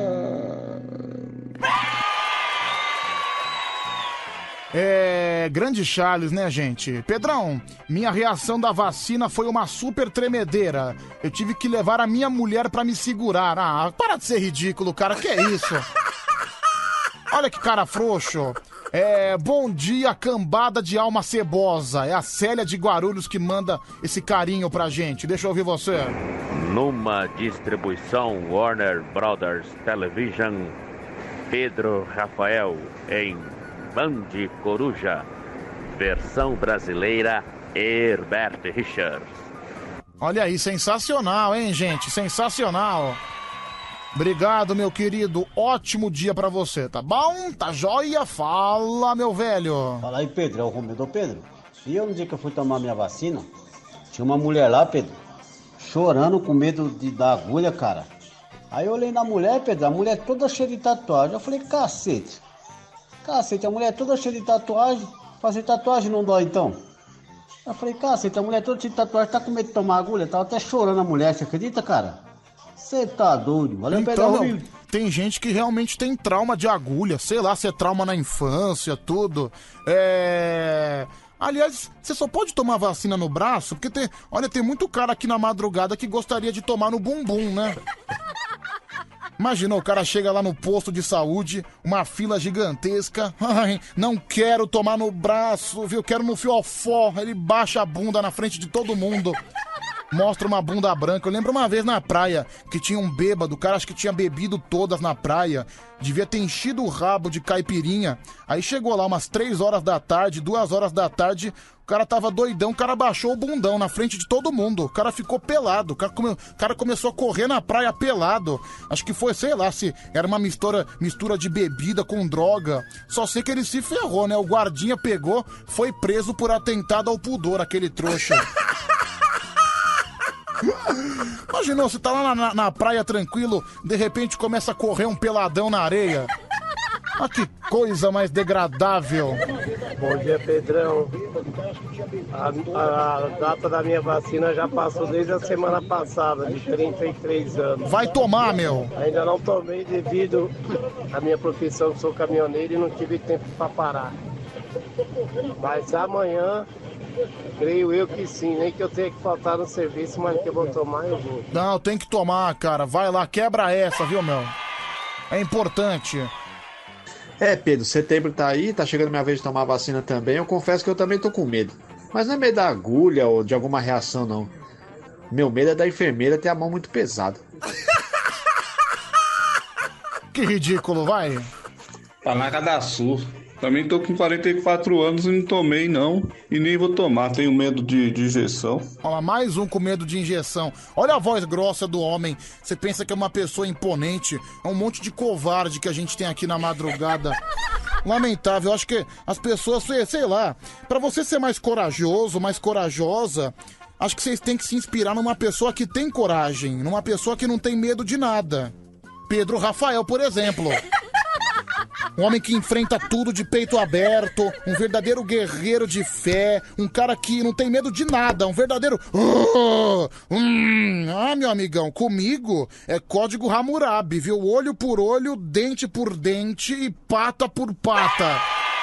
grande Charles, né, gente? Pedrão, minha reação da vacina foi uma super tremedeira. Eu tive que levar a minha mulher pra me segurar. Ah, para de ser ridículo, cara, que é isso? Olha que cara frouxo. Bom dia, cambada de alma cebosa. É a Célia de Guarulhos que manda esse carinho pra gente. Deixa eu ouvir você. Numa distribuição Warner Brothers Television, Pedro Rafael em Band Coruja, versão brasileira, Herbert Richards. Olha aí, sensacional, hein, gente? Sensacional. Obrigado, meu querido. Ótimo dia pra você, tá bom? Tá joia? Fala, meu velho. Fala aí, Pedro. É o Romero. Pedro, e eu no dia que eu fui tomar minha vacina, tinha uma mulher lá, Pedro, chorando com medo da agulha, cara. Aí eu olhei na mulher, Pedro, a mulher toda cheia de tatuagem. Eu falei, cacete, a mulher toda cheia de tatuagem. Fazer tatuagem não dói, então? Eu falei, cacete, a mulher toda cheia de tatuagem, tá com medo de tomar agulha? Tava até chorando a mulher, você acredita, cara? Você tá doido? Valeu, então, Pedro. Tem gente que realmente tem trauma de agulha. Sei lá, se é trauma na infância, tudo. Aliás, você só pode tomar vacina no braço, porque tem muito cara aqui na madrugada que gostaria de tomar no bumbum, né? Imagina, o cara chega lá no posto de saúde, uma fila gigantesca. Ai, não quero tomar no braço, viu? Quero no fiofó. Ele baixa a bunda na frente de todo mundo. Mostra uma bunda branca. Eu lembro uma vez na praia que tinha um bêbado, o cara acho que tinha bebido todas na praia, devia ter enchido o rabo de caipirinha. Aí chegou lá umas 3 horas da tarde, 2 horas da tarde, o cara tava doidão, o cara baixou o bundão na frente de todo mundo. O cara ficou pelado, o cara começou a correr na praia pelado. Acho que foi, sei lá, se era uma mistura de bebida com droga. Só sei que ele se ferrou, né? O guardinha pegou, foi preso por atentado ao pudor, aquele trouxa. Imaginou, você tá lá na praia tranquilo, de repente começa a correr um peladão na areia. Ah, que coisa mais degradável. Bom dia, Pedrão. A data da minha vacina já passou desde a semana passada, de 33 anos. Vai tomar, meu. Ainda não tomei devido à minha profissão, que sou caminhoneiro e não tive tempo pra parar. Mas amanhã, creio eu que sim, nem que eu tenha que faltar no serviço, mas que eu vou tomar, eu vou. Não, tem que tomar, cara. Vai lá, quebra essa, viu, meu? É importante. Pedro, setembro tá aí, tá chegando minha vez de tomar vacina também. Eu confesso que eu também tô com medo. Mas não é medo da agulha ou de alguma reação, não. Meu medo é da enfermeira ter a mão muito pesada. Que ridículo, vai. Panaca da Sul. Também tô com 44 anos e não tomei, não. E nem vou tomar, tenho medo de injeção. Olha, mais um com medo de injeção. Olha a voz grossa do homem. Você pensa que é uma pessoa imponente. É um monte de covarde que a gente tem aqui na madrugada. Lamentável, eu acho que as pessoas, sei lá, pra você ser mais corajoso, mais corajosa, acho que vocês têm que se inspirar numa pessoa que tem coragem, numa pessoa que não tem medo de nada. Pedro Rafael, por exemplo. Um homem que enfrenta tudo de peito aberto, um verdadeiro guerreiro de fé, um cara que não tem medo de nada, um verdadeiro... meu amigão, comigo é código Hammurabi, viu? Olho por olho, dente por dente e pata por pata.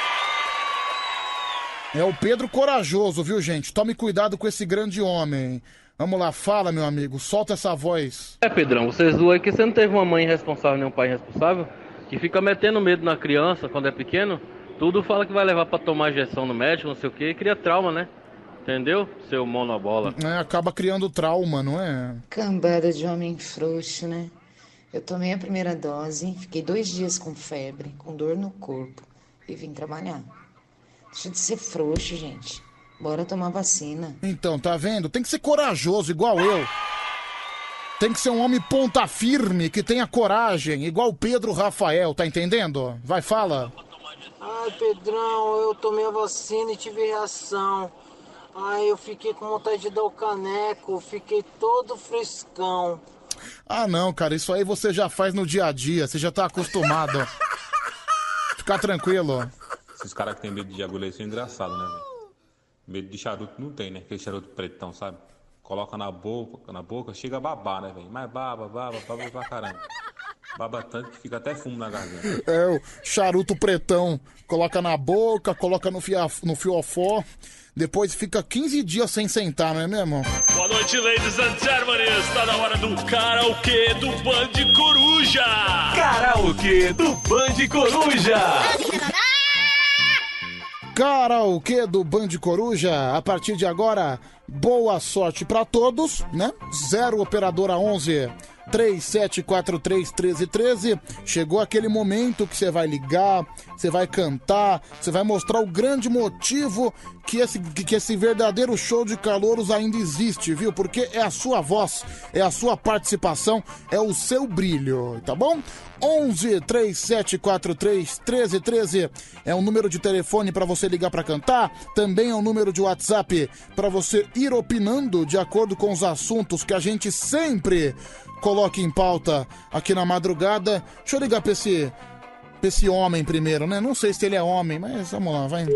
É o Pedro Corajoso, viu, gente? Tome cuidado com esse grande homem. Vamos lá, fala, meu amigo, solta essa voz. Pedrão, vocês dois aí que você não teve uma mãe responsável nem um pai responsável, que fica metendo medo na criança quando é pequeno, tudo fala que vai levar pra tomar injeção no médico, não sei o que, e cria trauma, né? Entendeu? Seu monobola. Acaba criando trauma, não é? Cambada de homem frouxo, né? Eu tomei a primeira dose, fiquei 2 dias com febre, com dor no corpo e vim trabalhar. Deixa de ser frouxo, gente. Bora tomar vacina. Então, tá vendo? Tem que ser corajoso, igual eu. Tem que ser um homem ponta firme, que tenha coragem, igual o Pedro Rafael, tá entendendo? Vai, fala. Ai, Pedrão, eu tomei a vacina e tive reação. Ai, eu fiquei com vontade de dar o caneco, fiquei todo frescão. Ah, não, cara, isso aí você já faz no dia a dia, você já tá acostumado. Fica tranquilo. Esses caras que tem medo de agulha são engraçados, né, velho? Medo de charuto não tem, né? Aquele charuto pretão, sabe? Coloca na boca, chega a babar, né, velho? Mas baba pra caramba. Baba tanto que fica até fumo na garganta. É, o charuto pretão. Coloca na boca, coloca no fiofó. Depois fica 15 dias sem sentar, não é mesmo? Boa noite, ladies and gentlemen. Está na hora do karaokê do Band Coruja. Karaokê do Band Coruja. Karaokê do Band Coruja. A partir de agora, boa sorte pra todos, né? 0 operadora 11 3743 1313. Chegou aquele momento que você vai ligar, você vai cantar, você vai mostrar o grande motivo que esse verdadeiro show de calouros ainda existe, viu? Porque é a sua voz, é a sua participação, é o seu brilho, tá bom? 11 3743 1313 é um número de telefone para você ligar para cantar, também é um número de WhatsApp para você ir opinando de acordo com os assuntos que a gente sempre coloca em pauta aqui na madrugada. Deixa eu ligar pra esse homem primeiro, né? Não sei se ele é homem, mas vamos lá, vai.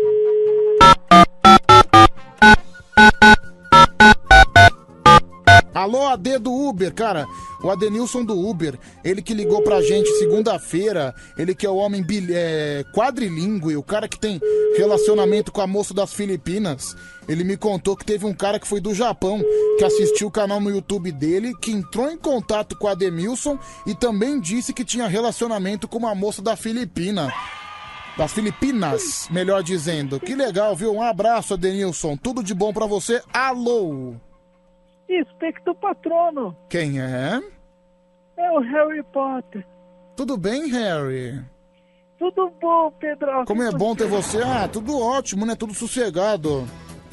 Alô, AD do Uber, cara. O Adenilson do Uber, ele que ligou pra gente segunda-feira, ele que é o homem quadrilíngue, o cara que tem relacionamento com a moça das Filipinas. Ele me contou que teve um cara que foi do Japão, que assistiu o canal no YouTube dele, que entrou em contato com o Ademilson e também disse que tinha relacionamento com uma moça da Filipina. Das Filipinas, melhor dizendo. Que legal, viu? Um abraço, Adenilson. Tudo de bom pra você. Alô! Expecto Patrono. Quem é? É o Harry Potter. Tudo bem, Harry? Tudo bom, Pedro? Como é bom ter você. Ah, tudo ótimo, né? Tudo sossegado.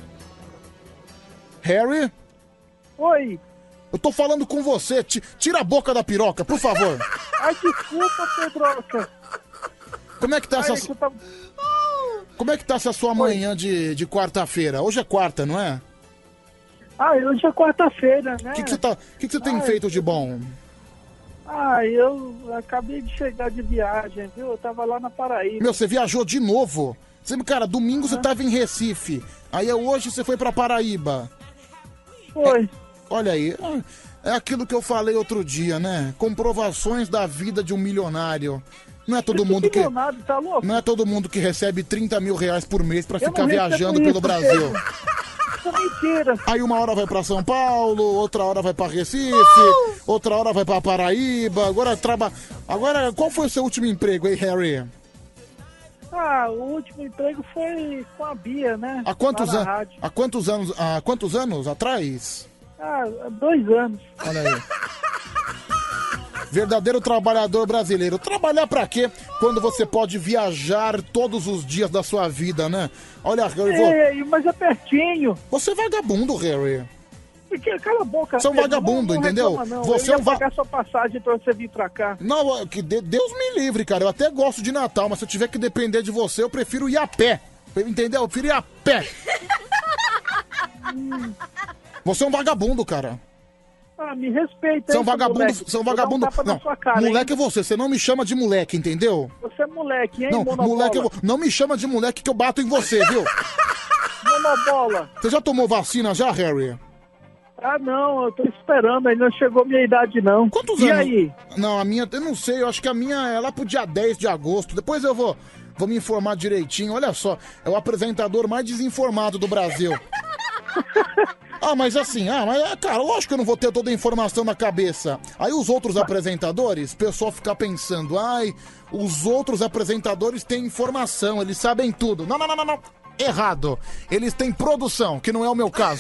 Harry? Oi. Eu tô falando com você. Tira a boca da piroca, por favor. Ai, desculpa, Pedroca. Como é que tá essa... Como é que tá essa sua manhã de quarta-feira? Hoje é quarta, não é? Ah, hoje é quarta-feira, né? O que você tem feito de bom? Eu acabei de chegar de viagem, viu? Eu tava lá na Paraíba. Meu, você viajou de novo? Cara, domingo você tava em Recife. Aí hoje você foi pra Paraíba. Foi. Olha aí, é aquilo que eu falei outro dia, né? Comprovações da vida de um milionário. Não é todo mundo que... Tá louco? Não é todo mundo que recebe 30 mil reais por mês pra ficar viajando pelo Brasil. Isso é mentira. Aí uma hora vai pra São Paulo, outra hora vai pra Recife, outra hora vai pra Paraíba. Agora, qual foi o seu último emprego, hein, Harry? O último emprego foi com a Bia, né? Há quantos anos atrás? 2 anos. Olha aí. Verdadeiro trabalhador brasileiro. Trabalhar pra quê quando você pode viajar todos os dias da sua vida, né? Olha, Harry, mas é pertinho. Você é vagabundo, Harry. Cala a boca. Você é um vagabundo, entendeu? Reclama, não. Você eu ia pagar sua passagem pra você vir pra cá. Não, que Deus me livre, cara. Eu até gosto de Natal, mas se eu tiver que depender de você, eu prefiro ir a pé. Entendeu? Eu prefiro ir a pé. Você é um vagabundo, cara. Me respeita. Você é um vagabundo. Moleque. Você é um vagabundo. Não, moleque é você não me chama de moleque, entendeu? Você é moleque, hein, Não, Monobola? moleque, não me chama de moleque que eu bato em você, viu? Monobola. Você já tomou vacina já, Harry? Ah, não, eu tô esperando, ainda não chegou minha idade, não. Quantos e anos? aí? Não, a minha, eu não sei, eu acho que a minha é lá pro dia 10 de agosto. Depois eu vou me informar direitinho. Olha só, é o apresentador mais desinformado do Brasil. Mas assim, cara, lógico que eu não vou ter toda a informação na cabeça. Aí os outros apresentadores, o pessoal fica pensando, os outros apresentadores têm informação, eles sabem tudo. Não. Errado. Eles têm produção, que não é o meu caso.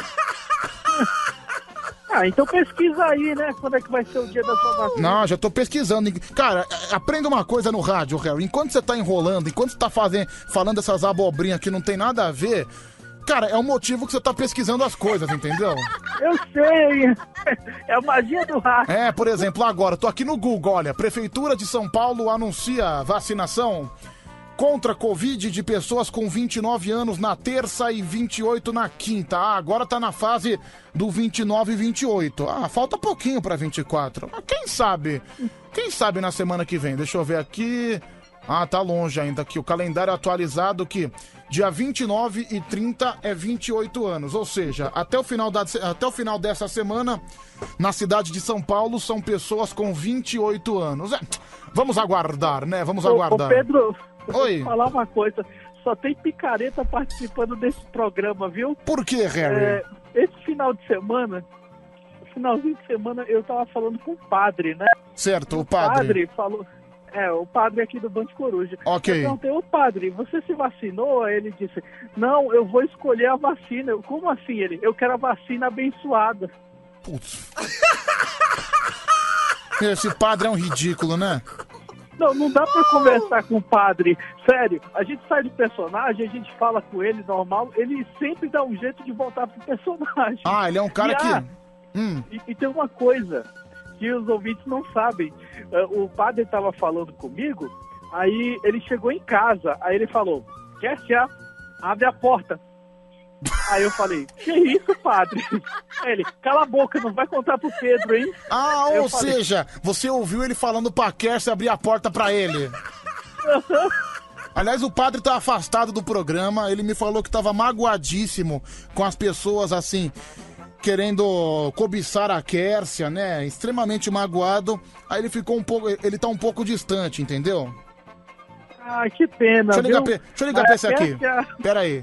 Então pesquisa aí, né? Quando é que vai ser o dia da sua vacina? Não, já tô pesquisando. Cara, aprenda uma coisa no rádio, Harry. Enquanto você tá enrolando, enquanto você tá falando essas abobrinhas que não tem nada a ver, cara, é o motivo que você tá pesquisando as coisas, entendeu? Eu sei. É a magia do rádio. Por exemplo, agora, tô aqui no Google, olha, Prefeitura de São Paulo anuncia vacinação contra a Covid de pessoas com 29 anos na terça e 28 na quinta. Agora tá na fase do 29 e 28. Falta pouquinho pra 24. Quem sabe? Quem sabe na semana que vem? Deixa eu ver aqui. Tá longe ainda aqui. O calendário atualizado que dia 29 e 30 é 28 anos. Ou seja, até o final dessa semana, na cidade de São Paulo, são pessoas com 28 anos. Vamos aguardar, né? Vamos aguardar. Ô Pedro, oi. Vou falar uma coisa. Só tem picareta participando desse programa, viu? Por que, Harry? Esse finalzinho de semana, eu tava falando com o padre, né? Certo, o padre. O padre falou... o padre aqui do Band Coruja. Ok. Eu perguntei, ô padre, você se vacinou? Aí ele disse, não, eu vou escolher a vacina. Como assim? Eu quero a vacina abençoada. Putz. Esse padre é um ridículo, né? Não dá pra conversar com o padre. Sério, a gente sai do personagem, a gente fala com ele normal, ele sempre dá um jeito de voltar pro personagem. Ele é um cara que... E tem uma coisa que os ouvintes não sabem. O padre estava falando comigo, aí ele chegou em casa, aí ele falou, quer abre a porta. Aí eu falei, que isso, padre? Aí ele, cala a boca, não vai contar pro Pedro, hein? Ou seja, você ouviu ele falando pra Kersia abrir a porta pra ele. Aliás, o padre tá afastado do programa, ele me falou que tava magoadíssimo com as pessoas, assim, querendo cobiçar a Kersia, né? Extremamente magoado. Aí ele tá um pouco distante, entendeu? Que pena, Deixa eu ligar pra esse aqui. Pera aí.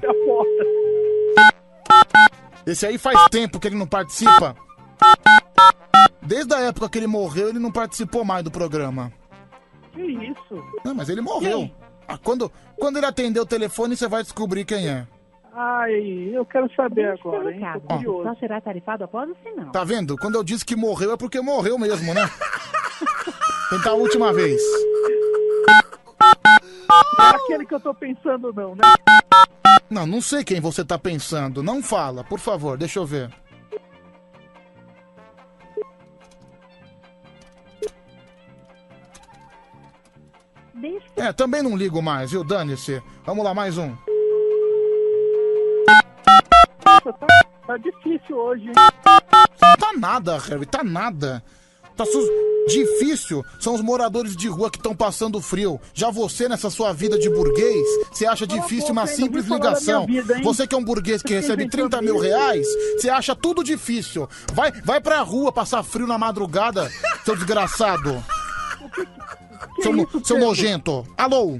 Esse aí faz tempo que ele não participa. Desde a época que ele morreu, ele não participou mais do programa. Que isso? Não, mas ele morreu. Quando ele atender o telefone, você vai descobrir quem é. Eu quero saber agora, hein? Só será tarifado após o sinal. Tá vendo? Quando eu disse que morreu, é porque morreu mesmo, né? Tentar a última vez. Não é aquele que eu tô pensando, não, né? Não sei quem você tá pensando. Não fala, por favor, deixa eu ver. Também não ligo mais, viu? Dane-se. Vamos lá, mais um. Nossa, tá difícil hoje, hein? Tá nada, Harry, tá nada. Difícil são os moradores de rua que estão passando frio. Já você, nessa sua vida de burguês, você acha difícil uma simples ligação. Você que é um burguês que recebe 30 mil reais, você acha tudo difícil. Vai pra rua passar frio na madrugada, seu desgraçado. Seu nojento. Alô?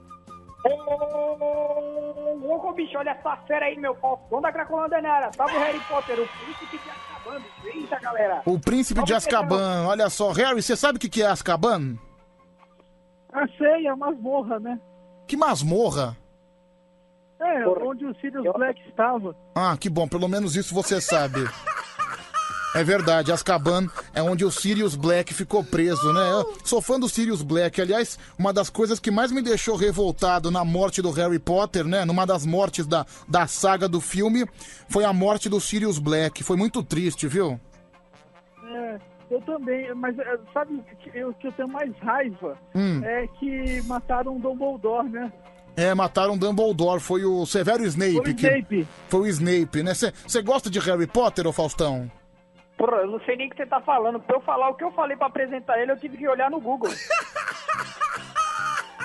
Louco, bicho, olha essa fera aí, meu pau. Da Cracolândia, né? Tava o Harry Potter, o príncipe de Azkaban, bicho. Eita, galera. O príncipe de Azkaban, olha só. Harry, você sabe o que é Azkaban? Sei, é uma masmorra, né? Que masmorra? Onde o Sirius Black estava. Que bom, pelo menos isso você sabe. É verdade, Azkaban é onde o Sirius Black ficou preso, né? Eu sou fã do Sirius Black. Aliás, uma das coisas que mais me deixou revoltado na morte do Harry Potter, né? Numa das mortes da saga do filme, foi a morte do Sirius Black. Foi muito triste, viu? Eu também, mas sabe o que eu tenho mais raiva? É que mataram o Dumbledore, né? Mataram o Dumbledore, foi o Severo Snape. Foi o Snape, né? Você gosta de Harry Potter, ô Faustão? Porra, eu não sei nem o que você tá falando. Pra eu falar o que eu falei pra apresentar ele, eu tive que olhar no Google.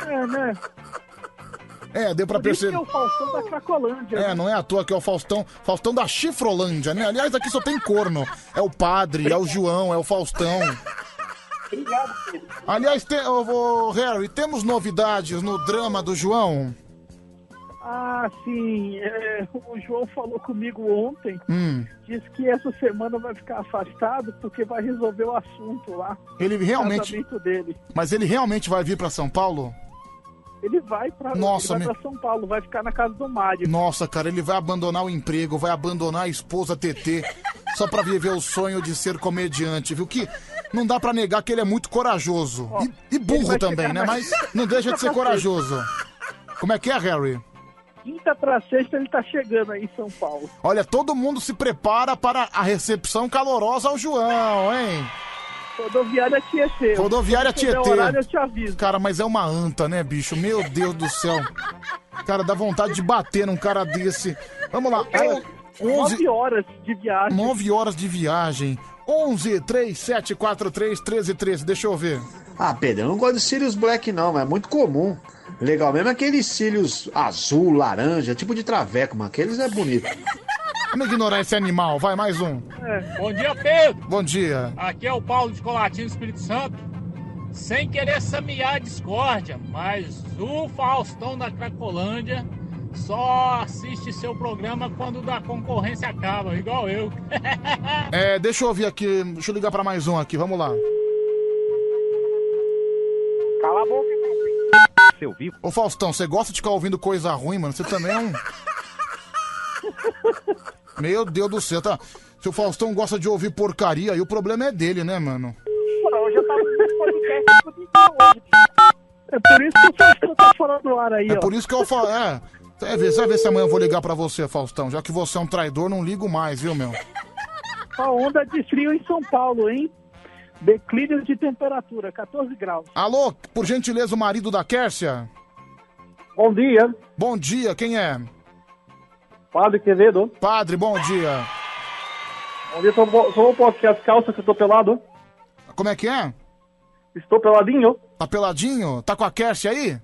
É, né? É, deu pra Por isso perceber. que é o Faustão da Cracolândia. É, não é à toa que é o Faustão da Chifrolândia, né? Aliás, aqui só tem corno. É o Padre, é o João, é o Faustão. Obrigado, Pedro. Aliás, Harry, temos novidades no drama do João? Ah, sim. O João falou comigo ontem. Disse que essa semana vai ficar afastado porque vai resolver o assunto lá. Ele realmente... casamento dele. Mas ele realmente vai vir pra São Paulo? Ele vai pra São Paulo, vai ficar na casa do Mário. Nossa, cara, ele vai abandonar o emprego, vai abandonar a esposa TT, só pra viver o sonho de ser comediante, viu? Que não dá pra negar que ele é muito corajoso. E burro também, né? Mas não deixa de ser corajoso. Como é que é, Harry? Quinta pra sexta ele tá chegando aí em São Paulo. Olha, todo mundo se prepara para a recepção calorosa ao João, hein? Rodoviária Tietê. Rodoviária Se tiver Tietê. horário, eu te aviso. Cara, mas é uma anta, né, bicho? Meu Deus do céu. Cara, dá vontade de bater num cara desse. Vamos lá. 9 horas de viagem. 9 horas de viagem. 11 3743 1313. Deixa eu ver. Ah, Pedro, eu não gosto de cílios black não, mas é muito comum. Legal mesmo é aqueles cílios azul, laranja, tipo de traveco, mano. Aqueles é bonito. Vamos ignorar esse animal. Vai, mais um. Bom dia, Pedro. Bom dia. Aqui é o Paulo de Colatina, Espírito Santo. Sem querer samear a discórdia, mas o Faustão da Cracolândia só assiste seu programa quando da concorrência acaba, igual eu. Deixa eu ouvir aqui. Deixa eu ligar pra mais um aqui. Vamos lá. Cala a boca, seu vivo. Ô, Faustão, você gosta de ficar ouvindo coisa ruim, mano? Você também é um... Meu Deus do céu, tá? Se o Faustão gosta de ouvir porcaria, aí o problema é dele, né, mano? Hoje eu tava no podcast hoje. É por isso que o Faustão tá fora do ar aí, ó. É por isso que eu falo, Vai ver se amanhã eu vou ligar pra você, Faustão. Já que você é um traidor, não ligo mais, viu, meu? A onda de frio em São Paulo, hein? Declínio de temperatura, 14 graus. Alô, por gentileza, o marido da Kércia? Bom dia. Bom dia, quem é? Padre Quevedo. Padre, bom dia. Bom dia, só um pouquinho as calças que eu tô pelado. Como é que é? Estou peladinho. Tá peladinho? Tá com a Kércia aí?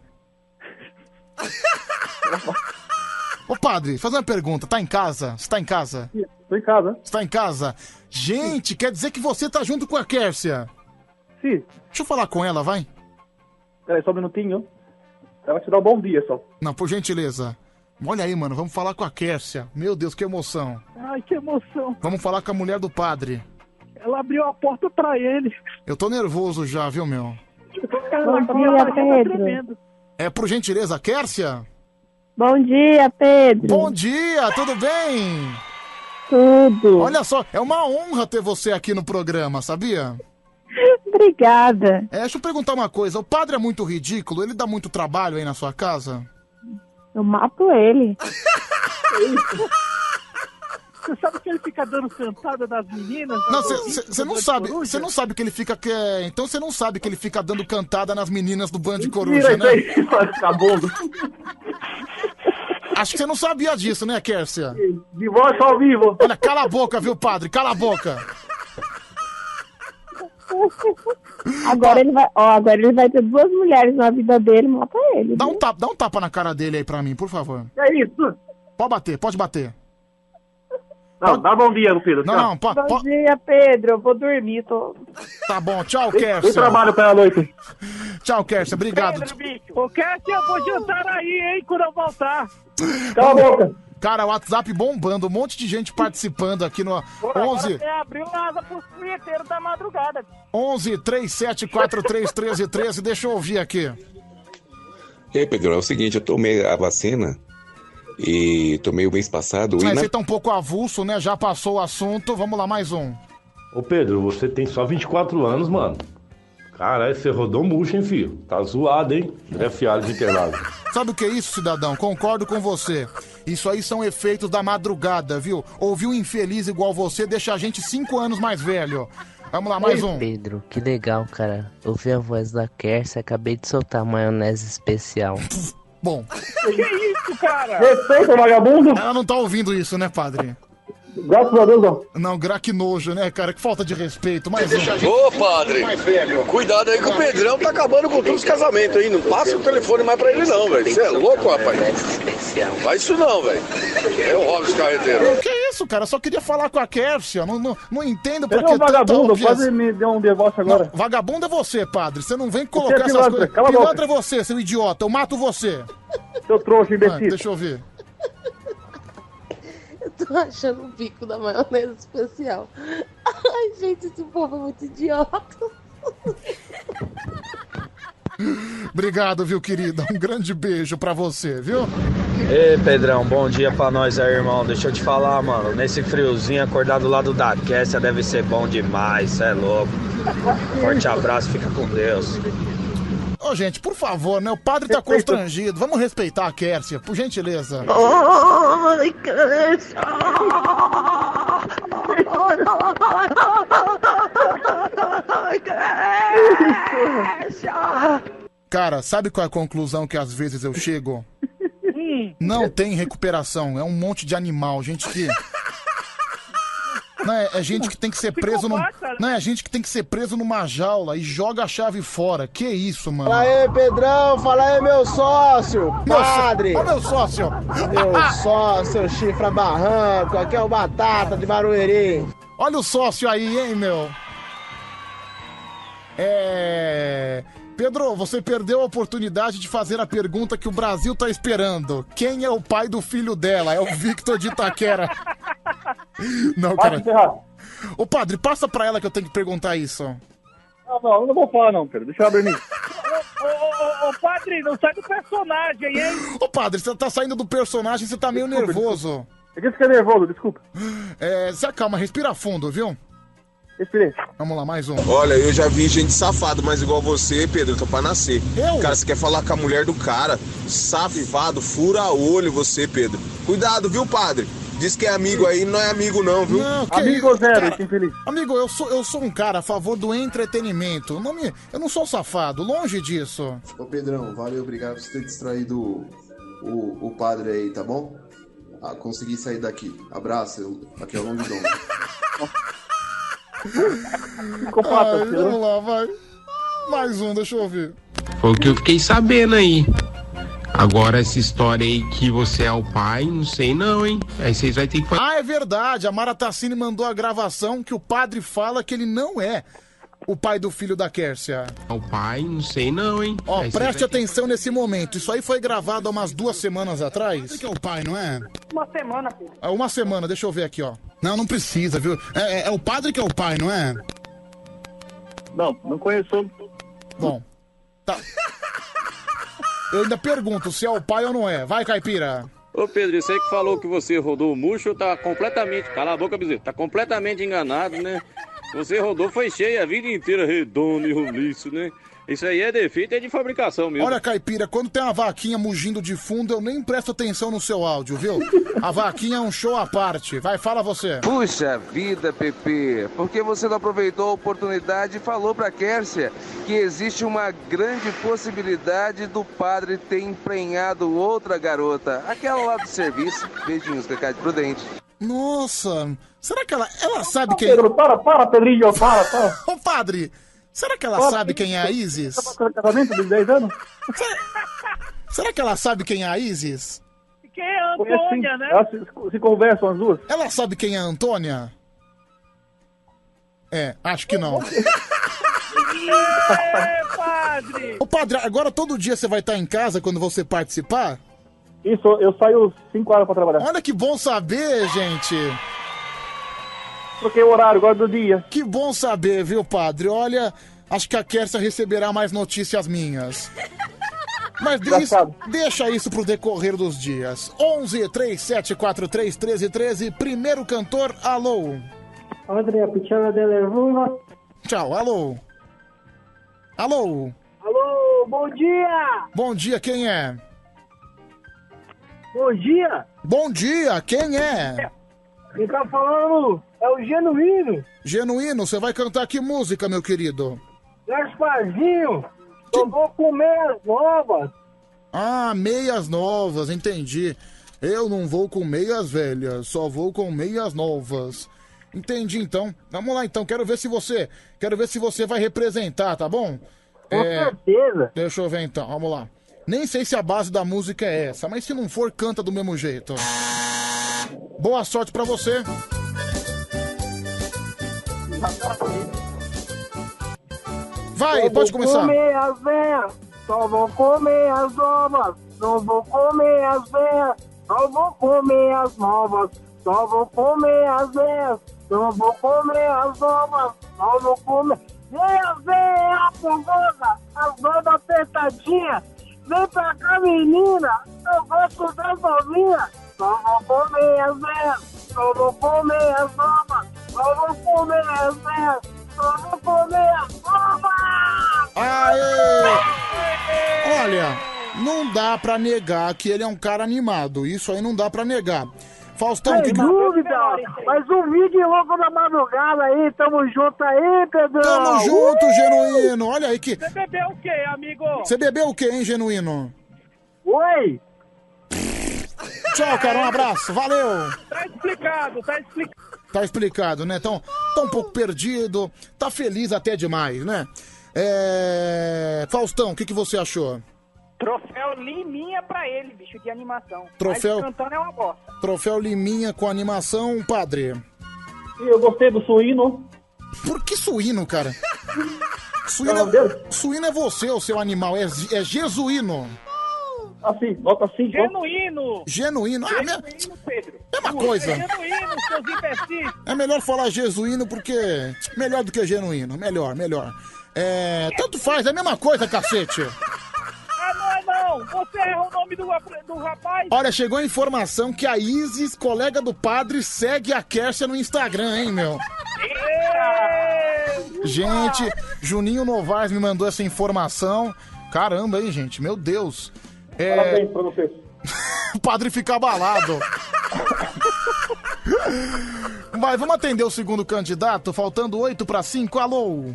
Ô, padre, faz uma pergunta. Tá em casa? Você tá em casa? Tô em casa. Você tá em casa? Gente, quer dizer que você tá junto com a Kércia? Sim. Deixa eu falar com ela, vai. Peraí, só um minutinho. Ela vai te dar um bom dia, só. Não, por gentileza. Olha aí, mano, vamos falar com a Kércia. Meu Deus, que emoção. Ai, que emoção. Vamos falar com a mulher do padre. Ela abriu a porta pra ele. Eu tô nervoso já, viu, meu? Bom dia, Pedro. É, por gentileza, Kércia? Bom dia, Pedro. Bom dia, tudo bem? Tudo. Olha só, é uma honra ter você aqui no programa, sabia? Obrigada. Deixa eu perguntar uma coisa. O padre é muito ridículo? Ele dá muito trabalho aí na sua casa? Eu mato ele. Você sabe que ele fica dando cantada das meninas? Não, você não sabe. Você não sabe que ele fica... Então você não sabe que ele fica dando cantada nas meninas do Band Coruja, né? Acho que você não sabia disso, né, Kércia? Divórcio ao vivo. Olha, cala a boca, viu, padre? Cala a boca. Agora ele vai ter 2 mulheres na vida dele, mata ele. Dá um tapa na cara dele aí pra mim, por favor. É isso. Pode bater. Não, dá bom dia, Pedro. Não, Bom dia, Pedro. Eu vou dormir, tô... Tá bom, tchau, Kércia. Tem trabalho pela noite. Tchau, Kércia, obrigado. Pedro, bicho. Ô, Kércia, eu vou jantar aí, hein, quando eu voltar. Cala a boca. Cara, o WhatsApp bombando, um monte de gente participando aqui no 11... Você abriu asa pro punheteiro da madrugada. 11 3743 1313, deixa eu ouvir aqui. E aí, Pedro, é o seguinte, eu tomei a vacina e tomei o mês passado. Você tá um pouco avulso, né? Já passou o assunto, vamos lá, mais um. Ô Pedro, você tem só 24 anos, mano. Caralho, você rodou murcho, hein, filho? Tá zoado, hein? É fiado de internado. Sabe o que é isso, cidadão? Concordo com você. Isso aí são efeitos da madrugada, viu? Ouvir um infeliz igual você deixa a gente 5 anos mais velho. Vamos lá, mais um. Pedro, que legal, cara. Ouvi a voz da Kércia, acabei de soltar maionese especial. Bom. Que isso, cara? Respeita, vagabundo. Ela não tá ouvindo isso, né, padre? Graças a Deus, não. Não, que nojo, né, cara? Que falta de respeito. Mais um. Ô, padre, cuidado aí que o Pedrão tá acabando com todos os casamentos aí. Não passa o telefone mais pra ele, não, velho. Você é louco, rapaz? Faz isso não, velho. É o Robson Carreteiro. Que isso, cara? Eu só queria falar com a Kércia. Não entendo pra Ele que é um vagabundo, tanta quase me deu um divórcio agora. Não, vagabundo é você, padre. Você não vem colocar é essas pilantra, coisas. cala a boca. Pilantra é você, seu idiota. Eu mato você. Seu trouxa, imbecil. Deixa eu ver. Eu tô achando o bico da maionese especial. Ai, gente, esse povo é muito idiota. Obrigado, viu, querida? Um grande beijo pra você, viu? Ei, Pedrão, bom dia pra nós aí, irmão. Deixa eu te falar, mano. Nesse friozinho, acordar do lado da Kércia deve ser bom demais, cê é louco. Forte abraço, fica com Deus. Ô, gente, por favor, né? O padre tá constrangido. Vamos respeitar a Kércia, por gentileza. Ai, Kércia! Cara, sabe qual é a conclusão que às vezes eu chego? Não tem recuperação, é um monte de animal, gente que... Não, é gente que tem que ser preso Não, é gente que tem que ser preso numa jaula e joga a chave fora. Que isso, mano? Fala aí, Pedrão, fala aí, meu sócio, padre. Ó, meu sócio. Meu sócio, chifra barranco, aqui é o Batata de Barueri. Olha o sócio aí, hein, meu? Pedro, você perdeu a oportunidade de fazer a pergunta que o Brasil tá esperando. Quem é o pai do filho dela? É o Victor de Itaquera. Não, cara. Ô, padre, passa pra ela que eu tenho que perguntar isso. Não vou falar não, Pedro. Deixa eu abrir nisso. Ô, padre, não sai do personagem, hein? Ô, padre, você tá saindo do personagem, você tá meio nervoso. Eu disse que é nervoso, desculpa. Se acalma, respira fundo, viu? Respirei. Vamos lá, mais um. Olha, eu já vi gente safado, mas igual você, Pedro, eu tô pra nascer. Eu? Cara, você quer falar com a mulher do cara? Safado, fura olho você, Pedro. Cuidado, viu, padre? Diz que é amigo aí, não é amigo não, viu? Não, amigo zero, cara, infeliz. Amigo, eu sou um cara a favor do entretenimento. Eu não sou safado, longe disso. Ô, Pedrão, valeu, obrigado por você ter distraído o padre aí, tá bom? Consegui sair daqui. Abraço, aqui é o Longdon. Vamos lá, vai. Mais um, deixa eu ouvir. Foi o que eu fiquei sabendo aí. Agora essa história aí que você é o pai, não sei não, hein? Aí vocês vão ter que fazer... É verdade. A Mara Tassini mandou a gravação que o padre fala que ele não é o pai do filho da Kércia. O pai, não sei não, hein? Ó, preste atenção nesse momento. Isso aí foi gravado há umas 2 semanas atrás. Esse que é o pai, não é? Uma semana, Pedro. Uma semana, deixa eu ver aqui, ó. Não precisa, viu? É o padre que é o pai, não é? Não conheço. Bom, tá. Eu ainda pergunto se é o pai ou não é. Vai, Caipira. Ô, Pedro, isso aí que falou que você rodou o murcho tá completamente... Cala a boca, bezerro. Tá completamente enganado, né? Você rodou, foi cheio a vida inteira, redondo e roliço, né? Isso aí é defeito, é de fabricação mesmo. Olha, Caipira, quando tem uma vaquinha mugindo de fundo, eu nem presto atenção no seu áudio, viu? A vaquinha é um show à parte. Vai, fala você. Puxa vida, Pepe, por que você não aproveitou a oportunidade e falou pra Kércia que existe uma grande possibilidade do padre ter emprenhado outra garota, aquela lá do serviço? Beijinhos, Cacá de Prudente. Nossa, será que ela sabe quem... Pedro, para, Pedrinho, para. Ô, padre, será que ela sabe quem é a Isis? Casamento dos 10 anos? Será que ela sabe quem é a Isis? Quem é a Antônia, né? Elas se conversam as duas. Ela sabe quem é a Antônia? Acho que não. Padre! Ô, padre, agora todo dia você vai estar em casa quando você participar? Isso, eu saio 5 horas pra trabalhar. Olha que bom saber, gente. Troquei o horário, agora do dia. Que bom saber, viu, padre? Olha, acho que a Kércia receberá mais notícias minhas. Mas deixa isso pro decorrer dos dias. 11-3743-1313, primeiro cantor, alô. André, pichada de levuma. Tchau, alô. Alô. Alô, bom dia. Bom dia, quem é? Bom dia. Bom dia, quem é? Quem tá falando é o Genuíno. Genuíno, você vai cantar que música, meu querido? Gasparzinho, eu vou com meias novas. Ah, meias novas, entendi. Eu não vou com meias velhas, só vou com meias novas. Entendi, então. Vamos lá, então. Quero ver se você vai representar, tá bom? Com certeza. Deixa eu ver, então. Vamos lá. Nem sei se a base da música é essa, mas se não for, canta do mesmo jeito. Boa sorte pra você. Vai, pode começar. Só vou comer as velhas, só vou comer as novas. Não vou comer as velhas, só vou comer as novas. Só vou comer as velhas, não vou comer as novas. Só vou comer... Vem as velhas, fogosa, as novas apertadinhas. Vem pra cá, menina, eu gosto das novinhas. Só vou comer as velhas, só vou comer as novas. Só vou comer as velhas, só vou comer as novas. Aê! Olha, não dá pra negar que ele é um cara animado. Isso aí não dá pra negar. Faustão, Sem dúvida, mas um vídeo louco da madrugada aí, tamo junto aí, Pedrão. Tamo junto, Genuíno. Olha aí que... Você bebeu o quê, amigo? Você bebeu o quê, hein, Genuíno? Oi! Tchau, cara, um abraço, valeu! Tá explicado. Tá explicado, né? Tá um pouco perdido, tá feliz até demais, né? Faustão, o que você achou? Troféu Liminha pra ele, bicho, de animação. Troféu- Mas cantando é uma bosta. Troféu Liminha com animação, padre. Eu gostei do suíno. Por que suíno, cara? Suíno é você, o seu animal, é jesuíno. Assim, bota assim. Genuíno. Genuíno. Genuíno, Pedro. Mesma coisa. Genuíno, seus imbecis. É melhor falar jesuíno porque... Melhor do que genuíno, melhor. Tanto faz, é a mesma coisa, cacete. Não é não. Você erra o nome do rapaz. Olha, chegou a informação que a Isis, colega do padre, segue a Kércia no Instagram, hein, meu? Gente, Juninho Novaes me mandou essa informação. Caramba, hein, gente? Meu Deus. Parabéns pra você. O padre fica abalado. Vai, vamos atender o segundo candidato, faltando 8:05. Alô?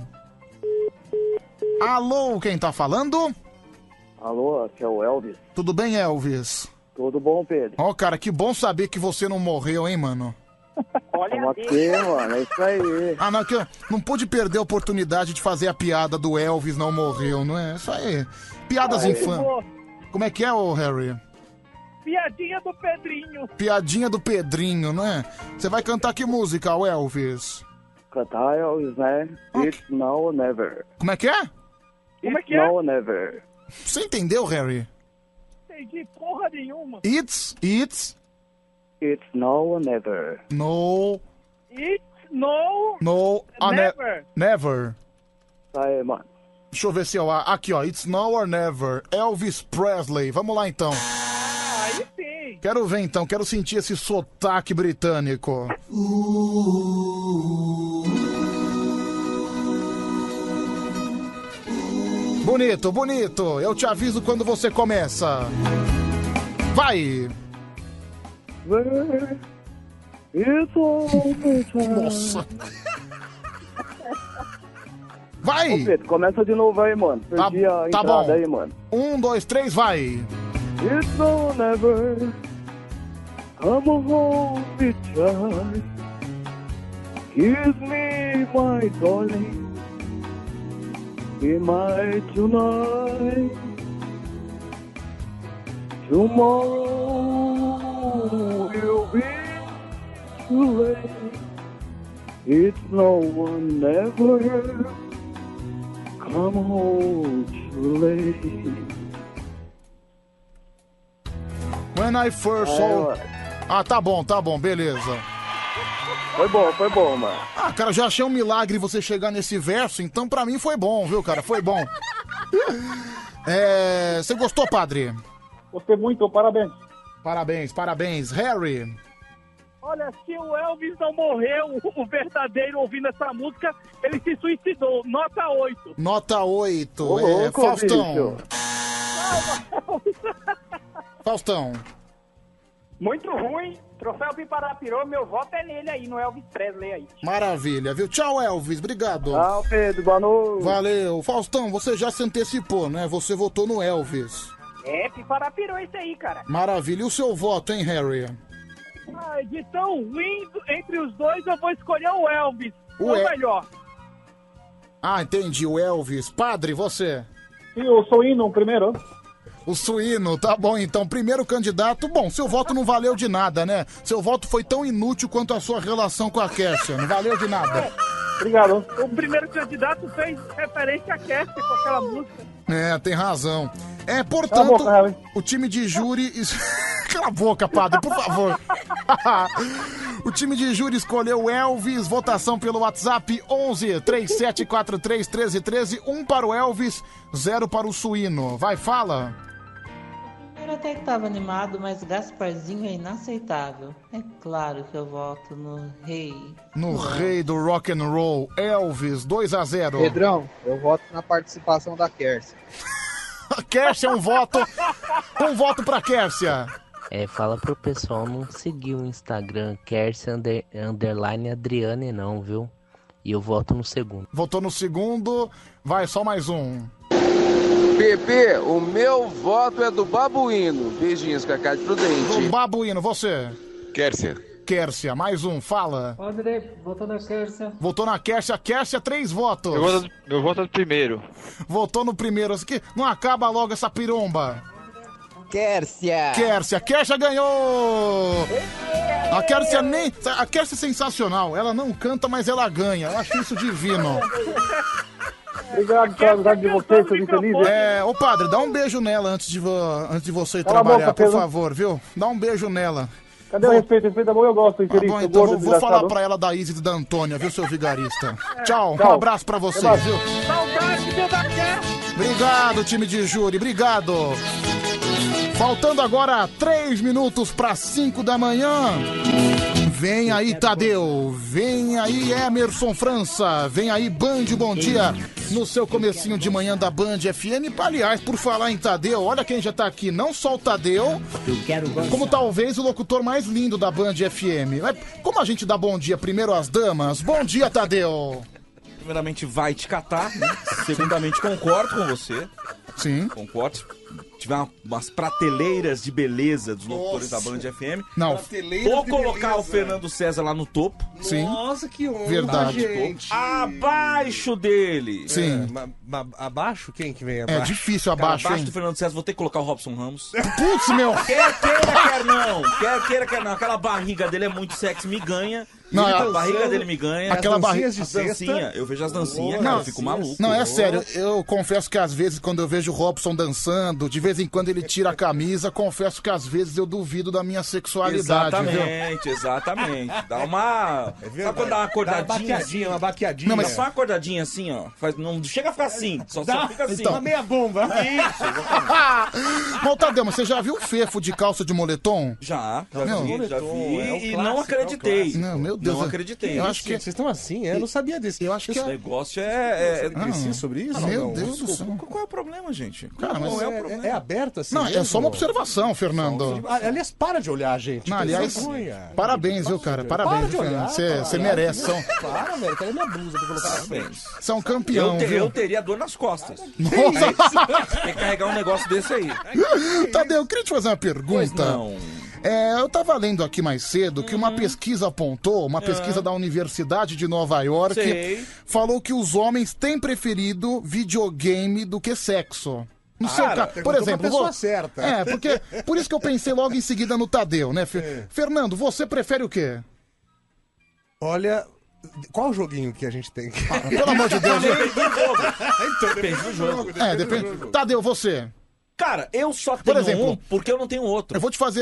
Alô, quem tá falando? Alô, aqui é o Elvis. Tudo bem, Elvis? Tudo bom, Pedro? Ó, cara, que bom saber que você não morreu, hein, mano? Olha aqui, mano, é isso aí. Ah, não, que eu não pude perder a oportunidade de fazer a piada do Elvis não morreu, não é? Isso aí. Piadas infantis. Como é que é, ô Harry? Piadinha do Pedrinho. Piadinha do Pedrinho, não é? Você vai cantar que música, o Elvis? Cantar Elvis, né? It's now or never. Como é que é? Como é que It's é? now or never. Você entendeu, Harry? Entendi porra nenhuma. It's now or never. no... It's no... Never. Never. Tá aí, mano. Deixa eu ver se eu... Aqui, ó. It's now or never. Elvis Presley. Vamos lá, então. Aí sim. Quero ver, então. Quero sentir esse sotaque britânico. Bonito, bonito. Eu te aviso quando você começa. Vai! Nossa. Vai! Ô, Pedro, começa de novo aí, mano. Perdi a Tá entrada bom. aí, mano. 1, 2, 3, vai! It's now or never. Come home, me child. Kiss me, my darling. Be my tonight. Tomorrow will be too late. It's no one never. Come home too late. When I first saw... Ah, tá bom, beleza. Foi bom, mano. Ah, cara, já achei um milagre você chegar nesse verso, então pra mim foi bom, viu, cara? Foi bom. Você gostou, padre? Gostei muito, parabéns. Parabéns. Harry? Olha, se o Elvis não morreu, o verdadeiro, ouvindo essa música, ele se suicidou. Nota 8. Nota 8. Ô, louco, Faustão. bicho. Faustão. Muito ruim. Troféu Piparapirô, meu voto é nele aí, no Elvis Presley aí. Maravilha, viu? Tchau, Elvis. Obrigado. Tchau, Pedro. Boa noite. Valeu. Faustão, você já se antecipou, né? Você votou no Elvis. É, Piparapiru esse aí, cara. Maravilha. E o seu voto, hein, Harry? De tão ruim, entre os dois eu vou escolher o Elvis. O melhor. Ah, entendi. O Elvis. Padre, você? E o Suíno primeiro. O Suíno, tá bom então. Primeiro candidato. Bom, seu voto não valeu de nada, né? Seu voto foi tão inútil quanto a sua relação com a Kessia. Não valeu de nada. Obrigado. O primeiro candidato fez referência a Kessia com aquela música. É, tem razão. Portanto, Cala a boca, o time de júri... Cala a boca, padre, por favor. O time de júri escolheu o Elvis. Votação pelo WhatsApp 11 3743 1313. 1 para o Elvis, 0 para o Suíno. Vai, fala. Eu até que tava animado, mas Gasparzinho é inaceitável. É claro que eu voto no rei. No rei do rock and roll, Elvis, 2-0. Pedrão, eu voto na participação da Kércia. A Kércia é um voto. Um voto pra Kércia. Fala pro pessoal não seguir o Instagram Kércia _ Adriane não, viu? E eu voto no segundo. Votou no segundo, vai, só mais um. Pepe, o meu voto é do Babuíno. Beijinhos, Cacá de Prudente. Do Babuíno, você? Kércia. Kércia, mais um, fala. Padre, votou na Kércia. Votou na Kércia, Kércia, 3 votos. Eu voto no primeiro. Votou no primeiro, isso aqui não acaba logo essa piromba. Kércia. Kércia ganhou! A Kércia é sensacional, ela não canta, mas ela ganha, eu acho isso divino. Obrigado pela amizade de vocês, seus infelizes. Ô padre, dá um beijo nela antes de você ir Cala a trabalhar, boca, por Pedro. favor, viu? Dá um beijo nela. Cadê o respeito? Respeito é bom, eu gosto, infeliz. Bom, então vou falar pra ela da Isis e da Antônia, viu, seu vigarista? Tchau, um abraço pra vocês, viu? Saudade da Kércia. Obrigado, time de júri, obrigado. Faltando agora 3 minutos para 5 da manhã. Vem aí, Tadeu. Vem aí, Emerson França. Vem aí, Band Bom Dia. No seu comecinho de manhã da Band FM. Aliás, por falar em Tadeu, olha quem já tá aqui. Não só o Tadeu, como talvez o locutor mais lindo da Band FM. Como a gente dá bom dia primeiro às damas. Bom dia, Tadeu. Primeiramente, vai te catar, né? Segundamente, concordo com você. Sim. Concordo. Tiver umas prateleiras de beleza dos locutores da Band FM. Não. Vou colocar o Fernando César lá no topo. Sim. Nossa, que honra. Verdade. Gente. Abaixo dele. Sim. Abaixo? Quem que vem abaixo? É difícil abaixo, Abaixo hein? do Fernando César, vou ter que colocar o Robson Ramos. Putz, meu. Quer não. Quer não. Aquela barriga dele é muito sexy, me ganha. Não, A barriga dele me ganha. Aquela barriga de dancinha. Eu vejo as dancinhas, Não, cara, eu fico maluco. Não, é sério, eu confesso que às vezes quando eu vejo o Robson dançando, de vez em quando ele tira a camisa, confesso que às vezes eu duvido da minha sexualidade, Exatamente. Dá uma... Sabe quando dá uma acordadinha? Uma baqueadinha. Não, mas só uma acordadinha assim, ó. Não chega a ficar assim, só fica assim. Então. Uma meia bomba. Isso, Mas, Tadeu, mas você já viu o Fefo de calça de moletom? Já Não. vi e não acreditei. Não, meu Deus. Não acreditei. Eu acho que... Vocês estão assim, eu não sabia desse. Eu acho que Esse negócio é... Precisa sobre isso? Meu Não, Deus do céu. Qual é o problema, gente? Cara, mas Qual é o problema? É aberto assim Não, mesmo? é só uma observação, Fernando. Aliás, para de olhar, gente. Não, aliás, parabéns, viu, cara? Parabéns, viu, Fernando? Você merece. Para, velho. Cadê minha blusa pra colocar? Parabéns. Você é um campeão, Eu viu? teria dor nas costas. Nossa! Tem que carregar um negócio desse aí. Tadeu, eu queria te fazer uma pergunta. Não. Eu tava lendo aqui mais cedo que uma pesquisa apontou, uma pesquisa da Universidade de Nova York, Sei. falou que os homens têm preferido videogame do que sexo. No seu caso, por exemplo, certa. porque por isso que eu pensei logo em seguida no Tadeu, né? Fernando, você prefere o quê? Olha, qual o joguinho que a gente tem? Pelo amor de Deus. Depende do jogo. Depende. Tadeu, você. Cara, eu só Por tenho exemplo, um porque eu não tenho outro. Eu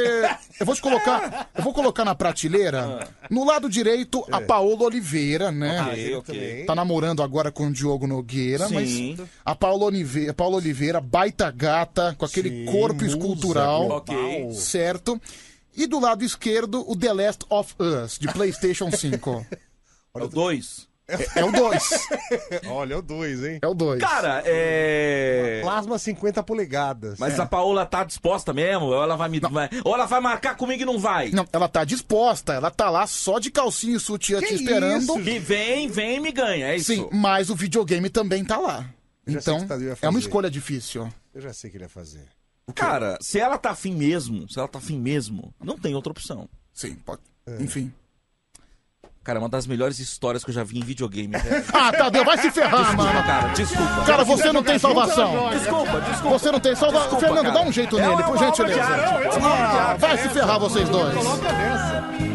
vou colocar na prateleira, no lado direito, a Paola Oliveira, né? Ok. Tá namorando agora com o Diogo Nogueira, Sim. mas a Paola Oliveira, baita gata, com aquele corpo escultural, Ok. certo? E do lado esquerdo, o The Last of Us, de PlayStation 5. É o 2. É o 2. Olha, é o 2, hein? É o 2. Cara, Plasma 50 polegadas. Mas a Paola tá disposta mesmo? Ou ela ou ela vai marcar comigo e não vai? Não, ela tá disposta, ela tá lá só de calcinha e sutiã te esperando. Isso? Que vem e me ganha, é isso? Sim, mas o videogame também tá lá. Eu já sei Então, o que o Tadeu ia é uma fazer. escolha difícil. Eu já sei o que ele ia fazer. Cara, se ela tá afim mesmo, não tem outra opção. Sim, pode. Enfim. Cara, é uma das melhores histórias que eu já vi em videogame, velho. Ah, Tadeu, vai se ferrar, mano. Desculpa. Cara, você não tem salvação. Desculpa. Você não tem salvação. Fernando, cara. dá um jeito nele, por gentileza. Vai se ferrar vocês dois. Coloca nessa.